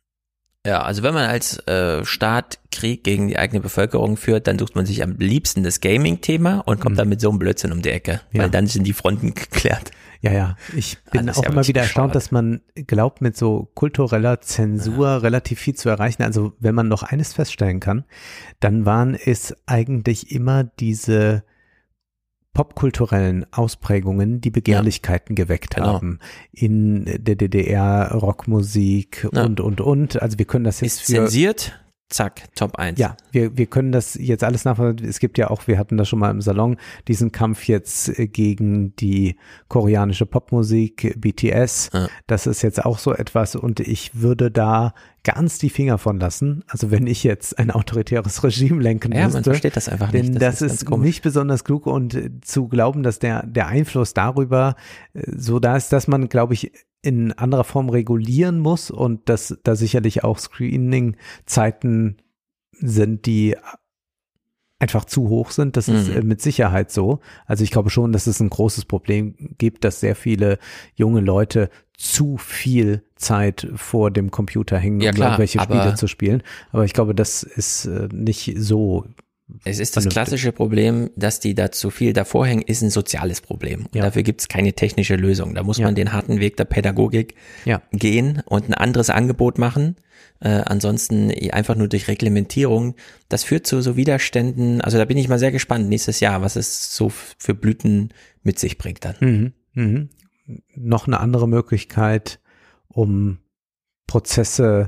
Ja, also wenn man als äh, Staat Krieg gegen die eigene Bevölkerung führt, dann sucht man sich am liebsten das Gaming-Thema und kommt mhm. dann mit so einem Blödsinn um die Ecke, ja. weil dann sind die Fronten geklärt. Ja, ja, ich bin auch ja immer wieder erstaunt, dass man glaubt, mit so kultureller Zensur ja. relativ viel zu erreichen. Also wenn man noch eines feststellen kann, dann waren es eigentlich immer diese popkulturellen Ausprägungen, die Begehrlichkeiten ja, geweckt genau. haben. In der D D R, Rockmusik ja. und, und, und. Also wir können das jetzt ist für... zensiert? Zack, Top eins. Ja, wir, wir können das jetzt alles nachvollziehen. Es gibt ja auch, wir hatten das schon mal im Salon, diesen Kampf jetzt gegen die koreanische Popmusik, B T S. Ja. Das ist jetzt auch so etwas und ich würde da ganz die Finger von lassen. Also wenn ich jetzt ein autoritäres Regime lenken ja, müsste. Man versteht das einfach denn nicht. Das, das ist, ist nicht besonders klug und zu glauben, dass der, der Einfluss darüber so da ist, dass man, glaube ich, in anderer Form regulieren muss und dass da sicherlich auch Screening-Zeiten sind, die einfach zu hoch sind. Das mhm. ist mit Sicherheit so. Also ich glaube schon, dass es ein großes Problem gibt, dass sehr viele junge Leute zu viel Zeit vor dem Computer hängen, ja, um klar, irgendwelche Spiele zu spielen. Aber ich glaube, das ist nicht so. Es ist das klassische Problem, dass die da zu viel davor hängen, ist ein soziales Problem. Und ja. dafür gibt es keine technische Lösung. Da muss ja. man den harten Weg der Pädagogik ja. gehen und ein anderes Angebot machen. Äh, ansonsten einfach nur durch Reglementierung. Das führt zu so Widerständen. Also da bin ich mal sehr gespannt nächstes Jahr, was es so für Blüten mit sich bringt dann. Mhm. Mhm. noch eine andere Möglichkeit, um Prozesse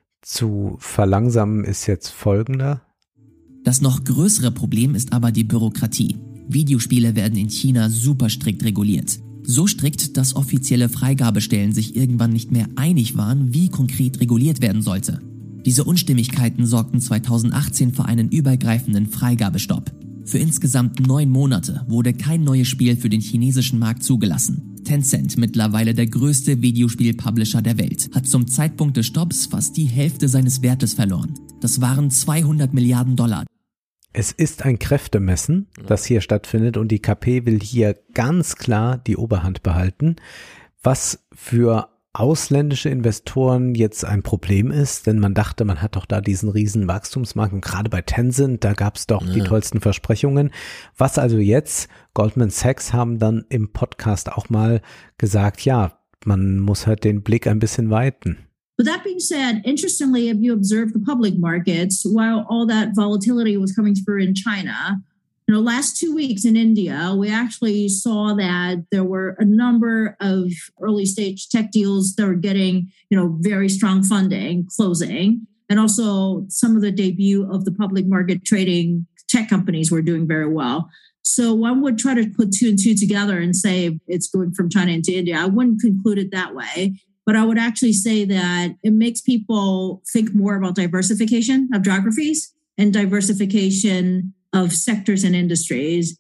zu verlangsamen, ist jetzt folgender. Das noch größere Problem ist aber die Bürokratie. Videospiele werden in China super strikt reguliert. So strikt, dass offizielle Freigabestellen sich irgendwann nicht mehr einig waren, wie konkret reguliert werden sollte. Diese Unstimmigkeiten sorgten zweitausendachtzehn für einen übergreifenden Freigabestopp. Für insgesamt neun Monate wurde kein neues Spiel für den chinesischen Markt zugelassen. Tencent, mittlerweile der größte Videospiel-Publisher der Welt, hat zum Zeitpunkt des Stopps fast die Hälfte seines Wertes verloren. Das waren zweihundert Milliarden Dollar. Es ist ein Kräftemessen, das hier stattfindet, und die K P will hier ganz klar die Oberhand behalten, was für ausländische Investoren jetzt ein Problem ist, denn man dachte, man hat doch da diesen riesen Wachstumsmarkt, und gerade bei Tencent, da gab es doch ja. die tollsten Versprechungen. Was also jetzt, Goldman Sachs haben dann im Podcast auch mal gesagt, ja, man muss halt den Blick ein bisschen weiten. But that being said, interestingly, if you observe the public markets, while all that volatility was coming through in China, you know, last two weeks in India, we actually saw that there were a number of early stage tech deals that were getting, you know, very strong funding closing. And also some of the debut of the public market trading tech companies were doing very well. So one would try to put two and two together and say it's going from China into India. I wouldn't conclude it that way. But I would actually say that it makes people think more about diversification of geographies and diversification of sectors and industries.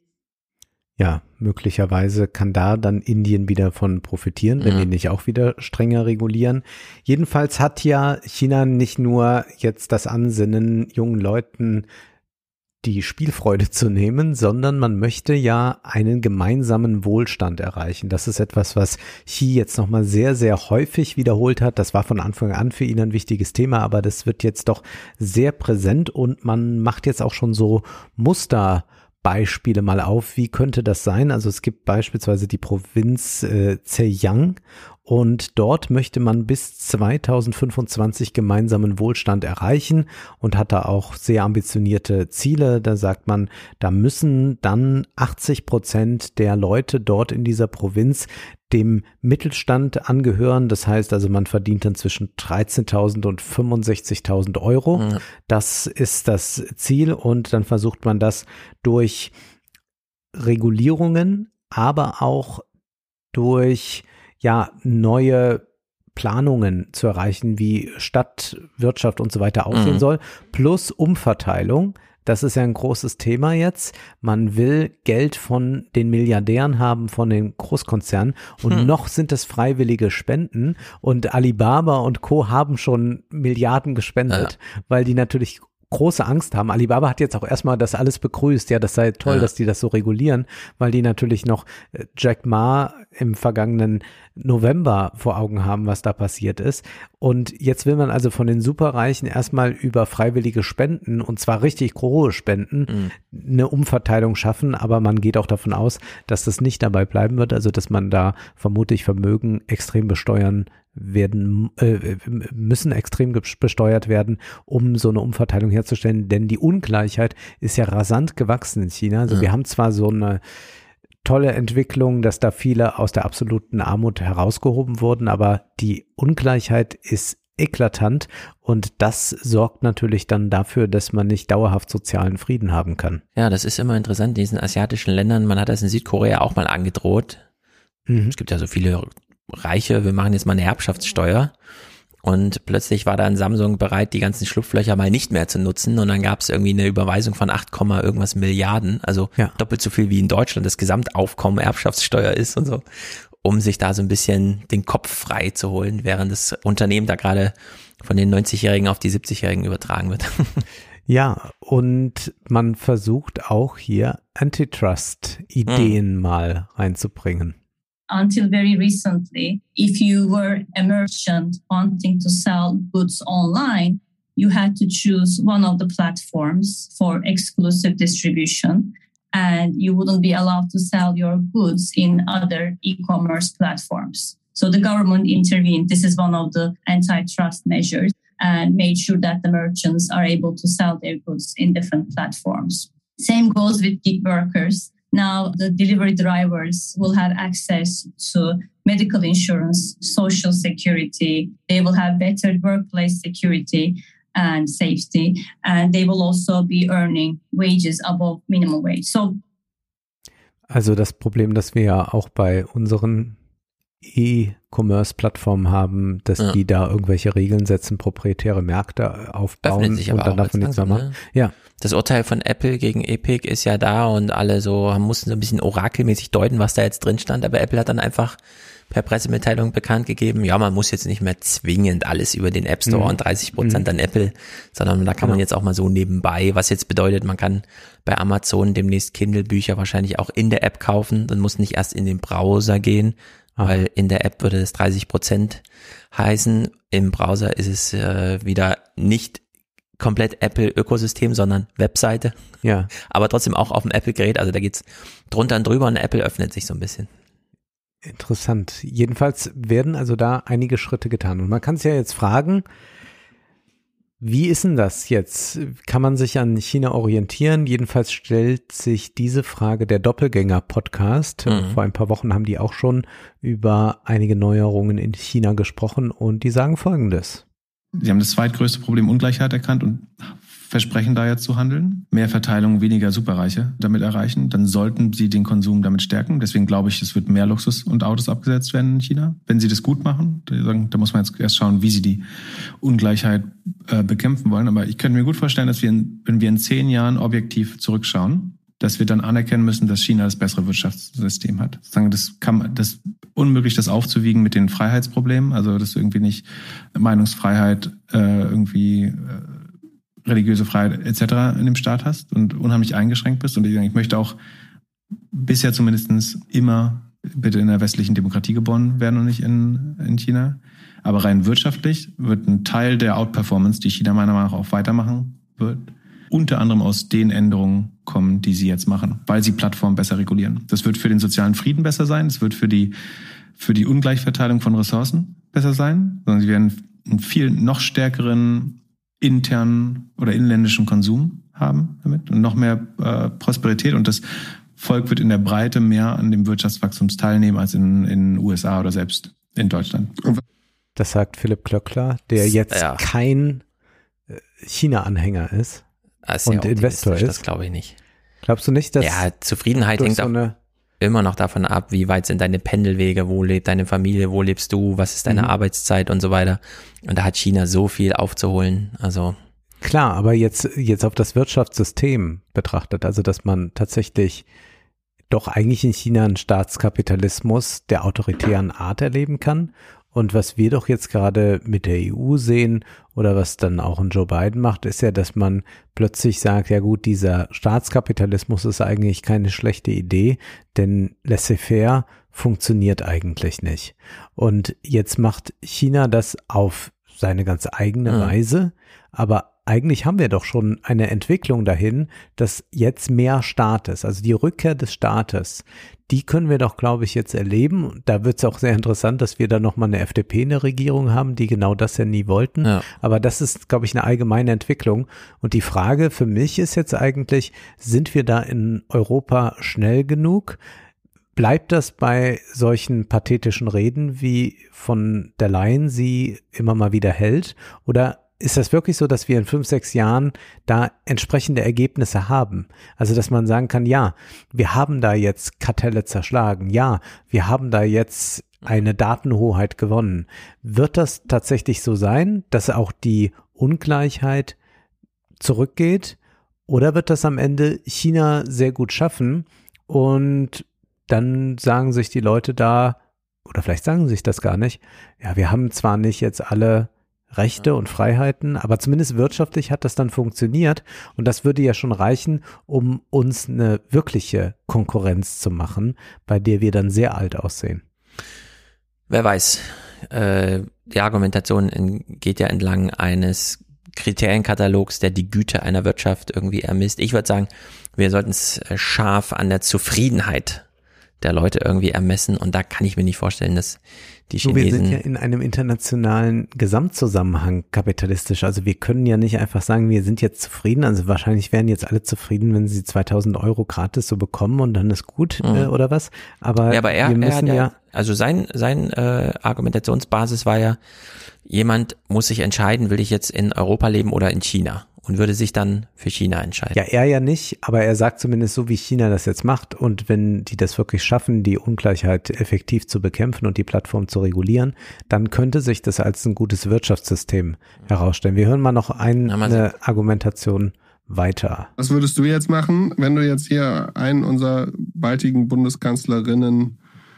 Ja, möglicherweise kann da dann Indien wieder von profitieren, wenn ja. die nicht auch wieder strenger regulieren. Jedenfalls hat ja China nicht nur jetzt das Ansinnen, jungen Leuten die Spielfreude zu nehmen, sondern man möchte ja einen gemeinsamen Wohlstand erreichen. Das ist etwas, was Xi jetzt nochmal sehr, sehr häufig wiederholt hat. Das war von Anfang an für ihn ein wichtiges Thema, aber das wird jetzt doch sehr präsent, und man macht jetzt auch schon so Musterbeispiele mal auf. Wie könnte das sein? Also es gibt beispielsweise die Provinz äh, Zhejiang, und dort möchte man bis zweitausendfünfundzwanzig gemeinsamen Wohlstand erreichen und hat da auch sehr ambitionierte Ziele. Da sagt man, da müssen dann achtzig Prozent der Leute dort in dieser Provinz dem Mittelstand angehören. Das heißt also, man verdient dann zwischen dreizehntausend und fünfundsechzigtausend Euro. Mhm. Das ist das Ziel, und dann versucht man das durch Regulierungen, aber auch durch ja, neue Planungen zu erreichen, wie Stadtwirtschaft und so weiter aussehen mhm. soll, plus Umverteilung. Das ist ja ein großes Thema jetzt. Man will Geld von den Milliardären haben, von den Großkonzernen, und hm. noch sind es freiwillige Spenden, und Alibaba und Co. haben schon Milliarden gespendet, ja. weil die natürlich große Angst haben. Alibaba hat jetzt auch erstmal das alles begrüßt, ja, das sei toll, ja. dass die das so regulieren, weil die natürlich noch Jack Ma im vergangenen November vor Augen haben, was da passiert ist. Und jetzt will man also von den Superreichen erstmal über freiwillige Spenden, und zwar richtig hohe Spenden, mhm. eine Umverteilung schaffen, aber man geht auch davon aus, dass das nicht dabei bleiben wird, also dass man da vermutlich Vermögen extrem besteuern werden, äh, müssen extrem besteuert werden, um so eine Umverteilung herzustellen, denn die Ungleichheit ist ja rasant gewachsen in China. Also ja. wir haben zwar so eine tolle Entwicklung, dass da viele aus der absoluten Armut herausgehoben wurden, aber die Ungleichheit ist eklatant, und das sorgt natürlich dann dafür, dass man nicht dauerhaft sozialen Frieden haben kann. Ja, das ist immer interessant in diesen asiatischen Ländern. Man hat das in Südkorea auch mal angedroht. Mhm. Es gibt ja so viele Reiche, wir machen jetzt mal eine Erbschaftssteuer, und plötzlich war dann Samsung bereit, die ganzen Schlupflöcher mal nicht mehr zu nutzen, und dann gab es irgendwie eine Überweisung von acht, irgendwas Milliarden, also ja. doppelt so viel wie in Deutschland das Gesamtaufkommen Erbschaftssteuer ist und so, um sich da so ein bisschen den Kopf frei zu holen, während das Unternehmen da gerade von den neunzigjährigen auf die siebzigjährigen übertragen wird. Ja, und man versucht auch hier Antitrust-Ideen hm. mal reinzubringen. Until very recently, if you were a merchant wanting to sell goods online, you had to choose one of the platforms for exclusive distribution, and you wouldn't be allowed to sell your goods in other e-commerce platforms. So the government intervened. This is one of the antitrust measures, and made sure that the merchants are able to sell their goods in different platforms. Same goes with gig workers. Now the delivery drivers will have access to medical insurance, social security. They will have better workplace security and safety, and they will also be earning wages above minimum wage. So, also das Problem, das wir ja auch bei unseren E-Commerce-Plattformen haben, dass ja. die da irgendwelche Regeln setzen, proprietäre Märkte aufbauen sich und aber dann darf man nichts mehr machen. Ne? Ja. Das Urteil von Apple gegen Epic ist ja da und alle so mussten so ein bisschen orakelmäßig deuten, was da jetzt drin stand, aber Apple hat dann einfach per Pressemitteilung bekannt gegeben, ja, man muss jetzt nicht mehr zwingend alles über den App Store mhm. und dreißig Prozent mhm. an Apple, sondern da kann man jetzt auch mal so nebenbei, was jetzt bedeutet, man kann bei Amazon demnächst Kindle-Bücher wahrscheinlich auch in der App kaufen, dann muss nicht erst in den Browser gehen, Aha. weil in der App würde das dreißig Prozent heißen, im Browser ist es äh, wieder nicht komplett Apple-Ökosystem, sondern Webseite, ja, aber trotzdem auch auf dem Apple-Gerät, also da geht's drunter und drüber und Apple öffnet sich so ein bisschen. Interessant. Jedenfalls werden also da einige Schritte getan. Und man kann es ja jetzt fragen, wie ist denn das jetzt? Kann man sich an China orientieren? Jedenfalls stellt sich diese Frage der Doppelgänger-Podcast. Mhm. Vor ein paar Wochen haben die auch schon über einige Neuerungen in China gesprochen und die sagen Folgendes. Sie haben das zweitgrößte Problem Ungleichheit erkannt und versprechen da jetzt zu handeln. Mehr Verteilung, weniger Superreiche damit erreichen. Dann sollten sie den Konsum damit stärken. Deswegen glaube ich, es wird mehr Luxus und Autos abgesetzt werden in China. Wenn sie das gut machen, da muss man jetzt erst schauen, wie sie die Ungleichheit äh, bekämpfen wollen. Aber ich könnte mir gut vorstellen, dass wir, in, wenn wir in zehn Jahren objektiv zurückschauen, dass wir dann anerkennen müssen, dass China das bessere Wirtschaftssystem hat. Das kann, das unmöglich, das aufzuwiegen mit den Freiheitsproblemen. Also, dass du irgendwie nicht Meinungsfreiheit äh, irgendwie äh, religiöse Freiheit et cetera in dem Staat hast und unheimlich eingeschränkt bist. Und ich möchte auch bisher zumindest immer bitte in der westlichen Demokratie geboren werden und nicht in, in China. Aber rein wirtschaftlich wird ein Teil der Outperformance, die China meiner Meinung nach auch weitermachen wird, unter anderem aus den Änderungen kommen, die sie jetzt machen, weil sie Plattformen besser regulieren. Das wird für den sozialen Frieden besser sein, das wird für die, für die Ungleichverteilung von Ressourcen besser sein, sondern sie werden einen viel noch stärkeren internen oder inländischen Konsum haben damit und noch mehr äh, Prosperität und das Volk wird in der Breite mehr an dem Wirtschaftswachstum teilnehmen als in den U S A oder selbst in Deutschland. Das sagt Philipp Klöckler, der jetzt ja. kein China-Anhänger ist das ist und Investor ist. Das glaube ich nicht. Glaubst du nicht, dass ja, Zufriedenheit hängt so auch immer noch davon ab, wie weit sind deine Pendelwege, wo lebt deine Familie, wo lebst du, was ist deine mhm. Arbeitszeit und so weiter. Und da hat China so viel aufzuholen. Also klar, aber jetzt jetzt auf das Wirtschaftssystem betrachtet, also dass man tatsächlich doch eigentlich in China einen Staatskapitalismus der autoritären Art erleben kann. Und was wir doch jetzt gerade mit der E U sehen oder was dann auch ein Joe Biden macht, ist ja, dass man plötzlich sagt, ja gut, dieser Staatskapitalismus ist eigentlich keine schlechte Idee, denn laissez-faire funktioniert eigentlich nicht. Und jetzt macht China das auf seine ganz eigene mhm. Weise, aber eigentlich haben wir doch schon eine Entwicklung dahin, dass jetzt mehr Staat ist. Also die Rückkehr des Staates, die können wir doch, glaube ich, jetzt erleben. Da wird es auch sehr interessant, dass wir da nochmal eine F D P in der Regierung haben, die genau das ja nie wollten. Ja. Aber das ist, glaube ich, eine allgemeine Entwicklung. Und die Frage für mich ist jetzt eigentlich, sind wir da in Europa schnell genug? Bleibt das bei solchen pathetischen Reden, wie von der Leyen sie immer mal wieder hält? Oder ist das wirklich so, dass wir in fünf, sechs Jahren da entsprechende Ergebnisse haben? Also, dass man sagen kann, ja, wir haben da jetzt Kartelle zerschlagen. Ja, wir haben da jetzt eine Datenhoheit gewonnen. Wird das tatsächlich so sein, dass auch die Ungleichheit zurückgeht? Oder wird das am Ende China sehr gut schaffen? Und dann sagen sich die Leute da, oder vielleicht sagen sich das gar nicht, ja, wir haben zwar nicht jetzt alle Rechte und Freiheiten, aber zumindest wirtschaftlich hat das dann funktioniert und das würde ja schon reichen, um uns eine wirkliche Konkurrenz zu machen, bei der wir dann sehr alt aussehen. Wer weiß, äh, die Argumentation geht ja entlang eines Kriterienkatalogs, der die Güte einer Wirtschaft irgendwie ermisst. Ich würde sagen, wir sollten es scharf an der Zufriedenheit der Leute irgendwie ermessen und da kann ich mir nicht vorstellen, dass die so, Chinesen. Wir sind ja in einem internationalen Gesamtzusammenhang kapitalistisch. Also wir können ja nicht einfach sagen, wir sind jetzt zufrieden. Also wahrscheinlich wären jetzt alle zufrieden, wenn sie zweitausend Euro gratis so bekommen und dann ist gut mhm. äh, oder was. Aber, ja, aber er, wir müssen er, ja. Also sein, sein äh, Argumentationsbasis war ja, jemand muss sich entscheiden, will ich jetzt in Europa leben oder in China? Und würde sich dann für China entscheiden. Ja, er ja nicht, aber er sagt zumindest so, wie China das jetzt macht. Und wenn die das wirklich schaffen, die Ungleichheit effektiv zu bekämpfen und die Plattform zu regulieren, dann könnte sich das als ein gutes Wirtschaftssystem herausstellen. Wir hören mal noch ein, eine Argumentation weiter. Was würdest du jetzt machen, wenn du jetzt hier einen unserer baldigen Bundeskanzlerinnen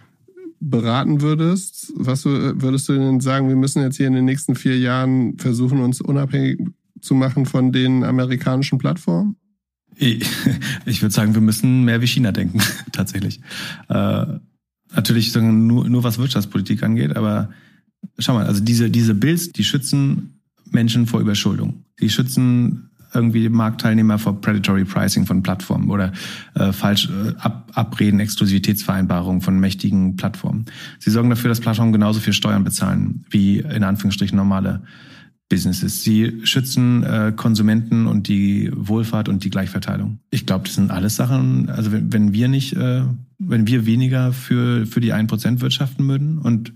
beraten würdest? Was würdest du denn sagen, wir müssen jetzt hier in den nächsten vier Jahren versuchen, uns unabhängig zu machen von den amerikanischen Plattformen? Ich, ich würde sagen, wir müssen mehr wie China denken, tatsächlich. Äh, natürlich nur, nur was Wirtschaftspolitik angeht, aber schau mal, also diese, diese Bills, die schützen Menschen vor Überschuldung. Die schützen irgendwie Marktteilnehmer vor Predatory Pricing von Plattformen oder äh, falsch äh, Ab Abreden, Exklusivitätsvereinbarungen von mächtigen Plattformen. Sie sorgen dafür, dass Plattformen genauso viel Steuern bezahlen wie in Anführungsstrichen normale Businesses. Sie schützen äh, Konsumenten und die Wohlfahrt und die Gleichverteilung. Ich glaube, das sind alles Sachen, also wenn, wenn wir nicht, äh, wenn wir weniger für, für die ein Prozent wirtschaften würden und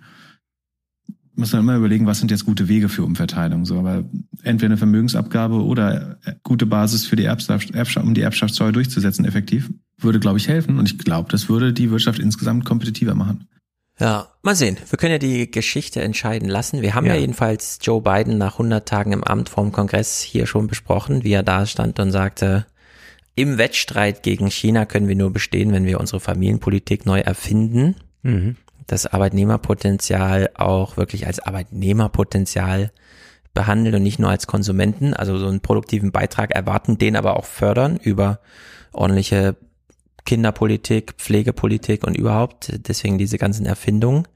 muss man immer überlegen, was sind jetzt gute Wege für Umverteilung, so, aber entweder eine Vermögensabgabe oder gute Basis für die Erbschaft, Erbschaft um die Erbschaftssteuer durchzusetzen, effektiv, würde, glaube ich, helfen und ich glaube, das würde die Wirtschaft insgesamt kompetitiver machen. Ja, mal sehen. Wir können ja die Geschichte entscheiden lassen. Wir haben ja, ja jedenfalls Joe Biden nach hundert Tagen im Amt vom Kongress hier schon besprochen, wie er da stand und sagte, im Wettstreit gegen China können wir nur bestehen, wenn wir unsere Familienpolitik neu erfinden. Mhm. Das Arbeitnehmerpotenzial auch wirklich als Arbeitnehmerpotenzial behandeln und nicht nur als Konsumenten, also so einen produktiven Beitrag erwarten, den aber auch fördern über ordentliche Kinderpolitik, Pflegepolitik und überhaupt, deswegen diese ganzen Erfindungen.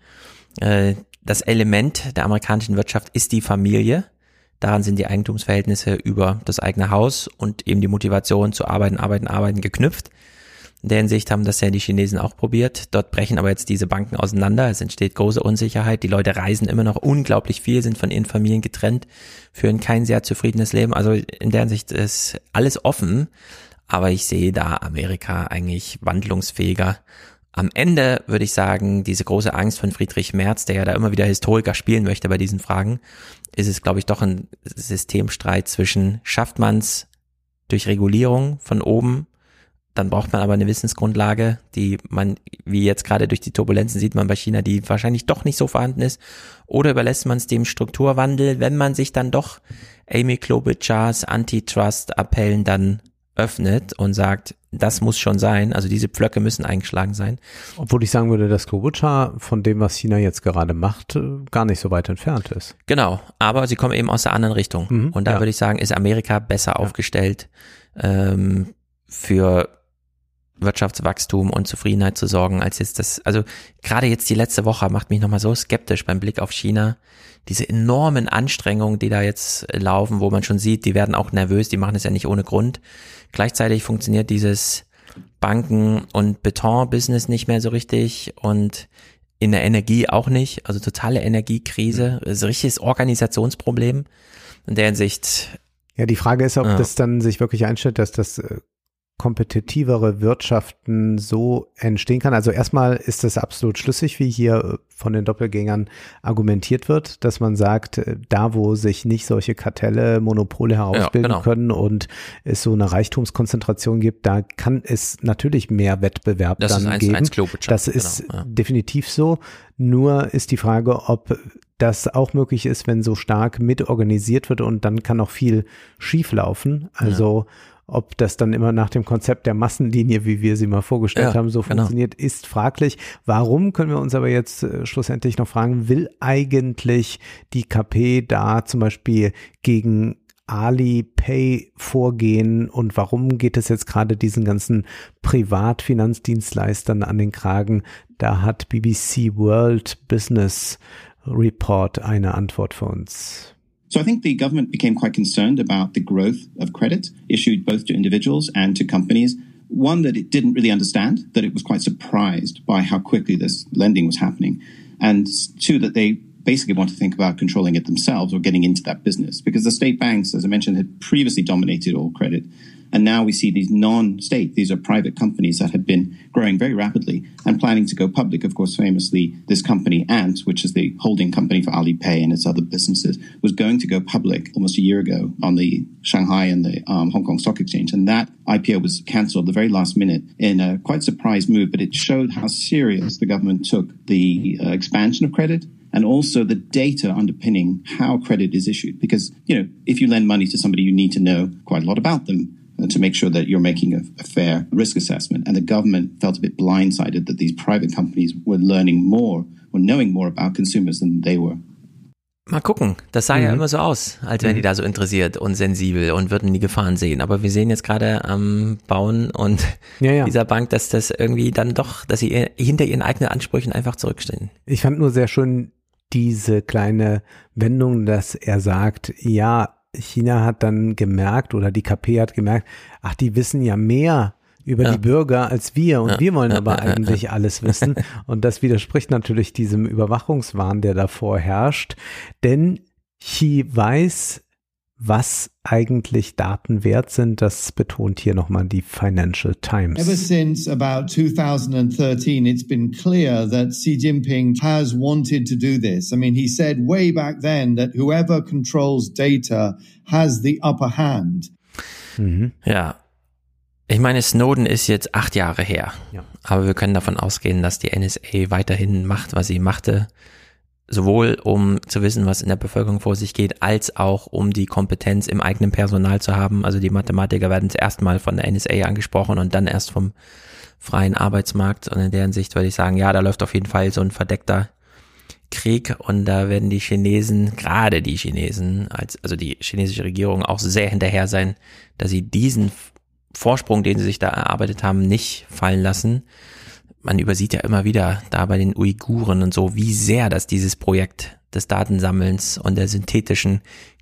Das Element der amerikanischen Wirtschaft ist die Familie. Daran sind die Eigentumsverhältnisse über das eigene Haus und eben die Motivation zu arbeiten, arbeiten, arbeiten geknüpft. In der Hinsicht haben das ja die Chinesen auch probiert. Dort brechen aber jetzt diese Banken auseinander. Es entsteht große Unsicherheit. Die Leute reisen immer noch unglaublich viel, sind von ihren Familien getrennt, führen kein sehr zufriedenes Leben. Also in der Hinsicht ist alles offen. Aber ich sehe da Amerika eigentlich wandlungsfähiger. Am Ende würde ich sagen, diese große Angst von Friedrich Merz, der ja da immer wieder Historiker spielen möchte bei diesen Fragen, ist es, glaube ich, doch ein Systemstreit zwischen, schafft man es durch Regulierung von oben, dann braucht man aber eine Wissensgrundlage, die man, wie jetzt gerade durch die Turbulenzen sieht man bei China, die wahrscheinlich doch nicht so vorhanden ist, oder überlässt man es dem Strukturwandel, wenn man sich dann doch Amy Klobuchars Antitrust-Appellen dann öffnet und sagt, das muss schon sein, also diese Pflöcke müssen eingeschlagen sein. Obwohl ich sagen würde, dass Klobuchar von dem, was China jetzt gerade macht, gar nicht so weit entfernt ist. Genau, aber sie kommen eben aus der anderen Richtung. Mhm, und da ja. würde ich sagen, ist Amerika besser ja. aufgestellt, ähm, für Wirtschaftswachstum und Zufriedenheit zu sorgen, als jetzt das, also gerade jetzt die letzte Woche macht mich nochmal so skeptisch beim Blick auf China. Diese enormen Anstrengungen, die da jetzt laufen, wo man schon sieht, die werden auch nervös, die machen es ja nicht ohne Grund. Gleichzeitig funktioniert dieses Banken- und Beton-Business nicht mehr so richtig und in der Energie auch nicht, also totale Energiekrise, das ist ein richtiges Organisationsproblem. In der Hinsicht. Ja, die Frage ist, ob ja. das dann sich wirklich einstellt, dass das kompetitivere Wirtschaften so entstehen kann. Also erstmal ist es absolut schlüssig, wie hier von den Doppelgängern argumentiert wird, dass man sagt, da wo sich nicht solche Kartelle, Monopole herausbilden ja, genau. können und es so eine Reichtumskonzentration gibt, da kann es natürlich mehr Wettbewerb das dann ist eins, geben. Eins das ist genau, ja. definitiv so. Nur ist die Frage, ob das auch möglich ist, wenn so stark mitorganisiert wird und dann kann auch viel schieflaufen. Also ja. ob das dann immer nach dem Konzept der Massenlinie, wie wir sie mal vorgestellt ja, haben, so genau. funktioniert, ist fraglich. Warum, können wir uns aber jetzt äh, schlussendlich noch fragen, will eigentlich die K P da zum Beispiel gegen Alipay vorgehen und warum geht es jetzt gerade diesen ganzen Privatfinanzdienstleistern an den Kragen? Da hat B B C World Business Report eine Antwort für uns. So I think the government became quite concerned about the growth of credit issued both to individuals and to companies. One, that it didn't really understand, that it was quite surprised by how quickly this lending was happening. and two, that they basically want to think about controlling it themselves or getting into that business, because the state banks, as I mentioned, had previously dominated all credit. And now we see these non-state, these are private companies that have been growing very rapidly and planning to go public. Of course, famously, this company, Ant, which is the holding company for Alipay and its other businesses, was going to go public almost a year ago on the Shanghai and the um, Hong Kong Stock Exchange. And that I P O was cancelled the very last minute in a quite surprise move, but it showed how serious the government took the uh, expansion of credit and also the data underpinning how credit is issued. Because, you know, if you lend money to somebody, you need to know quite a lot about them to make sure that you're making a, a fair risk assessment. And the government felt a bit blindsided that these private companies were learning more, were knowing more about consumers than they were. Mal gucken, das sah mhm. ja immer so aus, als wären die da so interessiert und sensibel und würden die Gefahren sehen. Aber wir sehen jetzt gerade am Bauen und ja, ja. dieser Bank, dass das irgendwie dann doch, dass sie hinter ihren eigenen Ansprüchen einfach zurückstehen. Ich fand nur sehr schön diese kleine Wendung, dass er sagt, ja, China hat dann gemerkt oder die K P hat gemerkt, ach, die wissen ja mehr über ja. die Bürger als wir und ja. wir wollen aber ja. eigentlich alles wissen. Und das widerspricht natürlich diesem Überwachungswahn, der davor herrscht, denn Xi weiß, was eigentlich Daten wert sind. Das betont hier nochmal die Financial Times. Ever since about two thousand thirteen, it's been clear that Xi Jinping has wanted to do this. I mean, he said way back then that whoever controls data has the upper hand. Mhm. Ja. Ich meine, Snowden ist jetzt acht Jahre her. Ja. Aber wir können davon ausgehen, dass die N S A weiterhin macht, was sie machte. Sowohl um zu wissen, was in der Bevölkerung vor sich geht, als auch um die Kompetenz im eigenen Personal zu haben. Also die Mathematiker werden zuerst mal von der N S A angesprochen und dann erst vom freien Arbeitsmarkt. Und in deren Sicht würde ich sagen, ja, da läuft auf jeden Fall so ein verdeckter Krieg und da werden die Chinesen, gerade die Chinesen, als also die chinesische Regierung auch sehr hinterher sein, dass sie diesen Vorsprung, den sie sich da erarbeitet haben, nicht fallen lassen. Man übersieht ja immer wieder da bei den Uiguren und so, wie sehr das dieses Projekt des Datensammelns und der synthetischen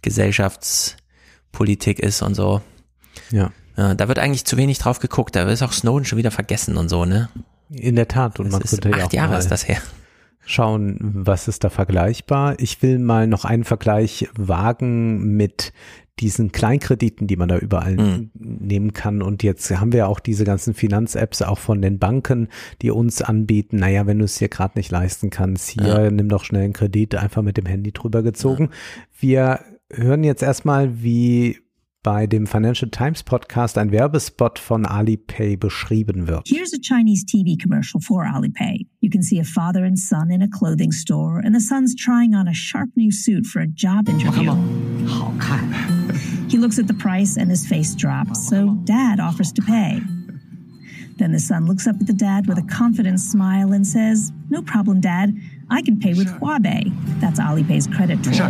Gesellschaftspolitik ist und so. Ja. Ja, da wird eigentlich zu wenig drauf geguckt, da ist auch Snowden schon wieder vergessen und so, ne? In der Tat. Und das man könnte ja auch acht Jahre mal ist das her. Schauen, was ist da vergleichbar. Ich will mal noch einen Vergleich wagen mit diesen Kleinkrediten, die man da überall mhm. nehmen kann. Und jetzt haben wir auch diese ganzen Finanz-Apps auch von den Banken, die uns anbieten, naja, wenn du es dir gerade nicht leisten kannst, hier, ja. nimm doch schnell einen Kredit, einfach mit dem Handy drüber gezogen. Ja. Wir hören jetzt erstmal, wie bei dem Financial Times Podcast ein Werbespot von Alipay beschrieben wird. Here's a Chinese T V commercial for Alipay. You can see a father and son in a clothing store, and the son's trying on a sharp new suit for a job interview. He looks at the price and his face drops, so dad offers to pay. Then the son looks up at the dad with a confident smile and says, "No problem, Dad. I can pay with Huabei." That's Alipay's credit tool.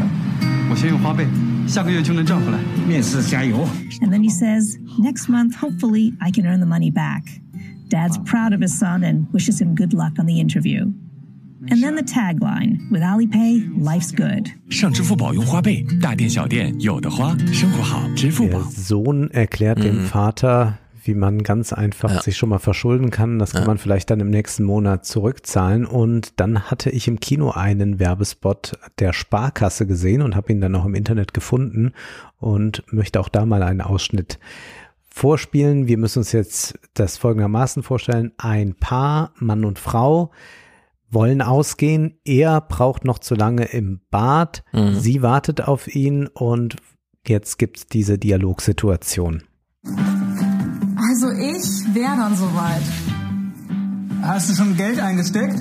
And then he says, "Next month, hopefully, I can earn the money back." Dad's proud of his son and wishes him good luck on the interview. And then the tagline, with Alipay, life's good. 上支付宝用花呗，大店小店有的花，生活好，支付宝. Der Sohn erklärt mhm. dem Vater, wie man ganz einfach ja. sich schon mal verschulden kann. Das kann ja. man vielleicht dann im nächsten Monat zurückzahlen. Und dann hatte ich im Kino einen Werbespot der Sparkasse gesehen und habe ihn dann auch im Internet gefunden und möchte auch da mal einen Ausschnitt vorspielen. Wir müssen uns jetzt das folgendermaßen vorstellen. Ein Paar, Mann und Frau, wollen ausgehen. Er braucht noch zu lange im Bad. Mhm. Sie wartet auf ihn und jetzt gibt's diese Dialogsituation. Also ich wäre dann soweit. Hast du schon Geld eingesteckt?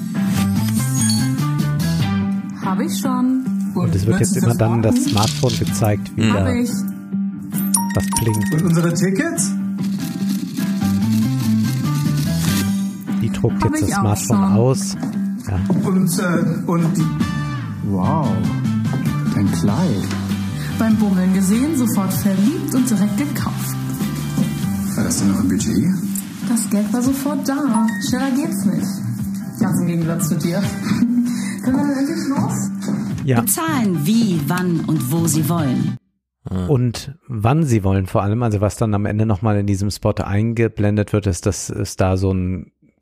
Habe ich schon. Und es wird jetzt immer dann das Smartphone gezeigt, wie da was blinkt. Und unsere Tickets? Die druckt jetzt das Smartphone aus. Ja. Und, äh, und die... Wow, dein Kleid. Beim Bummeln gesehen, sofort verliebt und direkt gekauft. War das denn noch ein Budget? Das Geld war sofort da. Schneller geht's nicht. Ganz im Gegensatz zu dir. Können wir dann endlich los? Ja. Bezahlen wie, wann und wo sie wollen. Und wann sie wollen vor allem, also was dann am Ende nochmal in diesem Spot eingeblendet wird, ist, dass es da so ein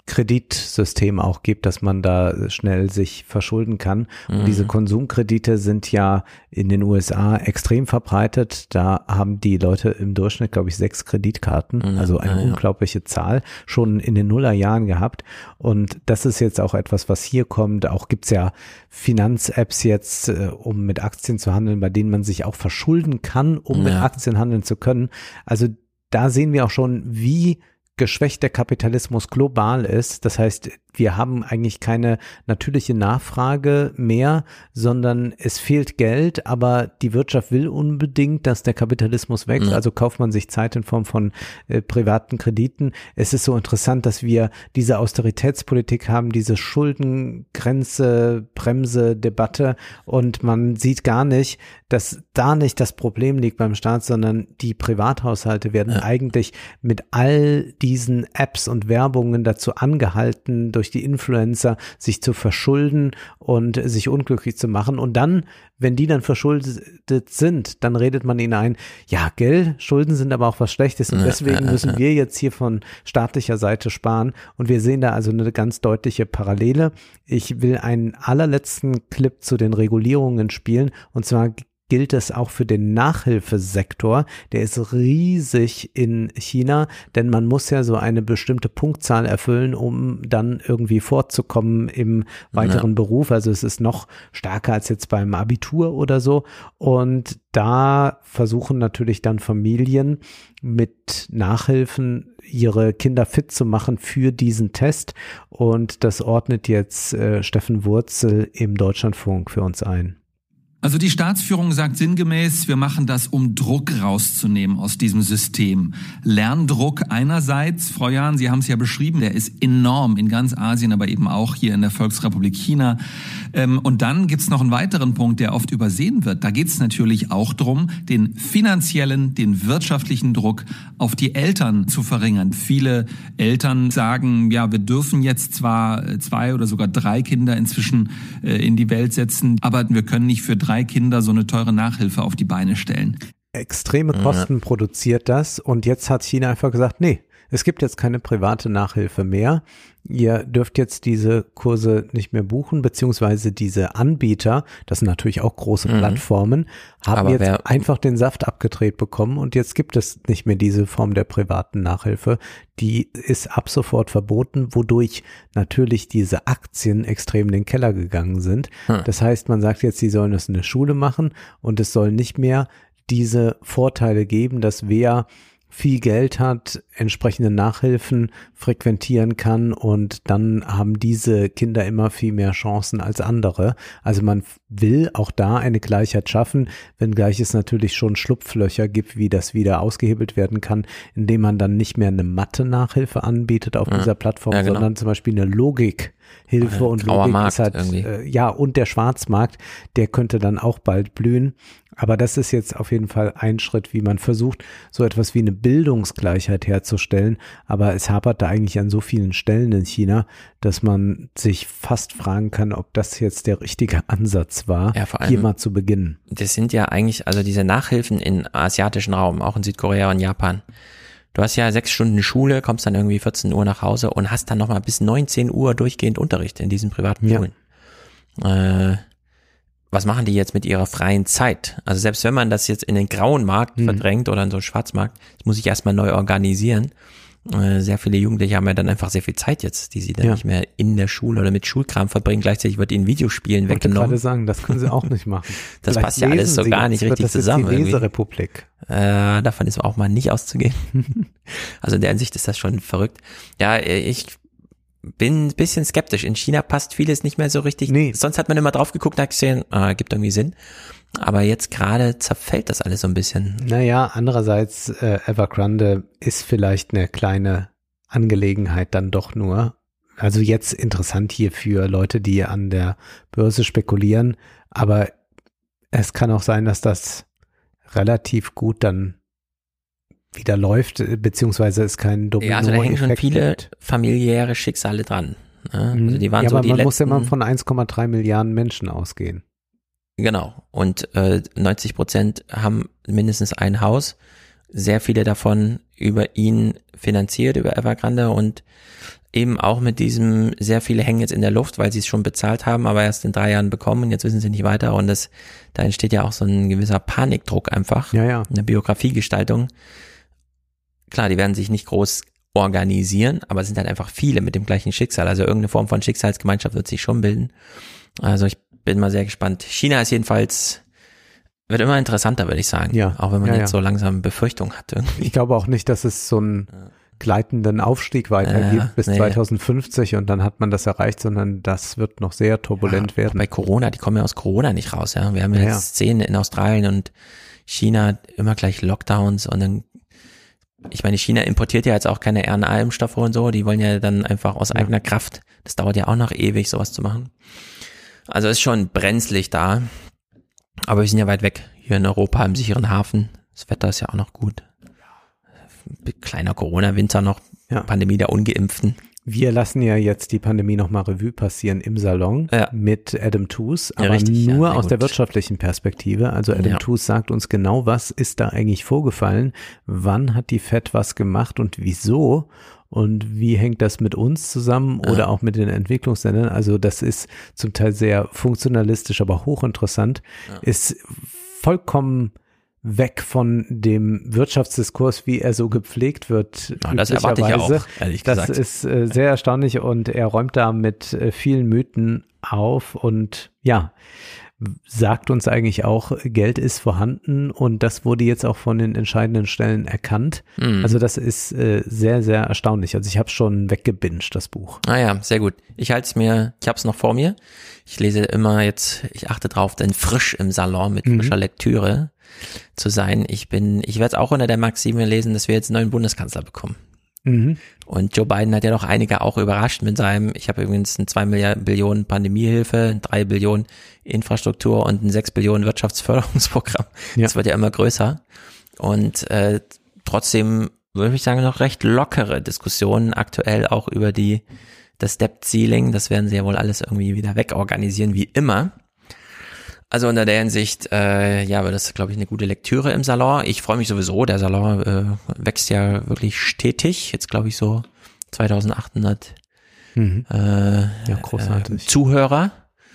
Kreditsystem auch gibt, dass man da schnell sich verschulden kann. Und mhm. diese Konsumkredite sind ja in den U S A extrem verbreitet. Da haben die Leute im Durchschnitt, glaube ich, sechs Kreditkarten, mhm. also eine ja, unglaubliche ja. Zahl, schon in den Nullerjahren gehabt. Und das ist jetzt auch etwas, was hier kommt. Auch gibt's ja Finanz-Apps jetzt, äh, um mit Aktien zu handeln, bei denen man sich auch verschulden kann, um ja. mit Aktien handeln zu können. Also da sehen wir auch schon, wie geschwächt der Kapitalismus global ist. Das heißt, wir haben eigentlich keine natürliche Nachfrage mehr, sondern es fehlt Geld, aber die Wirtschaft will unbedingt, dass der Kapitalismus wächst. Mhm. Also kauft man sich Zeit in Form von äh, privaten Krediten. Es ist so interessant, dass wir diese Austeritätspolitik haben, diese Schuldengrenze, Bremse, Debatte, und man sieht gar nicht, dass da nicht das Problem liegt beim Staat, sondern die Privathaushalte werden ja. eigentlich mit all diesen Apps und Werbungen dazu angehalten, durch die Influencer sich zu verschulden und sich unglücklich zu machen. Und dann, wenn die dann verschuldet sind, dann redet man ihnen ein, ja, gell, Schulden sind aber auch was Schlechtes und deswegen müssen wir jetzt hier von staatlicher Seite sparen. Und wir sehen da also eine ganz deutliche Parallele. Ich will einen allerletzten Clip zu den Regulierungen spielen, und zwar gilt es auch für den Nachhilfesektor. Der ist riesig in China, denn man muss ja so eine bestimmte Punktzahl erfüllen, um dann irgendwie fortzukommen im weiteren ja. Beruf. Also es ist noch stärker als jetzt beim Abitur oder so. Und da versuchen natürlich dann Familien mit Nachhilfen ihre Kinder fit zu machen für diesen Test. Und das ordnet jetzt äh, Steffen Wurzel im Deutschlandfunk für uns ein. Also die Staatsführung sagt sinngemäß, wir machen das, um Druck rauszunehmen aus diesem System. Lerndruck einerseits, Frau Jahn, Sie haben es ja beschrieben, der ist enorm in ganz Asien, aber eben auch hier in der Volksrepublik China. Und dann gibt's noch einen weiteren Punkt, der oft übersehen wird. Da geht's natürlich auch drum, den finanziellen, den wirtschaftlichen Druck auf die Eltern zu verringern. Viele Eltern sagen, ja, wir dürfen jetzt zwar zwei oder sogar drei Kinder inzwischen in die Welt setzen, aber wir können nicht für drei Kinder so eine teure Nachhilfe auf die Beine stellen. Extreme Kosten ja. produziert das, und jetzt hat China einfach gesagt, nee, es gibt jetzt keine private Nachhilfe mehr. Ihr dürft jetzt diese Kurse nicht mehr buchen, beziehungsweise diese Anbieter, das sind natürlich auch große mhm. Plattformen, haben Aber jetzt wer, einfach den Saft abgedreht bekommen, und jetzt gibt es nicht mehr diese Form der privaten Nachhilfe. Die ist ab sofort verboten, wodurch natürlich diese Aktien extrem in den Keller gegangen sind. Hm. Das heißt, man sagt jetzt, sie sollen es in der Schule machen, und es soll nicht mehr diese Vorteile geben, dass wer viel Geld hat, entsprechende Nachhilfen frequentieren kann, und dann haben diese Kinder immer viel mehr Chancen als andere. Also man will auch da eine Gleichheit schaffen, wenngleich es natürlich schon Schlupflöcher gibt, wie das wieder ausgehebelt werden kann, indem man dann nicht mehr eine Mathe-Nachhilfe anbietet auf ja. dieser Plattform, ja, genau. sondern zum Beispiel eine Logikhilfe. Und Logik Markt ist halt, äh, ja, und der Schwarzmarkt, der könnte dann auch bald blühen. Aber das ist jetzt auf jeden Fall ein Schritt, wie man versucht, so etwas wie eine Bildungsgleichheit herzustellen. Aber es hapert da eigentlich an so vielen Stellen in China, dass man sich fast fragen kann, ob das jetzt der richtige Ansatz war, ja, vor allem, hier mal zu beginnen. Das sind ja eigentlich, also diese Nachhilfen im asiatischen Raum, auch in Südkorea und Japan. Du hast ja sechs Stunden Schule, kommst dann irgendwie vierzehn Uhr nach Hause und hast dann nochmal bis neunzehn Uhr durchgehend Unterricht in diesen privaten Schulen. Ja. Äh, Was machen die jetzt mit ihrer freien Zeit? Also selbst wenn man das jetzt in den grauen Markt hm. verdrängt oder in so einen Schwarzmarkt, das muss ich erstmal neu organisieren. Äh, sehr viele Jugendliche haben ja dann einfach sehr viel Zeit jetzt, die sie dann ja. nicht mehr in der Schule oder mit Schulkram verbringen. Gleichzeitig wird ihnen Videospielen weggenommen. Ich wollte gerade sagen, das können sie auch nicht machen. Das Vielleicht passt ja alles so gar nicht richtig das zusammen. Das ist die Leserepublik. Äh, davon ist auch mal nicht auszugehen. Also in der Hinsicht ist das schon verrückt. Ja, ich bin ein bisschen skeptisch. In China passt vieles nicht mehr so richtig. Nee. Sonst hat man immer drauf geguckt und hat gesehen, ah, gibt irgendwie Sinn. Aber jetzt gerade zerfällt das alles so ein bisschen. Naja, andererseits, äh, Evergrande ist vielleicht eine kleine Angelegenheit dann doch nur. Also jetzt interessant hier für Leute, die an der Börse spekulieren. Aber es kann auch sein, dass das relativ gut dann wieder läuft, beziehungsweise es kein Domino-Effekt. Ja, also da hängen schon viele gibt. familiäre Schicksale dran. Ja, also die waren ja, so aber die man letzten, muss ja mal von eins Komma drei Milliarden Menschen ausgehen. Genau. Und äh, neunzig Prozent haben mindestens ein Haus. Sehr viele davon über ihn finanziert, über Evergrande und eben auch mit diesem, sehr viele hängen jetzt in der Luft, weil sie es schon bezahlt haben, aber erst in drei Jahren bekommen, jetzt wissen sie nicht weiter und das, da entsteht ja auch so ein gewisser Panikdruck einfach, ja, ja. eine Biografiegestaltung. Klar, die werden sich nicht groß organisieren, aber es sind halt einfach viele mit dem gleichen Schicksal, also irgendeine Form von Schicksalsgemeinschaft wird sich schon bilden. Also ich bin mal sehr gespannt. China ist jedenfalls, wird immer interessanter, würde ich sagen, ja. auch wenn man ja, jetzt ja. so langsam Befürchtung hat irgendwie. Ich glaube auch nicht, dass es so ein gleitenden Aufstieg weitergibt ja, bis nee. zweitausendfünfzig und dann hat man das erreicht, sondern das wird noch sehr turbulent ja, werden. Bei Corona, die kommen ja aus Corona nicht raus, ja. Wir haben ja ja, jetzt Szenen in Australien und China immer gleich Lockdowns und dann, ich meine, China importiert ja jetzt auch keine R N A-Impfstoffe und so, die wollen ja dann einfach aus ja. eigener Kraft, das dauert ja auch noch ewig, sowas zu machen. Also ist schon brenzlig da, aber wir sind ja weit weg, hier in Europa im sicheren Hafen, das Wetter ist ja auch noch gut. Kleiner Corona-Winter noch, ja. Pandemie der Ungeimpften. Wir lassen ja jetzt die Pandemie nochmal Revue passieren im Salon ja. mit Adam Tooze, aber ja, richtig, nur ja, aus gut. der wirtschaftlichen Perspektive. Also Adam ja. Tooze sagt uns genau, was ist da eigentlich vorgefallen, wann hat die Fed was gemacht und wieso und wie hängt das mit uns zusammen ja. oder auch mit den Entwicklungsländern. Also das ist zum Teil sehr funktionalistisch, aber hochinteressant, ja. ist vollkommen weg von dem Wirtschaftsdiskurs, wie er so gepflegt wird. Ja, das erwarte ich auch, ehrlich gesagt. Das ist äh, sehr erstaunlich und er räumt da mit äh, vielen Mythen auf und ja, sagt uns eigentlich auch, Geld ist vorhanden und das wurde jetzt auch von den entscheidenden Stellen erkannt. Mhm. Also das ist äh, sehr, sehr erstaunlich. Also ich habe schon weggebinged, das Buch. Ah ja, sehr gut. Ich halte es mir, ich habe es noch vor mir. Ich lese immer jetzt, ich achte drauf, denn frisch im Salon mit Mhm. frischer Lektüre zu sein. Ich bin, ich werde es auch unter der Maxime lesen, dass wir jetzt einen neuen Bundeskanzler bekommen. Mhm. Und Joe Biden hat ja doch einige auch überrascht mit seinem, ich habe übrigens ein zwei Billionen Pandemiehilfe, ein drei Billionen Infrastruktur und ein sechs Billionen Wirtschaftsförderungsprogramm. Ja. Das wird ja immer größer. Und äh, trotzdem würde ich sagen, noch recht lockere Diskussionen aktuell auch über die das Debt-Ceiling. Das werden sie ja wohl alles irgendwie wieder wegorganisieren, wie immer. Also unter der Hinsicht, äh, ja, war das, glaube ich, eine gute Lektüre im Salon. Ich freue mich sowieso, der Salon äh, wächst ja wirklich stetig. Jetzt, glaube ich, so zweitausendachthundert Mhm. äh, Ja, großartig. Äh, Zuhörer.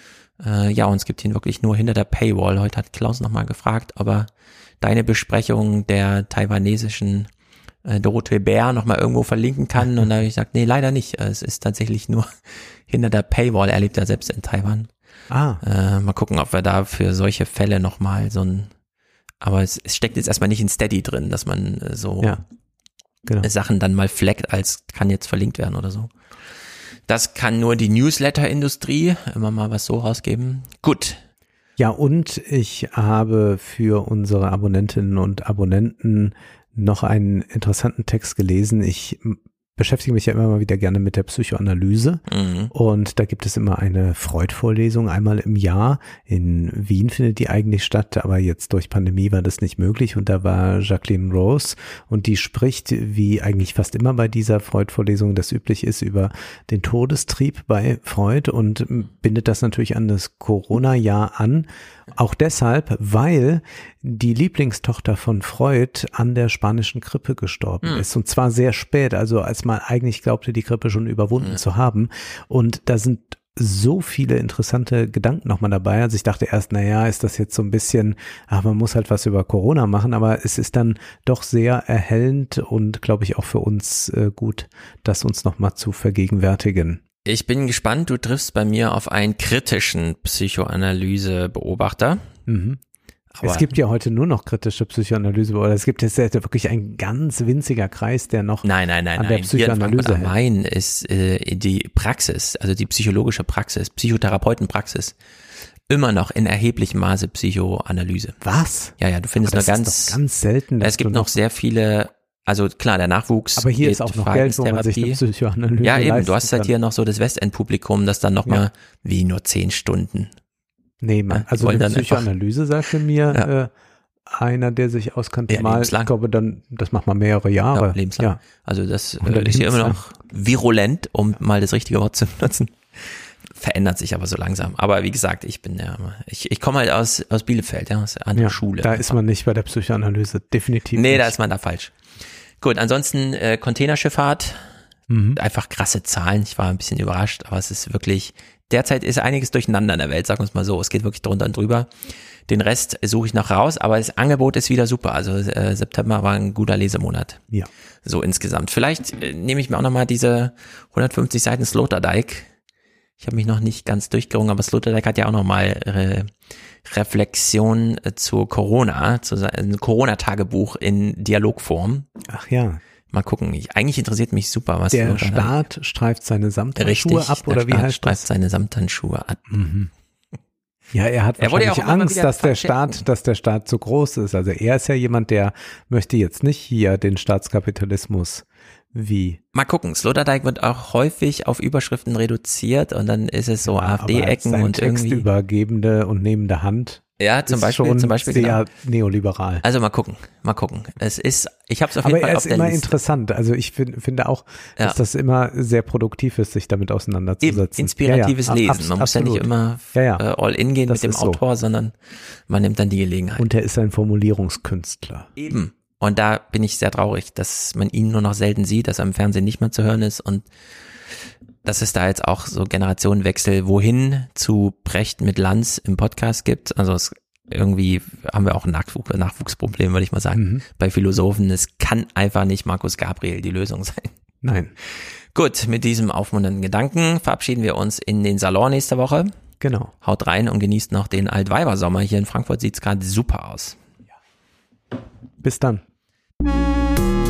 Äh, ja, und es gibt ihn wirklich nur hinter der Paywall. Heute hat Klaus nochmal gefragt, ob er deine Besprechung der taiwanesischen äh, Dorothee Bär nochmal irgendwo verlinken kann. Und da habe ich gesagt, nee, leider nicht. Es ist tatsächlich nur hinter der Paywall. Er lebt ja selbst in Taiwan. Ah. Äh, mal gucken, ob wir da für solche Fälle nochmal so ein, aber es, es steckt jetzt erstmal nicht in Steady drin, dass man äh, so Ja, genau. Sachen dann mal flaggt, als kann jetzt verlinkt werden oder so. Das kann nur die Newsletter-Industrie, immer mal was so rausgeben. Gut. Ja, und ich habe für unsere Abonnentinnen und Abonnenten noch einen interessanten Text gelesen. Ich beschäftige mich ja immer mal wieder gerne mit der Psychoanalyse Mhm. und da gibt es immer eine Freud-Vorlesung einmal im Jahr. In Wien findet die eigentlich statt, aber jetzt durch Pandemie war das nicht möglich und da war Jacqueline Rose und die spricht, wie eigentlich fast immer bei dieser Freud-Vorlesung das üblich ist, über den Todestrieb bei Freud und bindet das natürlich an das Corona-Jahr an. Auch deshalb, weil die Lieblingstochter von Freud an der spanischen Grippe gestorben Hm. ist und zwar sehr spät, also als man eigentlich glaubte, die Grippe schon überwunden Ja. zu haben und da sind so viele interessante Gedanken nochmal dabei. Also ich dachte erst, naja, ist das jetzt so ein bisschen, ach, man muss halt was über Corona machen, aber es ist dann doch sehr erhellend und glaube ich auch für uns äh, gut, das uns nochmal zu vergegenwärtigen. Ich bin gespannt, du triffst bei mir auf einen kritischen Psychoanalyse-Beobachter. Mhm. Aber es gibt ja heute nur noch kritische Psychoanalyse, oder es gibt jetzt wirklich ein ganz winziger Kreis, der noch Nein, nein, nein, an der nein. Hier in Psychoanalyse Frankfurt am hält. Main ist äh, die Praxis, also die psychologische Praxis, Psychotherapeutenpraxis, immer noch in erheblichem Maße Psychoanalyse. Was? Ja, ja, du findest Aber nur das ganz, ist doch ganz selten. dass es gibt du noch sehr viele, also klar, der Nachwuchs. Aber hier geht ist auch noch Geld, wo man sich eine Verhaltenstherapie. Psychoanalyse Ja, eben, leisten du hast halt kann. hier noch so das Westend-Publikum, das dann nochmal, Ja. wie nur zehn Stunden. Nee, man, Ja, die also wollen eine dann einfach- Psychoanalyse sagte mir Ja. äh, einer, der sich auskannte, Ja, mal, lebenslang. ich glaube dann, das macht man mehrere Jahre. Ja, lebenslang. Ja. Also das Oder äh, ist ja immer lebenslang. noch virulent, um mal das richtige Wort zu benutzen. Verändert sich aber so langsam. Aber wie gesagt, ich bin ja, ich, ich komme halt aus, aus Bielefeld, ja, aus einer Ja, Schule. da ist man nicht bei der Psychoanalyse, definitiv Nee, nicht. da ist man da falsch. Gut, ansonsten äh, Containerschifffahrt, Mhm. einfach krasse Zahlen. Ich war ein bisschen überrascht, aber es ist wirklich, derzeit ist einiges durcheinander in der Welt, sagen wir es mal so. Es geht wirklich drunter und drüber. Den Rest suche ich noch raus, aber das Angebot ist wieder super. Also äh, September war ein guter Lesemonat. Ja. So insgesamt. Vielleicht äh, nehme ich mir auch nochmal diese hundertfünfzig Seiten Sloterdijk. Ich habe mich noch nicht ganz durchgerungen, aber Sloterdijk hat ja auch nochmal äh, Reflexion äh, zu Corona, zu einem Corona-Tagebuch in Dialogform. Ach ja. Mal gucken. Ich, eigentlich interessiert mich super, was der Sloterdijk. Staat streift seine Samthandschuhe Richtig, ab, oder der wie Staat heißt streift das? seine Samthandschuhe ab. Mhm. Ja, er hat Er wurde ja wahrscheinlich auch immer Angst, wieder dass der verchecken. Staat, dass der Staat zu groß ist. Also er ist ja jemand, der möchte jetzt nicht hier den Staatskapitalismus wie. Mal gucken, Sloterdijk wird auch häufig auf Überschriften reduziert und dann ist es so Aber AfD-Ecken sein und irgendwie. textübergebende und nehmende Hand. Ja, zum ist Beispiel, schon zum Beispiel sehr genau. neoliberal. Also mal gucken, mal gucken. Es ist, ich habe es auf jeden Aber Fall er auf ist der immer Liste. interessant. Also ich find, finde auch, Ja. dass das immer sehr produktiv ist, sich damit auseinanderzusetzen. Eben, inspiratives Ja, ja, Lesen. abs- Man muss ja nicht absolut. immer Ja, ja. äh, all in gehen Das mit dem ist so. Autor, sondern man nimmt dann die Gelegenheit. Und er ist ein Formulierungskünstler. Eben. Und da bin ich sehr traurig, dass man ihn nur noch selten sieht, dass er im Fernsehen nicht mehr zu hören ist und dass es da jetzt auch so Generationenwechsel wohin zu Brecht mit Lanz im Podcast gibt. Also es irgendwie haben wir auch ein Nachwuch- Nachwuchsproblem, würde ich mal sagen, Mhm. bei Philosophen. Es kann einfach nicht Markus Gabriel die Lösung sein. Nein. Gut, mit diesem aufmunternden Gedanken verabschieden wir uns in den Salon nächste Woche. Genau. Haut rein und genießt noch den Altweibersommer. Hier in Frankfurt sieht's gerade super aus. Bis dann. Thank you.